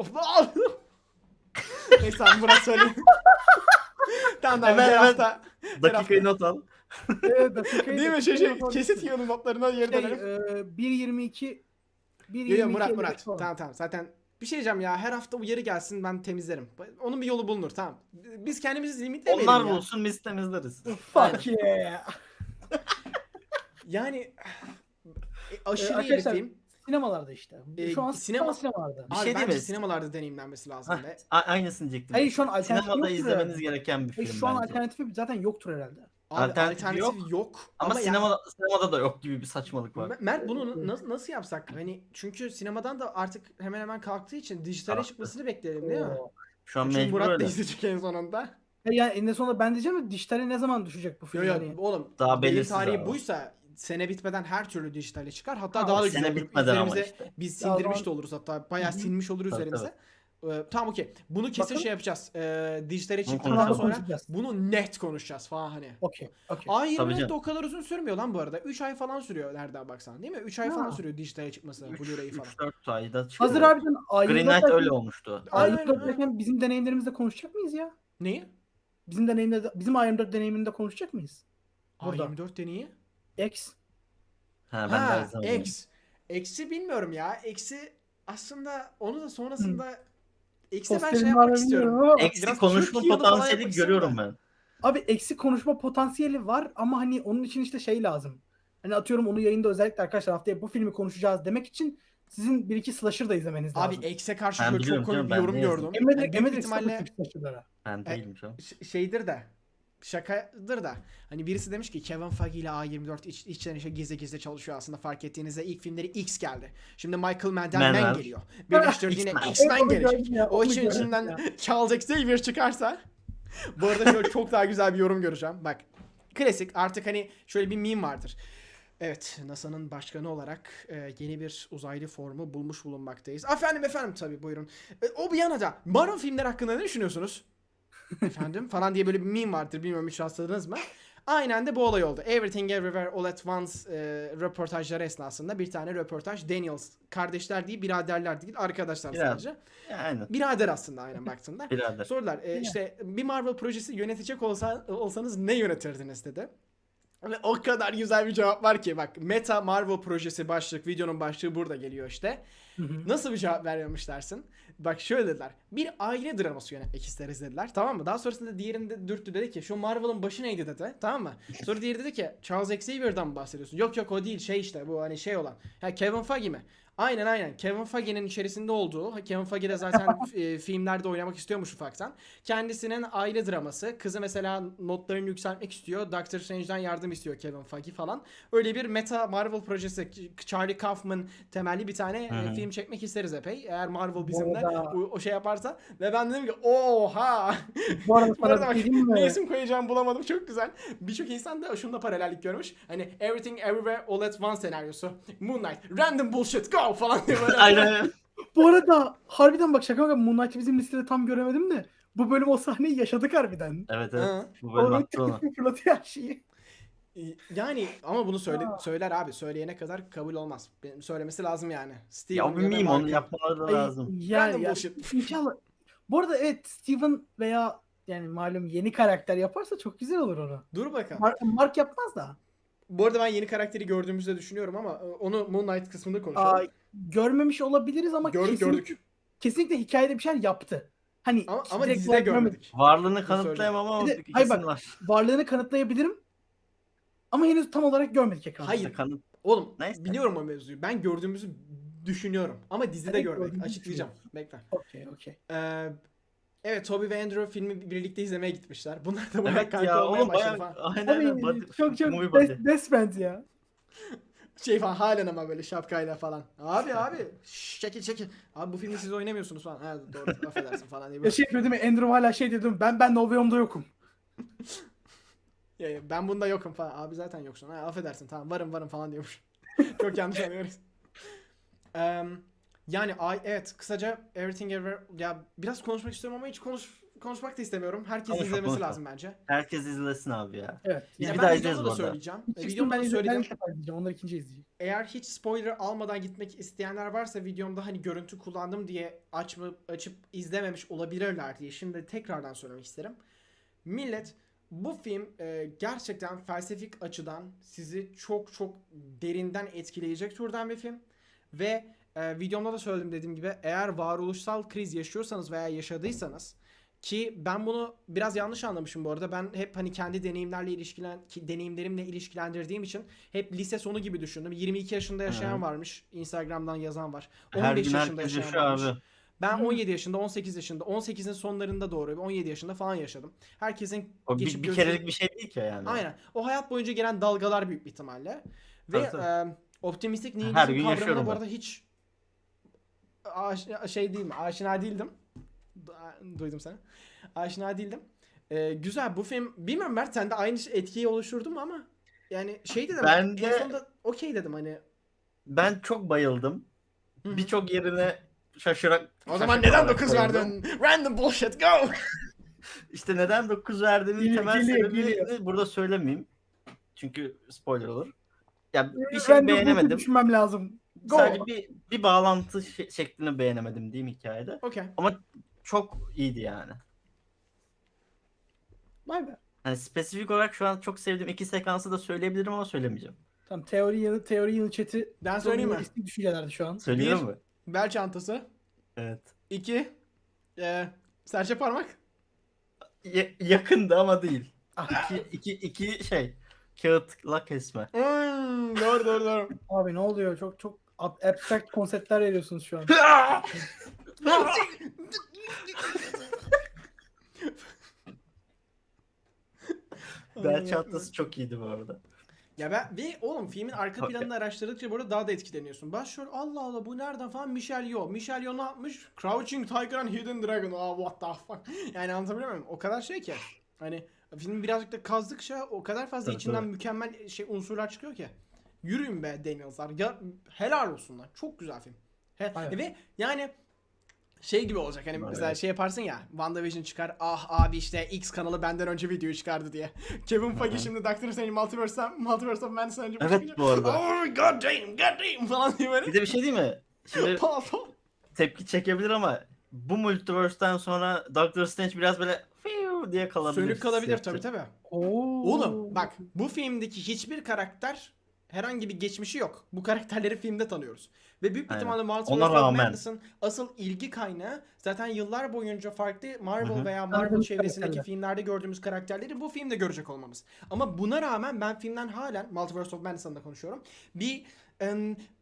Neyse abi Murat söyle. Tamam tamam Hemen- her hemen hafta. her Dakikayı hafta. not al. Evet, dakikayı Değil da- mi şey şey dakikayı kesit da- yığını notlarına yer Şey, dönelim. e, bir yirmi iki bir Yo yirmi yo iki Murat elli Murat. falan. Tamam tamam zaten bir şey diyeceğim ya her hafta uyarı gelsin ben temizlerim. Onun bir yolu bulunur tamam. Biz kendimizi limitlemeyelim Onlar ya. bulsun biz temizleriz. Fuck yeah. Yani e, aşırı Ee, iyi bir arkadaşlar, film. Sinemalarda işte. Ee, Şu an sinema- sinema sinemalarda. Bir Abi şey bence değil mi? sinemalarda deneyimlenmesi lazım Hah, ve a- aynısını diyecektim. Hayır şu an alternatif Sinemada yoktur izlemeniz herhalde. gereken bir film Hayır, şu an bence. alternatifi zaten yoktur herhalde. abi Alternatif alternatif, yok. yok. Ama, ya- sinemada, sinemada da yok gibi bir saçmalık var. Me- Mert bunu nasıl nasıl yapsak? Hani çünkü sinemadan da artık hemen hemen kalktığı için dijitale Kalktı. çıkmasını bekleyelim değil mi? Oo. Şu an Çünkü mecbur Murat da öyle. izleyecek en sonunda. Ya yani en sonunda ben diyeceğim de dijitale ne zaman düşecek bu film? Yok yok Hani- oğlum Daha yayın belirsiz tarihi abi. buysa sene bitmeden her türlü dijitale çıkar. Hatta Ha, daha da Sene güzel olur. bitmeden ama Üzerimize işte. biz Ya o sindirmiş zaman- de oluruz hatta. Bayağı Hı hı. silmiş olur Tabii, üzerimize. Ee, tamam okey. Bunu kesin Bakın. şey yapacağız. Ee, dijitale Bunu çıktıktan konuşalım. sonra Konuşacağız. bunu net konuşacağız falan hani. Okey. Okey. A yirmi Tabii dört de canım. o kadar uzun sürmüyor lan bu arada. üç ay falan sürüyor nereden baksan değil mi? üç ay Ha. falan sürüyor dijitale çıkması. Blu-ray falan. üç dört ayda çıkıyor. Hazır harbiden A Green yirmi dört Knight derken- öyle olmuştu. A yirmi dört Aynen, derken bizim deneyimlerimizde konuşacak mıyız ya? Neyi? Bizim deneyimde bizim A yirmi dört deneyiminde konuşacak mıyız? Burada. A yirmi dört deneyi? X. Ha ben de Ha, izlemedim. X. X'i bilmiyorum ya. X'i aslında onu da sonrasında X'e ben Posterim şey var yapmak mı istiyorum. bilmiyorum ama- Eksi Biraz konuşma Türk yılı falan potansiyeli yapmak görüyorum istiyorum ben. Abi eksik konuşma potansiyeli var ama hani onun için işte şey lazım. Hani atıyorum onu yayında özellikle arkadaşlar haftaya bu filmi konuşacağız demek için sizin bir iki slasher da izlemeniz lazım. Abi X'e karşı Ben şöyle biliyorum çok komik canım, bir ben yorum ne gördüm. yazdım? Emre Yani direkt büyük Emre direkt ihtimalle sapık slasher'lara. Ben değilim şu an. ş- şeydir de şakadır da hani birisi demiş ki Kevin Feige ile A yirmi dört iç, içten içe gizli gizli çalışıyor aslında fark ettiğinizde ilk filmleri X geldi. Şimdi Michael Madden Man Man var. geliyor. Birleştirdiğine X-Men. X-Men Evet, onu gelecek. gördüm ya, O onu için gördüm içinden ya. Charles Xavier çıkarsa bu arada şöyle çok daha güzel bir yorum göreceğim. Bak klasik artık hani şöyle bir meme vardır. Evet NASA'nın başkanı olarak e, yeni bir uzaylı formu bulmuş bulunmaktayız. Efendim efendim tabii buyurun. E, o bir yana da Marvel filmleri hakkında ne düşünüyorsunuz? Efendim falan diye böyle bir meme vardır bilmiyorum hiç rastladınız mı? Aynen de bu olay oldu. Everything Everywhere All at Once e, röportajları esnasında bir tane röportaj Daniels kardeşler değil biraderler değil arkadaşlar Birader. sadece. Yani Birader aslında aynen baktığında. birader. Sordular e, işte bir Marvel projesi yönetecek olsa, olsanız ne yönetirdiniz dedi. Ve o kadar güzel bir cevap var ki bak Meta Marvel projesi başlık videonun başlığı burada geliyor işte. Hı hı. Nasıl bir cevap veriyormuş dersin? Bak şöyle dediler. Bir aile draması yönetmek isteriz dediler. Tamam mı? Daha sonrasında diğerinde dürttü dedi ki şu Marvel'ın başı neydi dedi. Tamam mı? Sonra diğeri dedi ki Charles Xavier'dan mı bahsediyorsun? Yok yok o değil şey işte bu hani şey olan. Ha Kevin Feige mi? Aynen aynen. Kevin Feige'nin içerisinde olduğu, Kevin Feige de zaten e, filmlerde oynamak istiyormuş ufaktan. Kendisinin aile draması. Kızı mesela notlarını yükseltmek istiyor. Doctor Strange'den yardım istiyor Kevin Feige falan. Öyle bir meta Marvel projesi. Charlie Kaufman temelli bir tane e, Hı hı. film çekmek isteriz epey. Eğer Marvel bizimle arada- o, o şey yaparsa. Ve ben dedim ki oha! Bu arada Bu arada sana bak, bir şey diyeyim mi? ne isim koyacağımı bulamadım. Çok güzel. Birçok insan da şunda paralellik görmüş. Hani Everything Everywhere All at Once senaryosu. Moon Knight. Random bullshit go falan diye böyle. Aynen. Bu arada harbiden bak şaka maka Moon Knight'ı bizim listede tam göremedim de bu bölüm o sahneyi yaşadık harbiden. Evet Hı. evet. Bu bölüm Onun attı onu. fırlatıyor her şeyi. Yani ama bunu söyle, Aa. söyler abi. Söyleyene kadar kabul olmaz. Benim söylemesi lazım yani. Steven Ya o bir da meme, onu Mark- yapmaları da Ay, lazım. Yani Random ya, bullshit. inşallah. Bu arada evet Steven veya yani malum yeni karakter yaparsa çok güzel olur onu. Dur bakalım. Mark, Mark yapmaz da. Bu arada ben yeni karakteri gördüğümüzde düşünüyorum ama e, onu Moon Knight kısmında konuşalım. Aa, görmemiş olabiliriz ama Gördük kesinlikle, gördük. kesinlikle hikayede bir şeyler yaptı. Hani Ama, ama direkt dizide olarak görmedik. görmedik. Varlığını kanıtlayamam ama Bir de- bir hayır kesin bak, var. varlığını kanıtlayabilirim. Ama henüz tam olarak görmedik ekranda. Hayır. İşte kanıt. Oğlum Neyse. biliyorum o mevzuyu. Ben gördüğümüzü düşünüyorum. Ama dizide Evet, görmedik. gördüğümüzü Açıklayacağım. Bekle. Okey okey. Ee, evet Toby ve Andrew filmi birlikte izlemeye gitmişler. Bunlar da bayağı Evet kanka ya olmaya oğlum başladı bayağı falan. aynen aynen. Abi Body- çok çok movie best, body. best friends ya. Şey falan halen ama böyle şapkayla falan. Abi abi şş, çekil çekil. Abi bu filmi siz oynamıyorsunuz falan. Ha doğru affedersin falan diye. Ya böyle. şey yapıyor değil mi? Andrew hala şey diyordum. Ben ben No Way Home'da yokum. Ya, ya, ben bunda yokum falan. Abi zaten yoksun. Ha, affedersin tamam varım varım falan diyormuş. Çok yanlış anlıyoruz. Eee, yani ay evet kısaca Everything Everywhere ya biraz konuşmak istiyorum ama hiç konuş konuşmak da istemiyorum. Herkesin Konuşma, izlemesi konuşma. lazım bence. Herkes izlesin abi ya. Evet. Biz Ya bir ben daha videomda izleyeceğiz da bu arada. söyleyeceğim. E, İkisini videomda ben, da izle, ben söyleyeceğim. ilk defa izleyeceğim. Onlar ikinci izleyecek. Eğer hiç spoiler almadan gitmek isteyenler varsa videomda hani görüntü kullandım diye açma, açıp izlememiş olabilirler diye şimdi tekrardan söylemek isterim. Millet bu film e, gerçekten felsefik açıdan sizi çok çok derinden etkileyecek türden bir film. Ve e, videomda da söyledim dediğim gibi eğer varoluşsal kriz yaşıyorsanız veya yaşadıysanız ki ben bunu biraz yanlış anlamışım bu arada. Ben hep hani kendi deneyimlerle ilişkilen ki deneyimlerimle ilişkilendirdiğim için hep lise sonu gibi düşündüm. yirmi iki yaşında yaşayan Hı. varmış. Instagram'dan yazan var. Her on beş gün yaşında herkes yaşayan yaşıyor varmış. abi. Ben Hı. on yedi yaşında, on sekiz yaşında, on sekizin sonlarında doğru, on yedi yaşında falan yaşadım. Herkesin O bir, geçip bir gözü- kerelik bir şey değil ki yani. Aynen. O hayat boyunca gelen dalgalar büyük bir ihtimalle. Ve Tabii, tabii. e, optimistik Her nihilizm gün kavramına yaşıyorum bu ben. arada hiç aş- şey değil mi? Aşina değildim. Du- Duydum seni. Aşina değildim. E, güzel bu film. Bilmiyorum Mert sen de aynı etkiyi oluşturdun mu ama yani şey dedim. Ben en de- sonunda okey dedim hani. Ben çok bayıldım. Hı hı. Birçok yerine şaşırak... O zaman şaşık neden olarak dokuz bayıldım. verdin? Random bullshit go. İşte neden dokuz verdiğimin Geliyor, temel geliyor, sebebini geliyor. burada söylemeyeyim. Çünkü spoiler olur. Ya bir Ben şey de bunu beğenemedim. düşünmem lazım. Go. Sadece bir bir bağlantı şe- şeklini beğenemedim diyeyim hikayede. Okey. Ama çok iyiydi yani. Vay be. Hani spesifik olarak şu an çok sevdiğim iki sekansı da söyleyebilirim ama söylemeyeceğim. Tamam teori yanı teori yanı chat'i. Ben söyleyeyim mi? Eski düşüncelerdi şu an. Söyleyelim Bir- mi? Bel çantası. Evet. İki. E, serçe parmak. Ya- yakındı ama değil. Ah. İki, iki, iki şey. Kağıtla kesme. Hmm, doğru doğru doğru. Abi ne oluyor? Çok çok ab- abstract konseptler veriyorsunuz şu an. Bel çantası çok iyiydi bu arada. Ya ben ve oğlum filmin arka planını araştırdıkça burada daha da etkileniyorsun. Başrol Allah Allah bu nereden falan Michelle Yeoh. Michelle Yeoh ne yapmış? Crouching Tiger and Hidden Dragon. Aa what the fuck. Yani anlatabiliyor muyum? O kadar şey ki. Hani filmi birazcık da kazdıkça o kadar fazla Tabii, içinden tabii. mükemmel şey unsurlar çıkıyor ki. Yürüyün be Daniels'lar. Ya helal olsun lan. Çok güzel film. He, Aynen. ve yani şey gibi olacak hani Evet. mesela şey yaparsın ya WandaVision çıkar ah abi işte X kanalı benden önce videoyu çıkardı diye. Kevin Feige şimdi Doctor Strange Multiverse'den Multiverse of Madness'den önce Evet, çıkınca, bu arada. Oh god damn god damn falan diye böyle. Bir de bir şey değil mi? Şimdi Pal pal. tepki çekebilir ama bu multiverse'den sonra Doctor Strange biraz böyle fiu diye kalabilir. Sönük kalabilir hissettim. tabi tabi. Oo. Oğlum bak bu filmdeki hiçbir karakter herhangi bir geçmişi yok. Bu karakterleri filmde tanıyoruz. Ve büyük bir Aynen. ihtimalle Ona Multiverse of rağmen. Madness'ın asıl ilgi kaynağı zaten yıllar boyunca farklı Marvel Hı hı. veya Marvel Marvel çevresindeki karakterler. filmlerde gördüğümüz karakterleri bu filmde görecek olmamız. Ama buna rağmen ben filmden halen Multiverse of Madness'ın da konuşuyorum. Bir em,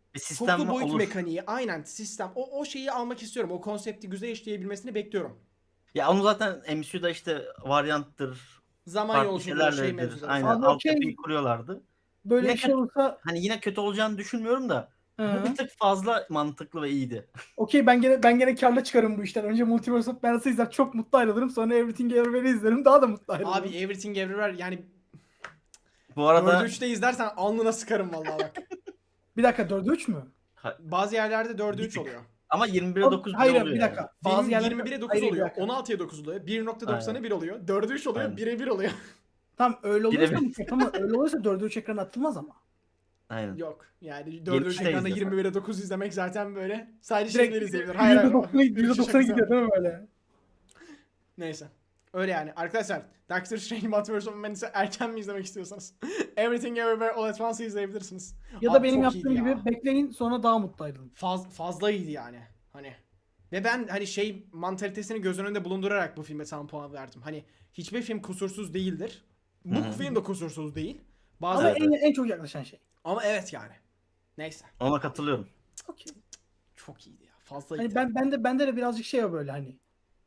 Bir sistem çoklu boyut olur. mekaniği, aynen sistem. O o şeyi almak istiyorum. O konsepti güzel işleyebilmesini bekliyorum. Ya onu zaten M C U'da işte varyanttır, Zaman farklı yolculuğu, şey şeylerledir. mevzuları Aynen falan. Abi altyapıyı okey. kuruyorlardı. Böyle Yine bir şey kötü- olsa Hani yine kötü olacağını düşünmüyorum da bu Hı. bir tık fazla mantıklı ve iyiydi. okey ben gene ben gene karla çıkarım bu işten. Önce Multiverse of Madness'ı izler çok mutlu ayrılırım. Sonra Everything Everywhere'i izlerim daha da mutlu ayrılırım. Abi Everything Everywhere yani Bu arada dördü üçte izlersen alnına sıkarım vallahi bak. Bir dakika dördü üç mü? Bazı yerlerde dördü Bir üç tık. oluyor. ama yirmi bire Abi, dokuz bile hayır oluyor bir yani. dakika. Benim Bazı yerlerde yirmi bire dokuz Hayır, bir oluyor. dakika. on altıya dokuz oluyor. bir nokta doksanı bir oluyor. dörde üç oluyor. Aynen. bire bir oluyor. Tamam öyle oluyorsa Birebir. mutlu ama öyle oluyorsa dördü üç ekran atılmaz ama. Aynen. Yok. Yani dörde üç yirmi ekranda izlesen. yirmi bire dokuz izlemek zaten böyle sadece Direkt şeyleri izleyebilir. Hayır hayır. yüzde doksan'a yüzde doksan'a Şaka gidiyor değil mi böyle? Neyse. Öyle yani. Arkadaşlar Doctor Strange Multiverse of Madness'ı erken mi izlemek istiyorsanız Everything Everywhere All at Once'ı izleyebilirsiniz. Ya da Abi benim çok yaptığım iyiydi gibi ya. bekleyin sonra daha mutlu ayrılın. Faz, fazlaydı yani. Hani. Ve ben hani şey mantalitesini göz önünde bulundurarak bu filme tam puan verdim. Hani hiçbir film kusursuz değildir. Bu Hı hı. film de kusursuz değil. Bazı Ama Evet, en, en çok yaklaşan şey. ama evet yani. Neyse. Ona katılıyorum. Okey. Çok iyiydi ya. Fazlaydı. Hani ben bende bende de birazcık şey o böyle hani.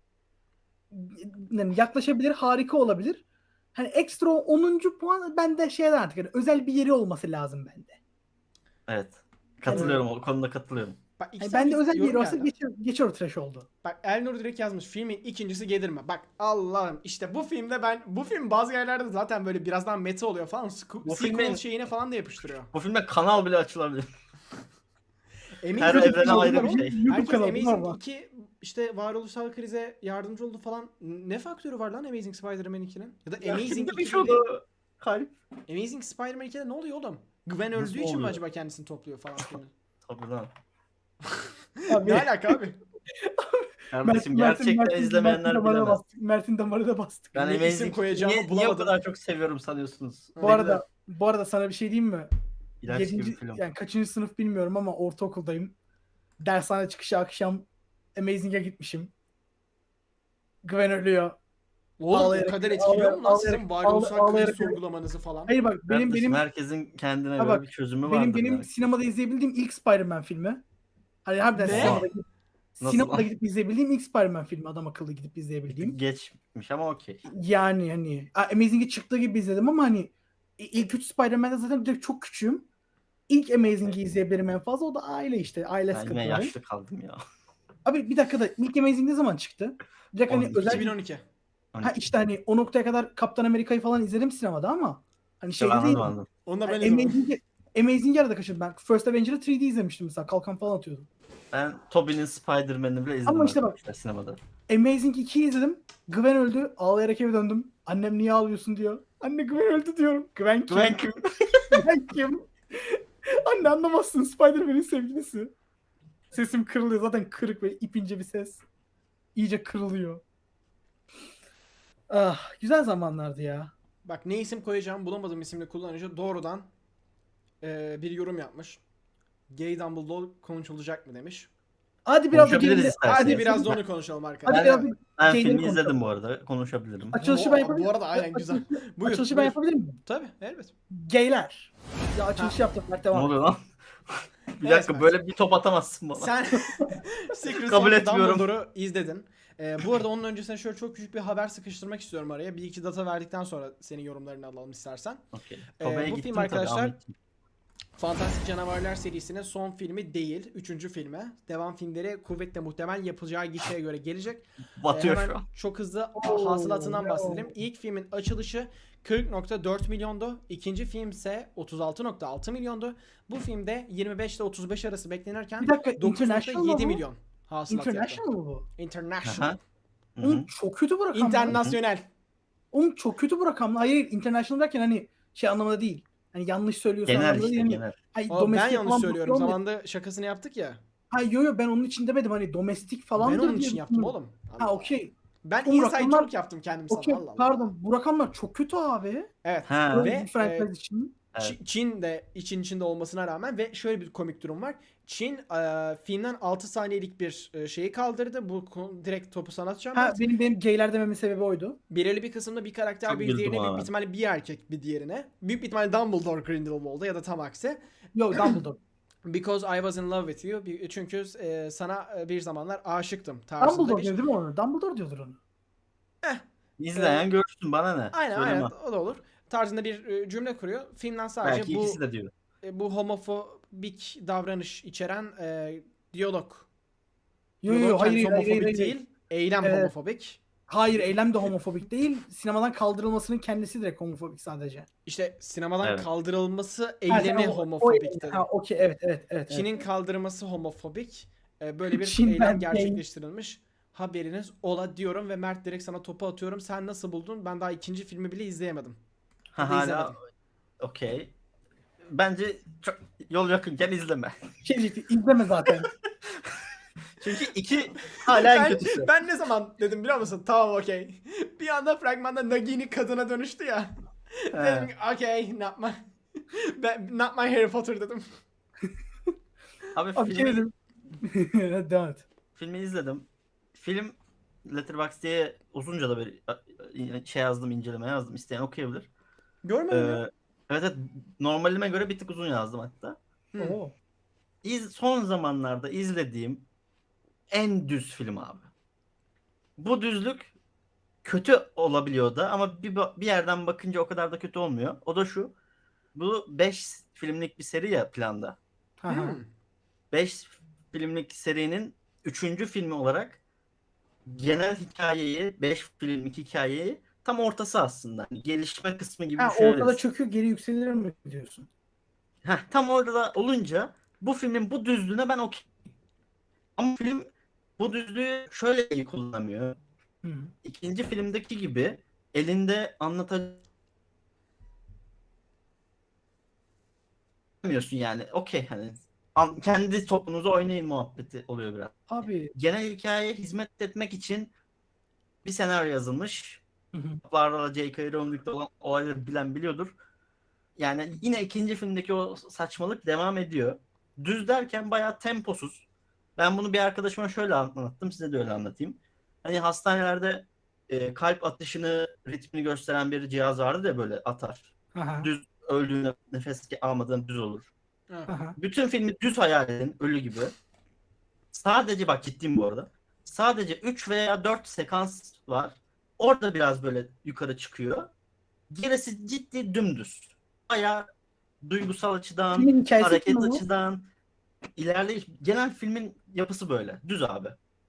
Yani yaklaşabilir, harika olabilir. Hani ekstra onuncu puan bende şeyden artık hani özel bir yeri olması lazım bende. Evet. Katılıyorum o konuda katılıyorum. Bak, iki Hani tane bende özel bir yorum yeri olsa geldi. geçer, geçer o trash oldu. Bak Elnur direkt yazmış. Filmin ikincisi gelir mi? Bak Allah'ım işte bu filmde ben bu film bazı yerlerde zaten böyle birazdan meta oluyor falan. Sku- Bu sequel filmin- şeyine falan da yapıştırıyor. Bu filmde kanal bile açılabilir. Emin Her YouTube evrene kanalı ayrı var bir oğlum. şey. YouTube Herkes kanalı Amazing var. iki işte varoluşsal krize yardımcı oldu falan. Ne faktörü var lan Amazing Spider-Man ikinin? Ya da Amazing Kimde bir iki şey oldu? Kalp. Amazing Spider-Man ikide ne oluyor oğlum? Gwen Nasıl öldüğü için mi oluyor? acaba kendisini topluyor falan filmin? Tabii lan. Abi, Ne alaka abi? Kardeşim Mert'in- gerçekten Mert'in- izlemeyenler Mert'in damarına bilemez. bastık. Mert'in damarına da bastık. Ben Ne isim Amazing koyacağımı niye, niye o bulamadım. kadar çok seviyorum sanıyorsunuz? Bu arada bu arada sana bir şey diyeyim mi? İlaç gibi Yedinci, film. yani kaçıncı sınıf bilmiyorum ama ortaokuldayım. Dershane çıkışı akşam Amazing'e gitmişim. Gwen ölüyor. Oğlum Ağlayarak- o kadar etkiliyor mu lan ağlayarak- sizin varoluşsal kriz ağlayarak- sorgulamanızı falan? Hayır bak benim Kardeşim, benim herkesin kendine Ha göre bak, bir çözümü benim vardır. benim demek. sinemada izleyebildiğim ilk Spider-Man filmi. Hani harbiden Ne? sinemada gidip, Nasıl sinemada lan? gidip izleyebildiğim ilk Spider-Man filmi adam akıllı gidip izleyebildiğim. Geçmiş ama okey. Yani hani A- Amazing'e çıktığı gibi izledim ama hani i- ilk üç Spider-Man'de zaten direkt çok küçüğüm. İlk Amazing'i izleyebilirim en fazla. O da aile işte. Aile Ben yine sıkıntıları. yaşlı kaldım ya. Abi bir dakika da ilk Amazing ne zaman çıktı? Direkt hani on iki. özel... iki bin on iki. Ha işte hani o noktaya kadar Kaptan Amerika'yı falan izledim sinemada ama hani şeyde Anladım, değil. anladım. Onu da ben Yani izledim. Amazing'i Amazing'i arada kaçırdım ben. First Avenger'ı üç D izlemiştim mesela. Kalkan falan atıyordum. Ben Tobey'nin Spider-Man'ini bile izledim. Ama işte bak- arkadaşlar sinemada. Amazing ikiyi izledim. Gwen öldü. Ağlayarak eve döndüm. Annem niye ağlıyorsun diyor. Anne Gwen öldü diyorum. Gwen kim? Gwen kim? Gwen kim? Anne anlamazsın. Spider-Man'in sevgilisi. Sesim kırılıyor. Zaten kırık ve ipince bir ses. İyice kırılıyor. Ah, güzel zamanlardı ya. Bak ne isim koyacağım bulamadığım isimle kullanıcı doğrudan e, bir yorum yapmış. Gay Dumbledore konuşulacak mı demiş. Hadi biraz da Konuşabiliriz gelin. isterseniz. Hadi biraz da onu konuşalım Hadi arkadaşlar. biraz da Ben Gayn'i filmi konuşalım. izledim bu arada. Konuşabilirim. Açılışı Bu- ben yapabilir Bu arada aynen güzel. Açılışı- Buyur. Açılışı ben buyur. yapabilir miyim? Tabii elbet. Gayler. Ya açılış yaptık. Mert Ne devam et. oluyor lan? bir Evet, dakika Mert. böyle bir top atamazsın bana. Sen Secret Kabul of etmiyorum. Dumbledore'u izledin. Ee, bu arada onun öncesine şöyle çok küçük bir haber sıkıştırmak istiyorum araya. Bir iki data verdikten sonra senin yorumlarını alalım istersen. Okey. Ee, Tobey'e bu gittim film tabii, arkadaşlar- Ahmetciğim. Fantastik Canavarlar serisinin son filmi değil. Üçüncü filmi. Devam filmleri kuvvetle muhtemel yapacağı gişeye göre gelecek. Ee, Batıyor hemen şu an. çok hızlı Oo, hasılatından ya. bahsedelim. İlk filmin açılışı kırk nokta dört milyondu. İkinci film ise otuz altı nokta altı milyondu. Bu filmde yirmi beş ile otuz beş arası beklenirken Bir dakika dokuz nokta international mı yedi bu? milyon hasılat yaptı. International mı bu? International. Aha. Hı hı. Oğlum çok kötü bu rakamlar. İnternasyonel. Oğlum çok kötü bu rakamlar. Hayır international derken hani şey anlamında değil. Hani yanlış söylüyorsun Genel anlamında işte değil. Hani, genel. hayır, Aa, ben domestik yanlış falan söylüyorum. bakıyor mu? Zamanında şakasını yaptık ya. Hayır yo yo ben onun için demedim hani domestik falan Ben diye onun için yaptım düşündüm. oğlum. Allah Ha Allah. okey. Ben Oğlum, inside'çılık rakamlar- yaptım kendim sana. Okey Allah Allah. pardon bu rakamlar çok kötü abi. Evet. Ha. Ve Bu franchise e, için. Evet. Çin, Çin de için içinde olmasına rağmen ve şöyle bir komik durum var. Çin e, filmden altı saniyelik bir e, şeyi kaldırdı. Bu konu- direkt topu sana atacağım. Ha Mert. benim benim gayler dememin sebebi oydu. Belirli bir kısımda bir karakter Çok bir güldüm diğerine, ona büyük ben. bir ihtimalle bir erkek bir diğerine. Büyük bir ihtimalle Dumbledore Grindelwald'da ya da tam aksi. Yok Dumbledore. Because I was in love with you. Bir- Çünkü e, sana e, bir zamanlar aşıktım tarzında Dumbledore bir... diyor değil mi onu? Dumbledore diyordur onu. İzleyen Ee, görsün, bana ne? Aynen Söyleme. aynen o da olur. Tarzında bir e, cümle kuruyor. Filmden sadece Belki bu ikisi de diyor. e, bu homofobik davranış içeren e, diyalog. Yo yo Diyalog yo hayır kendisi hayır hayır, homofobik hayır, hayır. değil. Eylem Evet. homofobik. Hayır, eylem de homofobik değil. Sinemadan kaldırılmasının kendisi direkt homofobik sadece. İşte sinemadan Evet. kaldırılması Ha, sen eylemi o- o homofobik eylem- dedim. Ha okey evet evet evet. Çin'in kaldırması homofobik. E, böyle bir Çin eylem ben- gerçekleştirilmiş. Haberiniz ola diyorum ve Mert direkt sana topu atıyorum. Sen nasıl buldun? Ben daha ikinci filmi bile izleyemedim. Ha, Ya da hala izlemedim. okey. Bence çok yol yakınken izleme. Şey diyecektim, izleme zaten. Çünkü iki hala en Ben, kötüsü. ben ne zaman dedim biliyor musun? Tamam okey. Bir anda fragmanda Nagini kadına dönüştü ya. Dedim ki, okey not my, ben, not my Harry Potter dedim. Abi Abi şey filmi, dedim. Devam et. filmi izledim. Film Letterboxd diye uzunca da bir şey yazdım, inceleme yazdım. İsteyen okuyabilir. Görmedim ya. Ee, evet, evet, normalime göre bir tık uzun yazdım hatta. Hı. Oo. İz, son zamanlarda izlediğim en düz film abi. Bu düzlük kötü olabiliyor da ama bir, ba- bir yerden bakınca o kadar da kötü olmuyor. O da şu. Bu beş filmlik bir seri ya planda. Ha, ha. Hmm. beş filmlik serinin üçüncü filmi olarak genel hikayeyi, beş filmlik hikayeyi tam ortası aslında. Hani gelişme kısmı gibi Ha, düşünebiliriz. ortada çöküyor geri yükselir mi diyorsun? Heh, tam orada olunca bu filmin bu düzlüğüne ben okey. Ama film bu düzlüğü şöyle iyi kullanamıyor. Hı. İkinci filmdeki gibi elinde anlatamıyorsun yani. Okey, hani an- kendi topunuzu oynayın muhabbeti oluyor biraz. Abi. Genel hikayeye hizmet etmek için bir senaryo yazılmış. Hı hı. Kitaplarla J K. Rowling'de olan olayları bilen biliyordur. Yani yine ikinci filmdeki o saçmalık devam ediyor. Düz derken bayağı temposuz. Ben bunu bir arkadaşıma şöyle anlattım, size de öyle anlatayım. Hani hastanelerde e, kalp atışını, ritmini gösteren bir cihaz vardı ya, böyle atar. Aha. Düz öldüğünde, nefes almadığında düz olur. Ha. Aha. Bütün filmi düz hayal edin, ölü gibi. Sadece, bak ciddiyim bu arada. Sadece üç veya dört sekans var. Orada biraz böyle yukarı çıkıyor. Gerisi ciddi dümdüz. Bayağı duygusal açıdan, Filmin hikayesi hareket kim bu? açıdan, ilerleyiş. Genel filmin yapısı böyle. Düz abi.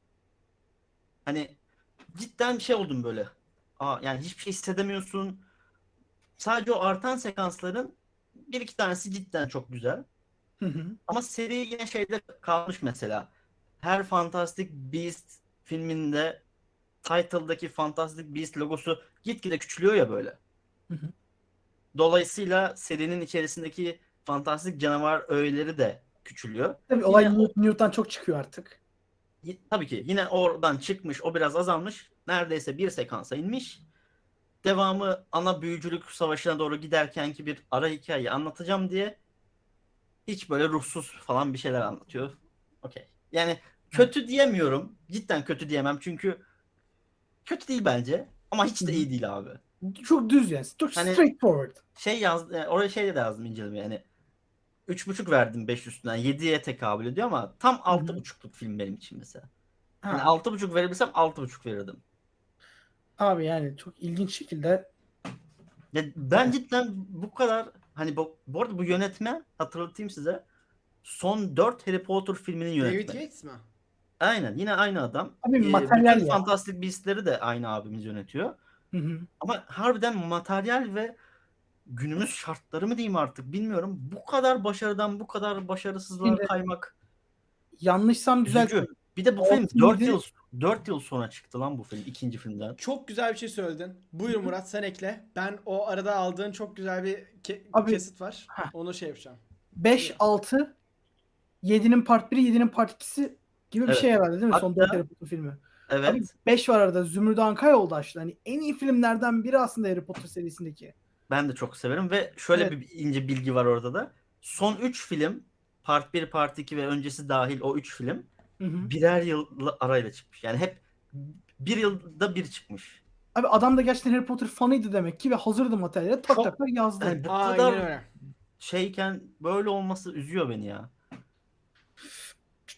Hani cidden bir şey oldum böyle. Aa, yani hiçbir şey hissedemiyorsun. Sadece o artan sekansların bir iki tanesi cidden çok güzel. Hı hı. Ama seri yine şeyde kalmış mesela. Her Fantastic Beast filminde title'daki Fantastic Beast logosu gitgide küçülüyor ya böyle. Hı hı. Dolayısıyla serinin içerisindeki fantastik canavar öğeleri de küçülüyor. Tabii olay Yine- Newt- Newt'tan çok çıkıyor artık. Y- Tabii ki yine oradan çıkmış, o biraz azalmış. Neredeyse bir sekansa inmiş. Devamı ana büyücülük savaşına doğru giderkenki bir ara hikayeyi anlatacağım diye hiç böyle ruhsuz falan bir şeyler anlatıyor. Okey. Yani kötü diyemiyorum. Cidden kötü diyemem çünkü kötü değil bence. Ama hiç de iyi değil abi. Çok düz yani. Çok Hani- straightforward. Şey yaz, yani oraya şey de yazdım inceleme yani. Üç buçuk verdim beş üstünden. Yediye tekabül ediyor ama tam altı buçukluk film benim için mesela. Ha. Yani altı buçuk verebilsem altı buçuk verirdim. Abi yani çok ilginç şekilde Ya ben cidden bu kadar hani bu, bu arada bu yönetmen, hatırlatayım size, son dört Harry Potter filminin David yönetmeni. Yates mi? Aynen, yine aynı adam. Abi Ee, materyal bütün ya. Fantastic Beast'leri de aynı abimiz yönetiyor. Hı hı. Ama harbiden materyal ve günümüz şartları mı diyeyim artık bilmiyorum. Bu kadar başarıdan bu kadar başarısızlığa Şimdi- kaymak Yanlışsam düzelt. üzücü. Bir de bu Altı film dört yedi yıl dört yıl sonra çıktı lan bu film, ikinci filmden. Çok güzel bir şey söyledin. Buyur Murat sen ekle. Ben o arada aldığın çok güzel bir ke- Abi- kesit var. Ha. Onu şey yapacağım. beş, altı, yedinin part biri, yedinin part ikisi gibi bir Evet. şey herhalde değil mi? Son Hatta- dört Harry Potter filmi. Evet. Abi beş var arada. Zümrüt Anka oldu aşkına. Hani en iyi filmlerden biri aslında Harry Potter serisindeki. Ben de çok severim ve şöyle Evet. bir ince bilgi var orada da. Son üç film, part bir, part iki ve öncesi dahil o üç film Hı hı. birer yıl arayla çıkmış. Yani hep bir yılda bir çıkmış. Abi adam da gerçekten Harry Potter fanıydı demek ki ve hazırdı materyale tak Çok- tak tak yazdı. Yani bu Aynen kadar öyle. şeyken böyle olması üzüyor beni ya.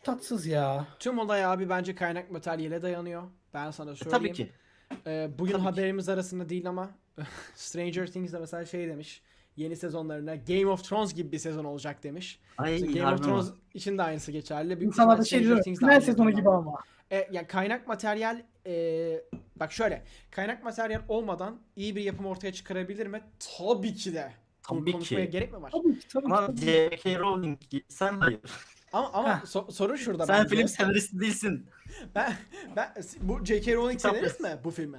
tatsız ya. Tüm olay abi bence kaynak materyale dayanıyor. Ben sana E, söyleyeyim. tabii ki. Ee, bugün Tabii ki. haberimiz arasında değil ama Stranger Things'de mesela şey demiş. Yeni sezonlarına Game of Thrones gibi bir sezon olacak demiş. Ay İşte Game of harbi Thrones ama. için de aynısı geçerli. Büyük İnsanlar da ihtimalle şey Stranger diyor. Things de Final aynı sezonu gibi durumda. ama. E, ya kaynak materyal e, bak şöyle kaynak materyal olmadan iyi bir yapım ortaya çıkarabilir mi? Tabii ki de. Bunu Tabii konuşmaya ki. gerek mi var? Tabii ki tabii ki. Ama tabii ki. J K. Rowling sen hayır. Ama ama Heh. so- sorun şurada Sen bence. film senaristi değilsin. Ben ben bu J K. Rowling Kitap senarist yaz. mi bu filmin?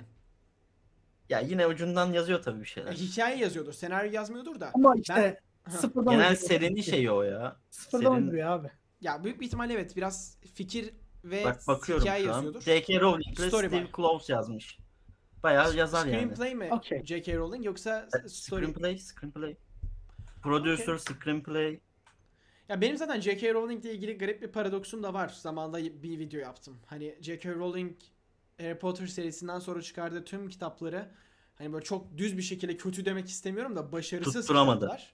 Ya yine ucundan yazıyor tabii bir E, şeyler. hikaye yazıyordur, senaryo yazmıyordur da. Ama işte Ben- sıfırdan Genel uyduruyor serinin tabii ki. şeyi o ya. Sıfırdan Serinin- uyduruyor abi. Ya büyük bir ihtimalle evet biraz fikir ve Bak bakıyorum hikaye şu an. yazıyordur. J K. Rowling ile Story Steve var. Kloves yazmış. Bayağı yazar yani. Screenplay mi Okey. J K. Rowling yoksa E, story? Screenplay, screenplay. Producer, screenplay. Ya benim zaten J K. Rowling ile ilgili garip bir paradoksum da var. Zamanında bir video yaptım. Hani J K. Rowling Harry Potter serisinden sonra çıkardığı tüm kitapları hani böyle çok düz bir şekilde kötü demek istemiyorum da başarısız Tutturamadı. kitaplar.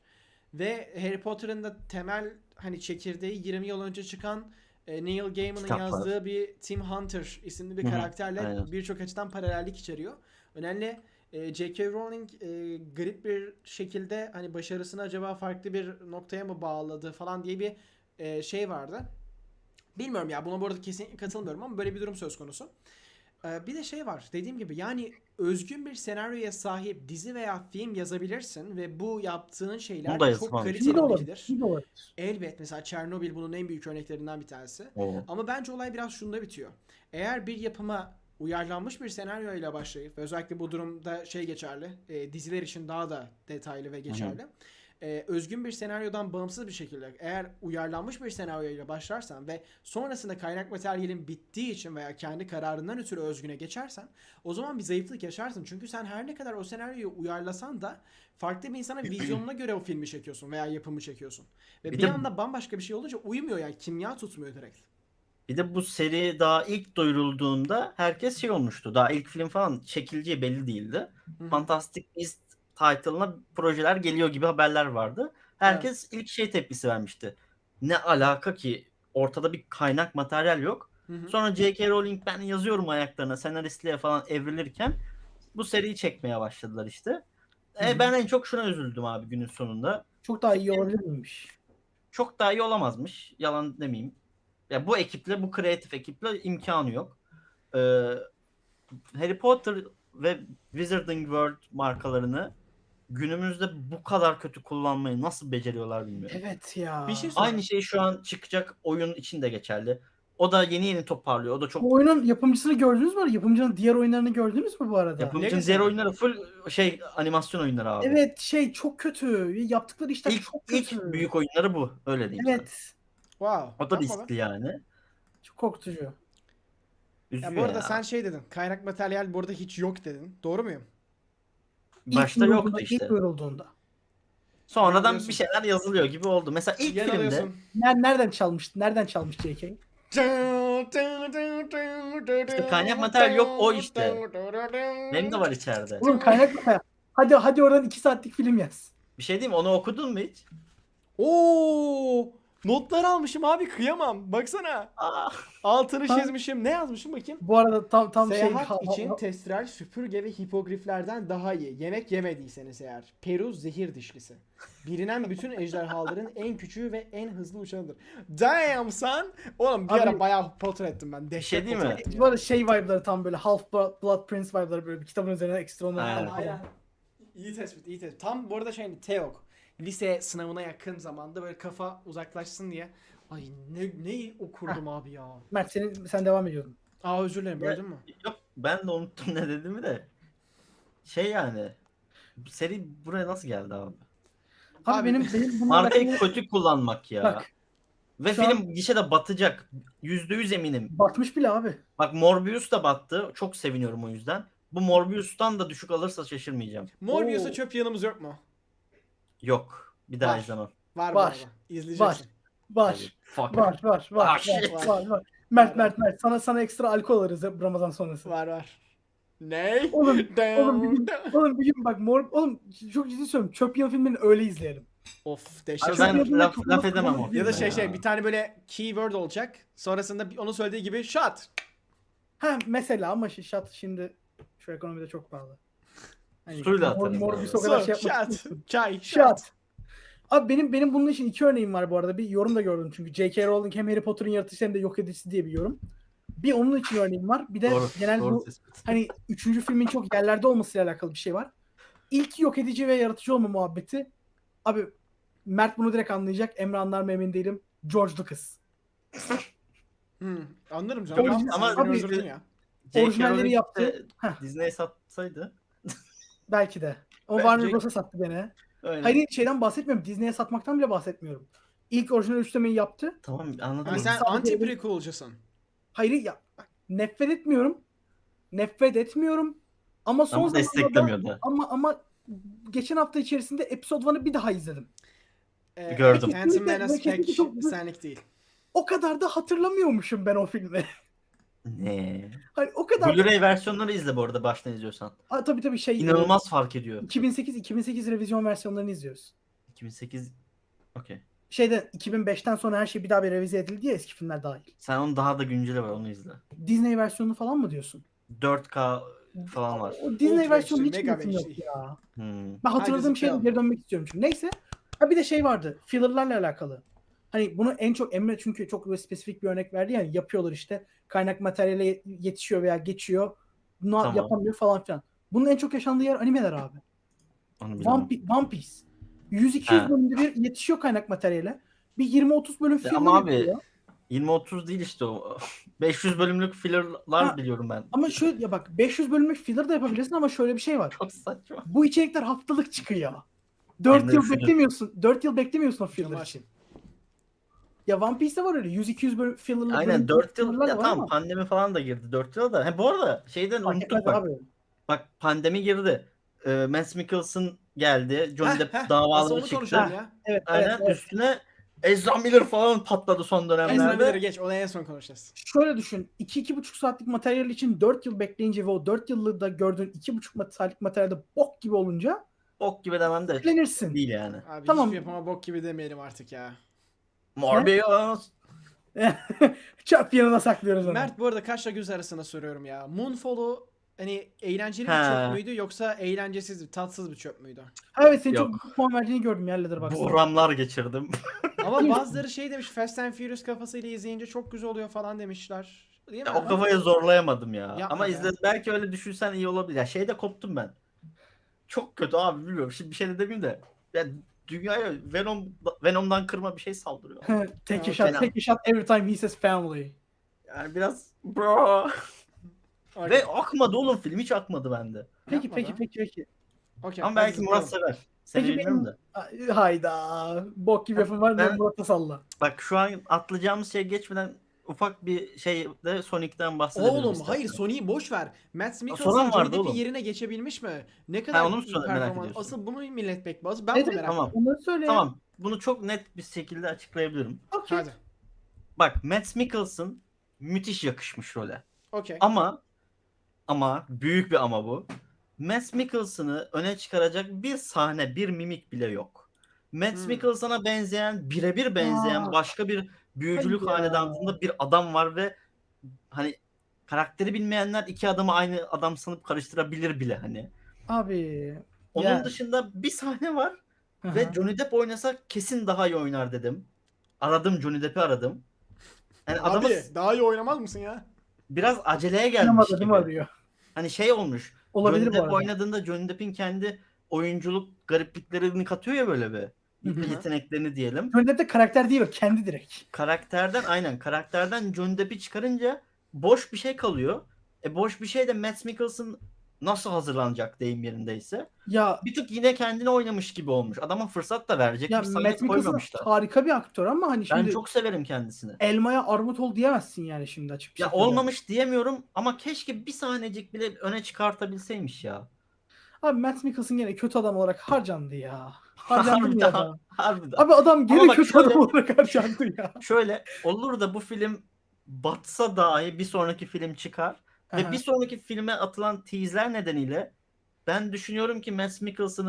Ve Harry Potter'ın da temel hani çekirdeği yirmi yıl önce çıkan e, Neil Gaiman'ın Kitaplar. yazdığı bir Tim Hunter isimli bir Hı hı, karakterle aynen. birçok açıdan paralellik içeriyor. Önemli e, J K. Rowling e, garip bir şekilde hani başarısını acaba farklı bir noktaya mı bağladı falan diye bir e, şey vardı. Bilmiyorum ya buna bu arada kesinlikle katılmıyorum ama böyle bir durum söz konusu. E, bir de şey var dediğim gibi yani özgün bir senaryoya sahip dizi veya film yazabilirsin ve bu yaptığın şeyler Bunu da çok yazmam. İyi de kaliteli olabilir. olabilir. İyi de olabilir. Elbet mesela Chernobyl bunun en büyük örneklerinden bir tanesi. O. Ama bence olay biraz şunda bitiyor. Eğer bir yapıma uyarlanmış bir senaryoyla başlayıp ve özellikle bu durumda şey geçerli, e, diziler için daha da detaylı ve geçerli. E, özgün bir senaryodan bağımsız bir şekilde eğer uyarlanmış bir senaryoyla başlarsan ve sonrasında kaynak materyalin bittiği için veya kendi kararından ötürü özgüne geçersen o zaman bir zayıflık yaşarsın. Çünkü sen her ne kadar o senaryoyu uyarlasan da farklı bir insanın vizyonuna göre o filmi çekiyorsun veya yapımı çekiyorsun. Ve Bir bir, de- anda bambaşka bir şey olunca uymuyor yani kimya tutmuyor direkt. Bir de bu seri daha ilk duyurulduğunda herkes şey olmuştu. Daha ilk film falan çekileceği belli değildi. Hı hı. Fantastic Beasts title'ına projeler geliyor gibi haberler vardı. Herkes ilk şey tepkisi vermişti. Ne alaka ki ortada bir kaynak materyal yok. Hı hı. Sonra J K. Rowling ben yazıyorum ayaklarına senaristliğe falan evrilirken bu seriyi çekmeye başladılar işte. Hı E, hı. ben en çok şuna üzüldüm abi günün sonunda. Çok daha iyi olabilir miymiş? Çok daha iyi olamazmış. Yalan demeyeyim. Ya bu ekiple, bu kreatif ekiple imkanı yok. Ee, Harry Potter ve Wizarding World markalarını günümüzde bu kadar kötü kullanmayı nasıl beceriyorlar bilmiyorum. Evet ya. Bir şey soracağım. Aynı şey şu an çıkacak oyun için de geçerli. O da yeni yeni toparlıyor. O da çok Bu oyunun yapımcısını gördünüz mü? Yapımcının diğer oyunlarını gördünüz mü bu arada? yapımcının Legacy diğer mi? oyunları full şey animasyon oyunları abi. Evet şey çok kötü. Yaptıkları işler İlk, çok kötü. ilk büyük oyunları bu. Öyle diyeyim sana. Evet. Wow. O da yapma be. riskli yani. Çok korkutucu. Üzüyor Ya bu arada ya. sen şey dedin. Kaynak materyal burada hiç yok dedin. Doğru muyum? İlk Başta duyurulduğunda- yoktu işte. İlk duyurulduğunda. Sonradan Yanılıyorsun. bir şeyler yazılıyor gibi oldu. Mesela ilk filmde Yanılıyorsun. Ner- Nereden çalmış? Nereden çalmış J K? İşte kaynak materyal yok, o işte. benim de var içeride. Oğlum kaynak mı? Hadi hadi oradan iki saatlik film yaz. Bir şey diyeyim mi? Onu okudun mu hiç? Oo! Notlar almışım abi kıyamam. Baksana. Aa, Altını Ha. çizmişim. Ne yazmışım bakayım? Bu arada tam tam Seyahat şey için testral süpürge ve hipogriflerden daha iyi. Yemek yemediyseniz eğer. Peru zehir dişlisi. Bilinen bütün ejderhaların en küçüğü ve en hızlı uçanıdır. Damn son! Oğlum bir Abi- ara bayağı potret ettim ben. Dehşet şey değil potret mi? ettim ya. bu arada şey vibe'ları tam böyle Half Blood, Blood Prince vibe'ları böyle bir kitabın üzerine ekstra onlar Aynen. falan. Aynen. İyi tespit, iyi tespit. Tam bu arada şey Teok. Lise sınavına yakın zamanda böyle kafa uzaklaşsın diye. Ay ne ne okurdum abi ya. Mert senin, sen devam ediyordun. Aa özür dilerim Ya- böldün mü? yok ben de unuttum ne dediğimi de. Şey yani. bu Seri buraya nasıl geldi abi? Abi, Abi- benim benim bununla Markayı alakalı- kötü kullanmak ya. Bak Ve şu film gişede batacak. Yüzde yüz eminim. batmış bile abi. Bak Morbius da battı. Çok seviniyorum o yüzden. Bu Morbius'tan da düşük alırsa şaşırmayacağım. Morbius'a Oo. çöp yanımız yok mu? Yok. Bir daha Var. izlemem. Var, Var. bu arada. İzleyeceksin. Var. Tabii. Fuck. Var var var Ah, var, shit. var var. Mert Var, Mert Mert sana sana ekstra alkol alırız hep Ramazan sonrası. Var var. Ne? Oğlum, Down, oğlum bir gün, down. oğlum bir gün bak mor oğlum çok ciddi söylüyorum. Çöp Yıl filmini öyle izleyelim. Of dehşet. Abi Çok ben yakında laf, çok laf yakında edemem o çok Ya da filme şey ya. şey bir tane böyle keyword olacak. Sonrasında bir- onun söylediği gibi shot. Ha mesela ama şi- şat şimdi şu ekonomide çok pahalı. Hani Suyla mor, atarız mor abi. bir o kadar Su, şey yapmak shot, istiyorsun. çay, shot. Şat. Abi benim benim bunun için iki örneğim var bu arada. Bir yorum da gördüm çünkü J K. Rowling hem Harry Potter'ın yaratıcısı hem de yok edicisi diye bir yorum. Bir onun için örneğim var. Bir de Doğru, genel doğru bu tespit. hani üçüncü filmin çok yerlerde olmasıyla alakalı bir şey var. İlk yok edici ve yaratıcı olma muhabbeti. Abi Mert bunu direkt anlayacak. Emre anlar mı emin değilim. George Lucas. Hmm, anlarım canım. Ama- Ama, sen ama- beni öldürdün ya. J K. Orijinalleri Rowling yaptı. de Heh. Disney'e satsaydı. Belki de. O Bence- Warner Bros'a sattı beni. Öyle. Hayır şeyden bahsetmiyorum. Disney'e satmaktan bile bahsetmiyorum. İlk orijinal üçlemeyi yaptı. Tamam anladım. Ha, sen Sadece- anti prequel'cısın. Hayır ya bak, nefret etmiyorum. Nefret etmiyorum. Ama son Ama zamanlarda desteklemiyordu. ama ama geçen hafta içerisinde Episode bir'ı bir daha izledim. Ee, Gördüm. Phantom Kesinlikle- Menace pek kesinlikle çok- senlik değil. O kadar da hatırlamıyormuşum ben o filmi. Ne? Hani o kadar da... Blu-ray versiyonları izle bu arada baştan izliyorsan. Aa, tabii tabii şey İnanılmaz fark ediyor. iki bin sekiz iki bin sekiz revizyon versiyonlarını izliyoruz. iki bin sekiz okey. Şeyde iki bin beşten sonra her şey bir daha bir revize edildi ya eski filmler dahil. Sen onun daha da günceli var onu izle. Disney versiyonu falan mı diyorsun? dört K falan var. O Disney Ultra versiyonu H D, hiç Mega mümkün H yok D. ya. Hmm. Ben hatırladığım Hadi şeye zıplayalım. geri dönmek istiyorum çünkü. Neyse. Ha bir de şey vardı. Filler'larla alakalı. Hani bunu en çok Emre çünkü çok böyle spesifik bir örnek verdi yani yapıyorlar işte. Kaynak materyale yetişiyor veya geçiyor. Bunu Tamam. yapamıyor falan filan. Bunun en çok yaşandığı yer animeler abi. Onu One, bilemem. Pi- One Piece. yüz iki yüz Ha. bölümde bir yetişiyor kaynak materyale. Bir yirmi otuz bölüm Ya filler ama abi, yapıyor. yirmi otuz değil işte o. beş yüz bölümlük filler'lar Ha. biliyorum ben. Ama şöyle ya bak beş yüz bölümlük filler da yapabilirsin ama şöyle bir şey var. Çok saçma. Bu içerikler haftalık çıkıyor. dört Emre yıl üşüdü. beklemiyorsun. dört yıl beklemiyorsun o Camı filler için. açayım. Ya One Piece'te var öyle yüz iki yüz bölüm filler'lı Aynen bölüm dört yıl filler'lar ya var tamam ama pandemi falan da girdi dört yıl da. He bu arada şeyden fark unuttuk etmez bak. abi. Bak pandemi girdi. Ee, Mads Mikkelsen geldi. Johnny Heh, Depp heh, asıl davaları onu çıktı. konuşalım ya. Evet, Aynen evet, evet. üstüne Ezra Miller falan patladı son Ezra dönemlerde. Miller'ı geç. Onu en son konuşacağız. Şöyle düşün. iki iki buçuk saatlik materyal için dört yıl bekleyince ve o dört yıllık da gördüğün iki buçuk saatlik materyalde bok gibi olunca Bok gibi demem de etkilenirsin. değil yani. Abi Tamam. hiçbir yapama bok gibi demeyelim artık ya. Morbius. Çöp yanına saklıyoruz onu. Mert bu arada kaçla göz arasında soruyorum ya. Moonfall'u hani eğlenceli bir Ha. çöp müydü yoksa eğlencesiz, tatsız bir çöp müydü? Ha, evet senin Yok. çok büyük puan verdiğini gördüm yerlere bak. Buhramlar geçirdim. Ama bazıları şey demiş, Fast and Furious kafasıyla izleyince çok güzel oluyor falan demişler. Değil mi? Ya, o kafayı zorlayamadım ya. Yapma Ama be. izle belki öyle düşünsen iyi olabilir. Ya şeyde koptum ben. Çok kötü abi bilmiyorum. Şimdi bir şey de demeyeyim de. Ya dünyaya Venom Venom'dan kırma bir şey saldırıyor. Take a Ya, shot, fena. take a shot every time he says family. Yani biraz bro. Okey. Ve akmadı oğlum film hiç akmadı bende. Peki Yapma peki be. peki peki. Okey, Ama hadi belki Murat zıplayalım. sever. Seni Peki bilmiyorum benim- da. Ay, Hayda. Bok gibi yapım var Ben- ben Murat'a salla. Bak şu an atlayacağımız şey geçmeden ufak bir şey de Sonic'ten bahsedebilirim. Oğlum istersen. hayır Sony'yi boş ver. Matt Sorun Mikkelsen vardı Johnny Depp'i oğlum. yerine geçebilmiş mi? Ne kadar onu mu iyi söyle- merak performans. ediyorsun? Asıl bunu millet bekliyor. Ben Evet, bunu merak tamam. ediyorum. Onları söyle. Tamam. Bunu çok net bir şekilde açıklayabilirim. Okey. Hadi. Bak Mads Mikkelsen müthiş yakışmış role. Okey. Ama ama büyük bir ama bu. Mads Mikkelsen'ı öne çıkaracak bir sahne, bir mimik bile yok. Mads Hmm. Mikkelsen'a benzeyen, birebir benzeyen Aa. başka bir büyücülük Hadi ya. hanedanında bir adam var ve hani karakteri bilmeyenler iki adamı aynı adam sanıp karıştırabilir bile hani. Abi. Onun Ya. dışında bir sahne var Aha. ve Johnny Depp oynasa kesin daha iyi oynar dedim. Aradım Johnny Depp'i aradım. Yani adamı Abi daha iyi oynamaz mısın ya? biraz aceleye gelmiş Yapamadı, değil mi gibi. arıyor? Hani şey olmuş. Olabilir Johnny bu Depp arada. oynadığında Johnny Depp'in kendi oyunculuk garipliklerini katıyor ya böyle bir. Hı hı. Yeteneklerini diyelim. Johnny Depp de karakter değil o kendi direkt. Karakterden aynen karakterden Johnny Depp'i çıkarınca boş bir şey kalıyor. E boş bir şey de Mads Mikkelsen nasıl hazırlanacak deyim yerindeyse. Ya Bir tık yine kendini oynamış gibi olmuş. Adama fırsat da verecek ya bir sahne Matt Mikkelsen koymamışlar. harika bir aktör ama hani Ben şimdi çok severim kendisini. elmaya armut ol diyemezsin yani şimdi açık bir Ya şekilde. olmamış diyemiyorum ama keşke bir sahnecik bile öne çıkartabilseymiş ya. Abi Matt Mikkelsen gene kötü adam olarak harcandı ya. Harcandı mı Harbiden, ya da? harbiden. Abi adam gene Ama bak kötü şöyle- adam olarak harcandı ya. Şöyle olur da bu film batsa dahi bir sonraki film çıkar ve Aha. bir sonraki filme atılan teaser nedeniyle ben düşünüyorum ki Mads Mikkelsen'ın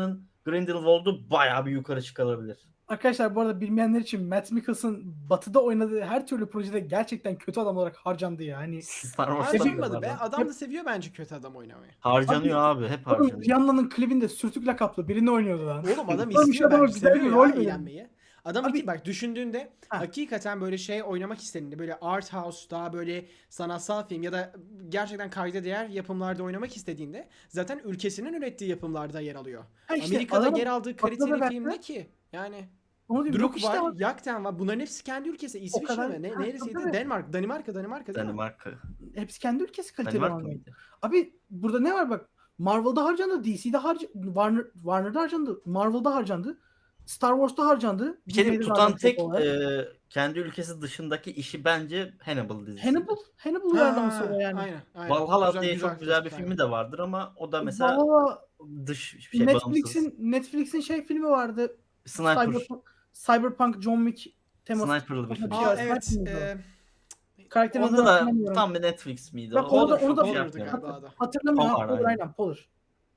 Grindelwald'u bayağı bir yukarı çıkarabilir. Arkadaşlar bu arada bilmeyenler için Matt Mikkelsen Batı'da oynadığı her türlü projede gerçekten kötü adam olarak harcandı ya. Hani Star Wars'ta Harcanmadı be. da Adam da seviyor bence kötü adam oynamayı. harcanıyor abi, hep oğlum harcanıyor. Rihanna'nın klibinde sürtük lakaplı birini oynuyordu lan. Oğlum adam Oğlum şu istiyor adama bence. güzel bir Seviyor rol ya verin. eğlenmeyi. Adam Abi- iki bak düşündüğünde Ha. hakikaten böyle şey oynamak istediğinde böyle art house daha böyle sanatsal film ya da gerçekten kayda değer yapımlarda oynamak istediğinde zaten ülkesinin ürettiği yapımlarda yer alıyor. Ha işte Amerika'da adam- yer aldığı Batı'da kaliteli da film ne verse- ki? Yani Onu diyorum, yok Druk işte var, ama Yakten var. Bunların hepsi kendi ülkesi. İsviçre kadar- mi? Ne, Ha, neresiydi? tabii. Denmark. Danimarka, Danimarka değil mi? Danimarka. hepsi kendi ülkesi kaliteli Danimarka olan. mıydı? Abi burada ne var bak, Marvel'da harcandı, D C'de harcandı, Warner, Warner'da harcandı, Marvel'da harcandı, Star Wars'ta harcandı. Bir kere Disney'de tutan harcandı tek olarak. e, kendi ülkesi dışındaki işi bence Hannibal dizisi. Hannibal, Hannibal Ha, uyarlaması o yani. Aynen, aynen. Valhalla Güzel- diye güzel çok güzel bir tespit, filmi de vardır ama o da mesela Valhalla dış şey bağımsız. Netflix'in Netflix'in şey filmi vardı. Sniper. Cyberpunk, Cyberpunk John Wick teması. Sniper'lı bir film. Şey Aa, var, evet. Sniper mıydı o? e, Karakterin Onda adını da hatırlamıyorum. tam bir Netflix miydi? Bak, O onu da- çok onu da- şey Pollar'dı yapmıyor. galiba adı. Hatırlamıyorum. Polar, Polar, aynen. aynen Polar.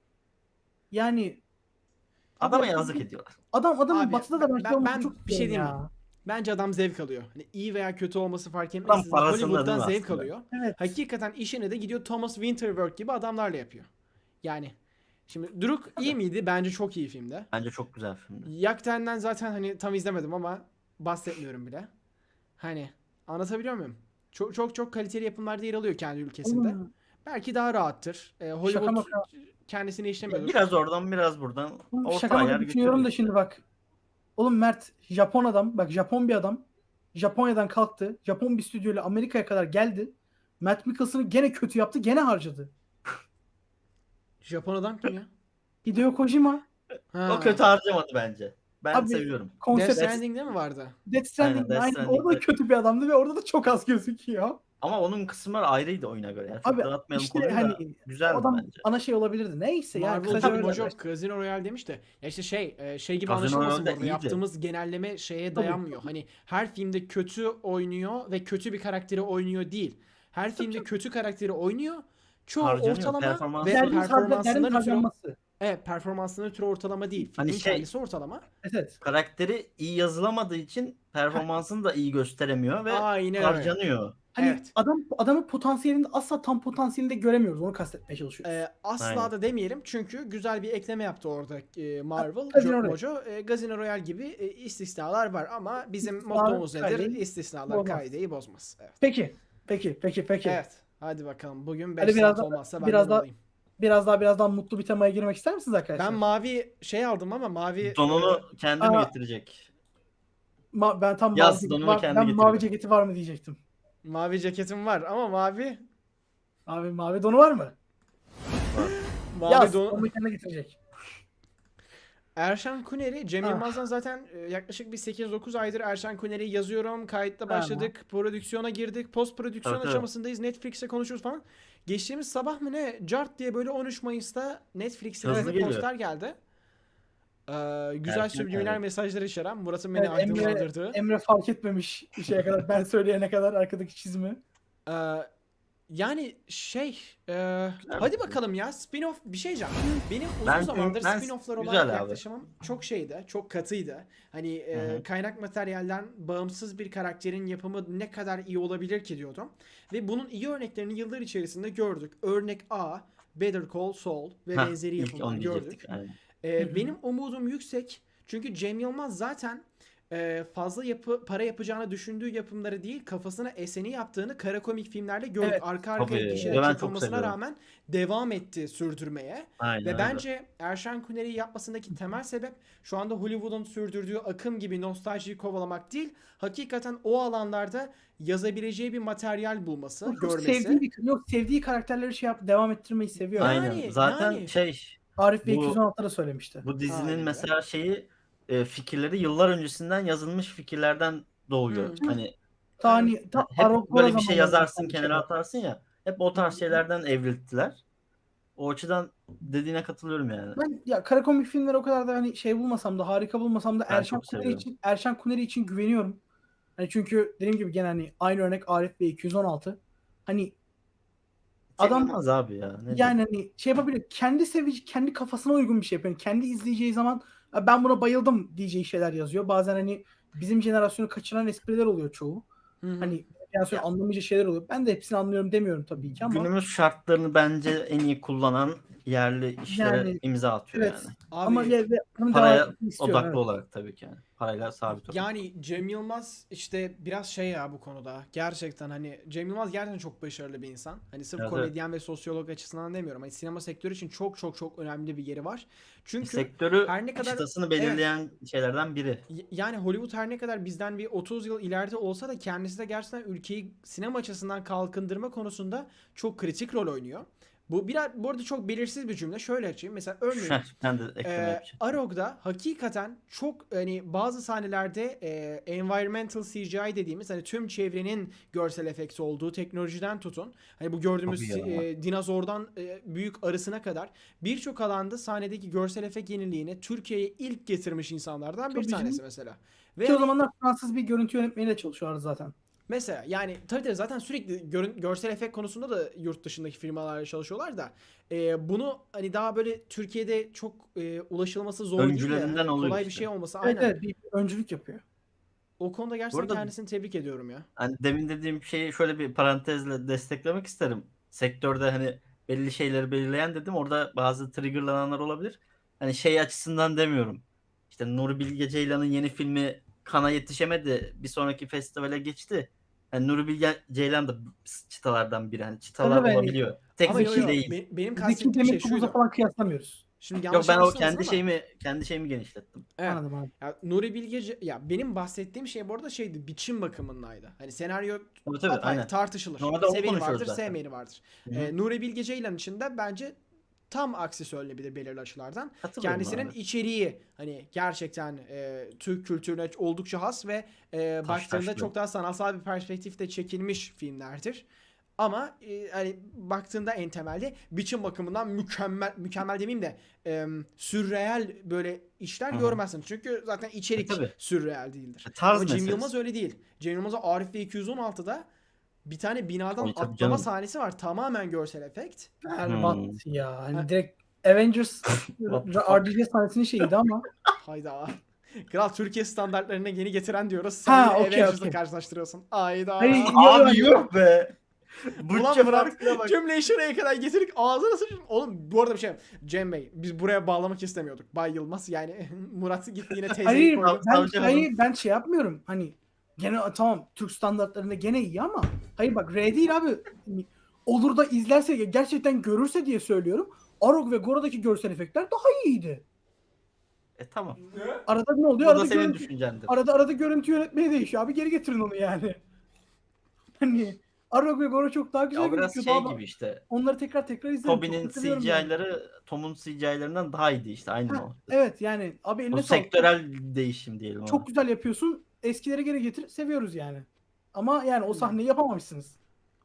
Yani Adama Abi- yazık ediyorlar. adam adamın Abi, batıda da ben, ben- şey olması ben çok bir şey istiyorum diyeyim ya. Bence adam zevk alıyor. Hani iyi veya kötü olması fark Adam etmeksizin parasında değil Hollywood'dan mi zevk aslında? alıyor. Evet. Hakikaten işini de gidiyor Thomas Winterberg gibi adamlarla yapıyor. Yani şimdi Druk iyi miydi? Bence çok iyi filmde. Bence çok güzel filmdi. Yakten'den zaten hani tam izlemedim ama bahsetmiyorum bile. Hani anlatabiliyor muyum? Çok çok çok kaliteli yapımlarda yer alıyor kendi ülkesinde. Oğlum, Belki daha rahattır. Ee, Hollywood Şaka maka. kendisini işlemiyordur. Biraz oradan biraz buradan oğlum orta şaka ayar maka düşünüyorum da götürüyor. şimdi bak. Oğlum Mert Japon adam. Bak Japon bir adam. Japonya'dan kalktı. Japon bir stüdyoyla Amerika'ya kadar geldi. Matt Mikkelsen'ı gene kötü yaptı. Gene harcadı. Japon adam kim ya? Hideo Kojima. Ha. O kötü harcamadı bence. Ben Abi, seviyorum. Death Konsept Stranding'de mi vardı? Death Stranding. Aynen, Death Aynen, orada da Stranding'de. kötü bir adamdı ve orada da çok az gözüküyor. Ama onun kısımları ayrıydı oyuna göre. Yani çok Abi, dağıtmayalım işte konuyu hani da güzeldi adam bence. ana şey olabilirdi. Neyse yani Marvel kısaca Marvel öyle. Mojo Casino Royale demiş de ya işte şey e, şey gibi Casino anlaşılmasın Royale burada. iyiydi. Yaptığımız genelleme şeye Tabii. dayanmıyor. Hani her filmde kötü oynuyor ve kötü bir karakteri oynuyor değil. Her filmde kötü karakteri oynuyor. Çoğu Harcanıyor, ortalama performans- ve Derdin harca- derdin performansından ötürü harcanması. evet, performansından ötürü ortalama değil. Filmin Hani şey- kendisi ortalama. Evet, evet. Karakteri iyi yazılamadığı için performansını da iyi gösteremiyor ve Aynen öyle. harcanıyor. Hani Evet. adam adamın potansiyelini asla tam potansiyelini de göremiyoruz. Onu kastetmeye çalışıyoruz. Ee, asla Aynen. da demeyelim çünkü güzel bir ekleme yaptı orada e, Marvel. Casino Jo- Royale. Mojo, e, Casino Royale gibi e, istisnalar var ama bizim İstisnalar mottomuz nedir? kaideyi İstisnalar bozmaz. kaideyi bozmaz. Evet. Peki. Peki. Peki. Peki. Evet. Hadi bakalım. Bugün Hadi beş biraz saat daha- olmazsa ben biraz de daha- olayım. Biraz daha biraz daha mutlu bir temaya girmek ister misiniz arkadaşlar? Ben mavi şey aldım ama mavi Donunu kendi mi Aa, getirecek? Ma- ben tam Yaz, mavi, ceketi donunu var, kendi ben getiriyor. mavi ceketi var mı diyecektim. e, mavi ceketim var ama mavi Abi mavi donu var mı? mavi Yaz. don Onu kendine getirecek. Erşan Kuneri, Cem Ah. Yılmaz'dan zaten e, yaklaşık bir sekiz dokuz aydır Erşan Kuneri'yi yazıyorum. Kayıtta Tamam. başladık. Prodüksiyona girdik. Post prodüksiyon Tabii, tabii. aşamasındayız. Netflix'e konuşuyoruz falan. Geçtiğimiz sabah mı ne? Cart diye böyle on üç Mayıs'ta Netflix'e Hızlı bir geliyor. poster geldi. Ee, güzel Erken subliminal karar. mesajlar içeren. Murat'ın beni Evet, Emre, aydınlandırdığı. Emre fark etmemiş bir şeye kadar. Ben söyleyene kadar arkadaki çizimi. Ee, yani şey e, hadi bakalım ya spin-off bir şey diyeceğim. Benim uzun Ben- zamandır ben- spin-off'lar olan güzel abi. yaklaşımım çok şeydi, çok katıydı. Hani e, Hı hı. kaynak materyalden bağımsız bir karakterin yapımı ne kadar iyi olabilir ki diyordum. Ve bunun iyi örneklerini yıllar içerisinde gördük. Örnek A, Better Call Saul ve Hah, benzeri ilk yapımları onu gördük. diyecektik. Aynen. Ee, Hı hı. benim umudum yüksek. Çünkü Cem Yılmaz zaten e, fazla yapı para yapacağını düşündüğü yapımları değil, kafasına eseni yaptığını kara komik filmlerde gördük. Evet. Arka arkaya Tabii, gişede ve ben çok çıkılmasına seviyorum. rağmen devam etti sürdürmeye. Aynen Ve öyle. bence Erşan Kuneri'yi yapmasındaki temel sebep şu anda Hollywood'un sürdürdüğü akım gibi nostaljiyi kovalamak değil, hakikaten o alanlarda yazabileceği bir materyal bulması, Çok görmesi. sevdiği, bir, yok, sevdiği karakterleri şey yap, devam ettirmeyi seviyor. Yani- Aynen. Zaten yani. şey Arif Bey Bu- iki yüz on altıda da söylemişti. bu dizinin Aynen öyle. mesela şeyi e, fikirleri yıllar öncesinden yazılmış fikirlerden doğuyor. Hı. Hani Tani, ta, hep Arok böyle Bora bir şey zamanları yazarsın bir kenara şey var. atarsın ya. Hep o tarz şeylerden evrildiler. O açıdan dediğine katılıyorum yani. Ben ya kara komik filmleri o kadar da hani şey bulmasam da, harika bulmasam da Ben Erşan çok Kuneri seviyorum. için Erşan Kuneri için güveniyorum. Hani çünkü dediğim gibi gene hani aynı örnek Arif Bey iki yüz on altı. Hani Adam Çekilmez abi ya. Ne diyeyim? yani hani şey yapabilir. Kendi sevici, kendi kafasına uygun bir şey yapıyor. Yani kendi izleyeceği zaman "Ha, ben buna bayıldım" diyeceği şeyler yazıyor. Bazen hani bizim jenerasyonu kaçıran espriler oluyor çoğu. Hı hı. Hani jenerasyon anlamayacağı şeyler oluyor. Ben de hepsini anlıyorum demiyorum tabii ki ama Günümüz şartlarını bence en iyi kullanan yerli işlere Yani, imza atıyor evet. yani. Abi ama ya, ve bunun Paraya devam etmesini istiyorum. odaklı Evet. olarak tabii ki yani. Parayla sabit olarak. yani Cem Yılmaz işte biraz şey ya bu konuda. Gerçekten hani Cem Yılmaz gerçekten çok başarılı bir insan. Hani sırf Evet, komedyen ve sosyolog açısından demiyorum. Hani sinema sektörü için çok çok çok önemli bir yeri var. Çünkü Sektörü her ne kadar- çıtasını belirleyen şeylerden biri. Y- Yani Hollywood her ne kadar bizden bir otuz yıl ileride olsa da kendisi de gerçekten ülkeyi sinema açısından kalkındırma konusunda çok kritik rol oynuyor. Bu biraz bu arada çok belirsiz bir cümle. Şöyle açayım. Mesela örneğin Heh, ben de ekleme e, yapacağım. Arog'da hakikaten çok hani bazı sahnelerde e, environmental C G I dediğimiz hani tüm çevrenin görsel efekti olduğu teknolojiden tutun. Hani bu gördüğümüz Çok iyi ama. e, dinozordan e, büyük arısına kadar birçok alanda sahnedeki görsel efekt yeniliğini Türkiye'ye ilk getirmiş insanlardan bir Tabii canım. tanesi mesela. Ve Ki o hani zamanlar Fransız bir görüntü yönetmeniyle çalışıyorlar zaten. mesela yani tabii tabii zaten sürekli görün- görsel efekt konusunda da yurt dışındaki firmalarla çalışıyorlar da e, bunu hani daha böyle Türkiye'de çok e, ulaşılması zor değil de Öncülerinden hani oluyor kolay bir işte. şey olması Evet aynen. evet bir öncülük yapıyor. O konuda Bu gerçekten arada kendisini tebrik ediyorum ya. hani demin dediğim şeyi şöyle bir parantezle desteklemek isterim. Sektörde hani belli şeyleri belirleyen dedim. Orada bazı triggerlananlar olabilir. Hani şey açısından demiyorum. İşte Nuri Bilge Ceylan'ın yeni filmi Cannes'a yetişemedi. Bir sonraki festivale geçti. Yani Nuri Bilge Ceylan da çıtalardan biri. Hani çıtalar Tabii yani olabiliyor. Tek Ama yo zeki yo değil. be- benim Zeki kastettiğim şey Demirkubuz'la şuydu. falan kıyaslamıyoruz. Şimdi Yok yanlış ben o anlaşılmasın kendi ama şeyimi kendi şeyimi genişlettim. evet. Anladım abi. Ya Nuri Bilge Ce- ya benim bahsettiğim şey bu arada şeydi biçim bakımındaydı. Hani senaryo Tabii tabii apayrı aynen. tartışılır. Normalde onu Seveni konuşuyoruz vardır, zaten. sevmeyeni vardır. Hı hı. Ee, Nuri Bilge Ceylan için de bence tam aksi söylenebilir belirli açılardan. Katılıyorum Kendisinin abi. içeriği hani gerçekten e, Türk kültürüne oldukça has ve e, Taş baktığında taşlı. çok daha sanatsal bir perspektifte çekilmiş filmlerdir. Ama e, hani baktığında en temelde biçim bakımından mükemmel mükemmel demeyeyim de e, sürreel böyle işler Hı hı. görmezsin. Çünkü zaten içerik E, tabii. sürreel değildir. E, tarz Ama Cem meselesi. Yılmaz öyle değil. Cem Yılmaz'a Arif ve iki yüz on altıda bir tane binadan Tabii, tabii atlama canım. sahnesi var. Tamamen görsel efekt. Berbat Hmm. ya. Hani Ha. direkt Avengers What the fuck? R D J sahnesinin şeyiydi ama. Hayda. Kral Türkiye standartlarına yeni getiren diyoruz. Sen Ha, yine okey, Avengers'la okey. karşılaştırıyorsun. Hayda. Hayır, yo, Abi yo, yok be. Ulan Bütçe Murat farkına bak. cümleyi şuraya kadar getirdik ağzına sıçın. Oğlum bu arada bir şey Cem Bey biz buraya bağlamak istemiyorduk. Bay Yılmaz yani Murat gitti yine teyzeyi Hayır koydu. ben, Savcı hayır hanım. ben şey yapmıyorum. Hani gene tamam Türk standartlarında gene iyi ama hayır bak R değil abi. Hani olur da izlerse gerçekten görürse diye söylüyorum. Arog ve Gora'daki görsel efektler daha iyiydi. E tamam. Arada ne Bu oluyor? da Arada senin görüntü, düşüncendir. arada arada görüntü yönetmeni değişiyor abi. Geri getirin onu yani. Hani Arog ve Gora çok daha Ya güzel o biraz gözüküyor. şey Daha gibi işte. onları tekrar tekrar izlerim. Çok Toby'nin da seviyorum yani. C G I'ları Tom'un C G I'larından daha iyiydi işte. Aynı Ha, o. evet yani abi O eline sağlık. sektörel değişim diyelim ona. Çok güzel yapıyorsun. Eskileri geri getir. Seviyoruz yani. Ama yani o sahneyi yapamamışsınız.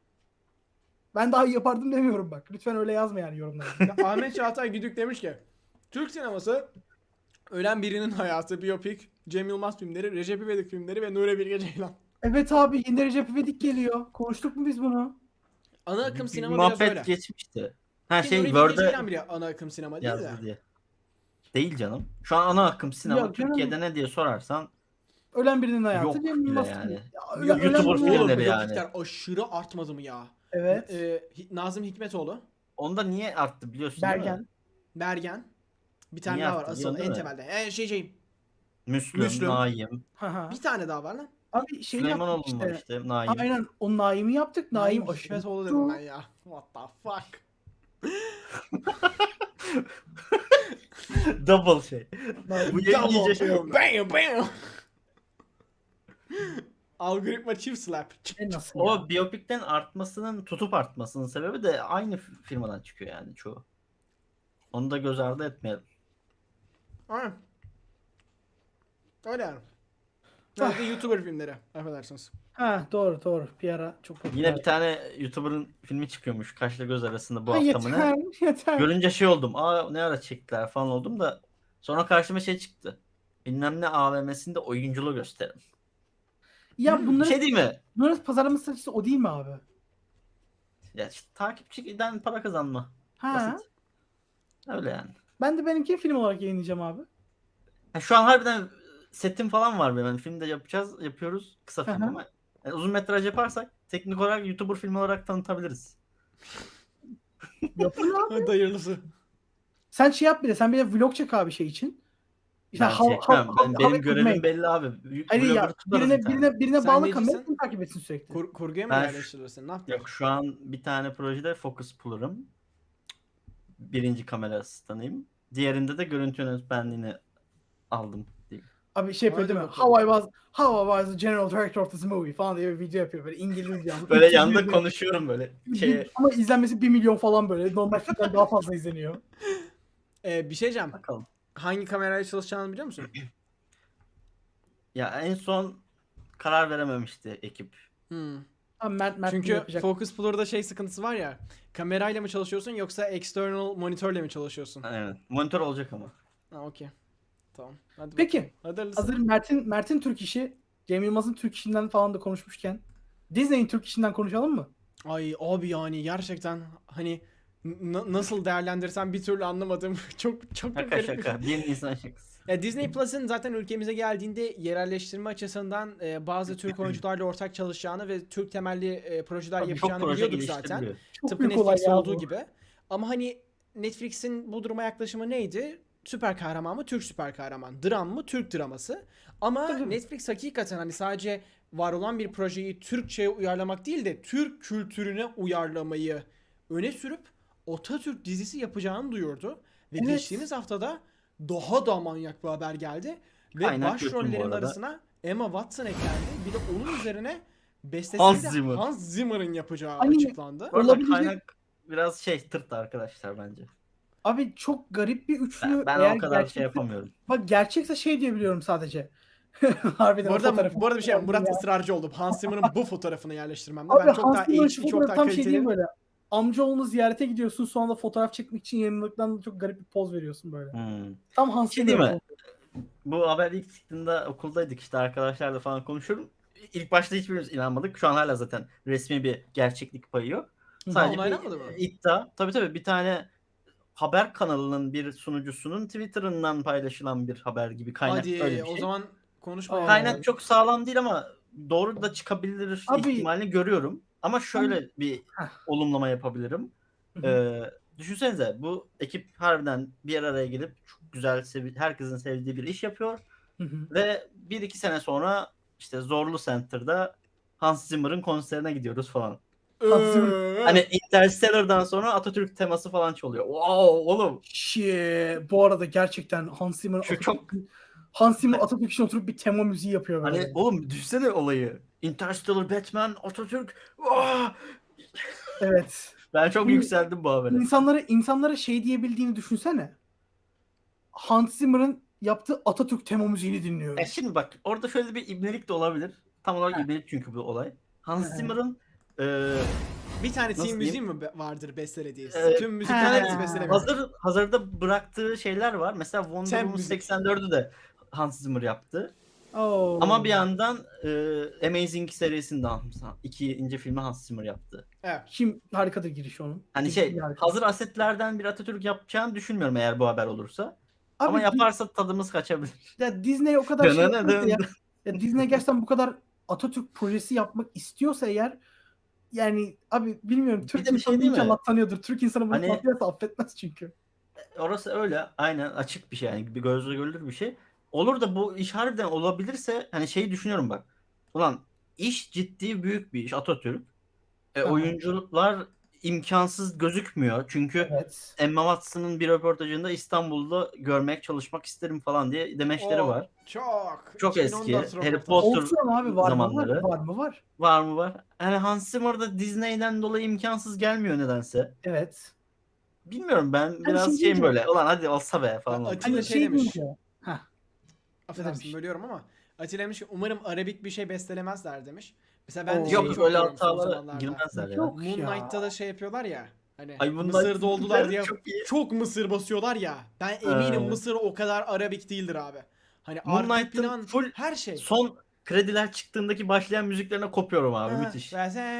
Ben daha iyi yapardım demiyorum bak. Lütfen öyle yazma yani yorumlara. Ya Ahmet Çağatay Güdük demiş ki Türk sineması ölen birinin hayatı, biyopik, Cem Yılmaz filmleri, Recep İvedik filmleri ve Nuri Bilge Ceylan. Evet abi yeni Recep İvedik geliyor. Konuştuk mu biz bunu? Ana Bir, akım bir sinema biraz muhabbet öyle. geçmişti. Ha Ki şey Nuri Bilge Word'e Ceylan bile ana akım sinema değil de. yazdı diye. Değil canım. Şu an ana akım sinema Yok canım. Türkiye'de ne diye sorarsan Ölen birinin hayatı. yok Cem bile Yılmaz yani. filmi. Ya, öyle- Ya, ölen YouTuber birinin- oğlum filmleri biyopikler yani. aşırı artmadı mı ya? Evet. Ee, Hi- Nazım Hikmetoğlu, Onda niye arttı biliyorsun değil mi? Bergen. Bergen. Bir tane Niye daha var arttı asıl biliyorsun değil en mi? temelde. Ee, şey şey. Müslüm, Müslüm. Naim. Haha. Bir tane daha var lan. Abi şey Süleymanoğlu yaptık var işte. işte. Naim. Aynen o Naim'i yaptık. Naim, Naim aşırı Hikmetoğlu tuttu. dedim ben ya. What the fuck? Double şey. Naim- Bu yeni iyice şey oldu. Bam bam. Algoritma çift slap. E nasıl ya? O biyopikten artmasının, tutup artmasının sebebi de aynı f- firmadan çıkıyor yani çoğu. Onu da göz ardı etmeyelim. Aynen. Öyle yani. Evet, de YouTuber filmleri. Affedersiniz. Ha doğru doğru. Bir ara çok popüler. Yine bir tane YouTuber'ın filmi çıkıyormuş kaşla göz arasında bu Ha, hafta mı ne? yeter yeter. Görünce şey oldum. Aa ne ara çektiler falan oldum da sonra karşıma şey çıktı. Bilmem ne A V M'sinde oyunculuğu gösterin. Ya Bir bunların, şey değil mi? bunların pazarlama stratejisi o değil mi abi? Ya işte takipçiden para kazanma. Ha. Basit. Öyle yani. Ben de benimki film olarak yayınlayacağım abi. Ya şu an harbiden setim falan var benim. Yani filmde yapacağız, yapıyoruz kısa film Aha. ama yani uzun metraj yaparsak teknik olarak YouTuber filmi olarak tanıtabiliriz. Yapın abi. Hadi hayırlısı. Sen şey yap bir de. Sen bir de vlog çek abi şey için. İşte Ben how, çekmem. how, Ben, how, benim how it was görevim made. belli abi. Hayır Vlogger ya tutarız birine bir tane. birine birine Sen bağlı necisin? kamera seni takip etsin sürekli. Kur, kurguya mı Ben- yerleştirirsin? Ne yaptın? Yok şu an bir tane projede focus puller'ım. Birinci kamera asistanıyım. Diğerinde de görüntü yönetmenliğini aldım diyeyim. Abi şey yapıyor Hadi değil mi? bakalım. How I was how I was the general director of this movie falan diye bir video yapıyor böyle İngilizce. ama Böyle üç yüz yanında milyon- konuşuyorum böyle. Şey, Ama izlenmesi bir milyon falan böyle. Normal filmden daha fazla izleniyor. Ee, bir şey diyeceğim. bakalım. Hangi kamerayla çalışacağını biliyor musun? Ya en son karar verememişti ekip. Hmm. Abi Mert Mert bunu Çünkü yapacak. Focus Blur'da şey sıkıntısı var ya. Kamerayla mı çalışıyorsun yoksa external monitörle mi çalışıyorsun? Evet. Monitör olacak ama. Ha okey. Tamam. Hadi Peki bakalım. Hadi hayırlısı. hazır Mert'in Mert'in Türk işi, Cem Yılmaz'ın Türk işinden falan da konuşmuşken Disney'in Türk işinden konuşalım mı? Ay abi yani gerçekten hani n- nasıl değerlendirsem bir türlü anlamadım. çok çok Şaka garip bir şaka. Bir Nisan şakası. Ya Disney Plus'ın zaten ülkemize geldiğinde yerelleştirme açısından e, bazı Türk oyuncularla ortak çalışacağını ve Türk temelli e, projeler Tabii çok yapacağını proje biliyorduk zaten. geliştiriliyor. Çok Tıpkı büyük olay Netflix'te ya olduğu bu. gibi. Ama hani Netflix'in bu duruma yaklaşımı neydi? Süper kahraman mı? Türk süper kahraman. Dram mı? Türk draması. Ama Tabii. Netflix hakikaten hani sadece var olan bir projeyi Türkçe'ye uyarlamak değil de Türk kültürüne uyarlamayı öne sürüp Atatürk dizisi yapacağını duyurdu. Ve Evet. geçtiğimiz haftada daha da manyak bir haber geldi. Ve Kaynak götüm bu başrollerin arada. arasına Emma Watson eklendi. Bir de onun üzerine bestesini Hans de Zimmer. Hans Zimmer'ın yapacağı Hani- açıklandı. Bu arada Olabilecek- kaynak biraz şey tırt arkadaşlar bence. Abi çok garip bir üçlü. Ben, ben Eğer o kadar gerçekse- şey yapamıyorum. Bak gerçekse şey diye biliyorum sadece. Harbiden Bu o arada, fotoğrafı. bu arada bir şey Murat Ya. ısrarcı oldu. Hans Zimmer'ın bu fotoğrafını yerleştirmemde. Abi Ben çok Hans daha Zimmer'ın H şu D, çok fotoğrafı daha tam şey değil mi kaliteli. böyle? Amcaoğlunu ziyarete gidiyorsun sonra da fotoğraf çekmek için yanılıktan çok garip bir poz veriyorsun böyle. Hmm. Tam Hans Şey Zimmer. değil mi? Bu haber ilk çıktığında okuldaydık işte arkadaşlarla falan konuşuyorum. İlk başta hiçbirimiz inanmadık. Şu an hala zaten resmi bir gerçeklik payı yok. Hı. Sadece Onaylanmadı bir mı? iddia. Tabii tabii bir tane haber kanalının bir sunucusunun Twitter'ından paylaşılan bir haber gibi kaynak Hadi öyle bir o şey. zaman konuşmayalım. Kaynak çok sağlam değil ama doğru da çıkabilir Abi- ihtimalini görüyorum. Ama şöyle bir Heh. olumlama yapabilirim. Hı hı. Ee, düşünsenize bu ekip harbiden bir araya gelip çok güzel, sevi- herkesin sevdiği bir iş yapıyor. Hı hı. Ve bir iki sene sonra işte Zorlu Center'da Hans Zimmer'ın konserine gidiyoruz falan. Hans Zimmer- Ee, Hani Interstellar'dan sonra Atatürk teması falan çalıyor. Wow oğlum. Shit. Bu arada gerçekten Hans Zimmer Şu Atatürk- çok Hans Zimmer Atatürk için oturup bir tema müziği yapıyor böyle. hani oğlum düşünsene olayı. Interstellar, Batman, Atatürk. Ah! Evet. Ben çok Bu- yükseldim bu habere. İnsanlara insanlara şey diyebildiğini düşünsene. Hans Zimmer'ın yaptığı Atatürk tema müziğini E dinliyoruz. şimdi bak orada şöyle bir ibnelik de olabilir. Tam olarak Heh. ibnelik çünkü bu olay. Hans Heh. Zimmer'ın e, bir tane Nasıl team müziği diyeyim? mi be- vardır bestelediği? Ee, Tüm müzikleri hepsi ha, bestelemiyor. hazır hazırda bıraktığı şeyler var. Mesela Wonder Tem Woman müzik. seksen dördü de Hans Zimmer yaptı. Oo. Ama bir yandan e, Amazing serisinde ikinci filmi Hans Zimmer yaptı. Evet. Kim harikadır giriş onun. Hani Giriş şey harika. hazır asetlerden bir Atatürk yapacağını düşünmüyorum eğer bu haber olursa. Abi, Ama Di- yaparsa tadımız kaçabilir. ya Disney o kadar şey Dönene yapıyorsa ya, dön. ya Disney gerçekten bu kadar Atatürk projesi yapmak istiyorsa eğer yani abi bilmiyorum Türk de bir şey insanı değil mi? inşallah tanıyordur. Türk insanı bunu Hani- tanıyorsa affetmez çünkü. Orası öyle. Aynen açık bir şey yani. Bir gözle görülür bir şey. Olur da bu iş harbiden olabilirse hani şeyi düşünüyorum bak. Ulan iş ciddi büyük bir iş Atatürk. E, Aha. oyuncular imkansız gözükmüyor. Çünkü Evet. Emma Watson'ın bir röportajında İstanbul'da görmek, çalışmak isterim falan diye demeçleri Oo, var. Çok. Çok iki bin on dört eski. robotu. Harry Potter Olsun abi var mı zamanları. var, var mı var. var mı var? Yani Hans Zimmer'da Disney'den dolayı imkansız gelmiyor nedense. Evet. Bilmiyorum ben biraz şimdi şeyim diyeceğim. böyle. Ulan hadi olsa be falan. Aa, oldu. Atilla Hani şey şey demiş. deyince. Heh. Affedersin demiş? bölüyorum ama Atilla demiş ki umarım Arabik bir şey bestelemezler demiş. Mesela ben Oo. de Yok şeyi yok çok öyle görüyorum son hatalara zamanlarda. girmezler ya. Yok. Moonlight'ta da şey yapıyorlar ya. Hani Ay bunlar Mısır'da oldular diye çok iyi. çok Mısır basıyorlar ya. Ben eminim Evet. Mısır o kadar Arabik değildir abi. Hani arka Moonlight'ın plan full her şey. Son krediler çıktığındaki başlayan müziklerine kopuyorum abi. Müthiş.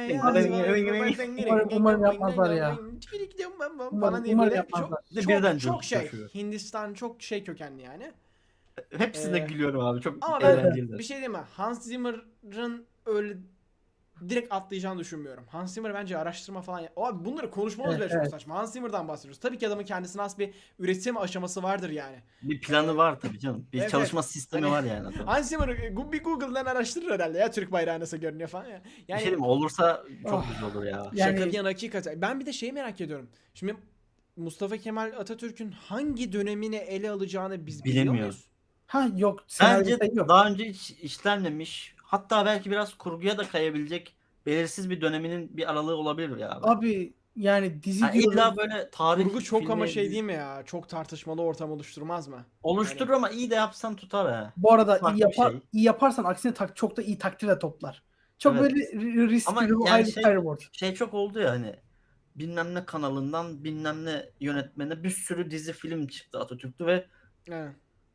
Umarım, umarım yapmazlar ya. falan Umarım, diye umarım böyle yapmazlar. çok, Bir de çok, birden çok coşku şey. taşıyor. Hindistan çok şey kökenli yani. Hepsinde Ee, gülüyorum abi. Çok Ama ben eğlenceli. bir şey diyeyim mi? Hans Zimmer'ın öyle direkt atlayacağını düşünmüyorum. Hans Zimmer bence araştırma falan... Ya- Abi bunları konuşmamız Evet, bile çok evet. saçma. Hans Zimmer'dan bahsediyoruz. Tabii ki adamın kendisine has bir üretim aşaması vardır yani. Bir planı Ee, var tabii canım. Bir evet, çalışma evet. sistemi Hani- var yani adamın. Hans Zimmer e, bir Google'dan araştırır herhalde ya Türk bayrağı nasıl görünüyor falan ya. Bir şey Yani diyeyim mi? Olursa çok Ah. güzel olur ya. Yani- şaka bir yana hakikaten. Ben bir de şeyi merak ediyorum. Şimdi Mustafa Kemal Atatürk'ün hangi dönemini ele alacağını biz biliyor Bilemiyoruz. muyuz? Ha yok. Bence Senaryoda yok. daha önce hiç işlenmemiş. Hatta belki biraz kurguya da kayabilecek belirsiz bir döneminin bir aralığı olabilir ya abi. Abi yani dizi Yani diyoruz. illa böyle tarih Kurgu çok ama filmi, şey dizi- değil mi ya? Çok tartışmalı ortam oluşturmaz mı? oluşturur ama iyi de yapsan tutar ha. Bu arada Farklı iyi, bir yapar, şey. iyi yaparsan aksine tak, çok da iyi takdir de toplar. Çok Evet. böyle r- risk Ama reward, yani high şey- reward. Şey çok oldu ya hani bilmem ne kanalından bilmem ne yönetmene bir sürü dizi film çıktı Atatürk'tü ve Evet.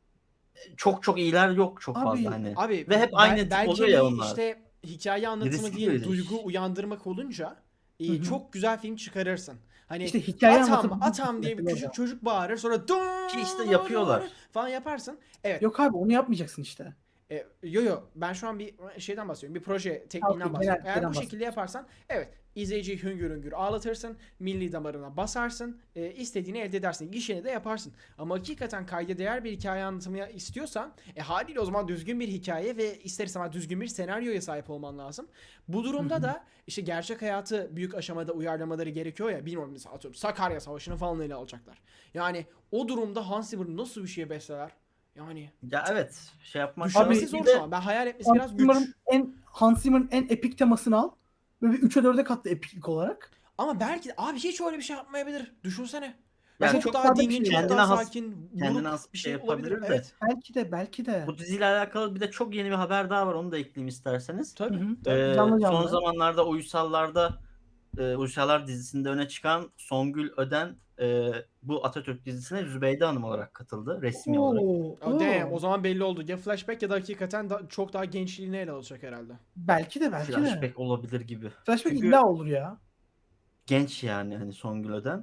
çok çok iyiler yok çok Abi- fazla hani. Abi Ve hep bel- aynı tip belki oluyor ya bir onlar. işte hikaye anlatımı Riskli değil, bir iş. duygu uyandırmak olunca e, Hı hı. çok güzel film çıkarırsın. Hani İşte hikaye atam anlatımı- atam diye bir Mesela. küçük çocuk bağırır sonra dum Ki işte yapıyorlar. falan yaparsın. Evet. Yok abi onu yapmayacaksın işte. E, yo yo ben şu an bir şeyden bahsediyorum. Bir proje tekniğinden Okey, bahsediyorum. genel- Eğer genel bu şekilde yaparsan evet izleyiciyi hüngür hüngür ağlatırsın. Milli damarına basarsın. E, istediğini elde edersin. Gişeni de yaparsın. Ama hakikaten kayda değer bir hikaye anlatımı istiyorsan e, haliyle o zaman düzgün bir hikaye ve ister istemez düzgün bir senaryoya sahip olman lazım. Bu durumda Hı hı. da işte gerçek hayatı büyük aşamada uyarlamaları gerekiyor ya. Bilmiyorum mesela atıyorum Sakarya Savaşı'nı falan ele alacaklar. Yani o durumda Hans Zimmer nasıl bir şeye besler? Yani Ya evet şey yapmak düşünmesi Abi, zor bir de şu an. Ben hayal etmesi Hans biraz güç. Zimmer'ın en, Hans Zimmer'ın en epik temasını al. Böyle bir üçe dörde katlı epiklik olarak. Ama belki abi hiç öyle bir şey yapmayabilir. Düşünsene. Yani Yani çok çok daha sade bir dingin, şey. çok Kendine daha has- sakin, kendine buruk has bir şey bir şey olabilir. yapabilir de. Evet. Belki de belki de. bu diziyle alakalı bir de çok yeni bir haber daha var onu da ekleyeyim isterseniz. Tabii. Hı hı. Ee, Canlı son canlı. zamanlarda Uysallar'da e, Uysallar dizisinde öne çıkan Songül Öden e, bu Atatürk dizisine Zübeyde Hanım olarak katıldı resmi olarak. Oo, O damn, oo. o zaman belli oldu. Ya flashback ya da hakikaten da, çok daha gençliğini ele alacak herhalde. Belki de belki de. Flashback olabilir gibi. Flashback Çünkü illa olur ya. genç yani hani Songül Öden.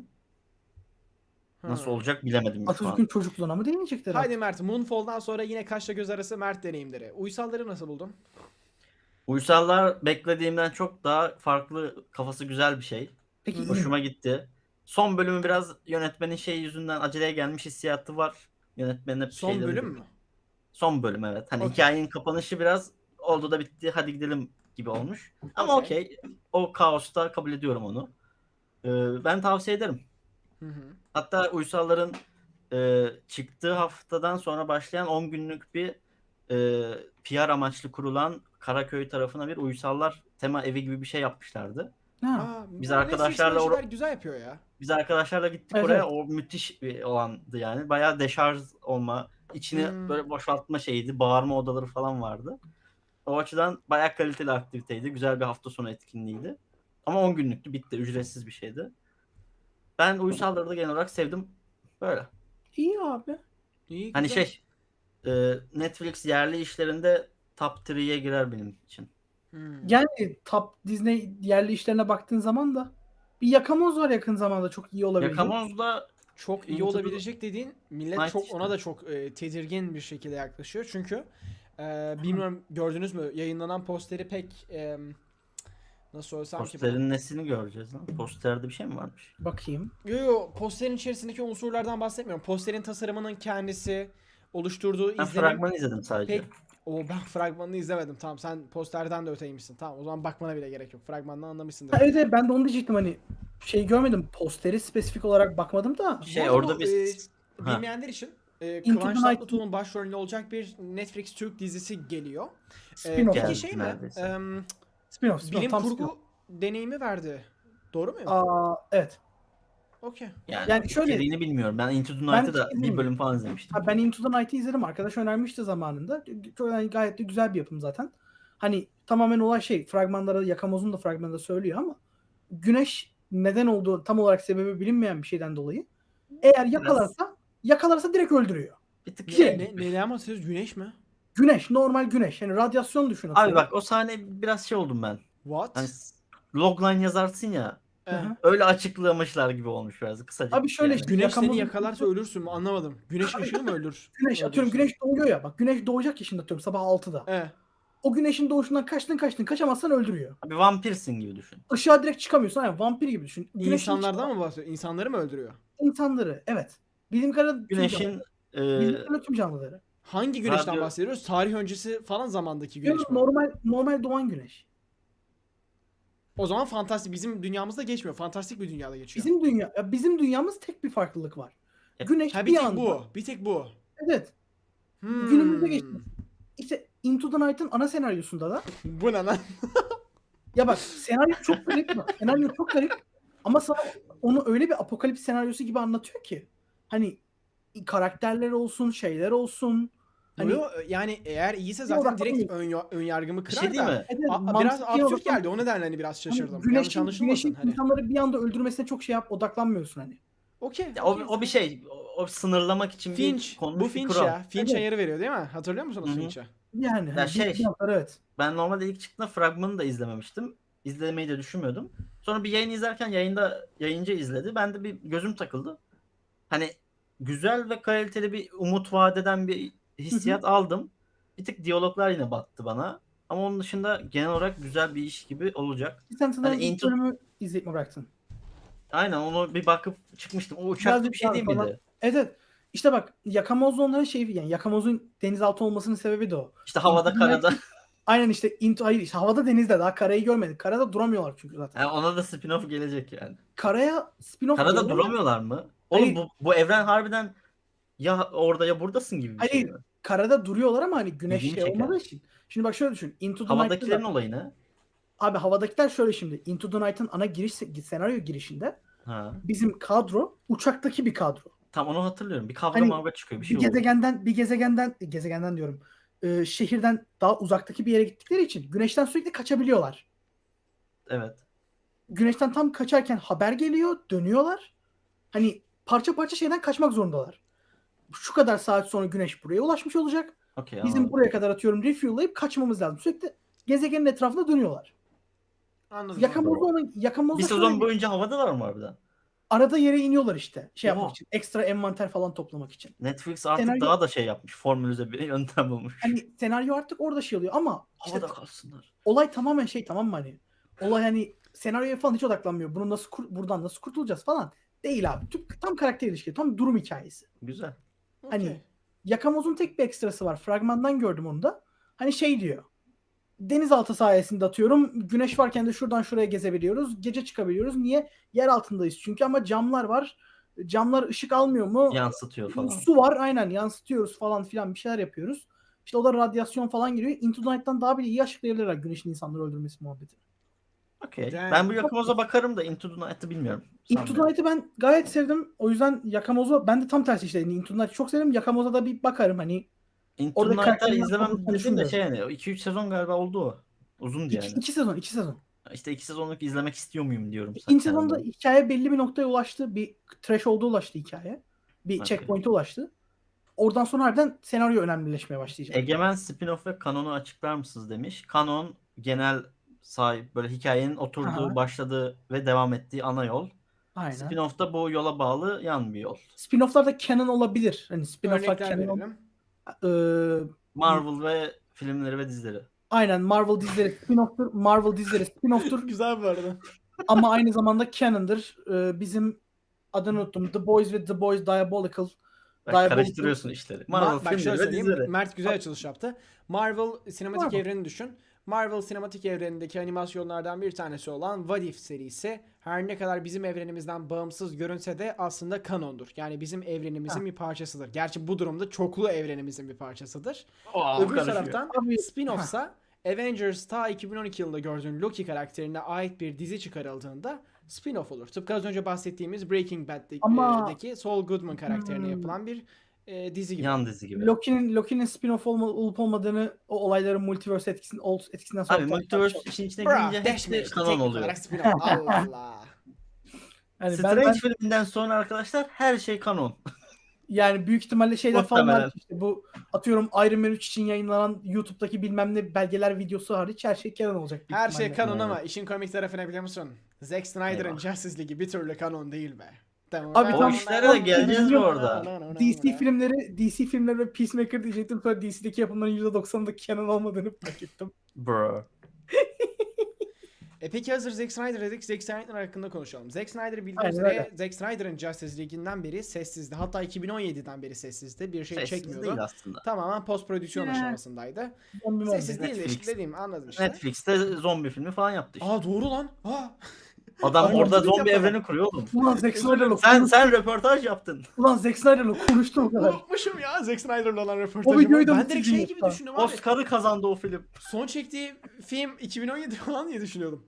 Nasıl Ha. olacak bilemedim şu Atatürk'ün an. çocukluğuna mı değinecekler Haydi artık? Mert, Moonfall'dan sonra yine kaşla göz arası Mert deneyimleri. Uysalları nasıl buldun? Uysallar beklediğimden çok daha farklı, kafası güzel bir şey. Peki iyi mi? Hoşuma gitti. Son bölümü biraz yönetmenin şey yüzünden aceleye gelmiş hissiyatı var. Yönetmenin hep Son şeyleri bölüm gibi. mü? Son bölüm evet. Hani Okey. hikayenin kapanışı biraz oldu da bitti hadi gidelim gibi olmuş. Ama Okey. okey. O kaosta kabul ediyorum onu. Ee, ben tavsiye ederim. Hı hı. Hatta Uysalların e, çıktığı haftadan sonra başlayan on günlük bir e, P R amaçlı kurulan Karaköy tarafına bir Uysallar tema evi gibi bir şey yapmışlardı. Ha. Aa, Biz bu arkadaşlarla Netflix böyle or- şeyler güzel yapıyor ya. Biz arkadaşlarla gittik Evet, oraya. evet. O müthiş bir olandı yani. Bayağı deşarj olma, içini Hmm. böyle boşaltma şeyiydi. Bağırma odaları falan vardı. O açıdan bayağı kaliteli aktiviteydi. Güzel bir hafta sonu etkinliğiydi. Ama on günlüktü. Bitti. Ücretsiz bir şeydi. Ben Uysalları da genel olarak sevdim. Böyle. İyi abi. İyi, Hani güzel. şey e, Netflix yerli işlerinde top üç'e girer benim için. Hmm. Yani top Disney yerli işlerine baktığın zaman da bir Yakamoz var yakın zamanda çok iyi olabilir. Yakamoz'da Çok iyi Into the olabilecek dediğin millet Night çok işte. ona da çok e, tedirgin bir şekilde yaklaşıyor. Çünkü e, bilmiyorum gördünüz mü yayınlanan posteri pek e, nasıl söylesem ki buna? posterin nesini göreceğiz lan? Posterde bir şey mi varmış? Bakayım. Yo yo posterin içerisindeki unsurlardan bahsetmiyorum. Posterin tasarımının kendisi oluşturduğu Ben izlenim fragmanı izledim sadece. pek o ben fragmanını izlemedim. Tamam sen posterden de öteymişsin. Tamam o zaman bakmana bile gerek yok. Fragmandan anlamışsındır. Ha, evet, evet ben de onu diyecektim hani şey görmedim posteri spesifik olarak bakmadım da. Şey, Bu arada orada bu, bir- e, Ha. bilmeyenler için e, Into Kıvanç the Night- Tatlıtuğ'un başrolünde olacak bir Netflix Türk dizisi geliyor. E, Spin-off. peki Geldi şey mi? neredeyse. Em, Spin-off, spin-off, bilim tam kurgu spin-off. deneyimi verdi. Doğru muyum? Aa, evet. Okey. Yani, Yani şöyle- içeriğini bilmiyorum. Ben Into the Ben Night'ı da şey bir bölüm falan izlemiştim. Ha, ben Into the Night'ı izledim. Arkadaş önermişti zamanında. Çok, yani gayet de güzel bir yapım zaten. Hani tamamen olay şey fragmanlara Yakamoz'un da fragmanında söylüyor ama güneş neden olduğu tam olarak sebebi bilinmeyen bir şeyden dolayı eğer yakalarsa yakalarsa direkt öldürüyor. Bir tık Ne, şey. ne, neden bahsediyoruz? Güneş mi? Güneş, normal güneş. Yani radyasyon düşün. Abi atıyorum. bak o sahne biraz şey oldum ben. What? Hani s- logline yazarsın ya. Eh. Hı. Öyle açıklamışlar gibi olmuş biraz kısaca. Abi şöyle yani. işte- Güneş seni Yakamozu- yakalarsa ölürsün mü? Anlamadım. Güneş ışığı mı öldür? Güneş atıyorum, öldürürsün? güneş doğuyor ya. Bak güneş doğacak ya şimdi atıyorum sabah altıda. Eh. O güneşin doğuşundan kaçtın kaçtın kaçamazsan öldürüyor. Abi vampirsin gibi düşün. Işığa direkt çıkamıyorsun. Yani vampir gibi düşün. Güneşin İnsanlardan mı bahsediyor? İnsanları mı öldürüyor? insanları evet. Bilim kadarıyla tüm Güneşin canlıları. e, Bilim kadarıyla tüm canlıları. Hangi güneşten Radyo- bahsediyoruz? Tarih öncesi falan zamandaki güneş Yok, mi? normal normal doğan güneş. O zaman fantastik bizim dünyamızda geçmiyor. Fantastik bir dünyada geçiyor. Bizim dünya ya bizim dünyamız tek bir farklılık var. E, Güneş ha bir, bir tek anda. bu. Bir tek bu. Evet. Hmm. Günümüzde geçti. İşte Into the Night'ın ana senaryosunda da Bu ne lan? ya bak senaryo çok garip. Bak, senaryo çok garip ama sana onu öyle bir apokalips senaryosu gibi anlatıyor ki hani karakterler olsun, şeyler olsun. Hani Yo, yani eğer iyiyse Bir zaten odaklı direkt değil. ön, yo- ön yargımı bir kırar şey değil da. mi? evet, A- mantıklı biraz absürt odaklı- geldi. O nedenle hani biraz hani şaşırdım. Yanlış güneşin, anlaşılmasın güneşin hani. insanları bir anda öldürmesine çok şey yap odaklanmıyorsun hani. Okey. Ya o, okey. o bir şey. O, o sınırlamak için Finch. bir konmuş Bu bir Finch kural. ya. Finch Evet. ayarı veriyor değil mi? Hatırlıyor musunuz Hı hı. Finch'i? Yani hani şey- bir yandan evet. Ben normalde ilk çıktığında fragmanı da izlememiştim. İzlemeyi de düşünmüyordum. Sonra bir yayın izlerken yayında yayıncı izledi. Ben de bir gözüm takıldı. Hani güzel ve kaliteli bir umut vaat eden bir hissiyat aldım. Bir tık diyaloglar yine battı bana. Ama onun dışında genel olarak güzel bir iş gibi olacak. Sen sanırım Hani ilk Into- bölümü izleyip mi bıraktın? Aynen onu bir bakıp çıkmıştım. O uçaklı Birazcık bir şey değil daha miydi? Evet, evet. İşte bak Yakamozo onların şeyi yani Yakamoz'un denizaltı olmasının sebebi de o. İşte havada Into the karada. Aynen işte into, hayır işte havada denizde daha karayı görmedik. Karada duramıyorlar çünkü zaten. Yani ona da spin-off gelecek yani. Karaya spin-off Karada geliyor ama- duramıyorlar mı? Oğlum Hayır. bu, bu evren harbiden ya orada ya buradasın gibi bir Hayır, şey mi? karada duruyorlar ama hani güneş İlgimi şey çeker. olmadığı için. Şimdi bak şöyle düşün. Into the Night'ta Havadakilerin da- olayı ne? Abi havadakiler şöyle şimdi. Into the Night'ın ana giriş senaryo girişinde Ha. bizim kadro uçaktaki bir kadro. Tam onu hatırlıyorum. Bir kavga Hani mavga çıkıyor. Bir Bir şey oluyor. gezegenden bir gezegenden gezegenden diyorum. e, şehirden daha uzaktaki bir yere gittikleri için güneşten sürekli kaçabiliyorlar. Evet. Güneşten tam kaçarken haber geliyor, dönüyorlar. Hani parça parça şeyden kaçmak zorundalar. Şu kadar saat sonra güneş buraya ulaşmış olacak. Okey Bizim anladım. buraya kadar atıyorum refuel'layıp kaçmamız lazım. Sürekli gezegenin etrafında dönüyorlar. Anladım. Yakamozo onun Yakamozo Bir şöyle sezon bir- boyunca havadalar mı harbiden? arada yere iniyorlar işte. Şey yapmak Oha. için. Ekstra envanter falan toplamak için. Netflix artık Senaryo- daha da şey yapmış. Formülize bir yöntem bulmuş. Hani senaryo artık orada şey oluyor ama işte Havada kalsınlar. olay tamamen şey tamam mı hani? Olay hani senaryoya falan hiç odaklanmıyor. Bunu nasıl kur- buradan nasıl kurtulacağız falan. Değil abi. Tüm- Tam karakter ilişkisi. Tam durum hikayesi. Güzel. Hani Okey. Yakamoz'un tek bir ekstrası var. Fragmandan gördüm onu da. Hani şey diyor. Denizaltı sayesinde atıyorum. Güneş varken de şuradan şuraya gezebiliyoruz. Gece çıkabiliyoruz. Niye? Yer altındayız çünkü ama camlar var. Camlar ışık almıyor mu? Yansıtıyor falan. Su var aynen yansıtıyoruz falan filan bir şeyler yapıyoruz. İşte o da radyasyon falan giriyor. Into the Night'tan daha bile iyi açıklayabilirler güneşin insanları öldürmesi muhabbeti. Okey. Yani- Ben bu Yakamoz'a bakarım da Into the Night'ı bilmiyorum. Into the Sanmıyorum. Night'ı ben gayet sevdim. O yüzden Yakamozo ben de tam tersi işte. Into the Night'ı çok sevdim. Yakamoz'a da bir bakarım hani. Into Orada the Night'ı karakterler izlemem konusunda dedim de şey düşünmüyorum. yani iki üç sezon galiba oldu o. Uzundu İki, yani. iki sezon, iki sezon. İşte iki sezonluk izlemek istiyor muyum diyorum. İkinci kendime. sezonda hikaye belli bir noktaya ulaştı. Bir threshold'a ulaştı hikaye. Bir Okey. checkpoint'e ulaştı. Oradan sonra harbiden senaryo önemlileşmeye başlayacak. Egemen spin-off ve kanonu açıklar mısınız demiş. Kanon genel sahip böyle hikayenin oturduğu, Aha. başladığı ve devam ettiği ana yol. Aynen. Spin-off'ta bu yola bağlı yan bir yol. Spin-off'lar da canon olabilir. Hani spin-off'lar Örnekler canon. verelim. Ee, Marvel ve filmleri ve dizileri. aynen Marvel dizileri spin-off'tur. Marvel dizileri spin-off'tur. Güzel bu arada. Ama aynı zamanda canon'dır. Ee, bizim adını unuttum. The Boys ve The Boys Diabolical. Bak, Diabolical- karıştırıyorsun işleri. Marvel Ma- bak şöyle filmleri ve söyleyeyim. dizileri. Mert güzel açılış yaptı. Marvel sinematik Marvel. evreni düşün. Marvel sinematik evrenindeki animasyonlardan bir tanesi olan What If serisi her ne kadar bizim evrenimizden bağımsız görünse de aslında kanondur. Yani bizim evrenimizin Ha. bir parçasıdır. Gerçi bu durumda çoklu evrenimizin bir parçasıdır. Aa, Öbür karışıyor. taraftan Abi- spin-off'sa Avengers ta iki bin on iki yılında gördüğün Loki karakterine ait bir dizi çıkarıldığında spin-off olur. Tıpkı az önce bahsettiğimiz Breaking Bad'deki Ama- Saul Goodman karakterine Hmm. yapılan bir e, dizi gibi. Yan dizi gibi. Loki'nin Loki'nin spin-off olma, olup olmadığını o olayların multiverse etkisinin ol- etkisinden sonra Abi multiverse işin içine Bra, girince deşme hepsi işte, kanon teknik oluyor. olarak spin-off. Allah Allah. yani ben, Strange ben, filminden sonra arkadaşlar her şey kanon. Yani büyük ihtimalle şeyler falan Muhtemelen. var ki işte bu atıyorum Iron Man üç için yayınlanan YouTube'daki bilmem ne belgeler videosu hariç her şey canon olacak büyük Her şey ihtimalle. kanon Evet. ama işin komik tarafı ne biliyor musun? Zack Snyder'ın Eyvah. Justice League'i bir türlü kanon değil be. Abi O tam işlere de geleceğiz bu arada. D C filmleri, D C filmleri ve Peacemaker diyecektim sonra D C'deki yapımların yüzde doksanında canon olmadığını fark ettim. Bro. E peki hazır Zack Snyder dedik, Zack Snyder hakkında konuşalım. Zack Snyder bildiğiniz Aynen üzere öyle. Zack Snyder'ın Justice League'inden beri sessizdi. Hatta iki bin on yediden beri sessizdi. Bir şey Sessiz çekmiyordu. değil aslında. Tamamen post prodüksiyon Ee, aşamasındaydı. Zombi mombi. Sessiz değil de Netflix. işte dediğim anladın işte. Netflix'te zombi filmi falan yaptı işte. Aa doğru lan. Aa. Adam Aynen, orada Netflix zombi yapalım. evreni kuruyor oğlum. Ulan Zack Snyder'la Sen konuş- sen röportaj yaptın. Ulan Zack Snyder'la konuştum o kadar. Unutmuşum ya Zack Snyder'la olan O röportajımı. videoyu da Ben mı direkt çektin şey gibi yoksa? düşündüm abi. Oscar'ı kazandı o film. Son çektiği film iki bin on yedi falan diye düşünüyordum.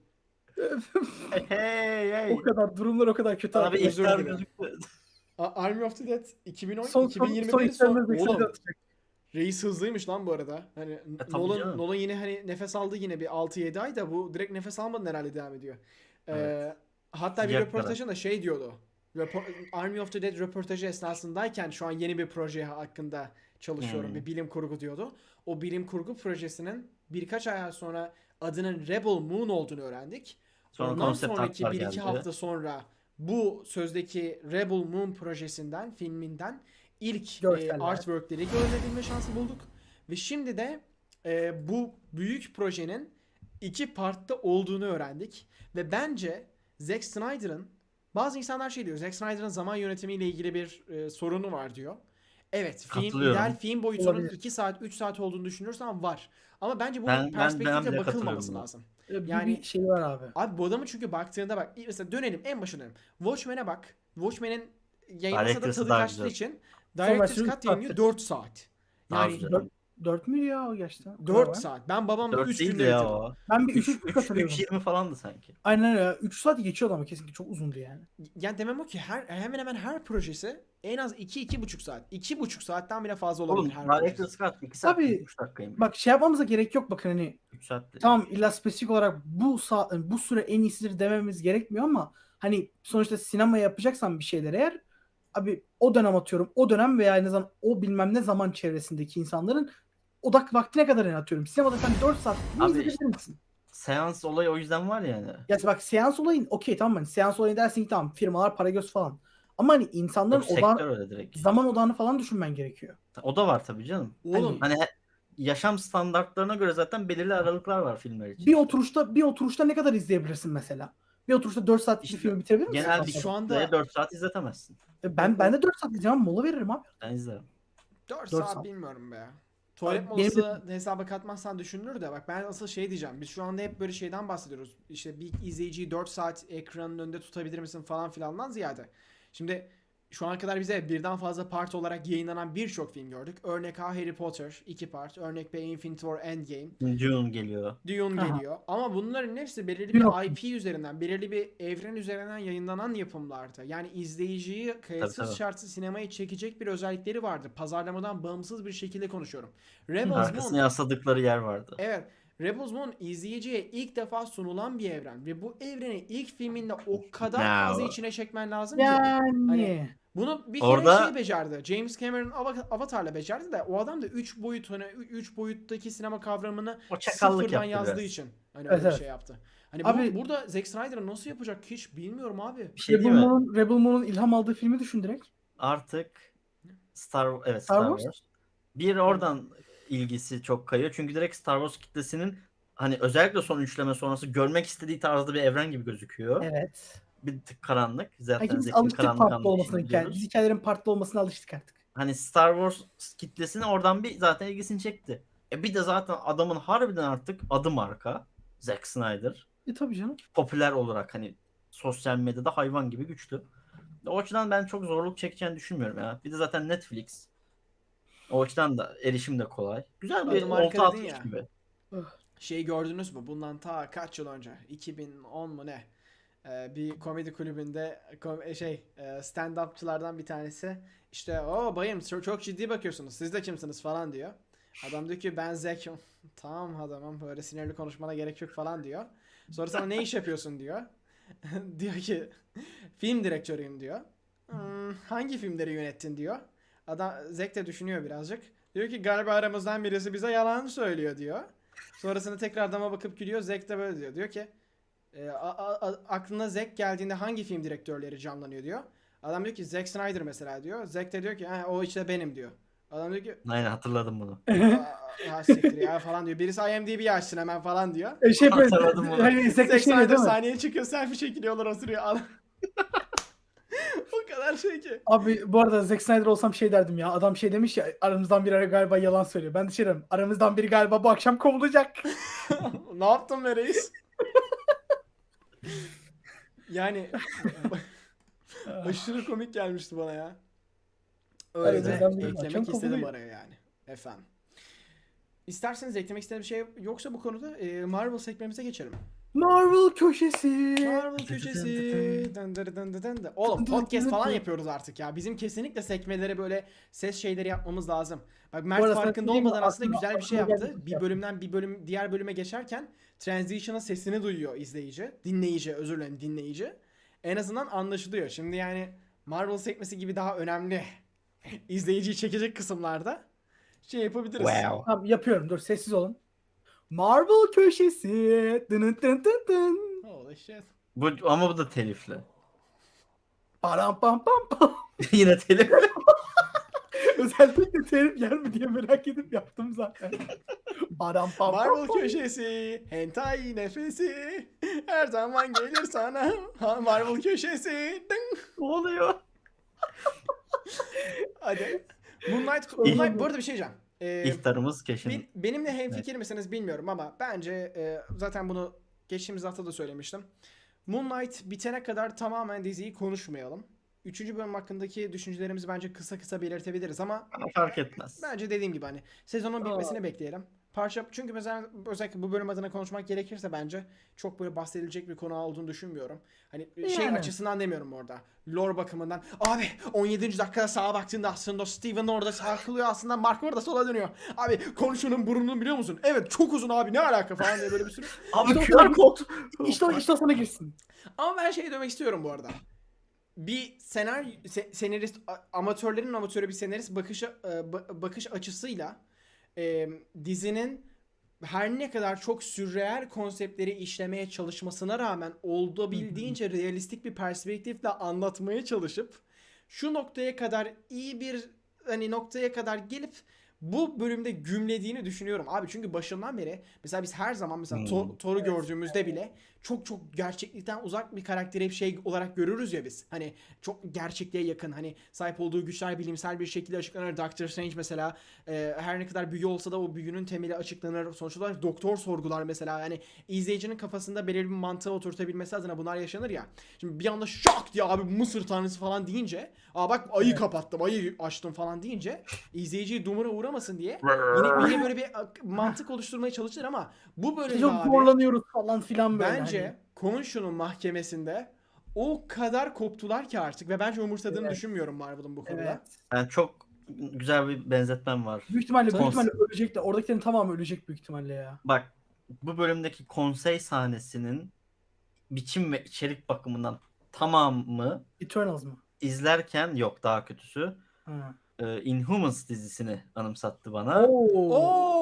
Hey hey. O kadar durumlar o kadar kötü. Sana bir arkadaşlar. özür ihtar dilerim. gözüktü. A- Army of the Dead iki bin on, Son, son, iki bin yirmi bir son son, işlemler Zack Snyder oğlum atacak. reis hızlıymış lan bu arada. Hani E, tabii Nolan, canım. Nolan yine hani nefes aldı yine bir altı yedi ay da bu direkt nefes almadan herhalde devam ediyor. Ee, Evet. hatta bir Sıcak röportajında şey diyordu. Rapor- Army of the Dead röportajı esnasındayken şu an yeni bir proje hakkında çalışıyorum. Hmm. Bir bilim kurgu diyordu. O bilim kurgu projesinin birkaç ay sonra adının Rebel Moon olduğunu öğrendik. Sonra Ondan konsept sonraki artlar bir iki geldi. hafta sonra bu sözdeki Rebel Moon projesinden, filminden ilk e, Görseller. artworkleri görebilme şansı bulduk. Ve şimdi de e, bu büyük projenin iki partta olduğunu öğrendik. Ve bence Zack Snyder'ın, bazı insanlar şey diyor, Zack Snyder'ın zaman yönetimiyle ilgili bir e, sorunu var diyor. Evet, film, Katılıyorum. ideal film boyutunun Olabilir. iki saat, üç saat olduğunu düşünürsen var. Ama bence bu Ben- ben- perspektifle ben bile bakılmaması katılıyorum buna. lazım. Bir, Yani- bir şey var abi. Abi bu adamı çünkü baktığında bak mesela dönelim en başına dönelim. Watchmen'e bak. Watchmen'in yayınlasa da Director'sı tadı daha kaçtığı güzel. için Son Director's versiyonu Cut üç yayınlıyor saatti. dört saat. Daha Yani güzel. Dört, dört müydü ya o yaşta? O kadar dört var. saat. Ben babamla dört üç değil günde de ya bitirdim. o. Ben bir üç üç üç hatırlıyorum. yirmi falandı sanki. Aynen öyle. üç saat geçiyordu ama kesinlikle çok uzundu yani. Yani demem o ki her hemen hemen her projesi en az iki iki buçuk saat. iki buçuk saatten bile fazla olabilir Oğlum her projesi. Director's Cut iki saat Tabii. üç dakikaymış. Bak şey yapmamıza gerek yok bakın hani üç saat dedi. tamam illa spesifik olarak bu saat bu süre en iyisidir dememiz gerekmiyor ama hani sonuçta sinema yapacaksan bir şeyler eğer abi o dönem atıyorum o dönem veya en azından o bilmem ne zaman çevresindeki insanların odak vaktine kadar yani atıyorum. Sinemada sen dört saat film Abi izleyebilir işte- misin? Seans olayı o yüzden var yani. Ya bak seans olayın okey tamam hani seans olayı dersin ki tamam firmalar para göz falan. Ama hani insanların Yok, odağı, sektör öyle direkt. zaman odağını falan düşünmen gerekiyor. O da var tabii canım. Oğlum Hani he- yaşam standartlarına göre zaten belirli aralıklar var filmler için. Bir oturuşta bir oturuşta ne kadar izleyebilirsin mesela? Bir oturuşta dört saatlik İşte bir filmi bitirebilir misin? Genelde Şu şu anda- anda dört saat izletemezsin. Ben ben de dört saat izlemem mola veririm abi. Ben izlerim. dört dört saat saat. bilmiyorum be. Tuvalet Abi benim molası hesaba katmazsan düşünülür de bak ben asıl şey diyeceğim. Biz şu anda hep böyle şeyden bahsediyoruz. İşte bir izleyiciyi dört saat ekranın önünde tutabilir misin falan filandan ziyade. Şimdi şu ana kadar bize birden fazla part olarak yayınlanan birçok film gördük. Örnek A Harry Potter iki part. Örnek B Infinity War Endgame. Dune geliyor. Dune Aha. geliyor. Ama bunların hepsi belirli Dune bir I P üzerinden, belirli bir evren üzerinden yayınlanan yapımlardı. Yani izleyiciyi kayıtsız Tabii, tabii. şartsız sinemaya çekecek bir özellikleri vardı. Pazarlamadan bağımsız bir şekilde konuşuyorum. Rebels Arkasına Moon, yasladıkları yer vardı. evet, Rebels Moon izleyiciye ilk defa sunulan bir evren ve bu evreni ilk filminde o kadar Ya. fazla içine çekmen lazım ki. Yani Hani- Bunu bir kere Orada- şey becerdi. James Cameron Ava- Avatar'la becerdi de o adam da üç boyut hani üç boyuttaki sinema kavramını O çakallık sıfırdan yaptı yazdığı biraz. için hani Evet, öyle bir evet. şey yaptı. Hani bu- Abi- burada Zack Snyder nasıl yapacak hiç bilmiyorum abi. Bir şey Rebel değil mi? Moon'un Rebel Moon'un ilham aldığı filmi düşün direkt. Artık Star evet Star Star, Wars? Wars. Bir oradan ilgisi çok kayıyor. Çünkü direkt Star Wars kitlesinin hani özellikle son üçleme sonrası görmek istediği tarzda bir evren gibi gözüküyor. Evet. Bir tık karanlık. Zaten Yani biz Zack'in alıştık karanlık partlı anlayışını olmasına. Yani biliyoruz. biz hikayelerin partlı olmasına alıştık artık. Hani Star Wars kitlesini oradan bir zaten ilgisini çekti. E bir de zaten adamın harbiden artık adı marka. Zack Snyder. E tabii canım. Popüler olarak hani sosyal medyada hayvan gibi güçlü. O açıdan ben çok zorluk çekeceğini düşünmüyorum ya. Bir de zaten Netflix. O açıdan da erişim de kolay. Güzel bir Adı marka olta dedin atmış ya. gibi. Şey gördünüz mü? Bundan ta kaç yıl önce? iki bin on mu ne? Ee, bir komedi kulübünde kom- şey e, stand-upçılardan bir tanesi işte o bayım çok, çok ciddi bakıyorsunuz. Siz de kimsiniz falan diyor. Adam diyor ki ben Zek'im. Tamam adamım böyle sinirli konuşmana gerek yok falan diyor. Sonra sana ne iş yapıyorsun diyor. Diyor ki film direktörüyüm diyor. "Hmm, hangi filmleri yönettin diyor. Adam Zack de düşünüyor birazcık. Diyor ki galiba aramızdan birisi bize yalan söylüyor diyor. Sonrasında tekrar adama bakıp gülüyor. Zack de böyle diyor. Diyor ki e, a- a- a- aklına Zack geldiğinde hangi film direktörleri canlanıyor diyor. Adam diyor ki Zack Snyder mesela diyor. Zack de diyor ki ha, o işte benim diyor. Adam diyor ki Aynen hatırladım bunu. "Aa, ha siktir ya falan diyor. Birisi IMDb'yi açsın hemen falan diyor. E şey böyle. Hatırladım onu. Hani Zack Zack şey Snyder değil mi? sahneye çıkıyor, selfie çekiliyorlar, oturuyor. Adam. O kadar şey ki. Abi bu arada Zack Snyder olsam şey derdim ya. Adam şey demiş ya, aramızdan biri galiba yalan söylüyor. Ben de şey derim. Aramızdan biri galiba bu akşam kovulacak. Ne yaptın be reis? Yani aşırı komik gelmişti bana ya. Öyle Evet, de ben de eklemek akşam istedim kovuluyor. araya yani. Efendim. İsterseniz eklemek istediğim bir şey yoksa bu konuda e, Marvel sekmemize geçelim. Marvel köşesi. Marvel köşesi. Dın dır dın dı dın dı. Oğlum podcast falan yapıyoruz artık ya. Bizim kesinlikle sekmelere böyle ses şeyleri yapmamız lazım. Bak Mert arada farkında söyleyeyim mi? olmadan aslında Aklıma- güzel bir şey aklıma yaptı. geldi. Bir bölümden bir bölüm diğer bölüme geçerken transition'ın sesini duyuyor izleyici. Dinleyici, özür dilerim, dinleyici. En azından anlaşılıyor. Şimdi yani Marvel sekmesi gibi daha önemli izleyiciyi çekecek kısımlarda şey yapabiliriz. Wow. Tamam yapıyorum. Dur sessiz olun. Marvel köşesi. Dın dın dın dın. Holy shit. Bu, ama bu da telifli. Param pam pam pam. Yine telifli. Özellikle terim yer mi diye merak edip yaptım zaten. Param pam pam Marvel pam. köşesi, hentai nefesi, her zaman gelir sana. Ha, Marvel köşesi. Dın. Ne oluyor? Hadi. Moonlight, Moonlight bu arada bir şey diyeceğim. Ee, İhtarımız keşin. ben- benimle hemfikir misiniz bilmiyorum ama bence e, zaten bunu geçtiğimiz hafta da söylemiştim. Moonlight bitene kadar tamamen diziyi konuşmayalım. Üçüncü bölüm hakkındaki düşüncelerimizi bence kısa kısa belirtebiliriz ama Ama fark etmez. bence dediğim gibi hani sezonun bitmesini bekleyelim. Parça çünkü mesela özellikle bu bölüm adına konuşmak gerekirse bence çok böyle bahsedilecek bir konu olduğunu düşünmüyorum. Hani şey Yani. açısından demiyorum orada. Lore bakımından. Abi on yedinci dakikada sağa baktığında aslında Steven orada sağa kılıyor, aslında Mark orada sola dönüyor. Abi konuşunun burnunu biliyor musun? Evet çok uzun abi, ne alaka falan diye böyle bir sürü. Abi İşte Q R kod. İşte o, işte o sana girsin. Ama ben şey demek istiyorum bu arada. Bir senaryo se- senarist a- amatörlerin amatörü bir senarist bakış a- e, ba- bakış açısıyla e, dizinin her ne kadar çok sürreel konseptleri işlemeye çalışmasına rağmen olabildiğince realistik bir perspektifle anlatmaya çalışıp şu noktaya kadar iyi bir hani noktaya kadar gelip bu bölümde gümlediğini düşünüyorum abi, çünkü başından beri mesela biz her zaman mesela Hmm. Thor- Thor'u gördüğümüzde bile çok çok gerçeklikten uzak bir karakteri hep şey olarak görürüz ya biz. Hani çok gerçekliğe yakın, hani sahip olduğu güçler bilimsel bir şekilde açıklanır. Doctor Strange mesela e, her ne kadar büyü olsa da o büyünün temeli açıklanır. Sonuç olarak doktor sorgular mesela, yani izleyicinin kafasında belirli bir mantığı oturtabilmesi adına bunlar yaşanır ya. Şimdi bir anda şak diye abi Mısır tanrısı falan deyince, aa bak ayı Evet. kapattım, ayı açtım falan deyince izleyiciyi dumura uğramasın diye yine, yine böyle bir ak- mantık oluşturmaya çalışır ama bu bölümde Çok abi zorlanıyoruz falan filan böyle. bence hani. Konuşu'nun mahkemesinde o kadar koptular ki artık ve bence umursadığını Evet. düşünmüyorum Marvel'ın bu konuda. Evet. Yani çok güzel bir benzetmem var. Büyük ihtimalle, büyük Kons- ihtimalle ölecekler. Oradakilerin tamamı ölecek büyük ihtimalle ya. Bak bu bölümdeki konsey sahnesinin biçim ve içerik bakımından tamamı Eternals mı? izlerken, yok daha kötüsü, Ha. e, Inhumans dizisini anımsattı bana. Oo.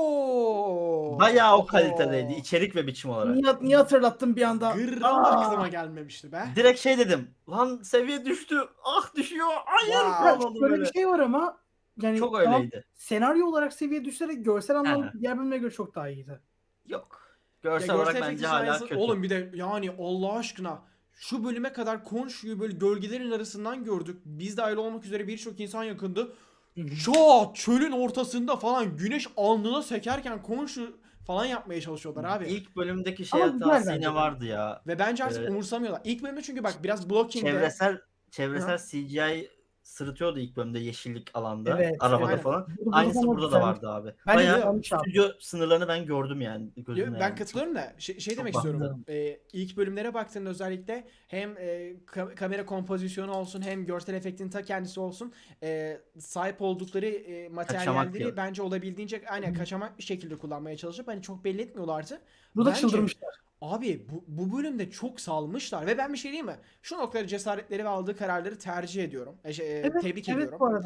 Oo! Bayağı o Oho! kalitedeydi içerik ve biçim olarak. Niye, niye hatırlattın bir anda? Gram Aa! aklıma gelmemişti be. Direkt şey dedim. Lan seviye düştü. Ah düşüyor. Hayır. Wow. falan Ya oldu şöyle böyle. bir şey var ama yani Çok tamam, öyleydi. senaryo olarak seviye düşse de görsel anlamda Aha. diğer bölümlere göre çok daha iyiydi. Yok. Ya Görsel görsel olarak efekti bence hala sayesinde- kötü. Oğlum bir de yani Allah aşkına şu bölüme kadar Khonshu'yu böyle gölgelerin arasından gördük. Biz dahil olmak üzere birçok insan yakındı. Çat çölün ortasında falan güneş alnına sekerken Khonshu falan yapmaya çalışıyorlar abi. İlk bölümdeki şey Ama güzel hatası bence yine de. vardı ya. Ve bence artık Evet. umursamıyorlar. İlk bölümde çünkü bak biraz blocking'de. Çevresel çevresel Hı. C G I sırıtıyordu ilk bölümde, yeşillik alanda. Evet, arabada aynen. falan. Burada- burada Aynısı ama burada da güzelmiş. vardı abi. Bence Bayağı güzelmiş abi. stüdyo sınırlarını ben gördüm yani Yo, gözümle. ben yani. katılıyorum da şey, şey çok demek baktım. istiyorum. Ee, ilk bölümlere baktığında özellikle hem e, ka- kamera kompozisyonu olsun hem görsel efektin ta kendisi olsun e, sahip oldukları e, materyalleri ya. bence olabildiğince aynen kaçamak bir şekilde kullanmaya çalışıp hani çok belli etmiyorlardı. Burada Bence- çıldırmışlar. Abi bu, bu bölümde çok salmışlar ve ben bir şey diyeyim mi? Şu noktada cesaretleri ve aldığı kararları tercih ediyorum. E, şey, e, Evet, tebrik evet ediyorum. bu arada.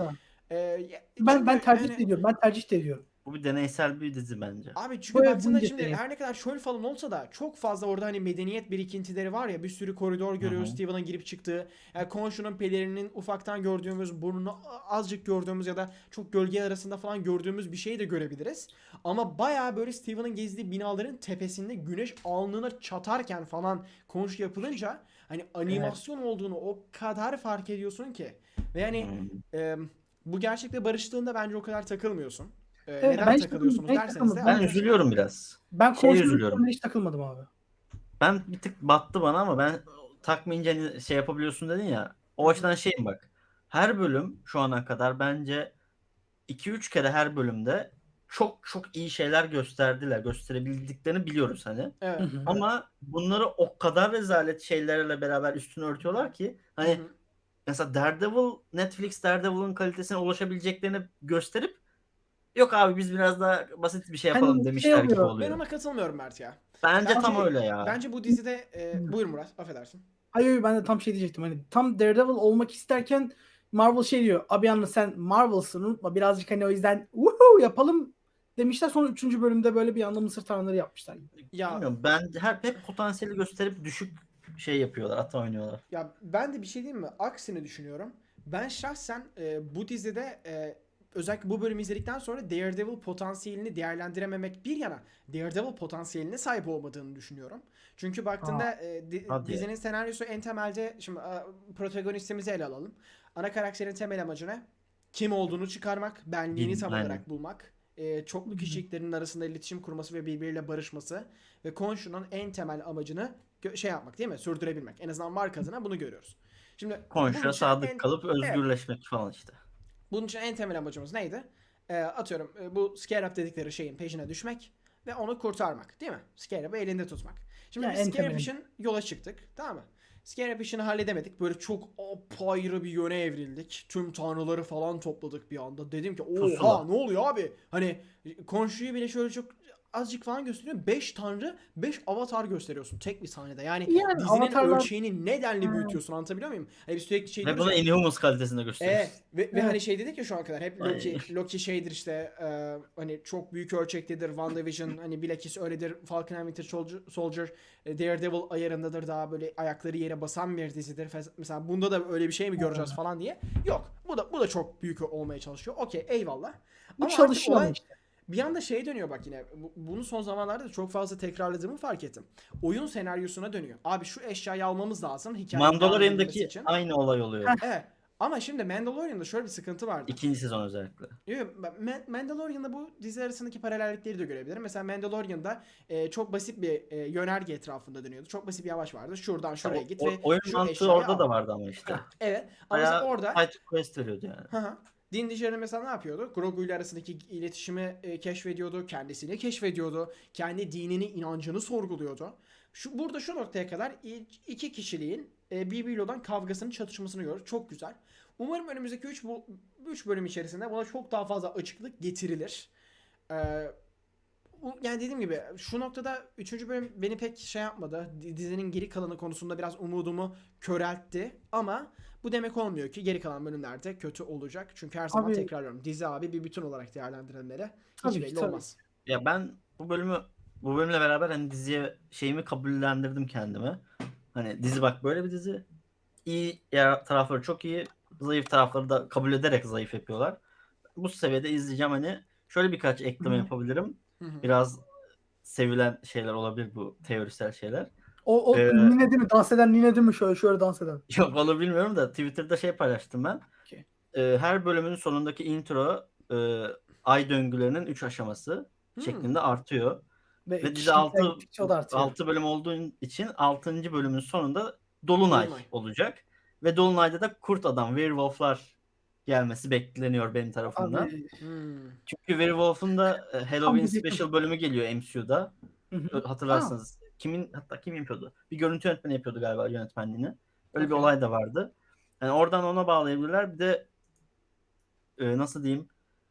Ee, ya- Ben çünkü ben tercih yani- de ediyorum. Ben tercih de ediyorum. Bu bir deneysel bir dizi bence. Abi çünkü Bu- baktığında bunu şimdi yeteneği. her ne kadar şöyle falan olsa da çok fazla orada hani medeniyet birikintileri var ya, bir sürü koridor görüyoruz hı. Steven'ın girip çıktığı. Yani Khonshu'nun pelerininin ufaktan gördüğümüz, burnunu azıcık gördüğümüz ya da çok gölge arasında falan gördüğümüz bir şey de görebiliriz. Ama bayağı böyle Steven'ın gezdiği binaların tepesinde güneş alnına çatarken falan Khonshu yapılınca hani animasyon olduğunu o kadar fark ediyorsun ki. Ve yani Hmm. e, bu gerçekle barıştığında bence o kadar takılmıyorsun. E, Evet, neden ben hiç takılıyorsunuz takılmadım, ben hiç derseniz de takılmadım. Ben arkadaşlar- üzülüyorum biraz. Ben Şey Khonshu'nun üzülüyorum. sonuna hiç takılmadım abi. Ben bir tık battı bana ama ben takmayınca hani şey yapabiliyorsun dedin ya. O açıdan şeyim bak. Her bölüm şu ana kadar bence iki üç kere her bölümde çok çok iyi şeyler gösterdiler. Gösterebildiklerini biliyoruz hani. Evet. Hı hı. Ama bunları o kadar rezalet şeylerle beraber üstünü örtüyorlar ki hani Hı hı. mesela Daredevil, Netflix Daredevil'ın kalitesine ulaşabileceklerini gösterip yok abi biz biraz daha basit bir şey yapalım Hani demişler şey gibi oluyor, Ben oluyor. ona katılmıyorum Mert ya. Bence Bence- tam öyle ya. Bence bu dizide e, Hı. buyur Murat, affedersin. Hayır hayır, ben de tam şey diyecektim. Hani tam Daredevil olmak isterken Marvel şey diyor. Abi yalnız sen Marvel'sın, unutma birazcık hani o yüzden woohoo yapalım demişler. Sonra üçüncü bölümde böyle bir anda Mısır tanrıları yapmışlar. Ya Bilmiyorum ben her hep potansiyeli gösterip düşük şey yapıyorlar, ata oynuyorlar. ya ben de bir şey diyeyim mi? Aksini düşünüyorum. Ben şahsen e, bu dizide e, özellikle bu bölümü izledikten sonra Daredevil potansiyelini değerlendirememek bir yana Daredevil potansiyeline sahip olmadığını düşünüyorum. Çünkü baktığında e, di- hadi. dizinin senaryosu en temelde şimdi a, protagonistimizi ele alalım. Ana karakterin temel amacı ne? Kim olduğunu çıkarmak, benliğini Bil- tam aynen. olarak bulmak, e, çoklu kişiliklerin arasında iletişim kurması ve birbiriyle barışması ve Khonshu'nun en temel amacını gö- şey yapmak değil mi? Sürdürebilmek. En azından marka adına bunu görüyoruz. Şimdi bunun Konuşa için sadık en- kalıp özgürleşmek falan işte. bunun için en temel amacımız neydi? Ee, atıyorum e, bu Scarab dedikleri şeyin peşine düşmek ve onu kurtarmak değil mi? Scarab'ı elinde tutmak. Şimdi Ya, biz en Scarab temeli. için yola çıktık, tamam mı? Scarab işini halledemedik. Böyle çok apayrı bir yöne evrildik. Tüm tanrıları falan topladık bir anda. Dedim ki oha Pusula. ne oluyor abi? Hani Khonshu'yu bile şöyle çok azıcık falan gösteriyor. beş tanrı, beş avatar gösteriyorsun tek bir sahnede. Yani, Yani dizinin avatarlar- ölçeğini ne denli Hmm. büyütüyorsun, anlatabiliyor muyum? Hani biz sürekli şey Ve diyoruz bunu ya. Inhumans kalitesinde gösteriyoruz. Evet ve, ve Evet. hani şey dedik ya şu ana kadar hep Loki, Ay. Loki şeydir işte e, hani çok büyük ölçektedir, WandaVision hani bilakis öyledir, Falcon and Winter Soldier, Soldier e, Daredevil ayarındadır, daha böyle ayakları yere basan bir dizidir. Fes- Mesela bunda da öyle bir şey mi göreceğiz falan diye. Yok, bu da bu da çok büyük olmaya çalışıyor. Okey, eyvallah. Bu Ama çalışıyor artık olay ama işte. bir anda şey dönüyor bak yine. Bu- Bunu son zamanlarda da çok fazla tekrarladığımı fark ettim. Oyun senaryosuna dönüyor. Abi şu eşyayı almamız lazım hikayenin devam edebilmesi Mandalorian'daki için. aynı olay oluyor. Evet. Ama şimdi Mandalorian'da şöyle bir sıkıntı vardı. İkinci sezon özellikle. Yok, ben Ma- Mandalorian'da bu dizi arasındaki paralellikleri de görebilirim. Mesela Mandalorian'da e, çok basit bir e, yönerge etrafında dönüyordu. Çok basit bir yavaş vardı. Şuradan şuraya O- git o- ve oyun şu mantığı eşyayı orada al. da vardı ama işte. Evet. Ama mesela Bayağı orada side quest veriyordu yani. Hı hı. Din Djarin mesela ne yapıyordu? Grogu ile arasındaki iletişimi e, keşfediyordu, kendisini keşfediyordu, kendi dinini, inancını sorguluyordu. Şu burada şu noktaya kadar i- iki kişiliğin e, birbiriyle olan kavgasının, çatışmasını görüyoruz. Çok güzel. Umarım önümüzdeki üç bu üç bölüm içerisinde buna çok daha fazla açıklık getirilir. Ee, bu- yani dediğim gibi şu noktada üçüncü bölüm beni pek şey yapmadı. Di- Dizinin geri kalanı konusunda biraz umudumu köreltti. Ama bu demek olmuyor ki geri kalan bölümlerde kötü olacak. Çünkü her zaman Abi- tekrarlıyorum. Dizi abi bir bütün olarak değerlendirilmeli. Hiç Tabii ki, belli tabii. olmaz. Ya ben bu bölümü bu bölümle beraber hani diziye şeyimi kabullendirdim kendime. Hani dizi bak böyle bir dizi. İyi yer tarafları çok iyi. Zayıf tarafları da kabul ederek zayıf yapıyorlar. Bu seviyede izleyeceğim hani. Şöyle birkaç ekleme Hı. yapabilirim. Hı hı. Biraz sevilen şeyler olabilir bu teorisel şeyler. O, o Ee, Nine değil mi? Dans eden Nine değil mi? Şöyle şöyle dans eden. Yok onu bilmiyorum da Twitter'da şey paylaştım ben. Okey. Ee, her bölümün sonundaki intro e, ay döngülerinin üç aşaması Hmm. şeklinde artıyor. Ve, Ve dizi kişilikler altı gittikçe o da artıyor. altı bölüm olduğu için altıncı bölümün sonunda Dolunay, Dolunay. olacak. Ve Dolunay'da da kurt adam, werewolflar gelmesi bekleniyor benim tarafımdan. Abi, Hmm. Çünkü Werewolf'un da e, Halloween bir bekle. Special bölümü geliyor M C U'da. hı hı. Hatırlarsınız. Kimin hatta kim yapıyordu? Bir görüntü yönetmeni yapıyordu galiba yönetmenliğini. Öyle bir Okey. olay da vardı. Yani oradan ona bağlayabilirler. Bir de e, nasıl diyeyim?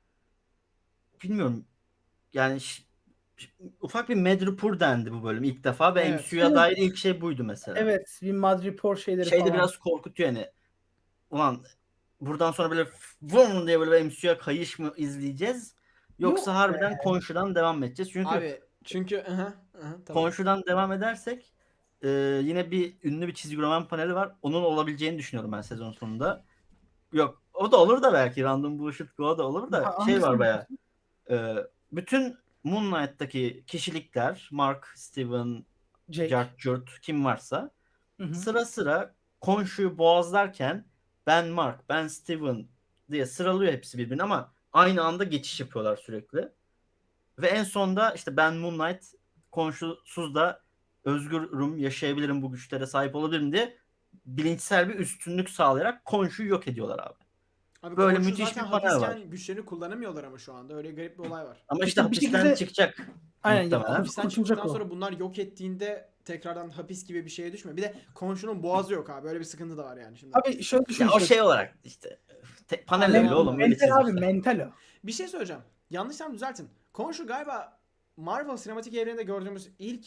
Bilmiyorum. Yani ş- ş- ufak bir Madripoor dendi bu bölüm ilk defa ve Evet. M C U'ya Evet. dair ilk şey buydu mesela. Evet, bir Madripoor şeyleri Şey de falan. biraz korkutuyor yani. Ulan buradan sonra böyle vum diye böyle M C U'ya kayış mı izleyeceğiz? Yoksa Yok harbiden be. Khonshu'dan devam mı edeceğiz? Çünkü Abi çünkü aha, aha, tamam. Khonshu'dan devam edersek e, yine bir ünlü bir çizgi roman paneli var. Onun olabileceğini düşünüyorum ben sezon sonunda. Yok o da olur da belki Random Bullshit Go da olur da Ha, şey var hangisini baya. E, bütün Moon Knight'taki kişilikler Mark, Steven, Jake. Jack, Jurt kim varsa Hı hı. sıra sıra Khonshu'yu boğazlarken ben Mark, ben Steven diye sıralıyor hepsi birbirine ama aynı anda geçiş yapıyorlar sürekli. Ve en sonda işte ben Moon Knight Khonshu'suz da özgürüm, yaşayabilirim, bu güçlere sahip olabilirim diye bilinçsel bir üstünlük sağlayarak Khonshu'yu yok ediyorlar abi. Abi Böyle Khonshu müthiş zaten bir panel var. hapisken güçlerini kullanamıyorlar ama şu anda. Öyle garip bir olay var. Ama işte, İşte bir hapisten şekilde- çıkacak Aynen, muhtemelen. yok. Hapisten Kurtulacak çıktıktan o. sonra bunlar yok ettiğinde tekrardan hapis gibi bir şeye düşmüyor. Bir de Khonshu'nun boğazı yok abi. Öyle bir sıkıntı da var yani şimdi. Abi şöyle düşün. Ya o işte. şey olarak işte te- panel Men- öyle oğlum öyle mental abi, çizmişler. mental o. Bir şey söyleyeceğim. Yanlışsam düzeltin. Khonshu galiba Marvel sinematik evreninde gördüğümüz ilk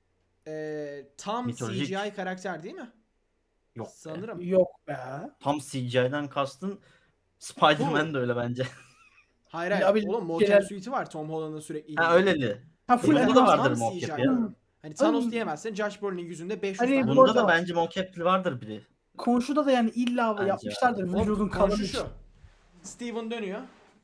e, tam Mitolojik. C G I karakter değil mi? Yok be. Sanırım. Yok be. Tam C G I'den kastın Spider-Man de öyle bence. Hayır Ya hayır. abi, Oğlum mocap şeyler- suite'i var Tom Holland'ın sürekli. Ha öyleli. Ha, full Bunda da animasyon. vardır Tam mocap C G I ya. diyorum. Hani Thanos Ay. diyemezsin. Josh Brolin'in yüzünde beş yüz Hani tane. bu Bunda arada- da bence mocap'li vardır biri. Khonshu'da da yani illa Bence yapmışlardır Oğlum, vücudun kalın Khonshu için. şu. Steven dönüyor.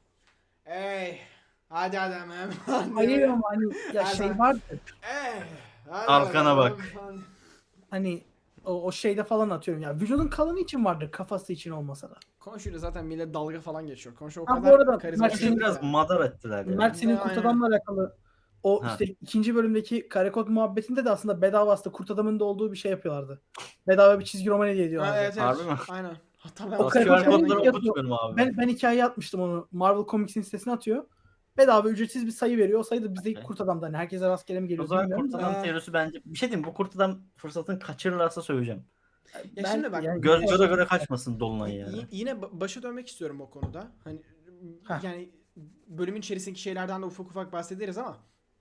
Ey. Hadi adamım. Hayır ama hani ya Her şey zaman- vardı. Ey. hadi Arkana adamım. bak. Hani o, o şeyde falan atıyorum ya. Vücudun kalın için vardır, kafası için olmasa da. Khonshu'yla zaten millet dalga falan geçiyor. Khonshu o Ha, bu kadar arada karizmatik. Mert'in Çünkü ki biraz yani. madar ettiler ya. Mert senin Aynen. Kurt Adam'la alakalı o Ha. işte ikinci bölümdeki kare kod muhabbetinde de aslında bedava aslında Kurt Adam'ın da olduğu bir şey yapıyorlardı. Bedava bir çizgi roman hediye Ha, ediyorlardı. evet, evet. Harbi mi? Aynen. Hatta ben O O kare Q kod R kendini kodları yapıyor. okutmuyorum abi. Ben ben hikaye atmıştım onu. Marvel Comics'in sitesine atıyor. Bedava ücretsiz bir sayı veriyor. O sayı da bizdeki Okay. Kurt Adam'dan. Yani herkese rastgele mi O geliyor zaman bilmiyorum Kurt da. Adam Ha. teorisi bence... Bir şey diyeyim bu Kurt Adam fırsatını kaçırırlarsa söyleyeceğim. Ya Ben- şimdi bak, yani- Göz Şey- göre göre kaçmasın Dolunay Y- yani. y- yine ba- başa dönmek istiyorum o konuda. Hani Heh. yani bölümün içerisindeki şeylerden de ufak ufak bahsederiz ama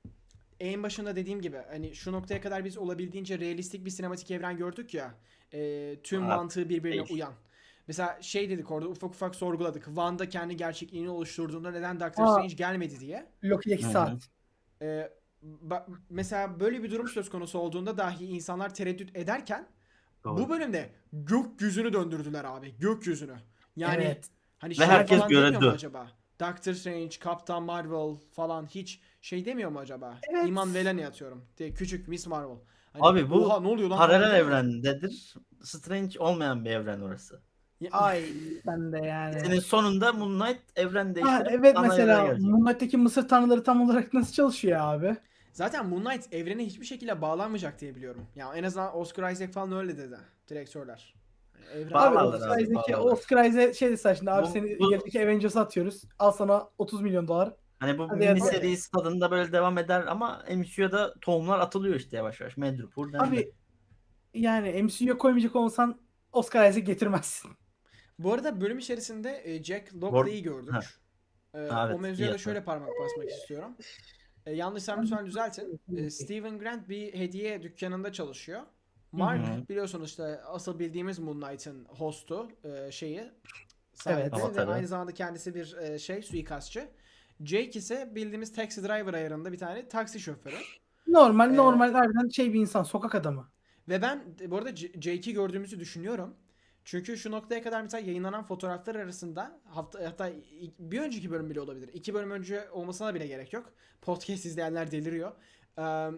en başında dediğim gibi hani şu noktaya kadar biz olabildiğince realistik bir sinematik evren gördük ya. E, tüm Ha, mantığı birbirine değişik. uyan. Mesela şey dedik orada ufak ufak sorguladık. Wanda kendi gerçekliğini oluşturduğunda neden Doctor Aa. Strange gelmedi diye. Loki'deki Hı hı. saat. Ee, ba- mesela böyle bir durum söz konusu olduğunda dahi insanlar tereddüt ederken Doğru. bu bölümde gökyüzünü döndürdüler abi. Gökyüzünü. Yani Evet. hani Ve şey herkes falan demiyor mu gördü. acaba? Doctor Strange, Captain Marvel falan hiç şey demiyor mu acaba? Evet. Iman Vellani atıyorum. De, küçük Miss Marvel. Hani, Abi bu oha, ne oluyor lan? Paralel falan demiyor mu? evrendedir. Strange olmayan bir evren orası. Ya- Ay ben de yani. Senin sonunda Moon Knight evren Ha, değiştirip evet ana evrene mesela gelecek. Moon Knight'taki Mısır tanrıları tam olarak nasıl çalışıyor abi? Zaten Moon Knight evrene hiçbir şekilde bağlanmayacak diye biliyorum. Ya en azından Oscar Isaac falan öyle dedi. Direktörler. Yani evren Abi Bağlarlar Oscar abi, Isaac'e bağlarlar. Oscar Isaac'e şey dese şimdi abi Bu- seni bu- gerideki Avengers'a atıyoruz. Al sana otuz milyon dolar. Hani bu Hadi mini hadi. seri tadında böyle devam eder ama M C U'da tohumlar atılıyor işte yavaş yavaş. Medrupur dendi. Abi yani M C U'ya koymayacak olsan Oscar Isaac getirmezsin. Bu arada bölüm içerisinde e, Jack Lockley'i gördük. Ha. E, Ha, evet, o mevzuya iyi da şöyle parmak basmak istiyorum. E, yanlışsam lütfen düzeltin. E, Steven Grant bir hediye dükkanında çalışıyor. Mark Hı hı. biliyorsunuz işte asıl bildiğimiz Moon Knight'ın hostu e, şeyi sahibi Evet. ve Avatarı. aynı zamanda kendisi bir e, şey suikastçı. Jake ise bildiğimiz taxi driver ayarında bir tane taksi şoförü. Normal Ee, normal harbiden şey bir insan, sokak adamı. Ve ben bu arada J- Jake'i gördüğümüzü düşünüyorum. Çünkü şu noktaya kadar mesela yayınlanan fotoğraflar arasında hafta hatta i- bir önceki bölüm bile olabilir. İki bölüm önce olmasına bile gerek yok. Podcast izleyenler deliriyor. Ee,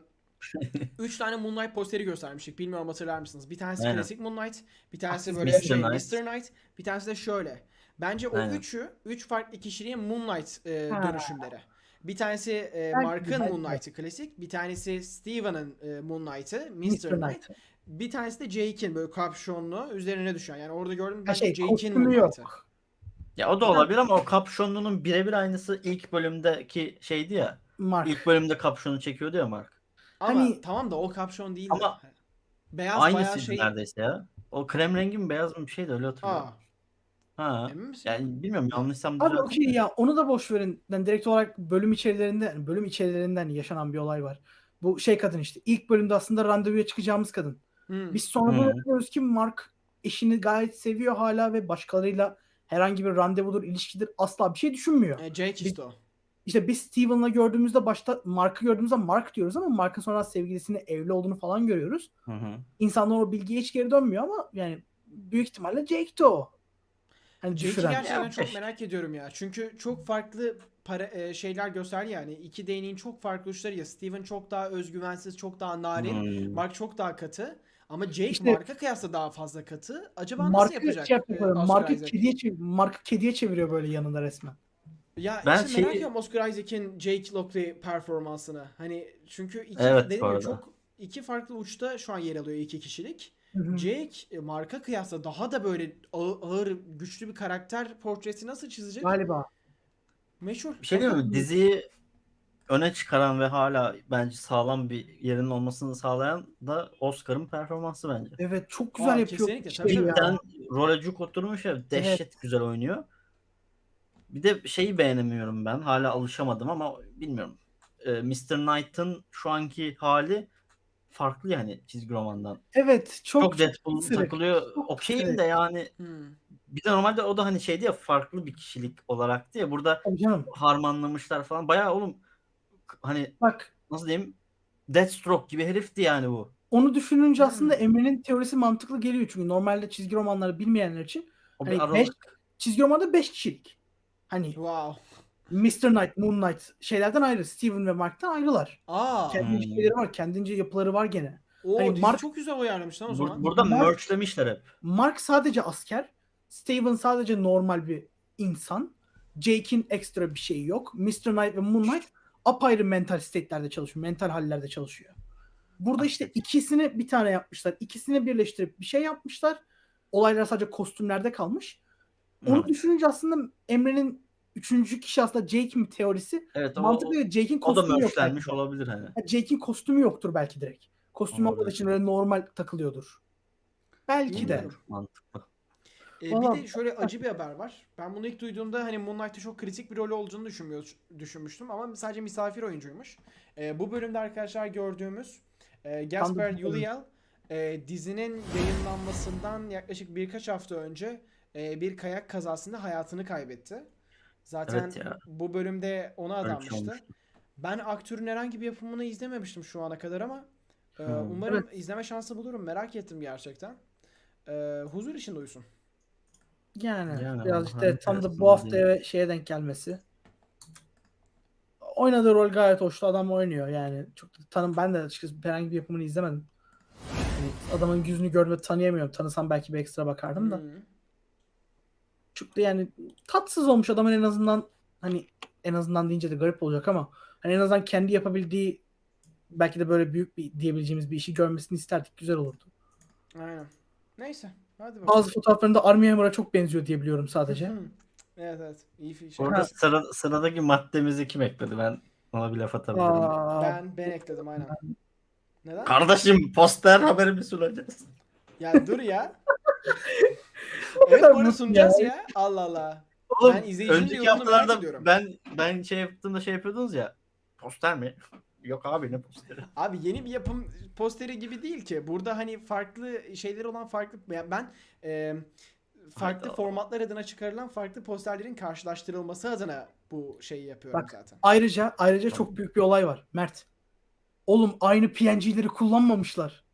üç tane Moonlight posteri göstermiştik. Bilmiyorum hatırlar mısınız? Bir tanesi Aynen. klasik Moonlight, bir tanesi Ah, böyle mister şey Knight. mister Knight, bir tanesi de şöyle. Bence o Aynen. üçü, üç farklı kişiliğin Moonlight e, Ha. dönüşümleri. Bir tanesi e, Belki, Mark'ın belki. Moonlight'ı klasik, bir tanesi Steven'ın e, Moonlight'ı, mister mister Knight. Knight. Bir tanesi de Jake'in böyle kapşonlu üzerine düşen. Yani orada gördüm Ha bence şey Jake'in kostümü yok. Moonlight'ı. Ya o da olabilir ama o kapşonlunun birebir aynısı ilk bölümdeki şeydi ya. Mark. İlk bölümde kapşonu çekiyordu ya Mark. Ama Hani- tamam da o kapşon değil Ama de. Beyaz bayağı Aynısıydı şey. neredeyse ya. O krem rengi mi beyaz mı bir şeydi öyle hatırlıyorum. Aa, Ha. emin misin? Yani bilmiyorum yanlışsam Abi düzelt. okey ya onu da boş verin. Yani direkt olarak bölüm içerilerinden bölüm içerilerinden yaşanan bir olay var. Bu şey kadın işte. İlk bölümde aslında randevuya çıkacağımız kadın. Hmm. Biz sonra Hmm. da görüyoruz ki Mark eşini gayet seviyor hala ve başkalarıyla herhangi bir randevudur, ilişkidir asla bir şey düşünmüyor. E, Jake işte o. İşte biz Steven'la gördüğümüzde başta Mark'ı gördüğümüzde Mark diyoruz ama Mark'ın sonra sevgilisinin evli olduğunu falan görüyoruz. Hı hı. İnsanlar o bilgiye hiç geri dönmüyor ama yani büyük ihtimalle Jake'ti o. Hani Jake'i düşüren. gerçekten Ya, çok beş. merak ediyorum ya. Çünkü çok farklı para, e, şeyler gösterdi yani. İki değneğin çok farklı uçları ya. Steven çok daha özgüvensiz, çok daha narin. Hmm. Mark çok daha katı. Ama Jake İşte- Mark'a kıyasla daha fazla katı. Acaba nasıl Mark'ı yapacak şey yapıyor e, böyle, Oscar Mark'ı Isaac? kediye, çev- Mark'ı kediye çeviriyor böyle yanında resmen. Ya Ben işte şeyi- merak ediyorum Oscar Isaac'in Jake Lockley performansını. Hani çünkü iki Evet, bu dediğim gibi arada. çok iki farklı uçta şu an yer alıyor iki kişilik. Hı hı. Jake e, Mark'a kıyasla daha da böyle ağır, ağır, güçlü bir karakter portresi nasıl çizecek? Galiba. Meşhur. Bir şey diyeyim mi? Çok- Diziyi öne çıkaran ve hala bence sağlam bir yerinin olmasını sağlayan da Oscar'ın performansı bence. Evet çok güzel Aa, yapıyor. kesinlikle, işte tabii, tabii. ya. Cidden role cuk oturmuş ya, dehşet güzel oynuyor. Bir de şeyi beğenemiyorum ben. Hala alışamadım ama bilmiyorum. Ee, mister Knight'ın şu anki hali farklı yani çizgi romandan. Evet çok, Çok Deadpool sırık. takılıyor. Çok Okeyim sırık. de yani Hmm. bir de normalde o da hani şeydi ya, farklı bir kişilik olarak diye burada Tabii canım. harmanlamışlar falan. Bayağı oğlum hani Bak nasıl diyeyim, Deathstroke gibi herifti yani bu. onu düşününce Hmm. aslında Emre'nin teorisi mantıklı geliyor. Çünkü normalde çizgi romanları bilmeyenler için O bir hani aralık. beş, çizgi romanda beş kişilik. Hani Wow. mister Knight, Moon Knight şeylerden ayrı. Steven ve Mark'tan ayrılar. Aa. Kendi Hmm. ilişkileri var. Kendince yapıları var gene. O Hani dizi Mark- çok güzel uyarlamış lan o Bur- zaman. burada Mark- merchlemişler hep. Mark sadece asker. Steven sadece normal bir insan. Jake'in ekstra bir şeyi yok. mister Knight ve Moon Knight apayrı mental state'lerde çalışıyor. Mental hallerde çalışıyor. Burada işte ikisini bir tane yapmışlar. İkisini birleştirip bir şey yapmışlar. Olaylar sadece kostümlerde kalmış. Onu Evet. düşününce aslında Emre'nin üçüncü kişi aslında Jake mi teorisi Evet, o, o, mantıklı. Jake'in o da kostümü yok. merchlenmiş belki de. olabilir hani. Ha, Jake'in kostümü yoktur belki direkt. Kostüm Olabilir. olmadığı için öyle normal takılıyordur. Belki de. Bilmiyorum. Mantıklı. Ee, bir Vallahi- de şöyle acı bir haber var. Ben bunu ilk duyduğumda hani Moon Knight'ta çok kritik bir rol olduğunu düşünmüyor, düşünmüştüm ama sadece misafir oyuncuymuş. Ee, bu bölümde arkadaşlar gördüğümüz e, Gasper Tanıdık bir Ulliel e, dizinin yayınlanmasından yaklaşık birkaç hafta önce e, bir kayak kazasında hayatını kaybetti. Zaten Evet ya. bu bölümde ona Öyle bir şey adanmıştı. olmuştu. Ben aktörün herhangi bir yapımını izlememiştim şu ana kadar ama e, Hmm. umarım izleme şansı bulurum. Merak ettim gerçekten. E, huzur içinde uyusun. Yani, Yani biraz Allah işte rahmet tam da eylesin bu hafta diyeyim. şeye denk gelmesi. Oynadığı rol gayet hoştu. Adam oynuyor yani. Çok da tanım, ben de açıkçası herhangi bir yapımını izlemedim. Yani adamın yüzünü gördüğümde tanıyamıyorum. Tanısam belki bir ekstra bakardım da. Hmm. Çok da yani tatsız olmuş adamın, en azından hani en azından deyince de garip olacak ama hani en azından kendi yapabildiği belki de böyle büyük bir diyebileceğimiz bir işi görmesini isterdik. Güzel olurdu. Aynen. Neyse. Hadi bakalım. Bazı fotoğraflarında Armie Hammer'a çok benziyor diye biliyorum sadece. Hı. Evet evet. İyi fi- şey. Orada Ha. sıra, sıradaki maddemizi kim ekledi? Ben ona bir laf atabilirim. Aa, Ben ben ekledim aynen. Neden? Kardeşim, poster haberi mi sunacağız? Ya dur ya. Evet bu arada sunacağız ya. Allah Allah. Oğlum, Ben izleyicinin de önceki yorumunu merak haftalarda ediyorum. ben ben şey yaptığımda şey yapıyordunuz ya. Poster mi? Yok abi, ne posteri? Abi yeni bir yapım posteri gibi değil ki. Burada hani farklı şeyler olan farklı yani ben e, farklı Hayda. formatlar adına çıkarılan farklı posterlerin karşılaştırılması adına bu şeyi yapıyorum Bak. zaten. Ayrıca ayrıca çok büyük bir olay var. Mert. Oğlum aynı P N G'leri kullanmamışlar.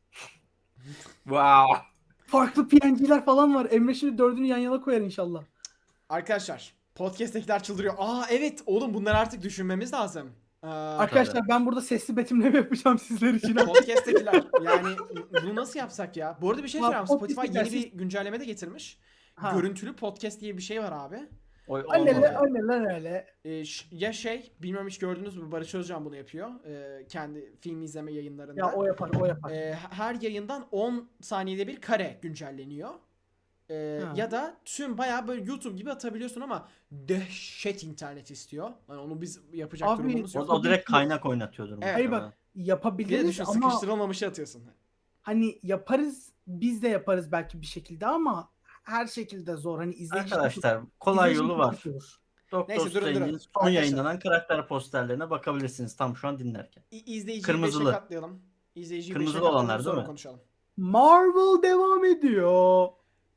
Wow. Farklı P N G'ler falan var. Emre şimdi dördünü yan yana koyar inşallah. Arkadaşlar podcast'tekiler çıldırıyor. Aa evet oğlum bunları artık düşünmemiz lazım. Aa, Arkadaşlar ben burada sesli betimleme yapacağım sizler için. podcast'tekiler yani bunu nasıl yapsak ya? Bu arada bir şey Ya, söyleyeyim. Spotify podcast'tekiler yeni siz- bir güncelleme de getirmiş. Ha. Görüntülü podcast diye bir şey var abi. Oy, Anneler olmadı. anneler öyle. Ee, ş- ya şey bilmiyorum hiç gördünüz mü? Barış Özcan bunu yapıyor. Ee, kendi film izleme yayınlarında. Ya o yapar o yapar. Ee, her yayından on saniyede bir kare güncelleniyor. Ee, Ha. ya da tüm bayağı böyle YouTube gibi atabiliyorsun ama dehşet internet istiyor. Yani onu biz yapacak Abi, durumumuz O, yok. o direkt kaynak oynatıyordur. Evet. Hayır muhtemelen. bak Bir de yapabiliriz düşün ama sıkıştırılmamışı atıyorsun. hani yaparız, biz de yaparız belki bir şekilde ama her şekilde zor. Hani izleyici Arkadaşlar, kolay yolu var. Doktor Neyse, durun, durun. Strange'in son Arkadaşlar. yayınlanan karakter posterlerine bakabilirsiniz tam şu an dinlerken. İ- İzleyiciyi Kırmızılı. beşe katlayalım. İzleyiciyi Kırmızılı beşe katlayalım, olanlar değil sonra mi? konuşalım. Marvel devam ediyor.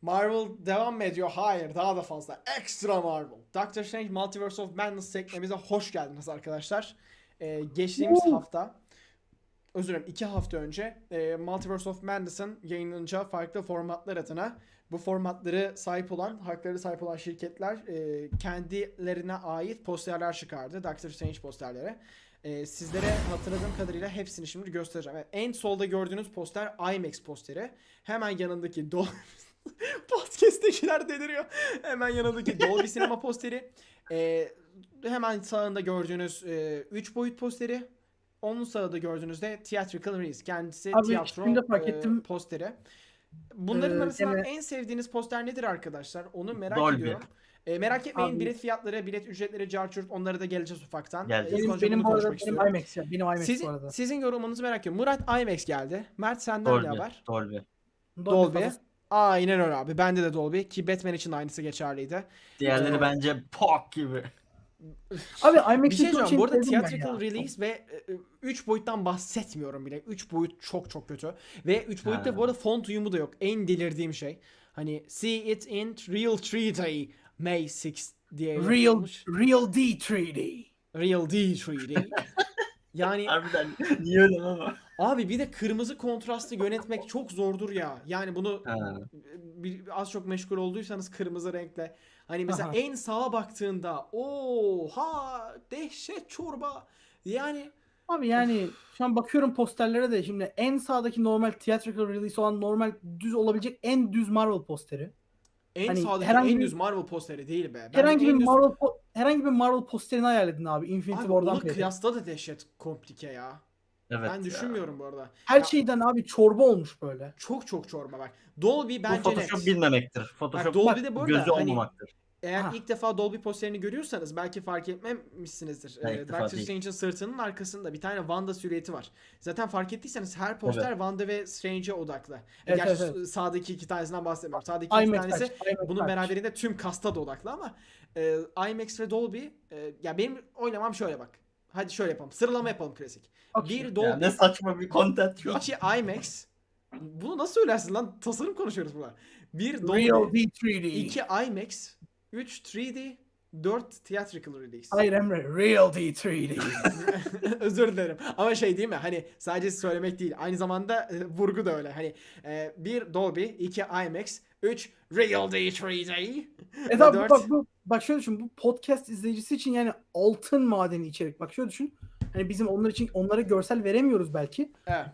Marvel devam mı ediyor? Hayır, daha da fazla. Extra Marvel. Doctor Strange Multiverse of Madness teknemize hoş geldiniz arkadaşlar. Ee, geçtiğimiz Woo! hafta, özür dilerim iki hafta önce e, Multiverse of Madness'ın yayınlanacağı farklı formatlar adına bu formatları sahip olan, hakları sahip olan şirketler e, kendilerine ait posterler çıkardı. Doctor Strange posterleri. E, sizlere hatırladığım kadarıyla hepsini şimdi göstereceğim. Evet, en solda gördüğünüz poster IMAX posteri. Hemen yanındaki Dolby Podcast'tekiler deliriyor. Hemen yanındaki Dolby Cinema posteri. E, hemen sağında gördüğünüz üç boyut posteri. Onun sağında gördüğünüzde Theatrical Release. Kendisi Abi, tiyatro şimdi fark e, ettim. posteri. Bunların Ee, arasından gene- en sevdiğiniz poster nedir arkadaşlar? Onu merak Dolby. ediyorum. E, merak etmeyin, Abi- bilet fiyatları, bilet ücretleri, carçurt, onlara da geleceğiz ufaktan. Geleceğiz. İlk Benim, önce benim bunu bu arada konuşmak benim istiyorum. IMAX ya. Benim IMAX bu Sizin, arada. sizin yorumunuzu merak ediyorum. Murat IMAX geldi. Mert senden ne Dolby. haber? Dolby. Dolby. fazlası- Aynen öyle abi. Bende de Dolby. Ki Batman için de aynısı geçerliydi. Diğerleri Ee, bence pok gibi. Abi Bir IMAX'in şey çok söyleyeceğim. şeyini Bu arada sevdim ben theatrical ya. release ve üç boyuttan bahsetmiyorum bile. üç boyut çok çok kötü. Ve üç boyutta Ha. bu arada font uyumu da yok. En delirdiğim şey. Hani see it in real üç D May sixth diye Real, yapılmış. Real D üç D. Real D üç D. Yani Harbiden niye öyle ama? abi bir de kırmızı kontrastı yönetmek çok zordur ya. Yani bunu Ha. bir, az çok meşgul olduysanız kırmızı renkle. Hani mesela Aha. en sağa baktığında oha dehşet çorba. Yani Abi yani şu an bakıyorum posterlere de şimdi en sağdaki normal theatrical release olan normal düz olabilecek en düz Marvel posteri. en Hani sağdaki herhangi en bir- düz Marvel posteri değil be. Bence Herhangi bir en düz- Marvel po- herhangi bir Marvel posterini hayal edin abi Infinity Abi War'dan onu beri. kıyasla da dehşet komplike ya. Evet ben ya. düşünmüyorum bu arada. Her Ya, şeyden abi çorba olmuş böyle. çok çok çorba bak. Dolby Bu bence Photoshop net. bilmemektir. Bak Photoshop Dolby'de bu arada gözü hani olmamaktır. eğer Ha. ilk defa Dolby posterini görüyorsanız belki fark etmemişsinizdir. Ha, Ee, ilk defa Doctor değil. Strange'in sırtının arkasında bir tane Wanda silüeti var. Zaten fark ettiyseniz her poster Wanda ve Strange'e odaklı. Evet, Gerçi evet, evet. sağdaki iki tanesinden bahsetmiyorum. Sağdaki iki IMAX tanesi touch, IMAX bunun touch. beraberinde tüm kasta da odaklı ama e, IMAX ve Dolby e, ya benim oylamam şöyle bak. Hadi şöyle yapalım. Sıralama yapalım klasik. Okey. Bir Ya Dolby, ne saçma bir content şu an. iki IMAX. Bunu nasıl söylersin lan? Tasarım konuşuyoruz burada. Bir Real Dolby, D üç D. iki IMAX, üç üç D, dört theatrical release. Hayır Emre, Real D üç D. Özür dilerim. Ama şey değil mi? Hani sadece söylemek değil. Aynı zamanda e, vurgu da öyle. Hani e, bir Dolby, iki IMAX, üç Real D üç D. E tabi dört- bak bu bak şöyle düşün, bu podcast izleyicisi için yani altın madeni içerik. Bak şöyle düşün. Hani bizim onlar için onlara görsel veremiyoruz belki. Evet.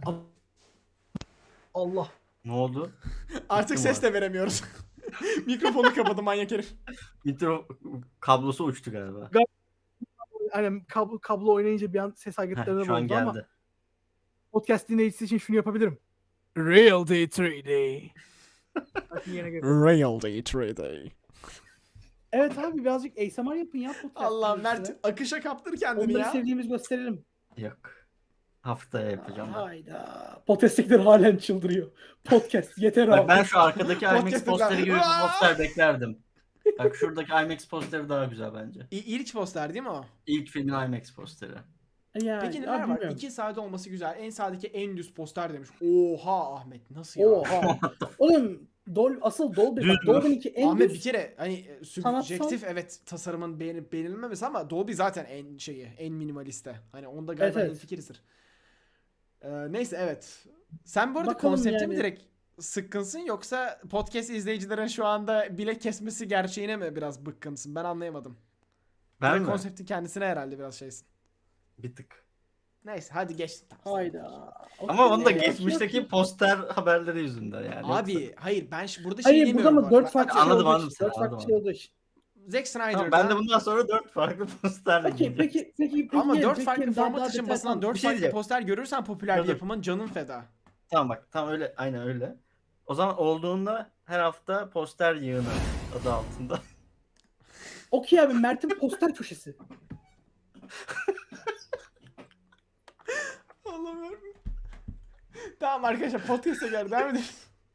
Allah. Ne oldu? Artık Bitti mi ses de veremiyoruz. Mikrofonu kapadı manyak herif. Intro kablosu uçtu galiba. Hani kablo, kablo oynayınca bir an ses Heh, aygıtlarına şu an bozdu ama geldi. podcast dinleyicisi için şunu yapabilirim. Real D üç D. Bakın yine geldi. Real D üç D. Evet abi birazcık A S M R yapın ya podcast. Allah dinleyicilere. Mert akışa kaptır kendini Onları ya. sevdiğimizi gösterelim. Yok. Haftaya yapacağım. ben. Hayda. Podcast'likler halen çıldırıyor. Podcast yeter abi. Bak ben şu arkadaki IMAX Podcast'ı posteri gibi ben- bir poster beklerdim. Bak şuradaki IMAX posteri daha güzel bence. İ- İlk poster değil mi o? İlk filmin IMAX posteri. Yani, Peki abi neler var? bilmiyorum. İki sade olması güzel. En sağdaki en düz poster demiş. Oha Ahmet nasıl ya? Oha. Oğlum Dol asıl Dolby. Düz Bak, mü? Dolby'ninki en Ahmet düz. bir kere hani e, subjektif evet tasarımın beğenip beğenilmemesi ama Dolby zaten en şeyi en minimaliste. Hani onda galiba Evet, en evet. fikirizdir. Ee, neyse evet. Sen bu arada Bakalım konsepte mi yani. direkt sıkkınsın yoksa podcast izleyicilerin şu anda bile kesmesi gerçeğine mi biraz bıkkınsın? Ben anlayamadım. Ben Direkt mi? konseptin kendisine herhalde biraz şeysin. Bir tık. Neyse hadi geç. Hayda. Ama onu da Okey, geçmişteki okey. poster haberleri yüzünden yani. Abi Yoksa- hayır ben şi- burada şey Hayır demiyorum. burada bu mı arada. dört farklı şey Anladım, olduğu anladım için. seni, Dört farklı anladım, şey olduğu için. Zack Snyder'dan Tamam, ben de bundan sonra dört farklı posterle Okey gideceğim. peki peki peki. ama yani, dört peki, farklı yani daha- format daha için detay- basılan tamam. dört Bir şey farklı diyeceğim. poster görürsen popüler bir Dur, dur. yapımın canın feda. Tamam bak tamam öyle aynen öyle. O zaman olduğunda her hafta poster yığını adı altında. Okey abi Mert'in poster köşesi. Allah'ım yarabbim. Tamam arkadaşlar podcast'a gel devam edelim.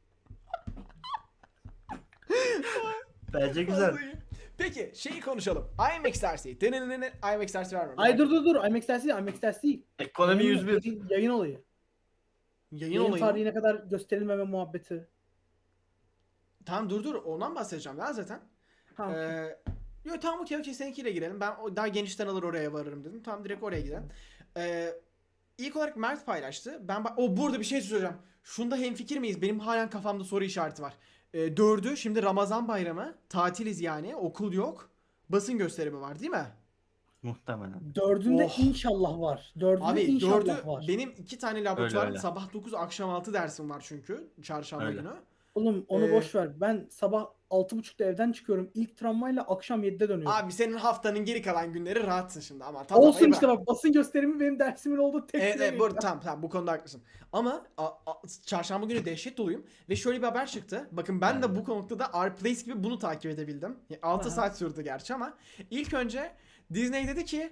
Bence güzel. Vallahi. Peki şeyi konuşalım. IMAX dersi. Dınınını IMAX dersi vermiyorum. Ay dur dur dur. IMAX dersi değil. IMAX dersi değil. Ekonomi Yayın- yüz bir. Yayın, yayın olayı. Yayın Yayın olayı mı? tarihine kadar gösterilmeme muhabbeti. Tamam dur dur ondan bahsedeceğim ya zaten. Ha, okey. Ee, yo tamam okey okey seninkiyle girelim. Ben o- daha genişten alır oraya varırım dedim. Tamam direkt oraya gidelim. Ee, ilk olarak Mert paylaştı. Ben ba- o burada bir şey söyleyeceğim. Şunda hemfikir miyiz? Benim halen kafamda soru işareti var. Ee, dördü şimdi Ramazan bayramı. Tatiliz yani. Okul yok. Basın gösterimi var değil mi? Muhtemelen. Dördünde Oh. inşallah var. Dördünde Abi inşallah dördü var. benim iki tane laboratuvar öyle. sabah dokuz akşam altı dersim var çünkü çarşamba Öyle. günü. Oğlum onu Ee, boş ver. Ben sabah altı buçukta evden çıkıyorum. İlk tramvayla akşam yedide dönüyorum. Abi senin haftanın geri kalan günleri rahatsın şimdi ama tamam. Olsun eyvah. işte bak basın gösterimi benim dersimin olduğu tek Evet, süre evet bu, değil. tamam tamam bu konuda haklısın. Ama a, a, çarşamba günü dehşet doluyum ve şöyle bir haber çıktı. Bakın ben de bu konuda da R Place gibi bunu takip edebildim. altı Aha. saat sürdü gerçi ama ilk önce Disney dedi ki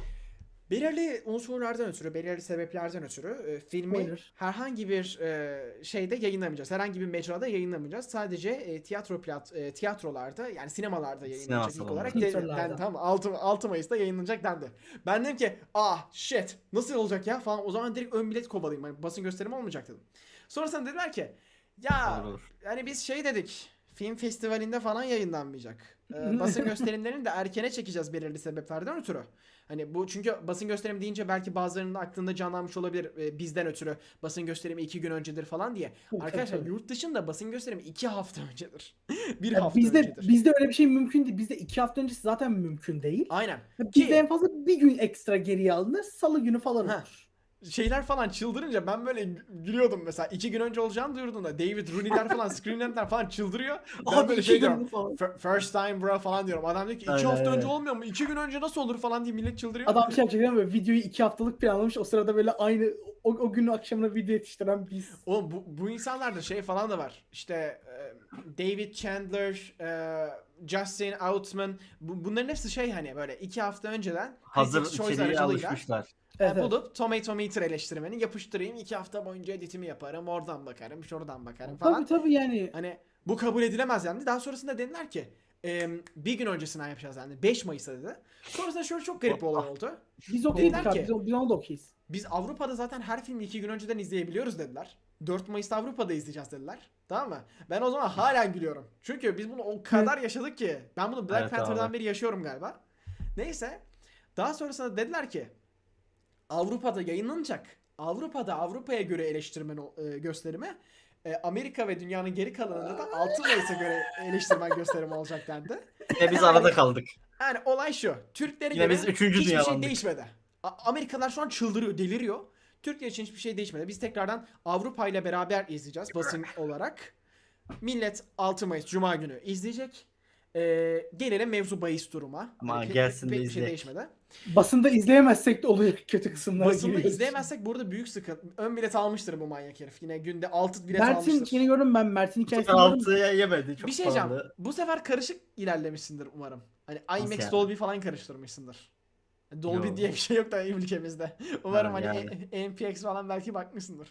belirli unsurlardan ötürü, belirli sebeplerden ötürü e, filmi Spoiler. herhangi bir e, şeyde yayınlamayacağız. Herhangi bir mecrada yayınlamayacağız. Sadece e, tiyatro plat e, tiyatrolarda yani sinemalarda yayınlanacak ilk salonları. olarak. De, Theater'larda. dendi, tamam altı, altı Mayıs'ta yayınlanacak dendi. Ben dedim ki ah shit nasıl olacak ya falan o zaman direkt ön bilet kovalayayım. Hani basın gösterimi olmayacak dedim. Sonrasında dediler ki ya Olur, olur. hani biz şey dedik film festivalinde falan yayınlanmayacak. Ee, basın gösterimlerini de erkene çekeceğiz belirli sebeplerden ötürü. Hani bu çünkü basın gösterimi deyince belki bazılarının aklında canlanmış olabilir e, bizden ötürü basın gösterimi iki gün öncedir falan diye. Tabii, Arkadaşlar tabii. yurt dışında basın gösterimi iki hafta öncedir. bir Ya hafta bizde öncedir. bizde öyle bir şey mümkün değil. Bizde iki hafta öncesi zaten mümkün değil. Aynen. Ya Ki- Bizde en fazla bir gün ekstra geriye alınır. Salı günü falan Ha. olur. Şeyler falan çıldırınca ben böyle gü- gülüyordum mesela. iki gün önce olacağını duyurduğunda David Rooney'ler falan Screenland'ler falan çıldırıyor. Ben Abi böyle iki şey gün diyorum. falan. "Fir- First time bro falan diyorum. Adam diyor ki iki Aynen, hafta önce aynen. olmuyor mu? iki gün önce nasıl olur falan diye millet çıldırıyor. Adam şey yapacak değil mi? Böyle videoyu iki haftalık planlamış. O sırada böyle aynı o, o günün akşamına video yetiştiren biz. Oğlum bu, bu insanlarda şey falan da var. İşte e, David Chandler, e, Justin Outman bu, bunların hepsi şey hani böyle iki hafta önceden Hazır Critics Choice içeriye aracılığıyla alışmışlar. e, Evet, evet. bulup Tomato Meter eleştirmeni yapıştırayım. iki hafta boyunca editimi yaparım. Oradan bakarım, şuradan bakarım falan. Tabii tabii yani. Hani bu kabul edilemez yani. Daha sonrasında dediler ki e, bir gün öncesinden yapacağız yani. beş Mayıs'ta dedi. Sonrasında şöyle çok garip bir olay oldu. Biz okeyiz Dediler abi. ki- Biz, biz onu da okeyiz. Biz Avrupa'da zaten her filmi iki gün önceden izleyebiliyoruz dediler. dört Mayıs'ta Avrupa'da izleyeceğiz dediler. Tamam mı? Ben o zaman halen gülüyorum. Çünkü biz bunu o kadar yaşadık ki. Ben bunu Black Evet Panther'dan abi. beri yaşıyorum galiba. Neyse. Daha sonrasında dediler ki Avrupa'da yayınlanacak. Avrupa'da Avrupa'ya göre eleştirmen o- e, gösterimi. e, Amerika ve dünyanın geri kalanında da altı Mayıs'a göre eleştirmen gösterimi olacak dendi. Ve biz arada kaldık. Yani olay şu. Türklere Yine göre biz üçüncü hiçbir şey dünyalandık. değişmedi. A- Amerikalılar şu an çıldırıyor, deliriyor. Türkiye için hiçbir şey değişmedi. Biz tekrardan Avrupa ile beraber izleyeceğiz basın olarak. Millet altı Mayıs Cuma günü izleyecek. Ee, gelelim mevzu bahis duruma. Ama Hani pe- gelsin de pek bir şey izleyek. değişmedi. Basında izleyemezsek de oluyor kötü kısımlara Basında giriyoruz. izleyemezsek burada büyük sıkıntı. Ön bilet almıştır bu manyak herif. Yine günde altı bilet Mert'in almıştır. şeyini gördüm ben. Mert'in hikayesini gördüm. altıya yemedi. Çok Bir şey diyeceğim. pahalı. Bu sefer karışık ilerlemişsindir umarım. Hani IMAX yani? Dolby falan karıştırmışsındır. Dolby Yo. diye bir şey yok da ülkemizde. Umarım Ha, hani yani. N P X falan belki bakmışsındır.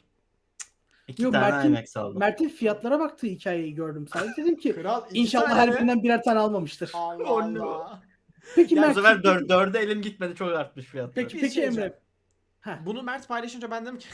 İki Yok, tane Mert'in- IMAX aldım. Mert'in fiyatlara baktığı hikayeyi gördüm. Sadece dedim ki Kral iki inşallah tane her mi? birinden birer tane almamıştır. Allah Oh no. Allah. Peki Ya Bu Mert, sefer peki, dör, dörde elim gitmedi. Çok artmış fiyatlar. peki, Bir peki şey Emre. diyeceğim. Heh. Bunu Mert paylaşınca ben dedim ki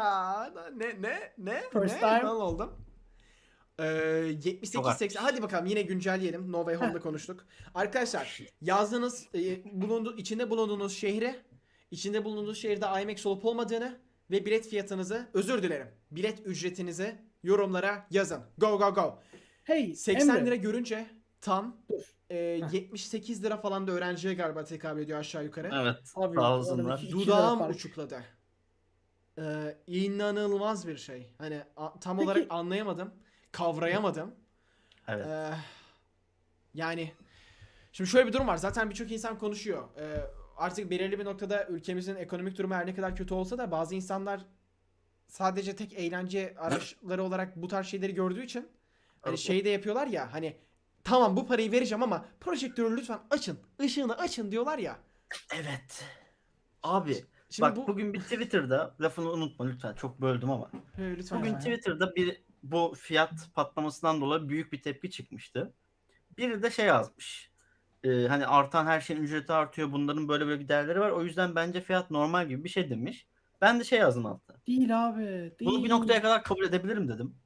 ne ne ne First ne time. ne oldum? Ee, yetmiş Çok sekiz seksen hadi bakalım yine güncelleyelim. No Way Home'da konuştuk. Arkadaşlar yazdığınız e, bulundu içinde bulunduğunuz şehri, içinde bulunduğunuz şehirde IMAX olup olmadığını ve bilet fiyatınızı özür dilerim. Bilet ücretinizi yorumlara yazın. Go go go. Hey seksen Emre. lira görünce tam Dur. e, yetmiş sekiz lira falan da öğrenciye galiba tekabül ediyor aşağı yukarı. Evet. Abi, Sağ olsunlar. aradaki iki lira Dudağım fark. uçukladı. Ee, inanılmaz bir şey. Hani a- tam Peki- olarak anlayamadım. Kavrayamadım. Evet. Ee, yani şimdi şöyle bir durum var. Zaten birçok insan konuşuyor. Ee, artık belirli bir noktada ülkemizin ekonomik durumu her ne kadar kötü olsa da bazı insanlar sadece tek eğlence araçları olarak bu tarz şeyleri gördüğü için hani Evet. şey de yapıyorlar ya hani tamam bu parayı vereceğim ama projektörü lütfen açın. Işığını açın diyorlar ya. Evet. Abi Şimdi bak bu bugün bir Twitter'da lafını unutma lütfen. Çok böldüm ama. He, lütfen. Bugün ya. Twitter'da bir bu fiyat patlamasından dolayı büyük bir tepki çıkmıştı. Biri de şey yazmış. Ee, hani artan her şeyin ücreti artıyor. Bunların böyle böyle bir değerleri var. O yüzden bence fiyat normal gibi bir şey demiş. Ben de şey yazdım altta. Değil abi. Değil. Bunu bir noktaya kadar kabul edebilirim dedim.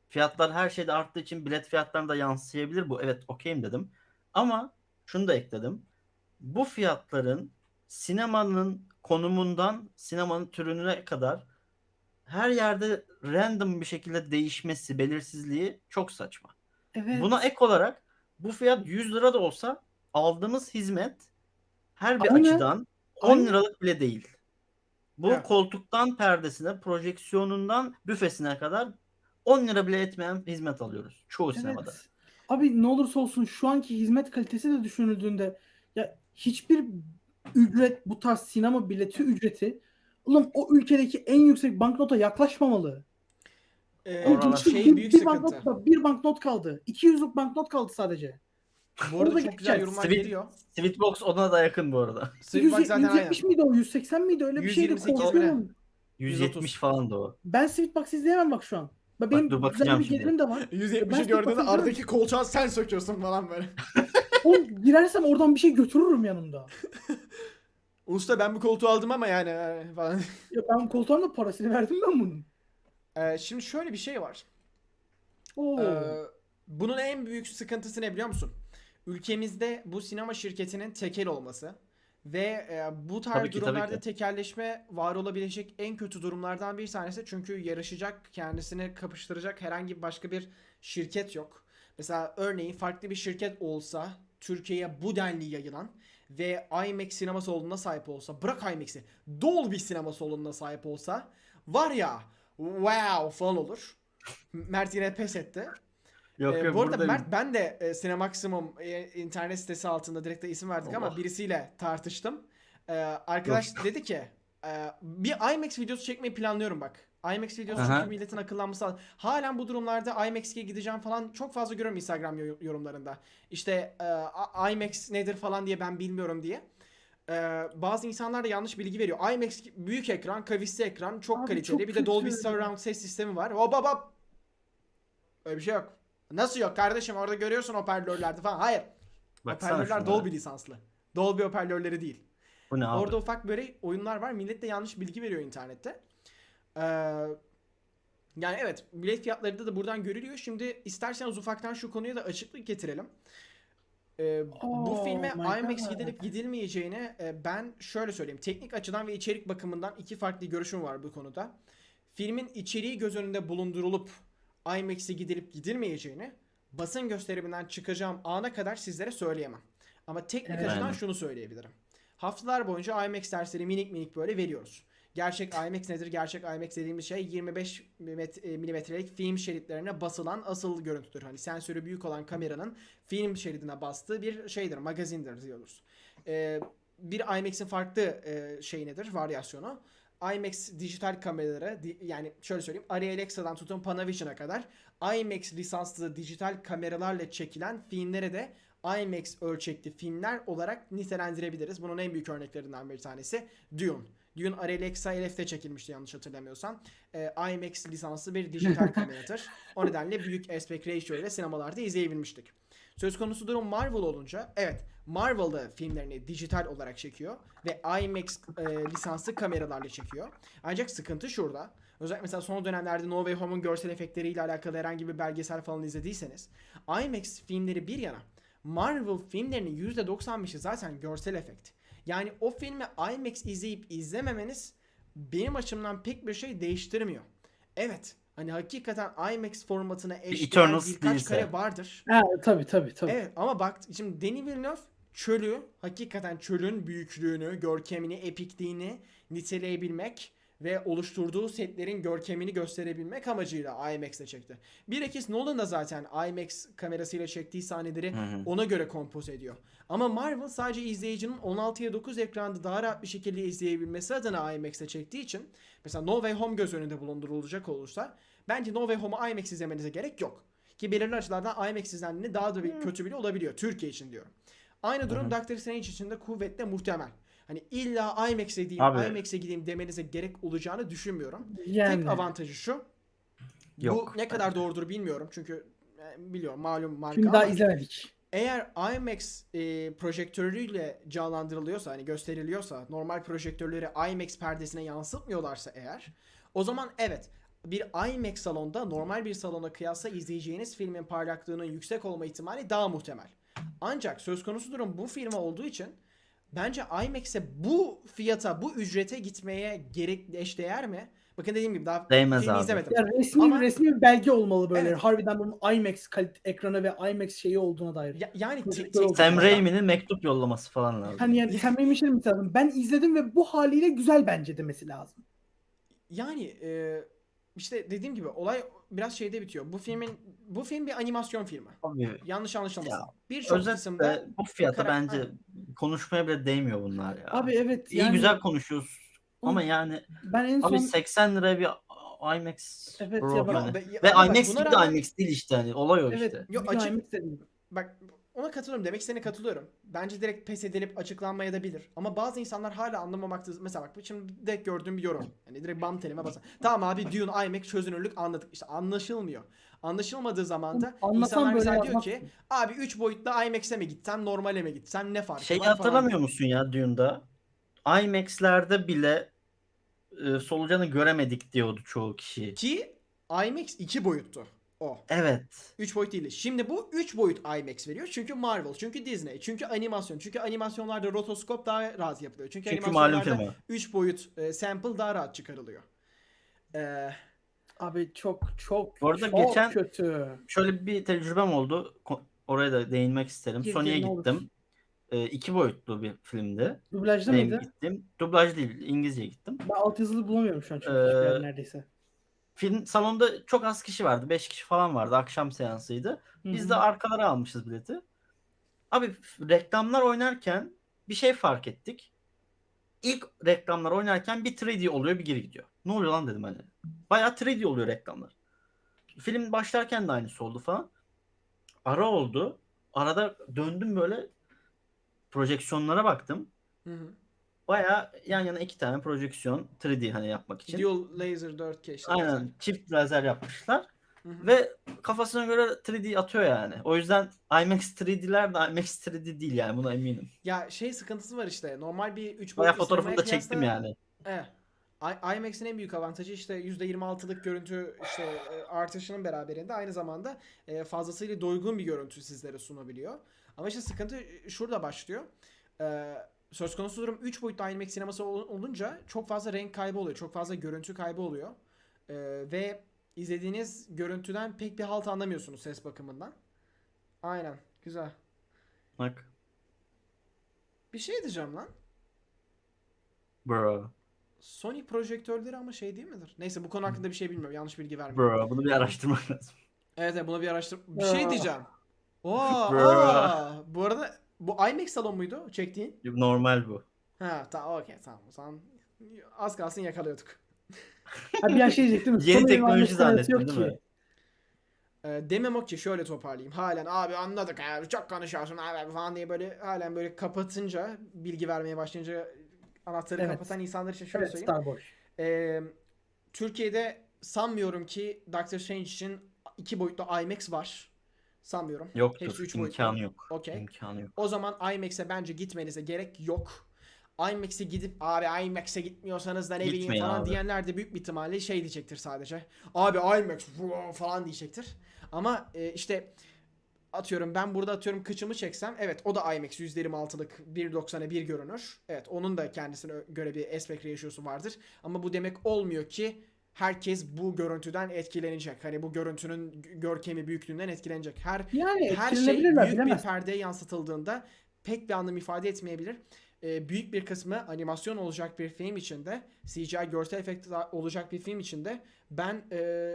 Fiyatlar her şeyde arttığı için bilet fiyatlarına da yansıyabilir bu. Evet, okeyim dedim. Ama şunu da ekledim. Bu fiyatların sinemanın konumundan sinemanın türüne kadar her yerde random bir şekilde değişmesi, belirsizliği çok saçma. Buna Evet. ek olarak bu fiyat yüz lira da olsa aldığımız hizmet her bir Aynı. açıdan on Aynı. liralık bile değil. Bu Evet. koltuktan perdesine, projeksiyonundan büfesine kadar on lira bile etmeyen hizmet alıyoruz çoğu sinemada. Evet. Abi ne olursa olsun şu anki hizmet kalitesi de düşünüldüğünde ya hiçbir ücret bu tarz sinema bileti ücreti ulan o ülkedeki en yüksek banknota yaklaşmamalı. Ee, Oğlum Oralar- geçti, şey bir, büyük bir sıkıntı. banknot, bir banknot kaldı. iki yüzlük banknot kaldı sadece. Bu arada Orada çok güzel geçeceğiz. yorumlar Sweet, geliyor. Sweetbox ona da yakın bu arada. Sweetbox yüz, zaten yüz yetmiş aynen. miydi o? yüz seksen miydi? Öyle bir yüz şeydi. yirmi sekiz Korkuyorum. mi yüz yüz otuz. yetmiş falan da o. Ben Sweetbox izleyemem bak şu an. Bak benim dur güzel bakacağım bir şimdi. gelirim de var. yüz Ben yetmişi Sweetbox'a gördüğünde izleyemem. aradaki kolçağı sen söküyorsun falan böyle. Oğlum girersem oradan bir şey götürürüm yanımda. Usta ben bu koltuğu aldım ama yani e, falan. Ya ben koltuğun da parasını verdim ben bunun. Ee, şimdi şöyle bir şey var. Oo. Ee, bunun en büyük sıkıntısı ne biliyor musun? Ülkemizde bu sinema şirketinin tekel olması ve e, bu tarz Tabii ki, tabii durumlarda ki. tekelleşme var olabilecek en kötü durumlardan bir tanesi. Çünkü yarışacak, kendisini kapıştıracak herhangi başka bir şirket yok. Mesela örneğin farklı bir şirket olsa Türkiye'ye bu denli yayılan ve IMAX sinema salonuna sahip olsa, bırak IMAX'i, Dolby sinema salonuna sahip olsa var ya wow falan olur. Mert yine pes etti. Yok Ee, yok bu arada buradayım. Mert ben de e, Cinemaximum e, internet sitesi altında direkt de isim verdik ama Allah. birisiyle tartıştım. Ee, arkadaş dedi ki e, bir IMAX videosu çekmeyi planlıyorum bak. IMAX videosu Aha. çünkü milletin akıllanması lazım. Halen bu durumlarda IMAX'e gideceğim falan çok fazla görüyorum Instagram yo- yorumlarında. İşte e, A- IMAX nedir falan diye ben bilmiyorum diye. Ee, bazı insanlar da yanlış bilgi veriyor. IMAX büyük ekran, kavisli ekran, çok Abi kaliteli. çok Bir de Dolby kötü. Surround ses sistemi var. Hop hop hop. Öyle bir şey yok. Nasıl yok kardeşim, orada görüyorsun hoparlörlerde falan. Hayır. Baksana Hoparlörler şunlara. Dolby lisanslı. Dolby hoparlörleri değil. Bu ne abi? Orada ufak böyle oyunlar var. Millet de yanlış bilgi veriyor internette. Ee, yani evet, bilet fiyatları da buradan görülüyor. Şimdi isterseniz ufaktan şu konuya da açıklık getirelim. Ee, bu Oh filme my IMAX God. gidilip gidilmeyeceğine e, ben şöyle söyleyeyim. Teknik açıdan ve içerik bakımından iki farklı görüşüm var bu konuda. Filmin içeriği göz önünde bulundurulup IMAX'e gidilip gidilmeyeceğini basın gösteriminden çıkacağım ana kadar sizlere söyleyemem. Ama teknik Evet. açıdan Aynen. şunu söyleyebilirim. Haftalar boyunca IMAX dersleri minik minik böyle veriyoruz. Gerçek IMAX nedir? Gerçek IMAX dediğimiz şey yirmi beş milimetrelik film şeritlerine basılan asıl görüntüdür. Hani sensörü büyük olan kameranın film şeridine bastığı bir şeydir, magazindir diyoruz. Ee, bir IMAX'in farklı e, şey nedir? Varyasyonu. IMAX dijital kameraları, di- yani şöyle söyleyeyim, Arri Alexa'dan tutun Panavision'a kadar IMAX lisanslı dijital kameralarla çekilen filmlere de IMAX ölçekli filmler olarak nitelendirebiliriz. Bunun en büyük örneklerinden bir tanesi Dune. Dune Arri Alexa L F'de çekilmişti yanlış hatırlamıyorsam. Ee, IMAX lisanslı bir dijital kameradır. O nedenle büyük aspect ratio ile sinemalarda izleyebilmiştik. Söz konusu durum Marvel olunca, evet, Marvel da filmlerini dijital olarak çekiyor ve IMAX e, lisanslı kameralarla çekiyor. Ancak sıkıntı şurada. Özellikle mesela son dönemlerde No Way Home'un görsel efektleriyle alakalı herhangi bir belgesel falan izlediyseniz, IMAX filmleri bir yana, Marvel filmlerinin yüzde doksan beşi zaten görsel efekt. Yani o filmi IMAX izleyip izlememeniz benim açımdan pek bir şey değiştirmiyor. Evet, hani hakikaten IMAX formatına eşdeğer Eternals birkaç değilse. kare vardır. Ha, tabii tabii tabii. Evet ama bak şimdi Denis Villeneuve çölü, hakikaten çölün büyüklüğünü, görkemini, epikliğini niteleyebilmek ve oluşturduğu setlerin görkemini gösterebilmek amacıyla IMAX'le çekti. Bilakis Nolan da zaten IMAX kamerasıyla çektiği sahneleri Hı hı. ona göre kompoz ediyor. Ama Marvel sadece izleyicinin on altıya dokuz ekranda daha rahat bir şekilde izleyebilmesi adına IMAX'le çektiği için, mesela No Way Home göz önünde bulundurulacak olursa bence No Way Home'u IMAX izlemenize gerek yok. Ki belirli açılardan IMAX izlendiğinde daha da bir kötü bile olabiliyor. Türkiye için diyorum. Aynı durum Hı hı. Doctor Strange için de kuvvetle muhtemel. Hani illa IMAX'e gideyim, Abi- IMAX'e gideyim demenize gerek olacağını düşünmüyorum. Yani. Tek avantajı şu. Yok, bu ne kadar doğrudur bilmiyorum. Çünkü e, biliyorum malum marka Şimdi ama daha izlemedik. eğer IMAX e, projektörüyle canlandırılıyorsa, hani gösteriliyorsa, normal projektörleri IMAX perdesine yansıtmıyorlarsa eğer, o zaman evet, bir IMAX salonda normal bir salona kıyasla izleyeceğiniz filmin parlaklığının yüksek olma ihtimali daha muhtemel. Ancak söz konusu durum bu firma olduğu için bence IMAX'e bu fiyata, bu ücrete gitmeye gerek eşdeğer mi? Bakın dediğim gibi daha Değmez filmi abi. izlemedim. Ya resmi Ama- resmi bir belge olmalı böyle. Evet. Harbiden bunun IMAX kalite ekranı ve IMAX şeyi olduğuna dair. Ya- yani te- Projektör teknik oldu. Sam olarak- Raimi'nin mektup yollaması falan lazım. Hani yani sen benim işim lazım. Ben izledim ve bu haliyle güzel bence demesi lazım. Yani e, işte dediğim gibi olay biraz şeyde bitiyor. Bu filmin bu film bir animasyon filmi. Abi, Yanlış anlaşılmasın. Ya, Birçok kısımda özetle bu fiyata karak- bence Aynen. konuşmaya bile değmiyor bunlar ya. Abi evet İyi yani güzel konuşuyoruz ama Oğlum, yani ben en son abi seksen liraya bir IMAX Evet bro ya bak- yani. Yo, be- Ve ama bak IMAX buna gibi de rağmen- IMAX değil işte hani olay o evet işte. Yo, bir de açık- IMAX dedim. Bak ona katılıyorum. Demek istediğine katılıyorum. Bence direkt pes edilip açıklanmaya da bilir. Ama bazı insanlar hala anlamamakta. Mesela bak bu şimdi direkt gördüğüm bir yorum. Hani direkt bam telime basan. Tamam abi Dune IMAX çözünürlük anladık. İşte anlaşılmıyor. Anlaşılmadığı zaman da Anlasam insanlar böyle mesela diyor yazmazsın. ki abi üç boyutlu IMAX'e mi gitsem normale mi gitsem ne farkı Şeyi var falan hatırlamıyor diyor. musun ya Dune'da? IMAX'lerde bile e, solucanı göremedik diyordu çoğu kişi. Ki IMAX iki boyuttu o. Evet. üç boyut değil. Şimdi bu üç boyut IMAX veriyor. Çünkü Marvel, çünkü Disney, çünkü animasyon. Çünkü animasyonlarda rotoskop daha rahat yapılıyor. Çünkü, Çünkü malum animasyonlarda firma. üç boyut e, sample daha rahat çıkarılıyor. Ee, Abi çok çok Bu arada çok geçen- kötü. Şöyle bir tecrübem oldu. Ko- Oraya da değinmek isterim. Gir, Sony'ye gir, ne olur. gittim. E, iki boyutlu bir filmdi. Dublajda Benim mıydı? gittim. Dublaj değil, İngilizce gittim. Ben altyazılı bulamıyorum şu an çünkü Ee, hiçbir yer neredeyse. Film salonda çok az kişi vardı. beş kişi falan vardı. Akşam seansıydı. Biz Hı de hı. arkalara almışız bileti. Abi f- reklamlar oynarken bir şey fark ettik. İlk reklamlar oynarken bir üç D oluyor bir geri gidiyor. Ne oluyor lan dedim hani. Bayağı üç D oluyor reklamlar. Film başlarken de aynısı oldu falan. Ara oldu. Arada döndüm böyle projeksiyonlara baktım. hı hı. Bayağı yan yana iki tane projeksiyon üç D hani yapmak için. Dual laser dört K işte. Aynen laser. çift lazer yapmışlar. Hı hı. Ve kafasına göre üç D atıyor yani. O yüzden IMAX üç D'ler de IMAX üç D değil yani buna eminim. Ya şey sıkıntısı var işte. Normal bir üç Bayağı boyutlu fotoğrafını sinemaya da çektim kıyasla- yani. Evet. I- IMAX'in en büyük avantajı işte yüzde yirmi altılık görüntü işte e, artışının beraberinde aynı zamanda e, fazlasıyla doygun bir görüntü sizlere sunabiliyor. Ama işte sıkıntı şurada başlıyor. E, söz konusu durum üç boyutlu IMAX sineması ol- olunca çok fazla renk kaybı oluyor. Çok fazla görüntü kaybı oluyor. E, ve izlediğiniz görüntüden pek bir halt anlamıyorsunuz ses bakımından. Aynen. Güzel. Bak. Bir şey diyeceğim lan. Bro. Sony projektörleri ama şey değil midir? Neyse bu konu hakkında bir şey bilmiyorum. Yanlış bilgi vermeyeyim. Bro. Bunu bir araştırmak lazım. Evet, evet buna bir araştır. Bir şey Aa. diyeceğim. Oo, Bro. aa. Bu arada bu IMAX salon muydu çektiğin? Normal bu. Ha tamam okey tamam. O zaman az kalsın yakalıyorduk. Ha bir an şey diyecektim. Yeni Sony'nin teknoloji IMAX zannettin yok değil mi? ki. Ee, demem o ki şöyle toparlayayım. Halen abi anladık abi çok konuşuyorsun abi falan diye böyle halen böyle kapatınca bilgi vermeye başlayınca anahtarı Evet. kapatan insanlar için şöyle Evet söyleyeyim. Starboy. Ee, Türkiye'de sanmıyorum ki Doctor Strange için iki boyutlu IMAX var. Sanmıyorum. Yoktur. Hepsi üç boyutlu. İmkanı yok. Okey. İmkanı yok. O zaman IMAX'e bence gitmenize gerek yok. IMAX'e gidip abi IMAX'e gitmiyorsanız da ne bileyim Gitmeyin falan abi. diyenler de büyük bir ihtimalle şey diyecektir sadece. Abi IMAX wow falan diyecektir. Ama e, işte atıyorum ben burada atıyorum kıçımı çeksem evet o da IMAX yüzde yirmi altılık bir doksan'a bir görünür. Evet onun da kendisine göre bir aspect ratio'su vardır. Ama bu demek olmuyor ki herkes bu görüntüden etkilenecek. Hani bu görüntünün görkemi büyüklüğünden etkilenecek. Her Yani her şey etkilenebilirler, büyük bir bilemez. perdeye yansıtıldığında pek bir anlam ifade etmeyebilir. Ee, büyük bir kısmı animasyon olacak bir film içinde, C G I görsel efekt olacak bir film içinde ben e,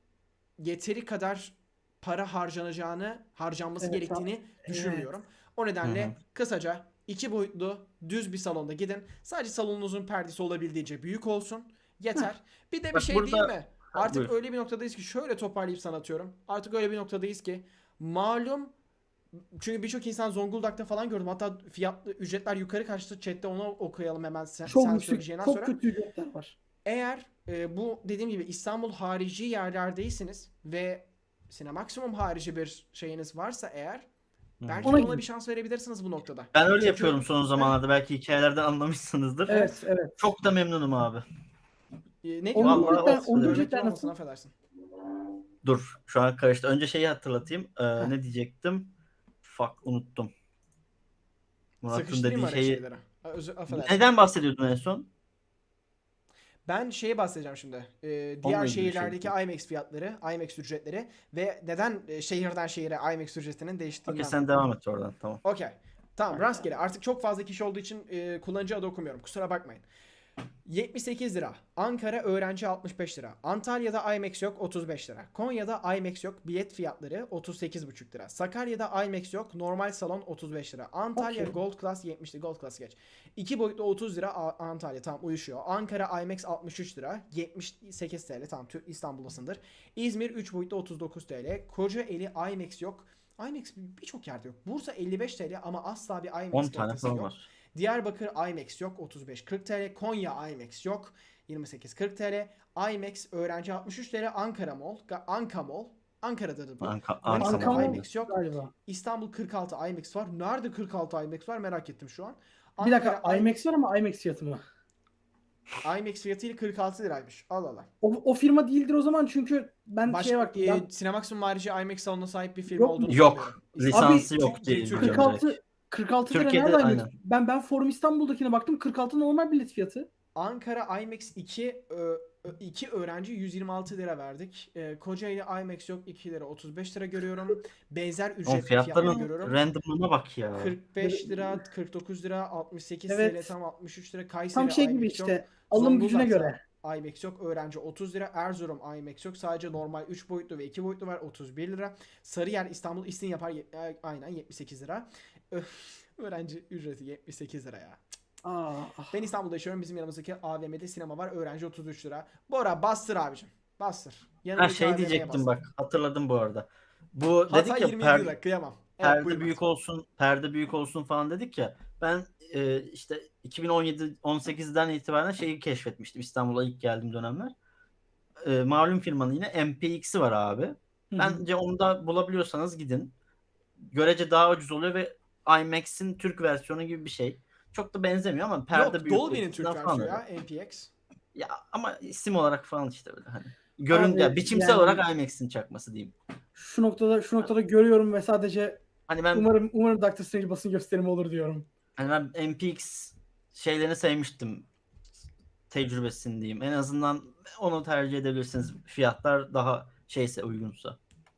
yeteri kadar para harcanacağını, harcanması Evet, gerektiğini düşünmüyorum. O nedenle Hı hı. kısaca iki boyutlu düz bir salonda gidin. Sadece salonunuzun perdesi olabildiğince büyük olsun. Yeter. Bir de bir Bak şey burada- değil mi? Artık buyur. öyle bir noktadayız ki şöyle toparlayıp sana atıyorum. Artık öyle bir noktadayız ki malum çünkü birçok insan Zonguldak'ta falan gördüm. Hatta fiyatlı ücretler yukarı kaçtı. Chat'te onu okuyalım hemen sen, Çok sen yüksek, söyleyeceğinden çok sonra. kötü ücretler var. Eğer e, bu dediğim gibi İstanbul harici yerlerdeyseniz ve Sinemaksimum harici bir şeyiniz varsa eğer belki Ona ona gidin. bir şans verebilirsiniz bu noktada. Ben öyle Çünkü- yapıyorum son zamanlarda. Belki hikayelerden anlamışsınızdır. Evet, evet. Çok da memnunum abi. E, ne Onur diyorsun? Vallahi cidden, olsun Onur dedim. Örnek cidden olmasın, nasıl? affedersin. Dur şu an karıştı. Önce şeyi hatırlatayım. Ee, Heh. ne diyecektim? Fuck unuttum. Murat'ın Sıkıştırayım mı dediği araya şeyi. şeyleri? Ha, Özür, affedersin. Neden bahsediyordun en son? Ben şeye bahsedeceğim şimdi. Ee, Onunla diğer ilgili bir şey şehirlerdeki mi? IMAX fiyatları, IMAX ücretleri ve neden e, şehirden şehire IMAX ücretinin Okey değiştiğinden. sen devam et oradan tamam. Okey. Tamam, rastgele. Artık çok fazla kişi olduğu için e, kullanıcı adı okumuyorum. Kusura bakmayın. yetmiş sekiz lira. Ankara öğrenci altmış beş lira. Antalya'da IMAX yok otuz beş lira. Konya'da IMAX yok. Bilet fiyatları otuz sekiz buçuk lira. Sakarya'da IMAX yok. Normal salon otuz beş lira. Antalya Okey. Gold Class yetmiş lira. Gold Class geç. iki boyutlu otuz lira. A- Antalya tam uyuşuyor. Ankara IMAX altmış üç lira. yetmiş sekiz T L tam Tür- İstanbul'dasındır. İzmir üç boyutlu otuz dokuz T L. Kocaeli IMAX yok. IMAX birçok yerde yok. Bursa elli beş T L ama asla bir IMAX on tane kalitesi falan yok. var. Diyarbakır IMAX yok otuz beş kırk T L. Konya IMAX yok yirmi sekiz kırk T L. IMAX öğrenci altmış üç T L. Ankara Mall, Ga- Anka Mall. Ankara'da bu. Anka, Manisa'da Anka Mall. IMAX yok. Galiba. İstanbul kırk altı IMAX var. Nerede kırk altı IMAX var merak ettim şu an. Bir dakika Ankara IMAX var ama IMAX fiyatı mı? IMAX fiyatıyla kırk altı liraymış. Al al al. O, o firma değildir o zaman çünkü ben Başka şeye baktım. e, Ben Cinemax'ın harici IMAX salonuna sahip bir firma Yok mu? olduğunu Yok. sanmıyorum. Lisansı Abi, yok Türk- diye Türk- biliyorum direkt. kırk altı kırk altı lira Türkiye'de nerede IMAX? aynen. Ben ben Forum İstanbul'dakine baktım. kırk altı normal bilet fiyatı. Ankara IMAX iki iki öğrenci yüz yirmi altı lira verdik. E, Kocaeli IMAX yok iki lira otuz beş lira görüyorum. Benzer O ücretli fiyatları fiyatların görüyorum. random'ına bak ya. kırk beş lira, kırk dokuz lira, altmış sekiz Evet. T L tam altmış üç lira. Kayseri Tam şey gibi IMAX yok. işte. Alım gücüne Zonguldak'ta göre. IMAX yok. Öğrenci otuz lira. Erzurum IMAX yok. Sadece normal üç boyutlu ve iki boyutlu var. otuz bir lira. Sarıyer İstanbul İstin yapar. ye- e, Aynen yetmiş sekiz lira. Öğrenci ücreti yetmiş sekiz lira ya. Aa, Ben İstanbul'da yaşıyorum. Bizim yanımızdaki A V M'de sinema var. Öğrenci otuz üç lira. Bora bastır abicim. Bastır. Ha Yanındaki şey A V M'ye diyecektim bastır. bak hatırladım bu arada. Bu Hata dedik ya yirmi yedi per, lira. Kıyamam. Evet, perde buyurun büyük Mert. olsun, perde büyük olsun falan dedik ya. Ben e, işte iki bin on yedi on sekizden itibaren şeyi keşfetmiştim İstanbul'a ilk geldiğim dönemler. E, malum firmanın yine M P X'i var abi. Hı hı. Bence onu da bulabiliyorsanız gidin. Görece daha ucuz oluyor ve IMAX'in Türk versiyonu gibi bir şey. Çok da benzemiyor ama perde Yok, büyüklüğü Dolby'nin Türk açısından falan versiyonu ya. öyle. M P X. Ya ama isim olarak falan işte öyle hani. Görün Abi, ya biçimsel yani- olarak IMAX'in çakması diyeyim. Şu noktada şu noktada görüyorum ve sadece Hani ben umarım umarım Doctor Strange basın gösterimi olur diyorum. hani ben M P X şeylerini sevmiştim. Tecrübesini diyeyim. En azından onu tercih edebilirsiniz. Fiyatlar daha şeyse uygunsa.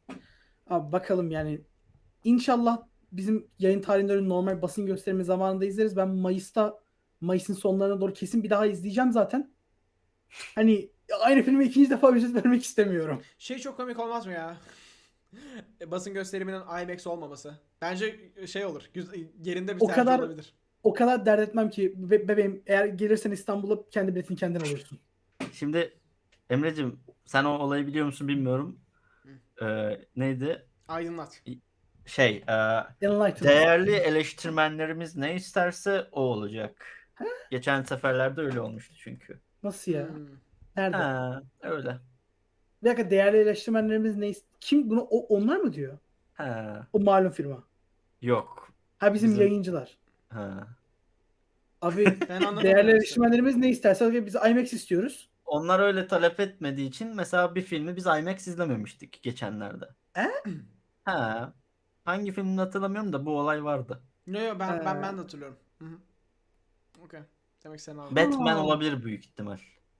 Abi bakalım yani İnşallah bizim yayın tarihinde normal basın gösterimi zamanında izleriz. Ben Mayıs'ta Mayıs'ın sonlarına doğru kesin bir daha izleyeceğim zaten. Hani aynı filme ikinci defa ücret vermek istemiyorum. Şey çok komik olmaz mı ya? Basın gösteriminin IMAX olmaması. Bence şey olur. güz- Yerinde bir O tercih kadar- olabilir. O kadar dert etmem ki be- bebeğim eğer gelirsen İstanbul'a kendi biletini kendin alıyorsun. Şimdi Emre'cim sen o olayı biliyor musun bilmiyorum. Ee, neydi? Aydınlat. Şey e, Enlightened. değerli eleştirmenlerimiz ne isterse o olacak. Geçen seferlerde öyle olmuştu çünkü. Nasıl ya? Hmm. Nerede? Ha, öyle. Bir dakika değerli eleştirmenlerimiz ne ist- Kim bunu o, onlar mı diyor? Ha, O malum firma. yok. Ha bizim, Bizim- yayıncılar. Ha. Abi Ben anladım. değerli demek eleştirmenlerimiz ne isterse biz IMAX istiyoruz. Onlar öyle talep etmediği için mesela bir filmi biz IMAX izlememiştik geçenlerde. He? Ha. Hangi filmini hatırlamıyorum da bu olay vardı. Yo yo ben ben Ee. ben de hatırlıyorum. Hı hı. Okey. Demek sen anladın. Batman Aa. olabilir büyük ihtimal.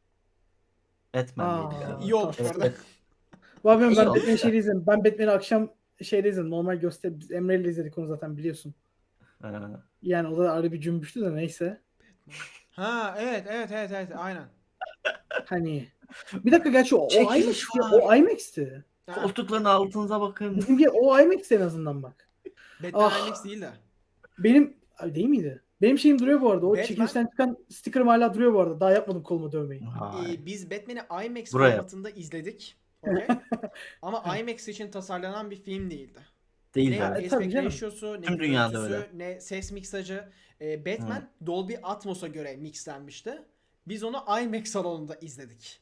Batman Aa. miydi galiba? İyi olmuş bu Evet, arada. evet. Vay ben, İyi ben olmuş Batman'i ya. şeyde izledim. Ben Batman'i akşam şeyde izledim. Normal göster. Biz Emre ile izledik onu zaten biliyorsun. Ha. Yani o da ayrı bir cümbüştü de neyse. Ha evet evet evet evet aynen. Hani bir dakika gerçi o, o Çekiliş IMAX'ti. var. O IMAX'ti. Ha, Koltukların altınıza bakın. Bizimki o IMAX en azından bak. Batman Ah. IMAX değil de. Benim Ay, değil miydi? Benim şeyim duruyor bu arada. O Batman- çekilişten çıkan sticker'ım hala duruyor bu arada. Daha yapmadım koluma dövmeyi. Vay. Ee, biz Batman'i IMAX Buraya. formatında izledik. Okey. Ama IMAX için tasarlanan bir film değildi. Değil Ne Ya, tabii. e, tabii aspect canım. ratio'su, ne Tüm dünyada görüntüsü, öyle. ne ses miksajı. Ee, Batman Dolby Atmos'a göre mixlenmişti. Biz onu IMAX salonunda izledik.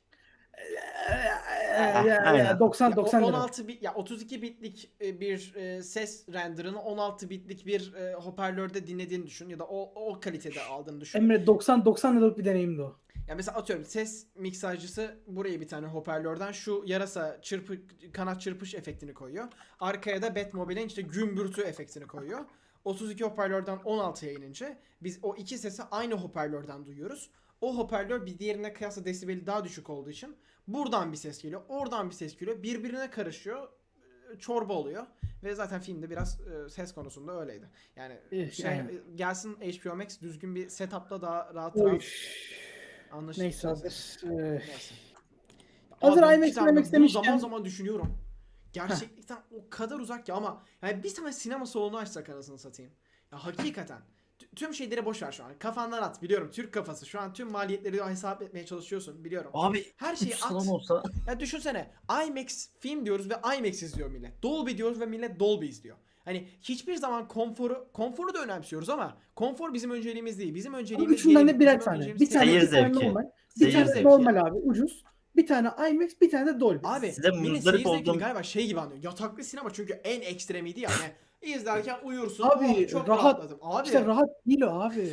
Ya, ya, Aynen. doksan Ya, doksan o- lira. on altı bit ya otuz iki bitlik e, bir e, ses renderını on altı bitlik bir e, hoparlörde dinlediğini düşün ya da o o kalitede aldığını düşün. Emre doksan doksan liralık bir deneyimdi o. Ya mesela atıyorum ses miksajcısı buraya bir tane hoparlörden şu yarasa çırpı kanat çırpış efektini koyuyor. Arkaya da Batmobile'in işte gümbürtü efektini koyuyor. otuz iki hoparlörden on altıya inince biz o iki sesi aynı hoparlörden duyuyoruz. O hoparlör bir diğerine kıyasla desibeli daha düşük olduğu için buradan bir ses geliyor, oradan bir ses geliyor. Birbirine karışıyor. Çorba oluyor. Ve zaten filmde biraz e, ses konusunda öyleydi. Yani Eh, şey yani. e, gelsin H B O Max düzgün bir setup'la daha rahat Oy. rahat anlaşılır. Neyse hazır. Ee, Neyse. Hazır Abi, IMAX cidden IMAX bunu demişken- zaman zaman düşünüyorum. Gerçekten o kadar uzak ki ama yani bir tane sinema salonu açsak anasını satayım. Ya hakikaten t- tüm şeyleri boş ver şu an. Kafandan at biliyorum. Türk kafası. Şu an tüm maliyetleri hesap etmeye çalışıyorsun biliyorum. Abi Her şeyi üç at. salon olsa Ya düşünsene IMAX film diyoruz ve IMAX izliyor millet. Dolby diyoruz ve millet Dolby izliyor. Hani hiçbir zaman konforu, konforu da önemsiyoruz ama konfor bizim önceliğimiz değil. Bizim Bu önceliğimiz üçünden yeni- de birer bizim tane. önceliğimiz Bir tane, Seyir bir tane zevki. normal. Bir Seyir tane zevki normal ya. abi ucuz. Bir tane IMAX, bir tane de Dolby. Abi Size millet muzdarip seyir zevkini olduğum- galiba şey gibi anlıyor. Yataklı sinema çünkü en ekstremiydi ya. Yani izlerken uyursun. Abi, oh, çok rahat. rahatladım. Abi İşte rahat değil o abi.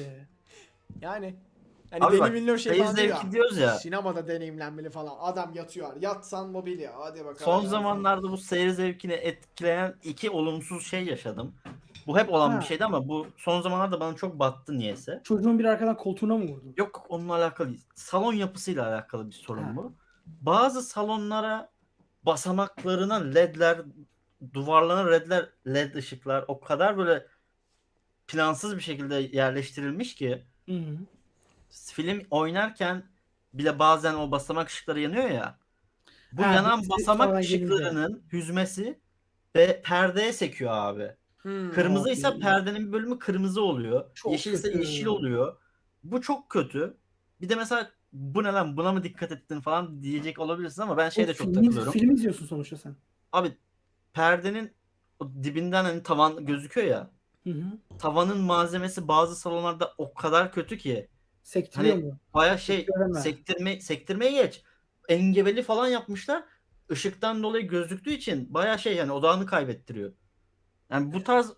yani hani Abi bak, deneyimli şey seyir falan değil zevki ya. diyoruz ya. Sinemada deneyimlenmeli falan. Adam yatıyor. Yatsan mobilya. Hadi bakalım. Son ya. zamanlarda bu seyir zevkini etkileyen iki olumsuz şey yaşadım. Bu hep olan Ha. bir şeydi ama bu son zamanlarda bana çok battı niyeyse. Çocuğun bir arkadan koltuğuna mı vurdu? Yok, onunla alakalı değil. Salon yapısıyla alakalı bir sorun Ha. bu. Bazı salonlara basamaklarına ledler, duvarlarına ledler, led ışıklar o kadar böyle plansız bir şekilde yerleştirilmiş ki Hı hı. film oynarken bile bazen o basamak ışıkları yanıyor ya. Bu Ha, yanan birisi basamak sonradan gelince. ışıklarının hüzmesi ve perdeye sekiyor abi. Hmm. Kırmızıysa Abi. perdenin bir bölümü kırmızı oluyor. Çok Yeşilse kötü. yeşil oluyor. Bu çok kötü. Bir de mesela bu ne lan, buna mı dikkat ettin falan diyecek olabilirsin ama ben şeye de O çok filmi- takılıyorum. Film izliyorsun sonuçta sen. Abi perdenin o dibinden hani tavan gözüküyor ya. Hı hı. Tavanın malzemesi bazı salonlarda o kadar kötü ki. Sektiriyor Hani mu? baya şey Göreme. sektirme sektirmeye geç. Engebeli falan yapmışlar. Işıktan dolayı gözüktüğü için baya şey yani odağını kaybettiriyor. Yani bu tarz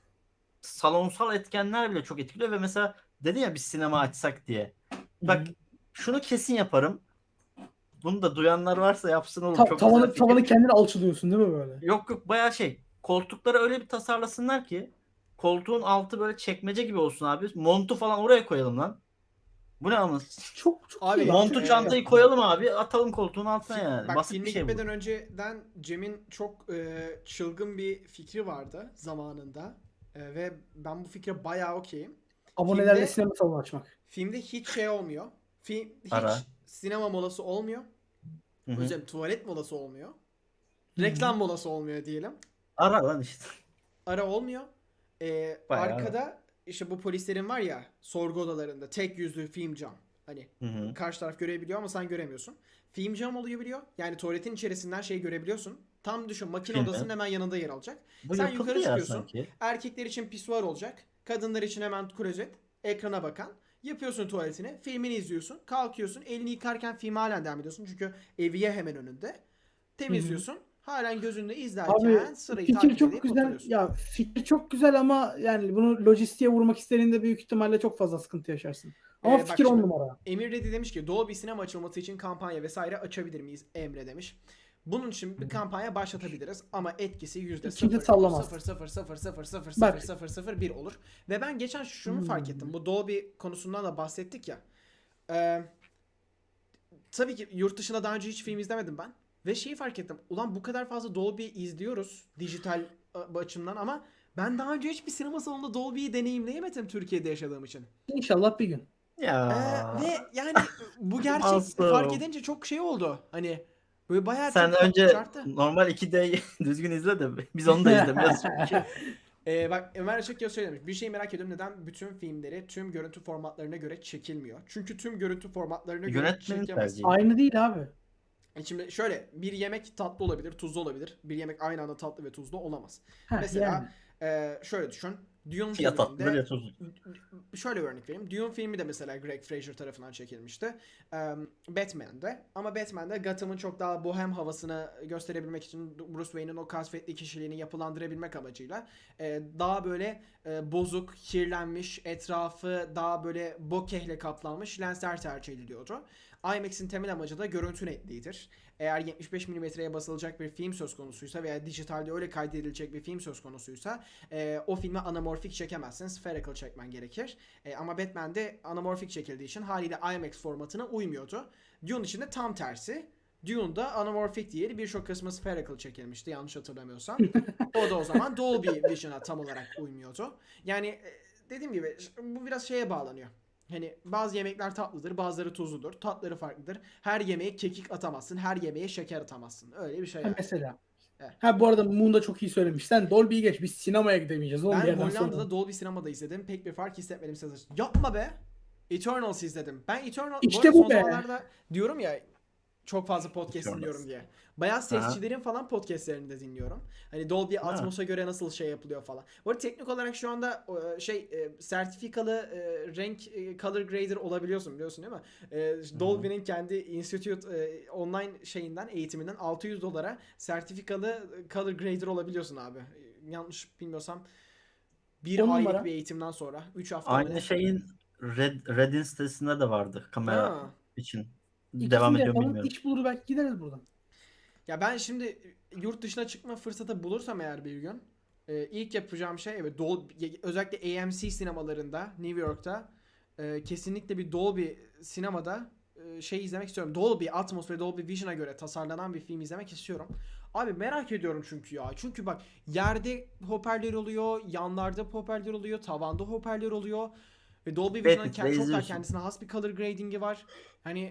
salonsal etkenler bile çok etkiliyor ve mesela dedin ya biz sinema açsak diye. Bak Hı hı. şunu kesin yaparım. Bunu da duyanlar varsa yapsın oğlum. Ta- çok güzel tavanı, fikir. tavanı kendini alçılıyorsun değil mi böyle? Yok yok baya şey. Koltukları öyle bir tasarlasınlar ki koltuğun altı böyle çekmece gibi olsun abi. Montu falan oraya koyalım lan. Bu ne ama? Çok çok Abi, iyi. Montu Çok iyi çantayı yaptın. koyalım abi. Atalım koltuğun altına yani. Bak Basit filme bir şey bu. gitmeden önceden Cem'in çok e, çılgın bir fikri vardı zamanında. E, ve ben bu fikre bayağı okeyim. Abonelerle Filmde- sinema salonu açmak. Filmde hiç şey olmuyor. Film hiç Ara. sinema molası olmuyor. Hı hı. O yüzden tuvalet molası olmuyor. Hı. Reklam molası olmuyor diyelim. Ara lan işte. Ara olmuyor. Ee, Bayağı arkada işte bu polislerin var ya sorgu odalarında tek yüzlü film cam. Hani Hı hı. karşı taraf görebiliyor ama sen göremiyorsun. Film cam oluyor biliyor. Yani tuvaletin içerisinden şey görebiliyorsun. Tam düşün makine Filmi. odasının hemen yanında yer alacak. Bu Sen yapıldı yukarı ya çıkıyorsun. sanki. Erkekler için pisuar olacak. Kadınlar için hemen klozet. Ekrana bakan. Yapıyorsun tuvaletini. Filmini izliyorsun. Kalkıyorsun. Elini yıkarken film halen devam ediyorsun. Çünkü eviye hemen önünde. Temizliyorsun. Halen gözünde izlerken Abi sırayı fikir takip çok edip güzel. oturuyorsun. Ya fikir çok güzel ama yani bunu lojistiğe vurmak istediğinde büyük ihtimalle çok fazla sıkıntı yaşarsın. Ama Ee, bak fikir on şimdi- numara. Emir Reddy demiş ki Dolby sinema açılması için kampanya vesaire açabilir miyiz Emre demiş. Bunun için bir kampanya başlatabiliriz ama etkisi yüzde Kimse sallamaz. sıfır sıfır sıfır sıfır sıfır Bak. sıfır sıfır sıfır bir olur. Ve ben geçen şunu Hmm. fark ettim. Bu Dolby konusundan da bahsettik ya. Ee, tabii ki yurt dışında daha önce hiç film izlemedim ben. Ve şeyi fark ettim. Ulan bu kadar fazla Dolby izliyoruz dijital e, açımdan ama ben daha önce hiçbir sinema salonunda Dolby'yi deneyimleyemedim Türkiye'de yaşadığım için. İnşallah bir gün. Ya. Ee, ve yani bu gerçek Masum. fark edince çok şey oldu. Hani böyle bayağı Sen çok önce çarptı. normal iki D'yi düzgün izle de biz onu da izlemiyoruz çünkü. Ee, bak Ömer Açık ya söylemiş. Bir şey merak ediyorum neden bütün filmleri tüm görüntü formatlarına göre çekilmiyor? Çünkü tüm görüntü formatlarına göre Yönetmenin çekemez. tercihi. Aynı değil abi. E Şimdi şöyle bir yemek tatlı olabilir, tuzlu olabilir. Bir yemek aynı anda tatlı ve tuzlu olamaz. Heh, Mesela yani. e, şöyle düşün. Dune Ya tatlıdır filminde ya tuzlu. şöyle bir örnek vereyim. Dune filmi de mesela Greg Fraser tarafından çekilmişti. Eee, Batman'de. Ama Batman'de Gotham'ın çok daha bohem havasını gösterebilmek için Bruce Wayne'in o kasvetli kişiliğini yapılandırabilmek amacıyla eee, daha böyle eee, bozuk, kirlenmiş, etrafı daha böyle bokehle kaplanmış lensler tercih ediliyordu. IMAX'in temel amacı da görüntü netliğidir. Eğer yetmiş beş milimetreye basılacak bir film söz konusuysa veya dijitalde öyle kaydedilecek bir film söz konusuysa e, o filmi anamorfik çekemezsin. Spherical çekmen gerekir. E, ama Batman'de anamorfik çekildiği için haliyle IMAX formatına uymuyordu. Dune için de tam tersi. Dune'da anamorfik değil, birçok kısmı spherical çekilmişti yanlış hatırlamıyorsam. O da o zaman Dolby Vision'a tam olarak uymuyordu. Yani e, dediğim gibi bu biraz şeye bağlanıyor. Hani bazı yemekler tatlıdır, bazıları tuzludur. Tatları farklıdır. Her yemeğe kekik atamazsın, her yemeğe şeker atamazsın. Öyle bir şey Ha, yani. mesela. Evet. Ha bu arada Moon da çok iyi söylemiş. Sen Dolby'yi geç. Biz sinemaya gidemeyeceğiz. Oğlum bir Ben yerden Hollanda'da sonra. Dolby Sinema'da izledim. Pek bir fark hissetmedim size. Yapma be. Eternals izledim. Ben Eternal İşte bu arada bu son be. zamanlarda diyorum ya çok fazla podcast Eternals. dinliyorum diye. Bayağı sesçilerin falan podcastlerini de dinliyorum. Hani Dolby Atmos'a göre nasıl şey yapılıyor falan. Bu arada teknik olarak şu anda e, şey e, sertifikalı e, renk e, color grader olabiliyorsun biliyorsun değil mi? E, Dolby'nin kendi Institute e, online şeyinden eğitiminden altı yüz dolara sertifikalı color grader olabiliyorsun abi. E, yanlış bilmiyorsam bir On aylık numara. bir eğitimden sonra üç hafta Aynı öyle. şeyin Red, Red'in sitesinde de vardı kamera Ha. için. İkisini Devam de ediyor mu yapalım. bilmiyorum. İş bulur belki gideriz buradan. Ya ben şimdi yurt dışına çıkma fırsatı bulursam eğer bir gün e, ilk yapacağım şey evet Dolby, özellikle A M C sinemalarında New York'ta e, kesinlikle bir Dolby sinemada e, şey izlemek istiyorum. Dolby Atmos ve Dolby Vision'a göre tasarlanan bir film izlemek istiyorum. Abi merak ediyorum çünkü ya. Çünkü bak yerde hoparlör oluyor, yanlarda hoparlör oluyor, tavanda hoparlör oluyor. Ve Dolby Vision'ın Evet, ke- çok daha izliyorsun. kendisine has bir color grading'i var. Hani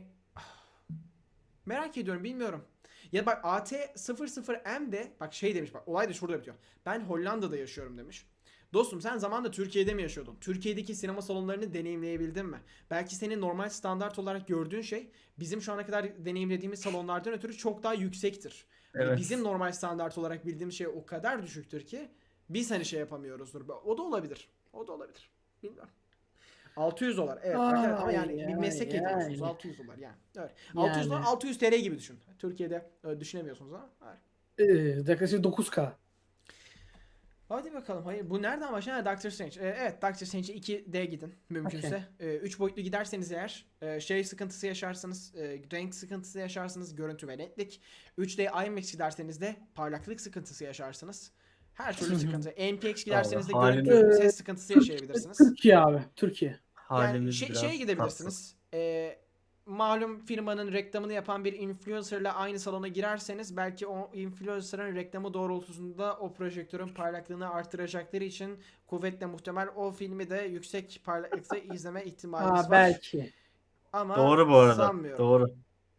merak ediyorum bilmiyorum. Ya bak A T sıfır sıfır M de bak şey demiş bak olay da şurada bitiyor. Ben Hollanda'da yaşıyorum demiş. Dostum sen zamanında Türkiye'de mi yaşıyordun? Türkiye'deki sinema salonlarını deneyimleyebildin mi? Belki senin normal standart olarak gördüğün şey bizim şu ana kadar deneyimlediğimiz salonlardan ötürü çok daha yüksektir. Hani Evet. bizim normal standart olarak bildiğimiz şey o kadar düşüktür ki biz hani şey yapamıyoruzdur. O da olabilir. O da olabilir. Bilmiyorum. altı yüz dolar. Evet arkadaşlar ama yani Ay, bir meslek ay, ediniyorsunuz. ay. altı yüz dolar yani. Evet. altı yüz dolar Yani. altı yüz T L gibi düşün. Türkiye'de öyle düşünemiyorsunuz ama. Evet. Ee, yaklaşık dokuz K. Hadi bakalım. Hayır bu nereden başlıyor? Ha, Doctor Strange. Ee, evet Doctor Strange'e iki D gidin mümkünse. Ee, üç boyutlu giderseniz eğer e, şey sıkıntısı yaşarsınız. E, renk sıkıntısı yaşarsınız. Görüntü ve netlik. üç D IMAX giderseniz de parlaklık sıkıntısı yaşarsınız. Her türlü sıkıntı. N P X giderseniz de Vallahi görüntü halim- ses sıkıntısı yaşayabilirsiniz. Türkiye abi. Türkiye. Yani Halimiz şey, biraz şeye tatsız. gidebilirsiniz. Ee, malum firmanın reklamını yapan bir influencerla aynı salona girerseniz belki o influencer'ın reklamı doğrultusunda o projektörün parlaklığını artıracakları için kuvvetle muhtemel o filmi de yüksek parlaklıkta izleme ihtimaliniz Aa var. belki. Ama Doğru bu arada. sanmıyorum. Doğru.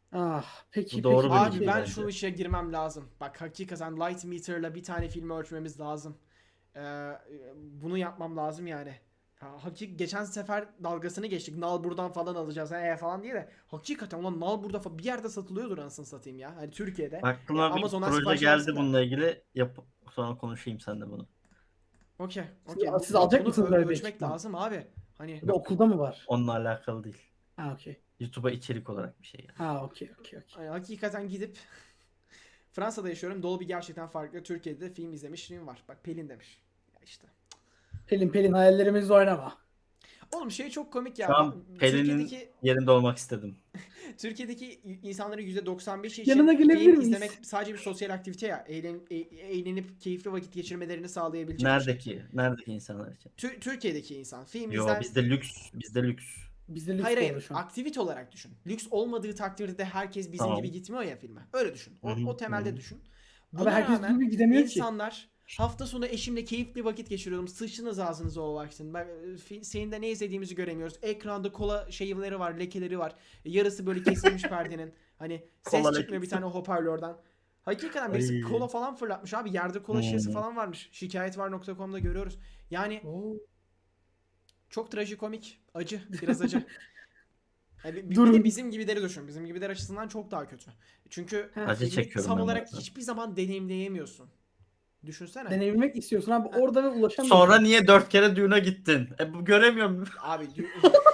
Ah peki Bu doğru peki. bir Abi bilgi ben bence. şu işe girmem lazım. Bak hakikaten light meter'la bir tane filmi ölçmemiz lazım. Ee, bunu yapmam lazım yani. Ha, hakik geçen sefer dalgasını geçtik. Nal buradan falan alacağız he falan diye de. Hakikaten ulan nal burada fa- bir yerde satılıyordur anasını satayım ya. Hani Türkiye'de. Aklıma Ya bir Amazon'dan proje sipariş geldi versin de. bununla ilgili. Yap sonra konuşayım seninle bunu. Okey. Siz- Okey. siz Bu- alacak bunu mısınız ö- böyle bir ölçmek ekipman? lazım abi. Hani Bu da okulda mı var? Onunla alakalı değil. Ha okey. YouTube'a içerik olarak bir şey yani. Ha okey okey okey. hani hakikaten gidip Fransa'da yaşıyorum. Dolby gerçekten farklı. Türkiye'de de film izlemişliğim var. Bak Pelin demiş. Ya işte. Pelin Pelin hayallerimizle oynama. Oğlum şey çok komik ya. Şu an Ba- Pelin'in Türkiye'deki yerinde olmak istedim. Türkiye'deki insanların yüzde doksan beşi için Yanına gelebilir film miyiz? izlemek sadece bir sosyal aktivite ya. Eğlen, e- eğlenip keyifli vakit geçirmelerini sağlayabilecek bir şey. Neredeki? Neredeki insanlar için? Tü- Türkiye'deki insan film Yo izler. bizde lüks. Bizde lüks. Bizde lüks Hayır doğru hayır. şu an. Aktivite olarak düşün. Lüks olmadığı takdirde herkes bizim Tamam. gibi gitmiyor ya filme. Öyle düşün. O, Hı hı, o temelde hı hı. düşün. Abi Buna herkes rağmen gibi gidemiyor ki. insanlar hafta sonu eşimle keyifli vakit geçiriyordum. Sıçtınız ağzınıza o vaktin. Ben, e, fi- senin de ne izlediğimizi göremiyoruz. Ekranda kola şeyleri var, lekeleri var. Yarısı böyle kesilmiş perdenin. Hani ses Kola çıkmıyor bir lekesi. tane hoparlörden. Hakikaten birisi Ay. kola falan fırlatmış abi. Yerde kola şişesi Hmm. falan varmış. Şikayetvar nokta com'da görüyoruz. Yani Oo. çok trajikomik. Acı. Biraz acı. Yani bir, bir Durun. de bizim gibileri düşün. Bizim gibiler açısından çok daha kötü. Çünkü Ha. Acı filmi çekiyorum tam ben olarak bazen. hiçbir zaman deneyimleyemiyorsun. Düşünsene. Deneyebilmek istiyorsun abi orada ve ulaşamıyorsun. Sonra niye dört kere düğüne gittin? E bu göremiyorum. Abi dü-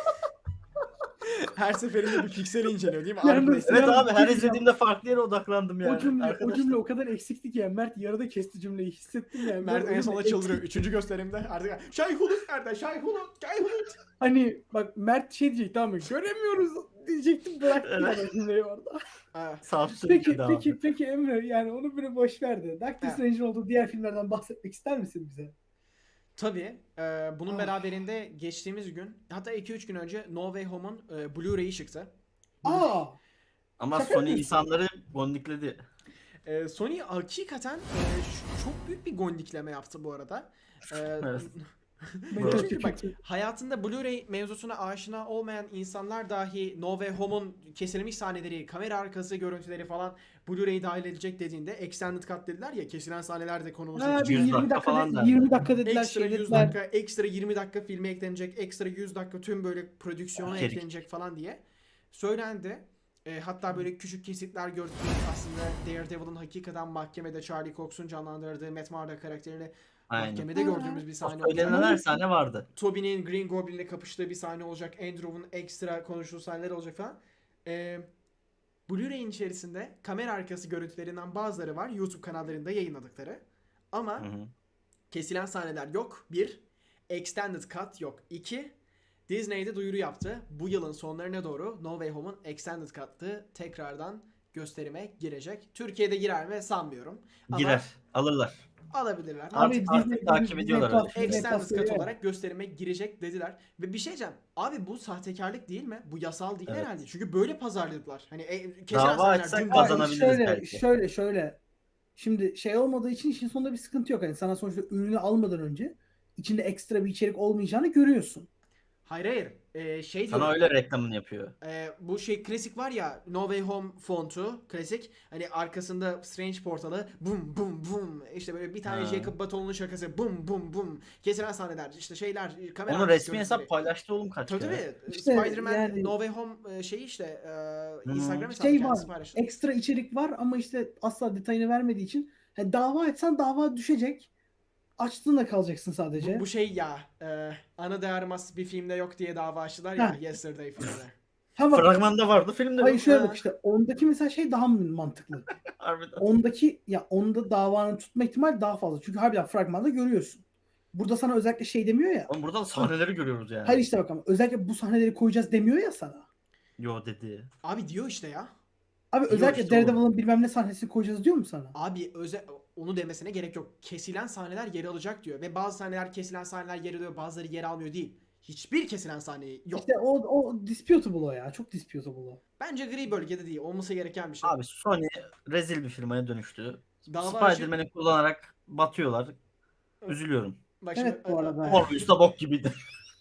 her seferinde bir pikseli inceliyor değil mi? Yani Arif mesela- Evet Ya, abi her bir- izlediğimde farklı yere odaklandım yani. O cümle, o Arkadaşlar. cümle o kadar eksikti ki yani Mert yarıda kesti cümleyi hissettim yani. Mert Böyle en sonunda eksik- çıldırıyor. Üçüncü gösterimde artık Şayhulut nerede? Şayhulut, Şayhulut. Hani bak Mert şey diyecek tamam mı? Göremiyoruz diyecektim bıraktım Evet. adam cümleyi orada. Ha, Sansür Peki girdi abi. peki peki Emre yani onu bile boş verdi. Doctor Ha. Strange'in olduğu diğer filmlerden bahsetmek ister misin bize? Tabii. e, bunun Ah. beraberinde geçtiğimiz gün hatta iki üç gün önce No Way Home'un e, Blu-ray'i çıktı. Aa! Ama Şaka Sony yapıyorsun. insanları gondikledi. E, Sony hakikaten e, ş- çok büyük bir gondikleme yaptı bu arada. E, Evet. Metal Çünkü bak kötü. hayatında Blu-ray mevzusuna aşina olmayan insanlar dahi No Way Home'un kesilmiş sahneleri, kamera arkası görüntüleri falan Blu-ray'i dahil edecek dediğinde Extended Cut dediler ya, kesilen sahneler de konulacak. Ha, bir yüz yirmi dakika dakika, falan de- derler. yirmi dakika dediler Ekstra şey yüz dediler. dakika, ekstra yirmi dakika filme eklenecek, ekstra yüz dakika tüm böyle prodüksiyona İçerik. eklenecek falan diye söylendi. E, hatta böyle küçük kesitler gördük. Aslında Daredevil'ın hakikaten mahkemede Charlie Cox'un canlandırdığı Matt Murdock karakterini Aynen. mahkemede Ha. gördüğümüz bir O sahne olacak. söylenen her sahne vardı. Toby'nin Green Goblin'le kapıştığı bir sahne olacak. Andrew'un ekstra konuştuğu sahneler olacak falan. Ee, Blu-ray'in içerisinde kamera arkası görüntülerinden bazıları var. YouTube kanallarında yayınladıkları. Ama Hı hı. kesilen sahneler yok. Bir. Extended Cut yok. İki. Disney'de duyuru yaptı. Bu yılın sonlarına doğru No Way Home'un Extended Cut'ı tekrardan gösterime girecek. Türkiye'de girer mi sanmıyorum. Ama Girer. Alırlar. alabilirler. Abi, Artık artık takip ediyorlar öyle Plus, şeyleri. Disney Extended Plus Cut veriyor. olarak gösterime girecek dediler. Ve bir şey diyeceğim. Abi bu sahtekarlık değil mi? Bu yasal değil Evet. herhalde. Çünkü böyle pazarladılar. Hani e, kesilen Dava sahneler açsak dün Hayır, kazanabiliriz şöyle, belki. Şöyle şöyle. Şimdi şey olmadığı için işin sonunda bir sıkıntı yok. Hani sana sonuçta ürünü almadan önce içinde ekstra bir içerik olmayacağını görüyorsun. Hayır hayır. Ee, şey Sana diyorum. öyle reklamını yapıyor. Ee, bu şey klasik var ya, No Way Home fontu klasik, hani arkasında Strange portalı bum bum bum, işte böyle bir tane Ha. Jacob Batalon'un şakası bum bum bum, kesilen sahneler işte şeyler, kamera Onu arkası resmi hesap görüntüleri. paylaştı oğlum kaç Tabii kere. tabii. İşte Spider-Man yani- No Way Home e, şeyi işte e, Hı. Instagram hesabı Şey kendisi var. paylaştı. Ekstra içerik var ama işte asla detayını vermediği için hani dava etsen dava düşecek. Açtığında kalacaksın sadece. Bu, bu şey ya, e, Ana de Armas bir filmde yok diye dava açtılar ya, Ha. Yesterday filmde. Ha bak, Fragmanda vardı filmde. hayır yok. şöyle Ha. bak işte ondaki mesela şey daha mantıklı. Harbiden. Ondaki ya onda davanın tutma ihtimali daha fazla. Çünkü harbiden fragmanda görüyorsun. Burada sana özellikle şey demiyor ya. Oğlum buradan sahneleri görüyoruz yani. Hayır işte bak ama özellikle bu sahneleri koyacağız demiyor ya sana. Yo dedi. Abi diyor işte ya. Abi Yok özellikle işte oğlum. Daredevil'ın bilmem ne sahnesini koyacağız diyor mu sana? Abi özel onu demesine gerek yok. Kesilen sahneler yer alacak diyor. Ve bazı sahneler, kesilen sahneler yer alıyor, bazıları yer almıyor değil. Hiçbir kesilen sahne yok. İşte o, o disputable o ya. Çok disputable o. Bence gri bölgede değil. Olması gereken bir şey. Abi Sony rezil bir firmaya dönüştü. Dava açıp- Spider-Man'i kullanarak batıyorlar. Üzülüyorum. Bak Evet, şimdi, bu arada. Morbius da bok gibiydi.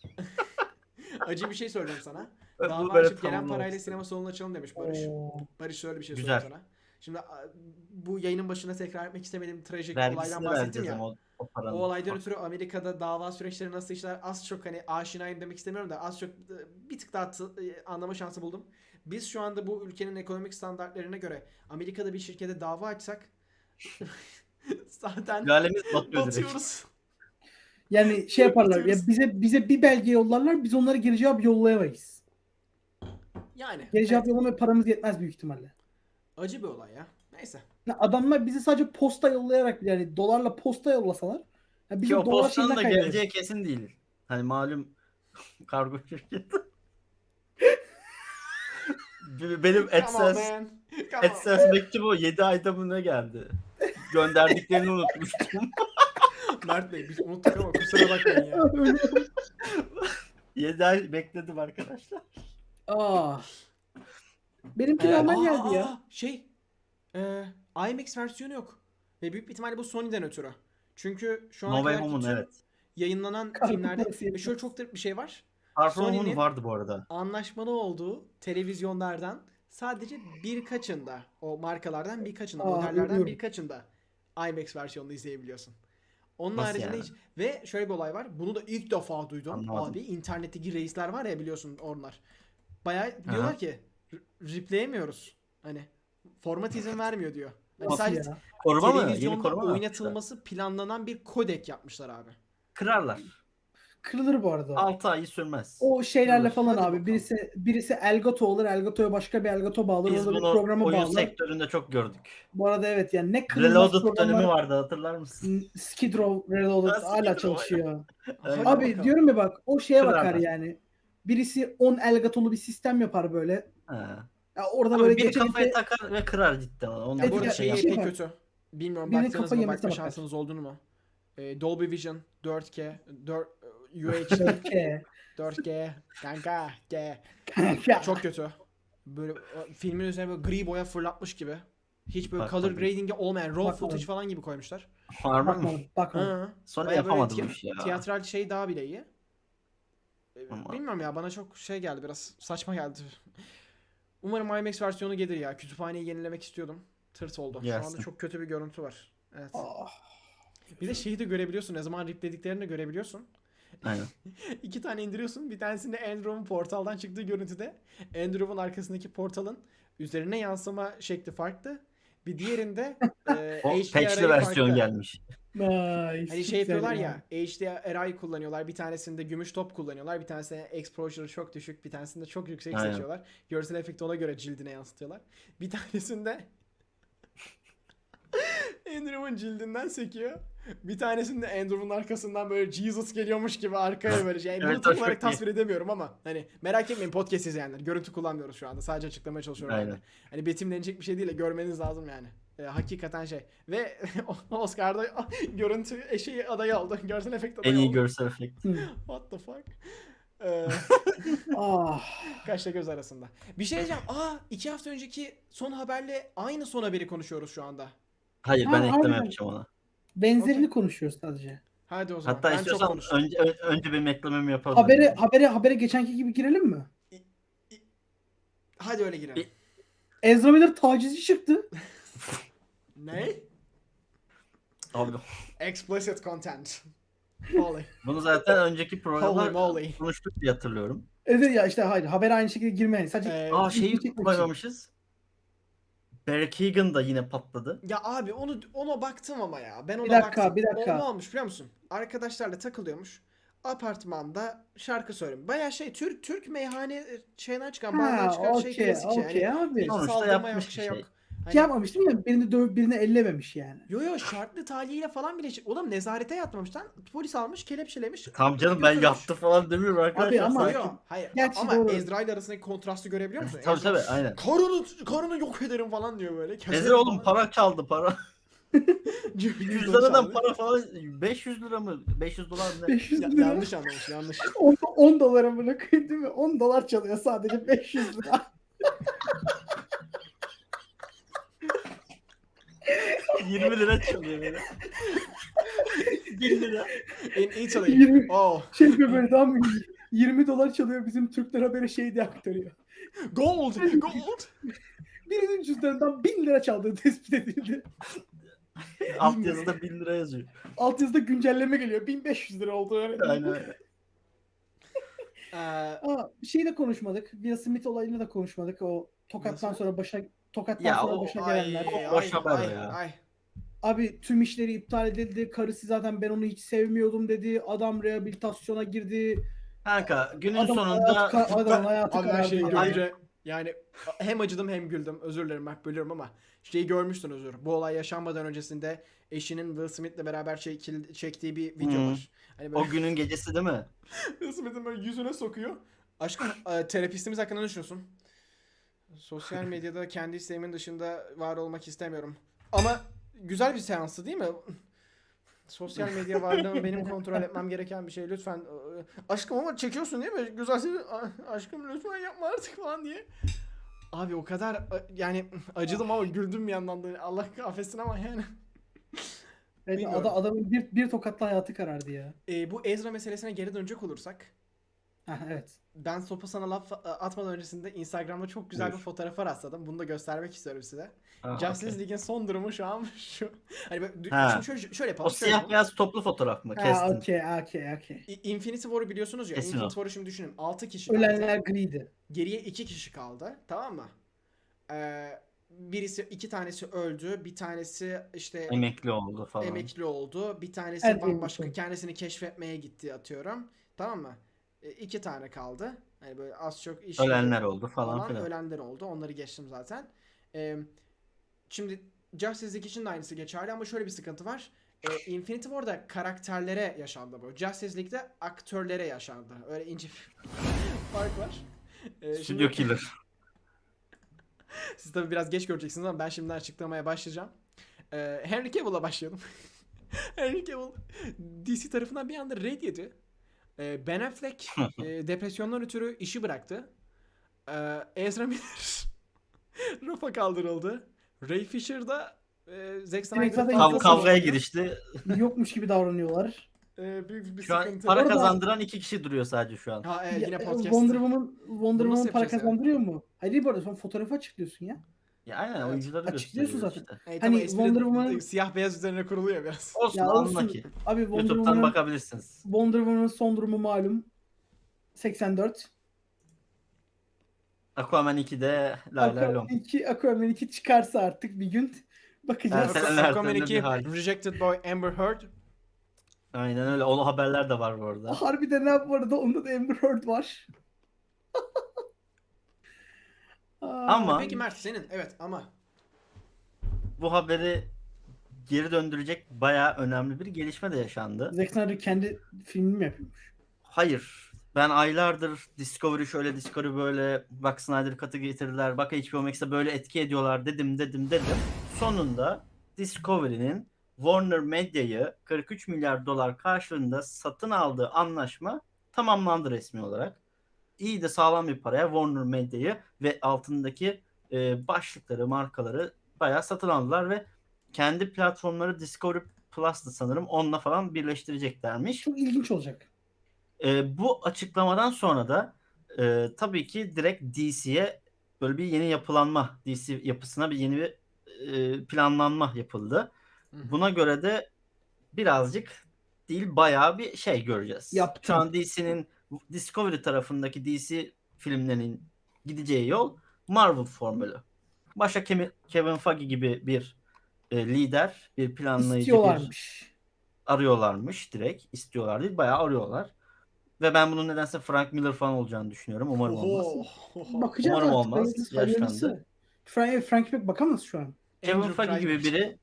acı bir şey söyleyeceğim sana. Bu Dava böyle açıp gelen tamamlamak parayla istedim. sinema salonuna açalım demiş Barış. Oo. Barış şöyle bir şey Güzel. söyleyeyim sana. Şimdi a- bu yayının başında tekrar etmek istemediğim trajik Vergisini olaydan bahsettim vereceğiz ya. ama o, o paranın. O olaydan ötürü Amerika'da dava süreçleri nasıl işler az çok hani aşinayım demek istemiyorum da az çok e, bir tık daha t- e, anlama şansı buldum. Biz şu anda bu ülkenin ekonomik standartlarına göre Amerika'da bir şirkete dava açsak zaten Lalemiz batıyor direkt. batıyoruz. Yani şey yaparlar ya Batıyoruz. bize bize bir belge yollarlar biz onlara geri cevap yollayamayız. Yani Geri cevap evet, yollamaya paramız yetmez büyük ihtimalle. acı bir olay ya. Neyse. Ya adamlar bizi sadece posta yollayarak yani dolarla posta yollasalar ya biz Ki o o dolar postanın şeyinden da kaybederiz. geleceği kesin değil. Hani malum kargo şirketi. Benim Come on AdSense, man. Come on. AdSense mektubu yedi ayda mı ne geldi? Gönderdiklerini unutmuştum. Mert Bey biz unuttuk ama kusura bakmayın ya. yedi ay bekledim arkadaşlar. Aa. Benimki Ee, normal Aa, geldi ya. aa, Şey, e, IMAX versiyonu yok. Ve büyük bir ihtimalle bu Sony'den ötürü. Çünkü şu No ana Way kadar Home'un tüm evet. yayınlanan Kargo filmlerde parası ve yetmez. şöyle çok garip bir şey var. Far From Sony'nin- Home'un vardı bu arada. Anlaşmalı olduğu televizyonlardan sadece birkaçında, o markalardan birkaçında, Aa, modellerden görüyorum. birkaçında IMAX versiyonunu izleyebiliyorsun. Onun Nasıl haricinde yani? hiç... Ve şöyle bir olay var. Bunu da ilk defa duydum. Anlamadım. Abi internetteki reisler var ya, biliyorsun onlar. Bayağı diyorlar ki "R- repleyemiyoruz. Hani format izin vermiyor" diyor. Hani Nasıl sadece ya? Koruma mı? Yeni televizyonda koruma mı yapmışlar? oynatılması planlanan bir kodek yapmışlar abi. Kırarlar. Kırılır bu arada. altı ayı sürmez. O şeylerle Kırılır. falan Hadi abi. bakalım. Birisi birisi Elgato olur. Elgato'ya başka bir Elgato bağlar. Biz Orada bir bunu programı oyun bağlar. sektöründe çok gördük. Bu arada evet yani ne kırılmaz Reloaded dönemi programlar. vardı, hatırlar mısın? Skid Row Reloaded Ha, Skid hala Row, çalışıyor. Aynen. Hadi Abi bakalım. diyorum ya bak o şeye bakar Kırarlar. yani. Birisi on Elgato'lu bir sistem yapar böyle. Ha. Ya orada Abi böyle biri gece kafayı gece takar ve kırar cidden. Onun Ya bu Evet, arada ya, şey şey epey var. kötü. Bilmiyorum Birinin baktınız kafa mı? yemesine Bakma bakar. şansınız olduğunu mu? Ee, Dolby Vision dört K, dört U H D, dört K. dört K, kanka, G. Ya, Çok kötü. Böyle e, filmin üzerine böyle gri boya fırlatmış gibi. Hiç böyle Bak, color tabii. grading'i olmayan raw Bakmadım. footage falan gibi koymuşlar. Harbi mi? bakmadım bakmadım. Hı. Sonra Bayağı böyle yapamadı bu tiya- işi ya. tiyatral şey daha bile iyi. Ee, Ama- Bilmiyorum ya, bana çok şey geldi, biraz saçma geldi. Umarım IMAX versiyonu gelir ya. Kütüphaneyi yenilemek istiyordum. Tırt oldu. Şu Gelsin. anda çok kötü bir görüntü var. Evet. Ah, Bir de şeyi de görebiliyorsun. Ne zaman riplediklerini de görebiliyorsun. Aynen. İki tane indiriyorsun. Bir tanesinde Andrew'un portaldan çıktığı görüntüde. Andrew'un arkasındaki portalın üzerine yansıma şekli farklı. Bir diğerinde e, O H D patchli R I versiyon farklı. gelmiş. nice. Hani şey Güzel yapıyorlar ya, H D R I kullanıyorlar. Bir tanesinde gümüş top kullanıyorlar. Bir tanesinde exposure çok düşük. Bir tanesinde çok yüksek Aynen. seçiyorlar. Görsel efekti ona göre cildine yansıtıyorlar. Bir tanesinde Andrew'un cildinden sekiyor. Bir tanesinde Andrew'un arkasından böyle Jesus geliyormuş gibi arkaya böyle şey. Bunu Evet, tam o olarak çok iyi. tasvir edemiyorum ama hani merak etmeyin podcast izleyenler. Görüntü kullanmıyoruz şu anda. Sadece açıklamaya çalışıyorum. Aynen. Yani. Hani betimlenecek bir şey değil de görmeniz lazım yani. Ee, hakikaten şey. Ve Oscar'da görüntü eşeği adayı aldı. Görsel efekt adayı En iyi oldu. görsel efekt. Hı. What the fuck? Ee, Ah. kaşla göz arasında. Bir şey diyeceğim. Aa, iki hafta önceki son haberle aynı son haberi konuşuyoruz şu anda. Hayır Ha, ben ekleme harbiden. yapacağım ona. Benzerini Okey. konuşuyoruz sadece. Hadi o zaman. Hatta ben çok istiyorsan konuştum. önce, ö- önce benim eklememi yapalım. Habere habere habere geçenki gibi girelim mi? Hadi öyle girelim. Ezra Miller tacizci çıktı. Ne? Abi, Explicit content. Holy. bunu zaten önceki Holy programda moly. konuştuk diye hatırlıyorum. Evet ya işte hayır habere aynı şekilde girmeyin. Sadece Ee, Aa ilgi şeyi çekmek için. koymamışız. Barry Keoghan da yine patladı. Ya abi onu ona baktım ama ya. Ben ona Bir dakika, baktım. bir dakika. O ne olmuş biliyor musun? Arkadaşlarla takılıyormuş. Apartmanda şarkı söylüyor. Baya şey Türk Türk meyhane şeyden çıkan bardan Ha çıkan şey okey klasik şey. okey Yani abi. hiç Sonuçta saldırma yapmış yok bir şey şey. yok. Hani, Şey yapmamış değil mi? Birini dövüp birini ellememiş yani. yo yo şartlı taliyle falan bile. Oğlum nezarete yatmamış lan. Polis almış kelepçelemiş. Tam canım ben götürmüş. yattı falan demiyorum arkadaşlar. Abi ama- Yo, sakin. yo, hayır. Gerçi Ama doğru. Ezra ile arasındaki kontrastı görebiliyor musun? Tabii Ezra, tabii aynen. Karını, karını yok ederim falan diyor böyle. Keserim Ezra oğlum falan. para çaldı para. Cüzdanı Cüzdanından çaldı. para falan beş yüz lira mı? beş yüz dolar mı ne? beş yüz Ya- lira. yanlış anlamış yanlış. on dolara bırakayım değil mi? on dolar çalıyor sadece beş yüz lira. yirmi lira çalıyor böyle. bir lira. In Italy. Yirmi- Oh. Şey yapıyor böyle tamam mı? yirmi dolar çalıyor bizim Türkler haberi şey diye aktarıyor. Gold. Gold. Birinin cüzdanından bin lira çaldığı tespit edildi. Alt yazıda bin lira yazıyor. Alt yazıda güncelleme geliyor. bin beş yüz lira oldu öyle. Aynen öyle. Ee, Aa, bir şey de konuşmadık. Will Smith olayını da konuşmadık. O tokattan Nasıl? sonra başa tokattan Ya sonra o- başa ay, gelenler. Çok boş haber ay, ya. ay. Abi tüm işleri iptal edildi. Karısı zaten ben onu hiç sevmiyordum dedi. Adam rehabilitasyona girdi. Kanka günün Adam sonunda hayatı, ka- adam hayatı Abi her şeyi karardı. Ay- görünce yani hem acıdım hem güldüm. Özür dilerim bak bölüyorum ama şeyi görmüştün özür. Bu olay yaşanmadan öncesinde eşinin Will Smith'le beraber çekil, çektiği bir video Hmm. var. Hani böyle o günün gecesi değil mi? Will Smith'in böyle yüzüne sokuyor. Aşkım e, terapistimiz hakkında ne düşünüyorsun? Sosyal medyada kendi isteğimin dışında var olmak istemiyorum. Ama güzel bir seanstı değil mi? Sosyal medya varlığımı benim kontrol etmem gereken bir şey. Lütfen. e, Aşkım ama çekiyorsun değil mi? Güzel şey. A- Aşkım lütfen yapma artık falan diye. Abi o kadar e, yani acıdım ama güldüm bir yandan da. Allah affetsin ama yani. Evet, Bilmiyorum. ada- adamın bir, bir tokatla hayatı karardı ya. E, bu Ezra meselesine geri dönecek olursak. Heh, evet. Ben sopa sana laf atmadan öncesinde Instagram'da çok güzel Buyur. bir fotoğrafa rastladım. Bunu da göstermek istiyorum size. Ha, Justice okey. League'in son durumu şu an şu. Hani böyle, Ha. şimdi şöyle, şöyle O yapalım. şöyle siyah yapalım. beyaz toplu fotoğraf mı? Ha Kestin. okey okey okey. İ- Infinity War'u biliyorsunuz ya. Kesin Infinity o. War'u şimdi düşünün. altı kişi Ölenler griydi. Geriye iki kişi kaldı. Tamam mı? Ee, birisi iki tanesi öldü. Bir tanesi işte Emekli oldu falan. emekli oldu. Bir tanesi Evet, bambaşka evet. kendisini keşfetmeye gitti atıyorum. Tamam mı? E, iki tane kaldı. Hani böyle az çok iş yeri Ölenler oldu falan olan filan. ölenler oldu. Onları geçtim zaten. E, şimdi Justice League için de aynısı geçerli ama şöyle bir sıkıntı var. E, Infinity War'da karakterlere yaşandı bu. Justice League'de aktörlere yaşandı. Öyle ince bir fark var. E, Studio şimdi Killer. siz tabii biraz geç göreceksiniz ama ben şimdiden açıklamaya başlayacağım. E, Henry Cavill'a başlayalım. Henry Cavill D C tarafından bir anda red yedi. E, Ben Affleck e, depresyondan ötürü işi bıraktı. E, Ezra Miller rafa kaldırıldı. Ray Fisher da e, Zack Snyder'ın zaten Kav Yok, kavgaya yok. girişti. Yokmuş gibi davranıyorlar. E, büyük bir Şu an sıkıntı. para Orada- kazandıran iki kişi duruyor sadece şu an. Ha, e, Ya, yine e, podcast. Wonder Woman, Wonder Bunu nasıl Woman para yapacağız ya? kazandırıyor mu? Hayır, bu arada son fotoğrafı açıklıyorsun ya. Ya aynen Evet. oyuncuları Açıklıyorsun gösteriyor zaten. işte. E, Hani tamam, espri Wonder de- Woman'ın- siyah beyaz üzerine kuruluyor biraz. Olsun Ya anla olsun. ki. Abi Wonder YouTube'dan Woman'ın bakabilirsiniz. Wonder Woman'ın son durumu malum. seksen dört. Aquaman iki'de lay lay Aquaman lom. iki, Aquaman iki çıkarsa artık bir gün bakacağız. Evet. Aqu- Aquaman Ersen'le bir iki hal. Rejected Boy Amber Heard. Aynen öyle. O haberler de var bu arada. Harbiden ne bu arada, onda da Amber Heard var. Ama- Ay. Peki Mert senin. Evet ama. Bu haberi geri döndürecek bayağı önemli bir gelişme de yaşandı. Zack Snyder kendi filmini mi yapıyormuş? Hayır. Ben aylardır Discovery şöyle Discovery böyle bak Snyder Cut'ı getirdiler. Bak H B O Max'e böyle etki ediyorlar dedim dedim dedim. Sonunda Discovery'nin Warner Media'yı kırk üç milyar dolar karşılığında satın aldığı anlaşma tamamlandı resmi olarak. İyi de sağlam bir paraya Warner Media'yı ve altındaki e, başlıkları, markaları bayağı satın aldılar ve kendi platformları Discovery Plus'tı sanırım. Onunla falan birleştireceklermiş. Çok ilginç olacak. E, bu açıklamadan sonra da e, tabii ki direkt D C'ye böyle bir yeni yapılanma, D C yapısına bir yeni bir e, planlanma yapıldı. Buna göre de birazcık değil bayağı bir şey göreceğiz. Yaptım. Şu an D C'nin Discovery tarafındaki D C filmlerinin gideceği yol Marvel formülü. Başka Kemi- Kevin Feige gibi bir e, lider, bir planlayıcı bir İstiyorlarmış. arıyorlarmış direkt. İstiyorlar değil, bayağı arıyorlar. Ve ben bunun nedense Frank Miller falan olacağını düşünüyorum. Umarım olmaz. Oho. Bakacağız Umarım artık. olmaz. Hayırlısı, Yaşlandı. hayırlısı. Frank, Frank Beck bakamaz şu an. Kevin Andrew Feige gibi Kramer. biri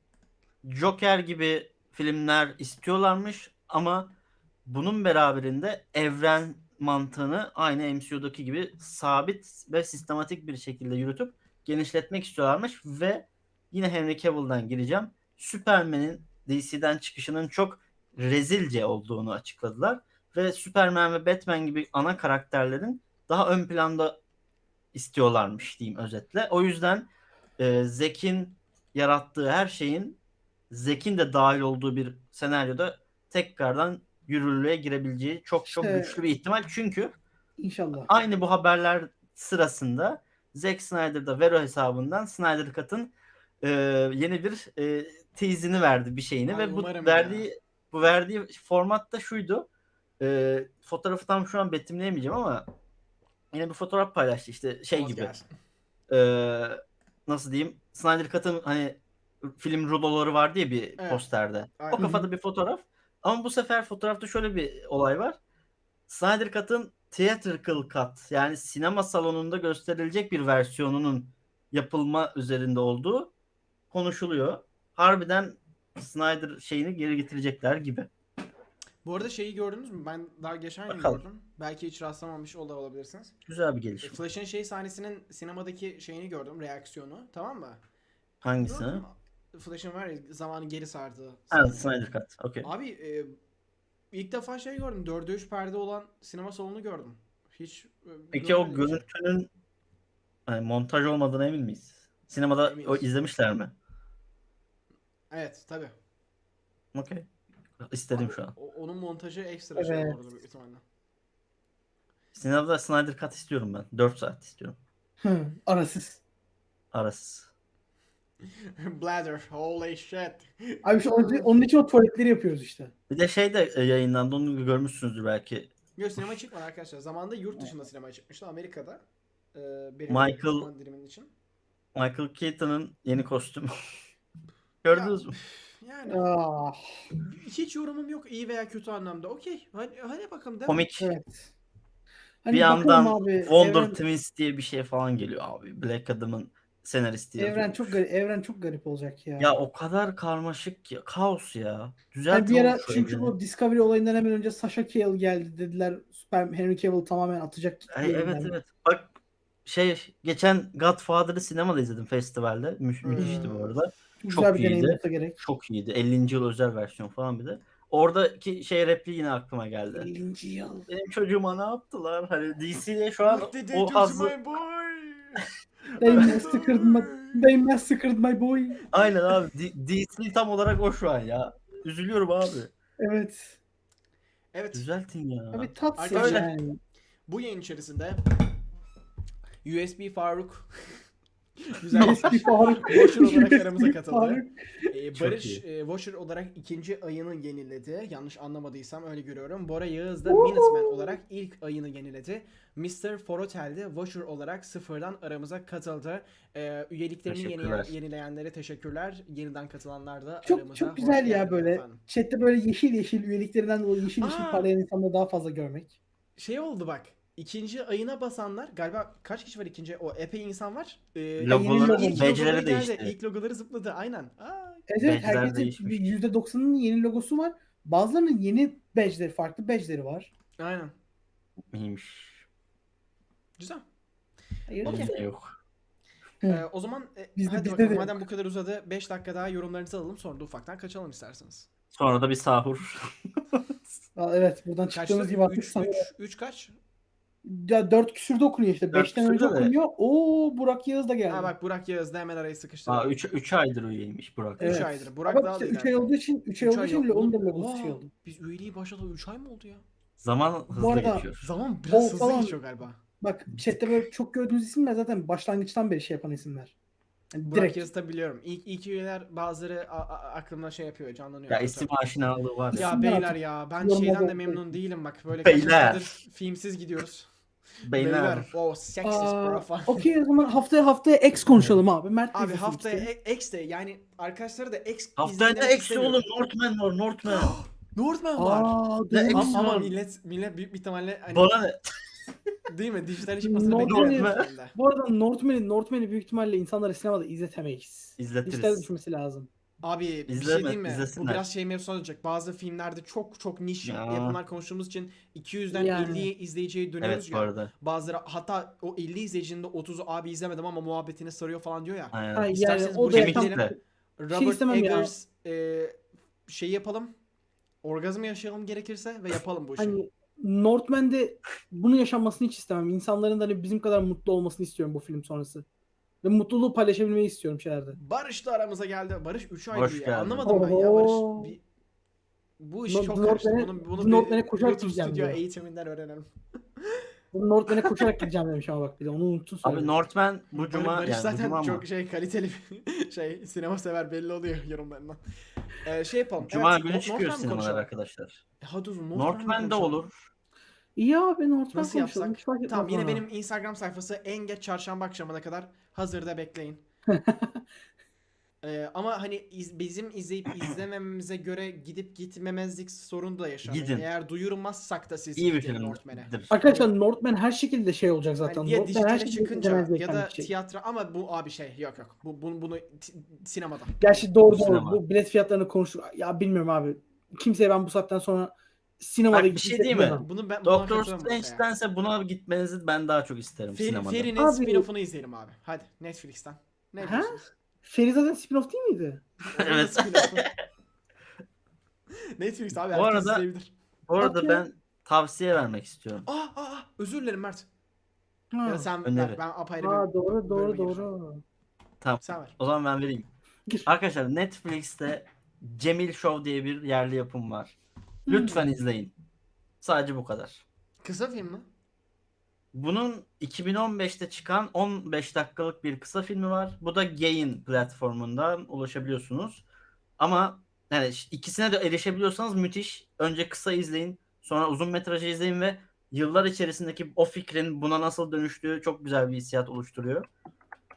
Joker gibi filmler istiyorlarmış ama bunun beraberinde evren mantığını aynı M C U'daki gibi sabit ve sistematik bir şekilde yürütüp genişletmek istiyorlarmış ve yine Henry Cavill'dan gireceğim. Superman'in D C'den çıkışının çok rezilce olduğunu açıkladılar ve Superman ve Batman gibi ana karakterlerin daha ön planda istiyorlarmış diyeyim özetle. O yüzden e, Zack'in yarattığı her şeyin Zack'in de dahil olduğu bir senaryoda tekrardan yürürlüğe girebileceği çok çok İşte- güçlü bir ihtimal. Çünkü İnşallah. aynı bu haberler sırasında Zack Snyder'da Vero hesabından Snyder Cut'ın e, yeni bir e, tease'ini verdi bir şeyini Ay, ve bu umarım verdiği ya. bu verdiği format da şuydu. E, fotoğrafı tam şu an betimleyemeyeceğim ama yine bir fotoğraf paylaştı işte şey Boz gibi. gelsin. Ee, nasıl diyeyim? Snyder Cut'ın hani film ruloları vardı ya bir Evet. posterde. Aynen. O kafada bir fotoğraf. Ama bu sefer fotoğrafta şöyle bir olay var. Snyder Cut'ın theatrical cut yani sinema salonunda gösterilecek bir versiyonunun yapılma üzerinde olduğu konuşuluyor. Harbiden Snyder şeyini geri getirecekler gibi. Bu arada şeyi gördünüz mü? Ben daha geçen gün Bakalım. gördüm. Belki hiç rastlamamış ol- olabilirsiniz. Güzel bir E, gelişme. Flash'ın şey sahnesinin sinemadaki şeyini gördüm. Reaksiyonu. Tamam mı? Hangisi? Gördün mü? Flash'ın var ya zamanı geri sardığı. Ha, sahne. Snyder Cut. Okey. Abi e, ilk defa şey gördüm. dörde üç perde olan sinema salonu gördüm. Hiç e, Peki o görmedim hiç. görüntünün hani montaj olmadığına emin miyiz? Sinemada Eminiz. o izlemişler mi? Evet tabi. Okey. İstedim şu an. Onun montajı ekstra şey Evet. olurdu büyük ihtimalle. Sinemada Snyder Cut istiyorum ben. dört saat istiyorum. Hı, arasız. Arasız. Bladder. Holy shit. Abi şu onun, onun için o tuvaletleri yapıyoruz işte. Bir de şey de e, yayınlandı. Onu görmüşsünüzdür belki. Yok sinema çıkmadı arkadaşlar. Zamanında yurt dışında sinema çıkmıştı. Amerika'da. E, benim Michael- zaman dilimin için. Michael Keaton'ın yeni kostümü. Gördünüz mü? Yani Ah, hiç yorumum yok iyi veya kötü anlamda. Okey. Hadi, hadi bakalım devam. Komik. evet. Bir Hani bakalım yandan abi, Wonder evren, Twins diye bir şey falan geliyor abi. Black Adam'ın senaristi evren yazıyormuş. çok garip, evren çok garip olacak ya. Ya o kadar karmaşık ki. Kaos ya. Hani Düzeltin bir ara oğlum şu çünkü evreni. bu Discovery olayından hemen önce Sasha Cale geldi dediler. Super Henry Cavill tamamen atacak gitti Ay, evet elinden. evet. Bak şey geçen Godfather'ı sinemada izledim festivalde. Mü müthişti bu arada. Çok Çok güzel bir deneyim iyiydi. olsa gerek. Çok iyiydi. ellinci yıl özel versiyon falan bir de. Oradaki şey repliği yine aklıma geldi. ellinci yıl. Benim çocuğuma ne yaptılar? Hani D C'ye şu an What did they o do to hazzı... my boy? They massacred my, they massacred my boy. Aynen abi. D- DC tam olarak o şu an ya. Üzülüyorum abi. Evet. Evet. Düzeltin ya. Abi tatsız Arkadaşlar, yani. Bu yayın içerisinde U S B Faruk güzel U S B Faruk. Watcher olarak aramıza U S B katıldı. Faruk. Ee, Çok Barış iyi. e, Watcher olarak ikinci ayını yeniledi. Yanlış anlamadıysam öyle görüyorum. Bora Yağız da Minuteman olarak ilk ayını yeniledi. mister Forotel de Watcher olarak sıfırdan aramıza katıldı. Ee, üyeliklerini Teşekkürler. yenileyen, yenileyenlere teşekkürler. Yeniden katılanlar da Çok aramıza çok hoş güzel ya geldiniz böyle. efendim. Chat'te böyle yeşil yeşil üyeliklerinden dolayı yeşil yeşil Aa! parlayan insanları daha fazla görmek. Şey oldu bak. İkinci ayına basanlar galiba kaç kişi var ikinci? O epey insan var. Ee, Logoları, yeni ilk badge'leri logoları geldi. değişti. İlk logoları zıpladı. Aynen. Aa, Evet, evet Badge'ler herkesin değişmiş. yüzde doksanının yeni logosu var. Bazılarının yeni badge'leri, farklı badge'leri var. aynen. İyiymiş. Güzel. Hayır, Okey. Bizde yok. Ee, o zaman e, Bizde- hadi bizde bakalım. de Madem bu kadar uzadı beş dakika daha yorumlarınızı alalım. Sonra da ufaktan kaçalım isterseniz. Sonra da bir sahur. Aa, evet buradan Kaçtı? çıktığımız gibi artık üç, sana... üç, üç kaç? Ya dört küsürde okunuyor işte. Dört beşten önce küsürde de. okunuyor. Oo Burak Yağız da geldi. Ha bak Burak Yağız da hemen arayı Aa, sıkıştıralım. üç aydır üyeymiş Burak. üç Evet. aydır. Burak Ama daha işte da üç ay ileride. olduğu için üç ay üç olduğu ay için yok. onun da Oğlum, logosu oha, şey oldu. Biz üyeliği başladı üç ay mı oldu ya? Zaman Bu hızlı arada- geçiyor. Zaman biraz Bol hızlı falan- geçiyor galiba. Bak chatte böyle çok gördüğünüz isimler zaten başlangıçtan beri şey yapan isimler. Yani Burak direkt. Yağız'ı da biliyorum. İlk, ilk üyeler bazıları a- a- aklımda şey yapıyor, canlanıyor. Ya Tabii, isim tabii. aşinalığı var ya. Ya İsimler beyler artık ya ben yorumlarda şeyden de ortaya memnun değilim bak böyle Beyler. kaç haftadır filmsiz gidiyoruz. Beyler. O sexist bro Aa, falan. okey o zaman haftaya haftaya X konuşalım abi. Mert de Abi izlesin haftaya işte. e- X de yani arkadaşları da X Haftaya ne izlemek eksi istemiyorum. oğlum? Northman var Northman. Northman var. Aa, Ne doğru. eksi Ama var? millet millet büyük bir ihtimalle hani Bana ne? değil mi? Dijital çıkmasını Northman'i- bekliyorum. Northman. ben de. Bu arada Northman'i Northman'i büyük ihtimalle insanlara sinemada izletemeyiz. İzletiriz. Dijital düşmesi lazım. Abi bir şey İzleme, diyeyim mi? Bu izlesinler. biraz şey mevzusu olacak. Bazı filmlerde çok çok niş Ya. yapımlar konuştuğumuz için iki yüzden Yani. elliye izleyiciye dönüyoruz Evet bu ya. arada. Bazıları hatta o elli izleyicinin de otuzu abi izlemedim ama muhabbetini sarıyor falan diyor ya. Aynen. Ha, yani İsterseniz o bu da Kemik tam kitle. Robert şey istemem ya. Eggers e, şey yapalım. Orgazm yaşayalım gerekirse ve yapalım bu işi. hani Northman'de bunu yaşanmasını hiç istemem. İnsanların da hani bizim kadar mutlu olmasını istiyorum bu film sonrası. Ve mutluluğu paylaşabilmeyi istiyorum şeylerde. Barış da aramıza geldi. Barış üç aydır Hoş ya. geldin. Anlamadım ben ya Oho. Barış. Bir, bu iş No- çok Northman'e- karıştı. Bunu, bunu Northman'e bir koşarak YouTube gideceğim stüdyo diyor. eğitiminden öğrenelim. Bunu Northman'e koşarak gideceğim demiş ama bak bir de onu unuttun Abi söylemeyi. Northman bu cuma Barış yani bu zaten cuma çok mı? şey kaliteli bir şey sinema sever belli oluyor yorumlarından. Ee, şey yapalım. Cuma evet, günü Northman çıkıyor mı sinemalar konuşalım? arkadaşlar. E, Hadi uzun Northman, mı Northman da konuşalım? olur. İyi abi Northman Nasıl konuşalım. yapsak? Hiç fark etmez Tamam yine bana. benim Instagram sayfası en geç çarşamba akşamına kadar hazırda bekleyin. Ee, ama hani iz- bizim izleyip izlemememize göre gidip gitmemezlik sorunu da yaşanıyor. Gidin. Eğer duyurmazsak da siz İyi bir gidin Northman'e. filmdir. Arkadaşlar Northman her şekilde şey olacak zaten. Hani ya Northman her dijitale şekilde çıkınca izlemeniz ya gereken da bir şey. tiyatro ama bu abi şey yok yok. Bu bunu, bunu ti- sinemada. Gerçi doğru doğru. Sinema. Bu bilet fiyatlarını konuştuk. Ya bilmiyorum abi. Kimseye ben bu saatten sonra sinemada Bak, bir şey diyeyim mi? izlemem. Bunu ben buna Doktor katılıyorum Burak'a ya. Strange'dense buna gitmenizi ben daha çok isterim Fer- sinemada. Feri'nin Abi- spin-off'unu izleyelim abi. Hadi Netflix'ten. Ne Ha? diyorsunuz? Feri zaten spin-off değil miydi? Onun da Evet. spin-off'u. Netflix abi Bu herkes arada- izleyebilir. Bu arada Okey. ben tavsiye vermek istiyorum. Aa, aa, aa, özür dilerim Mert. Ha. Ya da sen Öneri. ver, ben apayrı Aa, bir doğru doğru bölüme gireceğim. doğru. Tamam. Sen ver. O zaman ben vereyim. Gir. Arkadaşlar Netflix'te Cemil Show diye bir yerli yapım var. Lütfen izleyin. Sadece bu kadar. Kısa film mi? Bunun iki bin on beşte çıkan on beş dakikalık bir kısa filmi var. Bu da Gain platformundan ulaşabiliyorsunuz. Ama yani ikisine de erişebiliyorsanız müthiş. Önce kısa izleyin, sonra uzun metrajı izleyin ve yıllar içerisindeki o fikrin buna nasıl dönüştüğü çok güzel bir hissiyat oluşturuyor.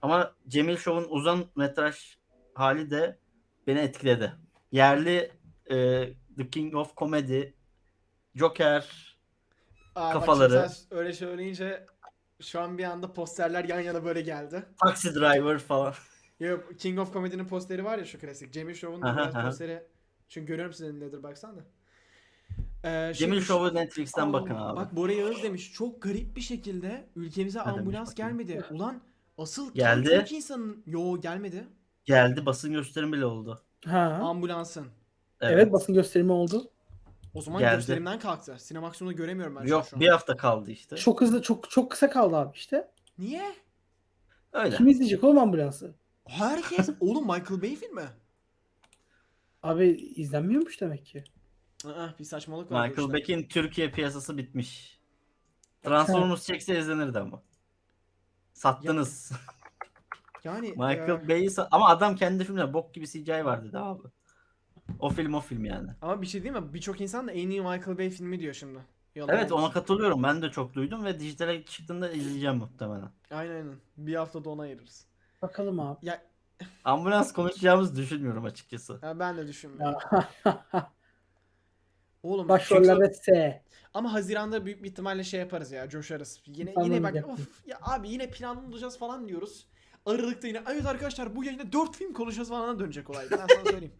Ama Cemil Show'un uzun metraj hali de beni etkiledi. Yerli e, The King of Comedy, Joker Aa, bak şimdi kafaları, sen öyle söyleyince şu an bir anda posterler yan yana böyle geldi. Taxi Driver falan. Yok, King of Comedy'nin posteri var ya, şu klasik. Cemil Show'un da Aha, biraz aha. posteri. Çünkü görüyorum sizin Letterboxd'dan da. Ee, Cemil şeymiş- Show'u Netflix'ten Aa, bakın abi. Bak Bora Yağız demiş. Çok garip bir şekilde ülkemize Ne demiş ambulans bakayım? gelmedi. Ulan asıl Geldi. tam Türk insanın... Yo, gelmedi. Geldi, basın gösterim bile oldu. Ha. Ambulansın. Evet. basın gösterimi oldu. O zaman Geldi. gösterimden kalktı. Sinemaksiyonda göremiyorum ben Yok, şu an. bir hafta kaldı işte. Çok hızlı çok çok kısa kaldı abi işte. Niye? Öyle. Kim izleyecek oğlum ambulansı? Herkes... Oğlum Michael Bay filmi. Abi izlenmiyormuş demek ki. Aa, bir saçmalık var. bu Michael işte. Beck'in Türkiye piyasası bitmiş. Transformers çekse izlenirdi ama. Sattınız. Yani Michael e, Bay'i sa- ama adam kendi filminde bok gibi C G I var dedi abi. O film o film yani. ama bir şey değil mi? Birçok insan da en iyi Michael Bay filmi diyor şimdi. Yalan Evet, ona olmasın. katılıyorum. Ben de çok duydum ve dijitale çıktığında izleyeceğim muhtemelen. Aynen aynen. Bir haftada ona ayırırız. Bakalım abi. Ya, Ambulans konuşacağımızı düşünmüyorum açıkçası. ya ben de düşünmüyorum. Ya. Oğlum Başrollerde S. ama Haziran'da büyük bir ihtimalle şey yaparız ya, coşarız. Yine Tamam, yine bak yapın. of ya abi, yine planlı olacağız falan diyoruz. Aralıkta yine evet arkadaşlar bu yayında dört film konuşacağız falan dönecek olay. Ben sana söyleyeyim.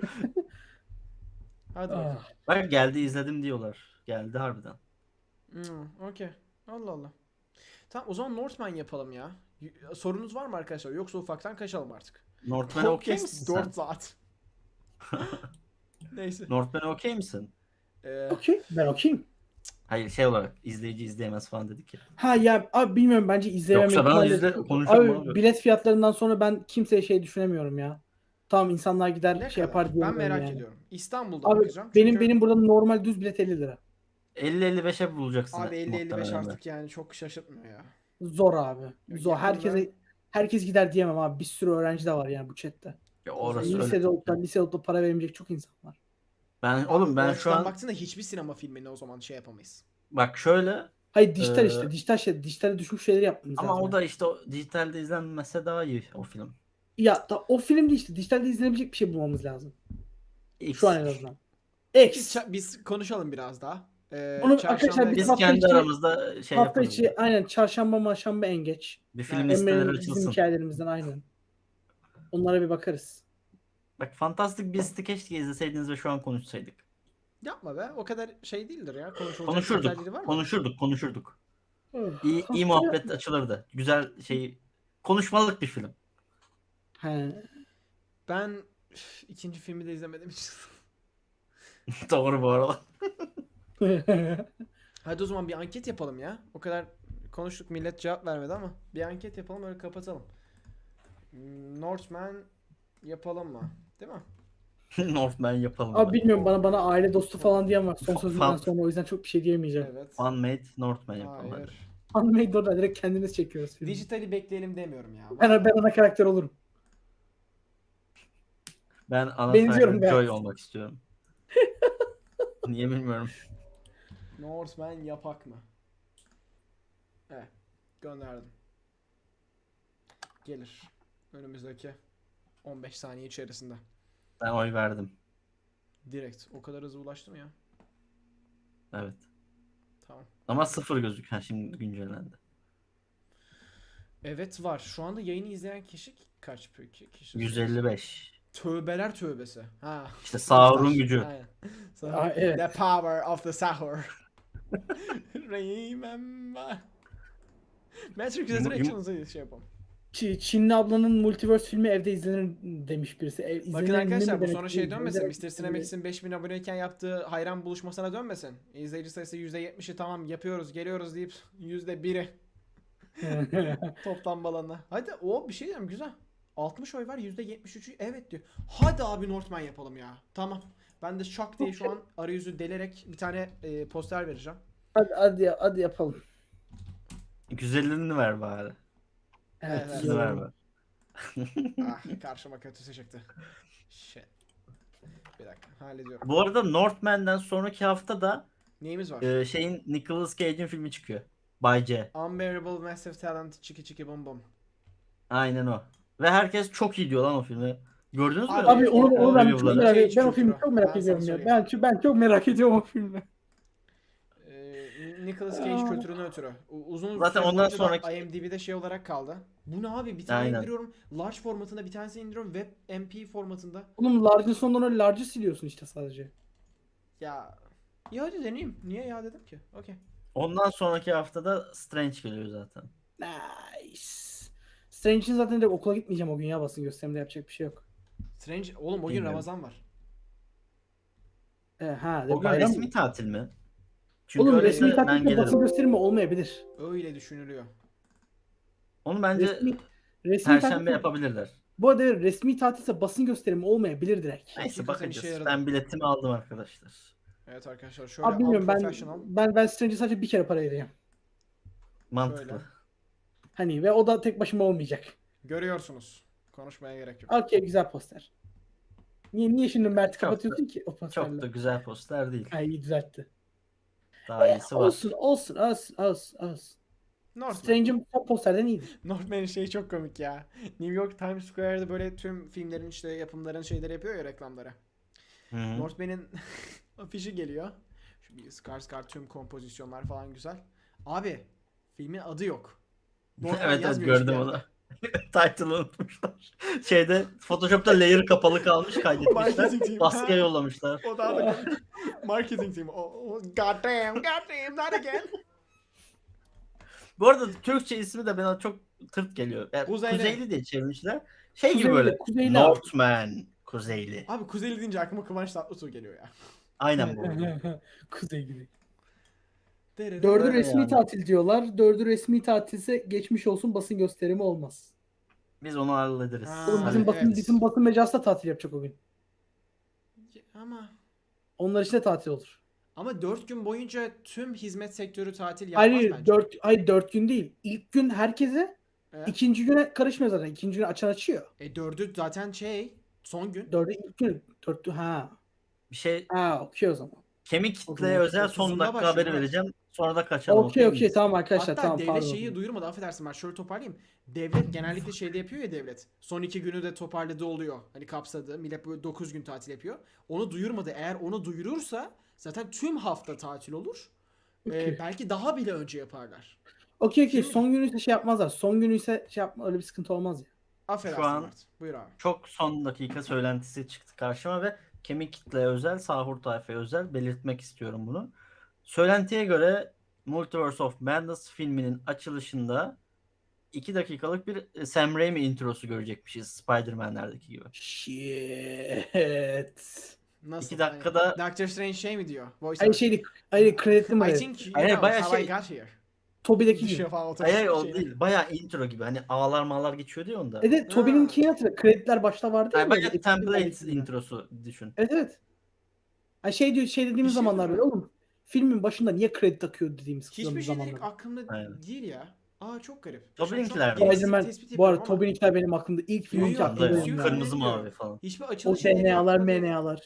Hadi bakalım. Ah. Bak geldi, izledim diyorlar. Geldi harbiden. Hmm, okey. Allah Allah. Tamam, o zaman Northman yapalım ya. Y- Sorunuz var mı arkadaşlar? Yoksa ufaktan kaçalım artık. Northman'e okey Podcast misin dört sen? saat. Neyse. Northman'e okey misin? Ee, Okey. Ben okeyim. Hayır, şey olarak izleyici izleyemez falan dedik ya. Ha ya abi bilmiyorum, bence izlemem Yoksa ben ihtimali- izle konuşurum ona Abi göre. bilet fiyatlarından sonra ben kimseye şey düşünemiyorum ya. Tamam, insanlar gider ne şey kadar? yapar diye. Ben merak yani. ediyorum. İstanbul'da Abi bakacağım. benim Çünkü benim burada normal düz bilet elli lira. elli elli beşe bulacaksın. abi elli elli beş muhtemelen de. artık yani çok şaşırtmıyor ya. Zor abi. Zor. yakında- Herkese herkes gider diyemem abi. Bir sürü öğrenci de var yani bu chatte. Ya orası öyle. Lisede olup da lisede olup da para vermeyecek çok insan var. Ben Abi, oğlum ben o şu açıdan an baktığında hiçbir sinema filmini o zaman şey yapamayız. bak şöyle Hayır dijital Ee, işte. Dijital şey. Dijitale düşmüş şeyler yapmamız ama lazım. o da işte o dijitalde izlenmese daha iyi o film. Ya da o film de işte dijitalde izlenebilecek bir şey bulmamız lazım. X. Şu an en azından. Biz, X. ça- biz konuşalım biraz daha. Ee, Bunu çarşamba arkadaşlar biz Biz hafta kendi içi- aramızda şey Hafta yaparız. içi aynen çarşamba marşamba en geç. Bir film Yani listeleri Emre'nin bizim açılsın. hikayelerimizden aynen. Onlara bir bakarız. Bak Fantastic Beast'i keşke izleseydiniz ve şu an konuşsaydık. yapma be. O kadar şey değildir ya. Konuşulacak Konuşurduk. şeyleri var mı? Konuşurduk, konuşurduk. Evet. İyi, iyi Haftaya- muhabbet açılırdı. Güzel şey, konuşmalık bir film. He. Ben üf, ikinci filmi de izlemedim hiç. Doğru bu arada. Hadi o zaman bir anket yapalım ya. O kadar konuştuk, millet cevap vermedi ama bir anket yapalım, öyle kapatalım. Hmm, Northman yapalım mı? Değil mi? Northman yapalım. Abi bilmiyorum, bana bana aile dostu falan diyen var son Fa- sözümden fan- sonra, o yüzden çok bir şey diyemeyeceğim. Evet. One-Made Northman yapalım. hadi. Hayır. Anlayın orada direkt kendimiz çekiyoruz filmi. Dijitali bekleyelim demiyorum ya. Ben, ben ana karakter olurum. Ben ana Benziyorum karakter ben. Joy olmak istiyorum. Niye bilmiyorum. Northman yapak mı? Evet. Gönderdim. Gelir. Önümüzdeki on beş saniye içerisinde. Ben oy verdim. Direkt. O kadar hızlı ulaştım ya. Evet. Tamam. Ama sıfır gözük. Ha, şimdi güncellendi. Evet var. Şu anda yayını izleyen kişi kaç peki? Kişi yüz elli beş. Tövbeler tövbesi. Ha. İşte Sauron gücü. Aynen. So, Aa, evet. The power of the sahur. Remember. Matrix Yum- yum- Resurrections'ı şey yapalım. Ç- Çinli ablanın Multiverse filmi evde izlenir demiş birisi. Ev, Bakın izlenir ne arkadaşlar, bu demek sonra şey değil, dönmesin. izlenir- mister Cinemax'in beş bin aboneyken yaptığı hayran buluşmasına dönmesin. İzleyici sayısı yüzde yetmişi tamam yapıyoruz geliyoruz deyip yüzde biri toplam balana. Hadi o bir şey diyeyim, güzel. altmış oy var, yüzde yetmiş üçü evet diyor. Hadi abi Northman yapalım ya. Tamam. Ben de şak diye şu an arayüzü delerek bir tane e, poster vereceğim. hadi, hadi, hadi yapalım. yüz ellini ver bari. Evet. Evet. yüzünü ver bari. Ah, karşıma kötüsü çıktı. Shit. Bir dakika hallediyorum. Bu arada Northman'den sonraki hafta da Neyimiz var? e, şeyin Nicolas Cage'in filmi çıkıyor. Bay C. Unbearable Massive Talent Chiki Chiki Bum Bum. Aynen o. Ve herkes çok iyi diyor lan o filmi. Gördünüz mü? Abi, Abi onu, o- onu ben çok review'ları? merak Cage ediyorum. Ben o filmi kültürü. çok merak Ben sana ediyorum ya. söyleyeyim. Ben, ben çok merak ediyorum o filmi. Ee, Nicolas Cage Aa. kültüründen ötürü. U- Uzun Zaten süre ondan boyunca da sonraki- IMDb'de şey olarak kaldı. Bu ne abi? Bir tane Aynen. indiriyorum. Large formatında, bir tanesini indiriyorum web M P formatında. Oğlum large'ın sonundan öyle large'ı siliyorsun işte sadece. Ya iyi hadi deneyeyim. Niye ya dedim ki? Okey. Ondan sonraki haftada Strange geliyor zaten. Nice. Strange'in zaten de okula gitmeyeceğim o gün ya, basın gösterimde yapacak bir şey yok. Strange oğlum o gün Bilmiyorum. Ramazan var. E, ha, O gün bayram resmi mı? tatil mi? Çünkü Oğlum öyleyse resmi ben tatilde basın gelirim. gösterimi olmayabilir. Öyle düşünülüyor. Onu bence Resmi, resmi Perşembe tatilde- yapabilirler. Bu arada resmi tatilse basın gösterimi olmayabilir direkt. Neyse Hakikaten işe bakacağız. yaradı. Ben biletimi aldım arkadaşlar. Evet arkadaşlar şöyle Abi bilmiyorum, ben unprofessional. ben ben Strange'e sadece bir kere para vereceğim. Mantıklı. Şöyle. Hani ve o da tek başıma olmayacak. Görüyorsunuz. Konuşmaya gerek yok. Okey, güzel poster. Niye niye şimdi Mert'i Çok kapatıyorsun ki o posterle? Çok da güzel poster değil. Ay, iyi düzeltti. Daha iyisi var. Olsun olsun olsun olsun olsun. Northman. Strange'in o posterden iyidir. Northman'in şeyi çok komik ya. New York Times Square'da böyle tüm filmlerin işte yapımların şeyleri yapıyor ya, reklamları. Hı hı. Northman'in afişi geliyor. Şu bir Skarsgård, tüm kompozisyonlar falan güzel. Abi filmin adı yok. Northman Evet evet yazmıyor hiçbir gördüm yerde. onu. Title'ı unutmuşlar. Şeyde Photoshop'ta layer kapalı kalmış, kaydetmişler. Marketing team. Baskıya Ha. yollamışlar. O daha da komik. Marketing team. Oh, oh, god damn, god damn, not again. Bu arada Türkçe ismi de bana çok tırt geliyor. Yani Kuzeyli. Kuzeyli diye çevirmişler. Şey gibi Kuzeyli, böyle. Kuzeyli Northman. Kuzeyli. Abi Kuzeyli deyince aklıma Kıvanç Tatlıtuğ geliyor ya. Aynen bu. Kuzey gibi. Dırırı. Dördü Öyle resmi yani. tatil diyorlar. Dördü resmi tatilse geçmiş olsun, basın gösterimi olmaz. Biz onu hallederiz. Ha, Oğlum bizim evet. basın bizim basın mecrası da tatil yapacak o gün. Ama Onlar için de tatil olur. ama dört gün boyunca tüm hizmet sektörü tatil yapmaz Hayır bence. dört, hayır dört gün değil. İlk gün herkese, Evet. ikinci güne karışmıyor zaten. İkinci güne açan açıyor. E dördü zaten şey son gün. Dördü ilk gün. Dörtlü ha. Bir şey Ha, okey o zaman. kemik O kitleye zaman özel son otuzunda dakika başlıyor, haberi evet. vereceğim. Sonra da kaçalım. Okey okey miyiz? tamam arkadaşlar, Hatta tamam devlet pardon. şeyi duyurmadı, affedersin ben şöyle toparlayayım. Devlet genellikle şeyde yapıyor ya devlet. Son iki günü de toparladığı oluyor. Hani kapsadı. Millet böyle dokuz gün tatil yapıyor. Onu duyurmadı. Eğer onu duyurursa zaten tüm hafta tatil olur. Ee, Okey. belki daha bile önce yaparlar. Okey okey, Şimdi- son günü ise şey yapmazlar. Son günü ise şey yapma, öyle bir sıkıntı olmaz ya. Affedersin Şu an- Mert. Buyur abi. Çok son dakika söylentisi çıktı karşıma ve kemik kitleye özel, sahur tayfaya özel belirtmek istiyorum bunu. Söylentiye göre Multiverse of Madness filminin açılışında iki dakikalık bir Sam Raimi introsu görecekmişiz, Spider-Man'lerdeki gibi. Shit. Nasıl? İki dakikada- Hani Doctor Strange şey mi diyor? Voice Hayır actor. şey değil. Hayır kreditli mi? I Evet. think you Hayır, know bayağı how I şey- got here. Toby'deki Düşüyor gibi. falan otobüs Hayır hayır, o şeyine. değil. Bayağı intro gibi. Hani ağlar mağlar geçiyordu ya onda. Evet, Toby'nin Ha. keyini hatırla. Krediler başta vardı ya. Yani böyle bayağı episode template içinde. introsu düşün. Evet evet. Ha, şey diyor, şey dediğimiz şey zamanlar böyle diyeceğim. oğlum. Filmin başında niye kredi takıyor dediğimiz Hiçbir şey zamanlar. direkt aklımda Aynen. değil ya. Aa çok garip. Tobey'inkiler Şu an mi? gerisi Spider-Man, tespit bu yapıyorum arada ama Toby'ninkiler benim aklımda ilk Yo, filmin yo, ki aklımda M C U benim ya. Kırmızı filmleri mavi diyor. falan. hiçbir O açılış D N jeneriği A'lar, aklıma değil. M N A'lar.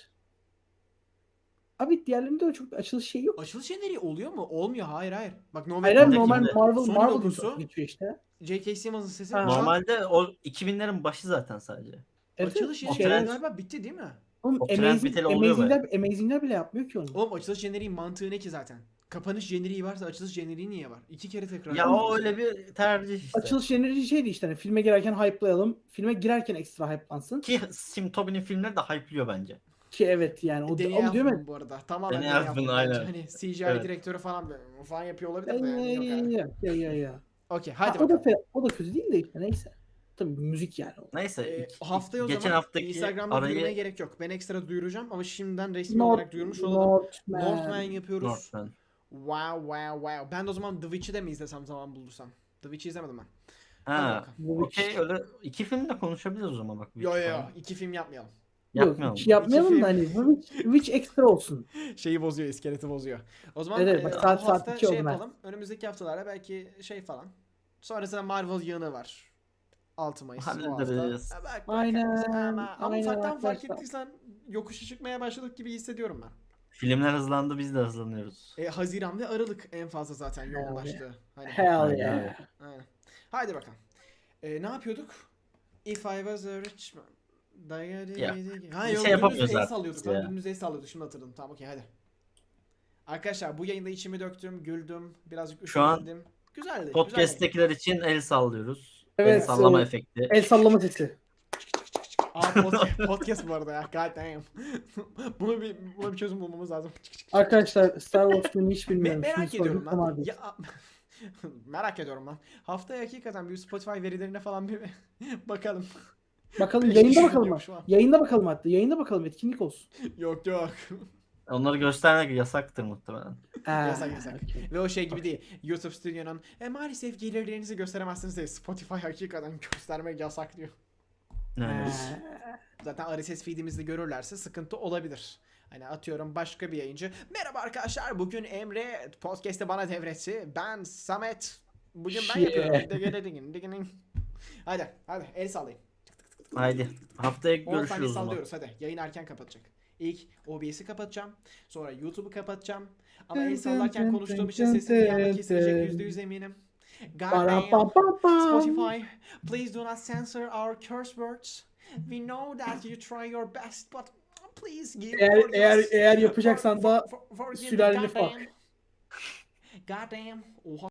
Abi diğerlerinde öyle çok bir açılış şey yok. Açılış jeneriği oluyor mu? Olmuyor. Hayır hayır. Bak No Hayır Way abi, Buradaki normal de Marvel Sony Marvel logosu. geçiyor işte. J K. Simmons'ın sesi. Ha. Şu an Normalde o iki binlerin başı zaten sadece. Evet, açılış evet. jeneriği trend- galiba bitti değil mi? Oğlum o trend Amazing, biteli oluyor Amazing'ler, Amazing'ler bile yapmıyor ki onu. Oğlum açılış jeneriği mantığı ne ki zaten? Kapanış jeneriği varsa açılış jeneriği niye var? İki kere tekrar. Ya o öyle bir tercih işte. Açılış jeneriği şeydi işte, hani filme girerken hype'layalım. Filme girerken ekstra hype'lansın. Ki şimdi Tobey'nin filmleri de hype'lıyor bence. Ki evet yani o Danny onu diyorum Elfman bu arada. Tamamen Danny Danny Elfman, Elfman bence. aynen. Hani C G I Evet. direktörü falan böyle falan yapıyor olabilir ya. de yani. Yok abi. Ya ya ya ya. Okey Ha, hadi o da bakalım. fe- o da kötü değil de işte neyse. Tabii müzik yani. o. Neyse Ee, iki- haftaya o geçen zaman haftaki Instagram'da duyurmaya arayı gerek yok. Ben ekstra duyuracağım ama şimdiden resmi North- olarak duyurmuş olalım. Northman. Northman yapıyoruz. Northman. Wow wow wow. Ben de o zaman The Witch'i de mi izlesem zaman bulursam? The Witch'i izlemedim ben. Hadi Ha, bakalım. Bu okey Witch. öyle iki film de konuşabiliriz o zaman bak. Yo yo yo. falan. İki film yapmayalım. Yok, Yapmayalım. hiç yapmayalım İki da hani Witch, Witch ekstra olsun. Şeyi bozuyor, iskeleti bozuyor. O zaman Evet, e, bak bu saat- saat hafta iki şey oldu Mert. yapalım. Önümüzdeki haftalarda belki şey falan. Sonrasında Marvel yığını var. altı Mayıs o hafta. Hallederiz. Ha, bak, Aynen, bakarız. Ama, ama aynen ufaktan fark arkadaşlar. ettiysen yokuşa çıkmaya başladık gibi hissediyorum ben. Filmler hızlandı, biz de hızlanıyoruz. E, Haziran ve Aralık en fazla zaten yoğunlaştı. Hani, Hell Aynen yeah. öyle. aynen. Haydi bakalım. Ee, ne yapıyorduk? If I was a rich man. Ya, Ha bir yok, şey yapamıyoruz dümdüz el artık sallıyorduk ya. lan. Dümdüz el sallıyorduk. Şimdi hatırladım. Tamam okey hadi. Arkadaşlar bu yayında içimi döktüm, güldüm, birazcık Şu an üşendim. Güzeldi. Güzel Podcast'tekiler için el sallıyoruz. Evet, el sallama e, efekti. El sallama sesi. Aa, podcast, podcast bu arada ya. God damn. Bunu bir, buna bir çözüm bulmamız lazım. Arkadaşlar Star Wars filmi hiç Me- bilmiyorum. merak Şimdi ediyorum sordum, tamam lan. değil. Ya, merak ediyorum lan. Haftaya hakikaten bir Spotify verilerine falan bir bakalım. Bakalım Beş yayında kişi bakalım. dinliyormuş falan. Yayında bakalım hatta. Yayında bakalım, etkinlik olsun. Yok yok. Onları göstermek yasaktır muhtemelen. Ha, Yasak yasak. okey. Ve o şey gibi değil. YouTube Studio'nun e, maalesef gelirlerinizi gösteremezsiniz diye Spotify hakikaten göstermek yasak diyor. Yani. Ha. Zaten R S S feed'imizde görürlerse sıkıntı olabilir. Hani atıyorum başka bir yayıncı. Merhaba arkadaşlar, bugün Emre podcast'te bana devretti. Ben Samet. Bugün ben Yeah. yapıyorum. Digididingin, diginin. Hadi hadi el sallayın. Haydi. Haftaya on saniye görüşürüz o zaman. sallıyoruz hadi. Yayın erken kapatacak. İlk O B S'i kapatacağım. Sonra YouTube'u kapatacağım. Ama el sallarken konuştuğum için sesim bir anda kesilecek yüzde yüz eminim. God damn. Spotify, please do not censor our curse words. We know that you try your best, but please give. Eğer forgive eğer us. eğer yapacaksan For- da for- for- forgive me, sülaleni goddamn. fuck. Goddamn. Oha.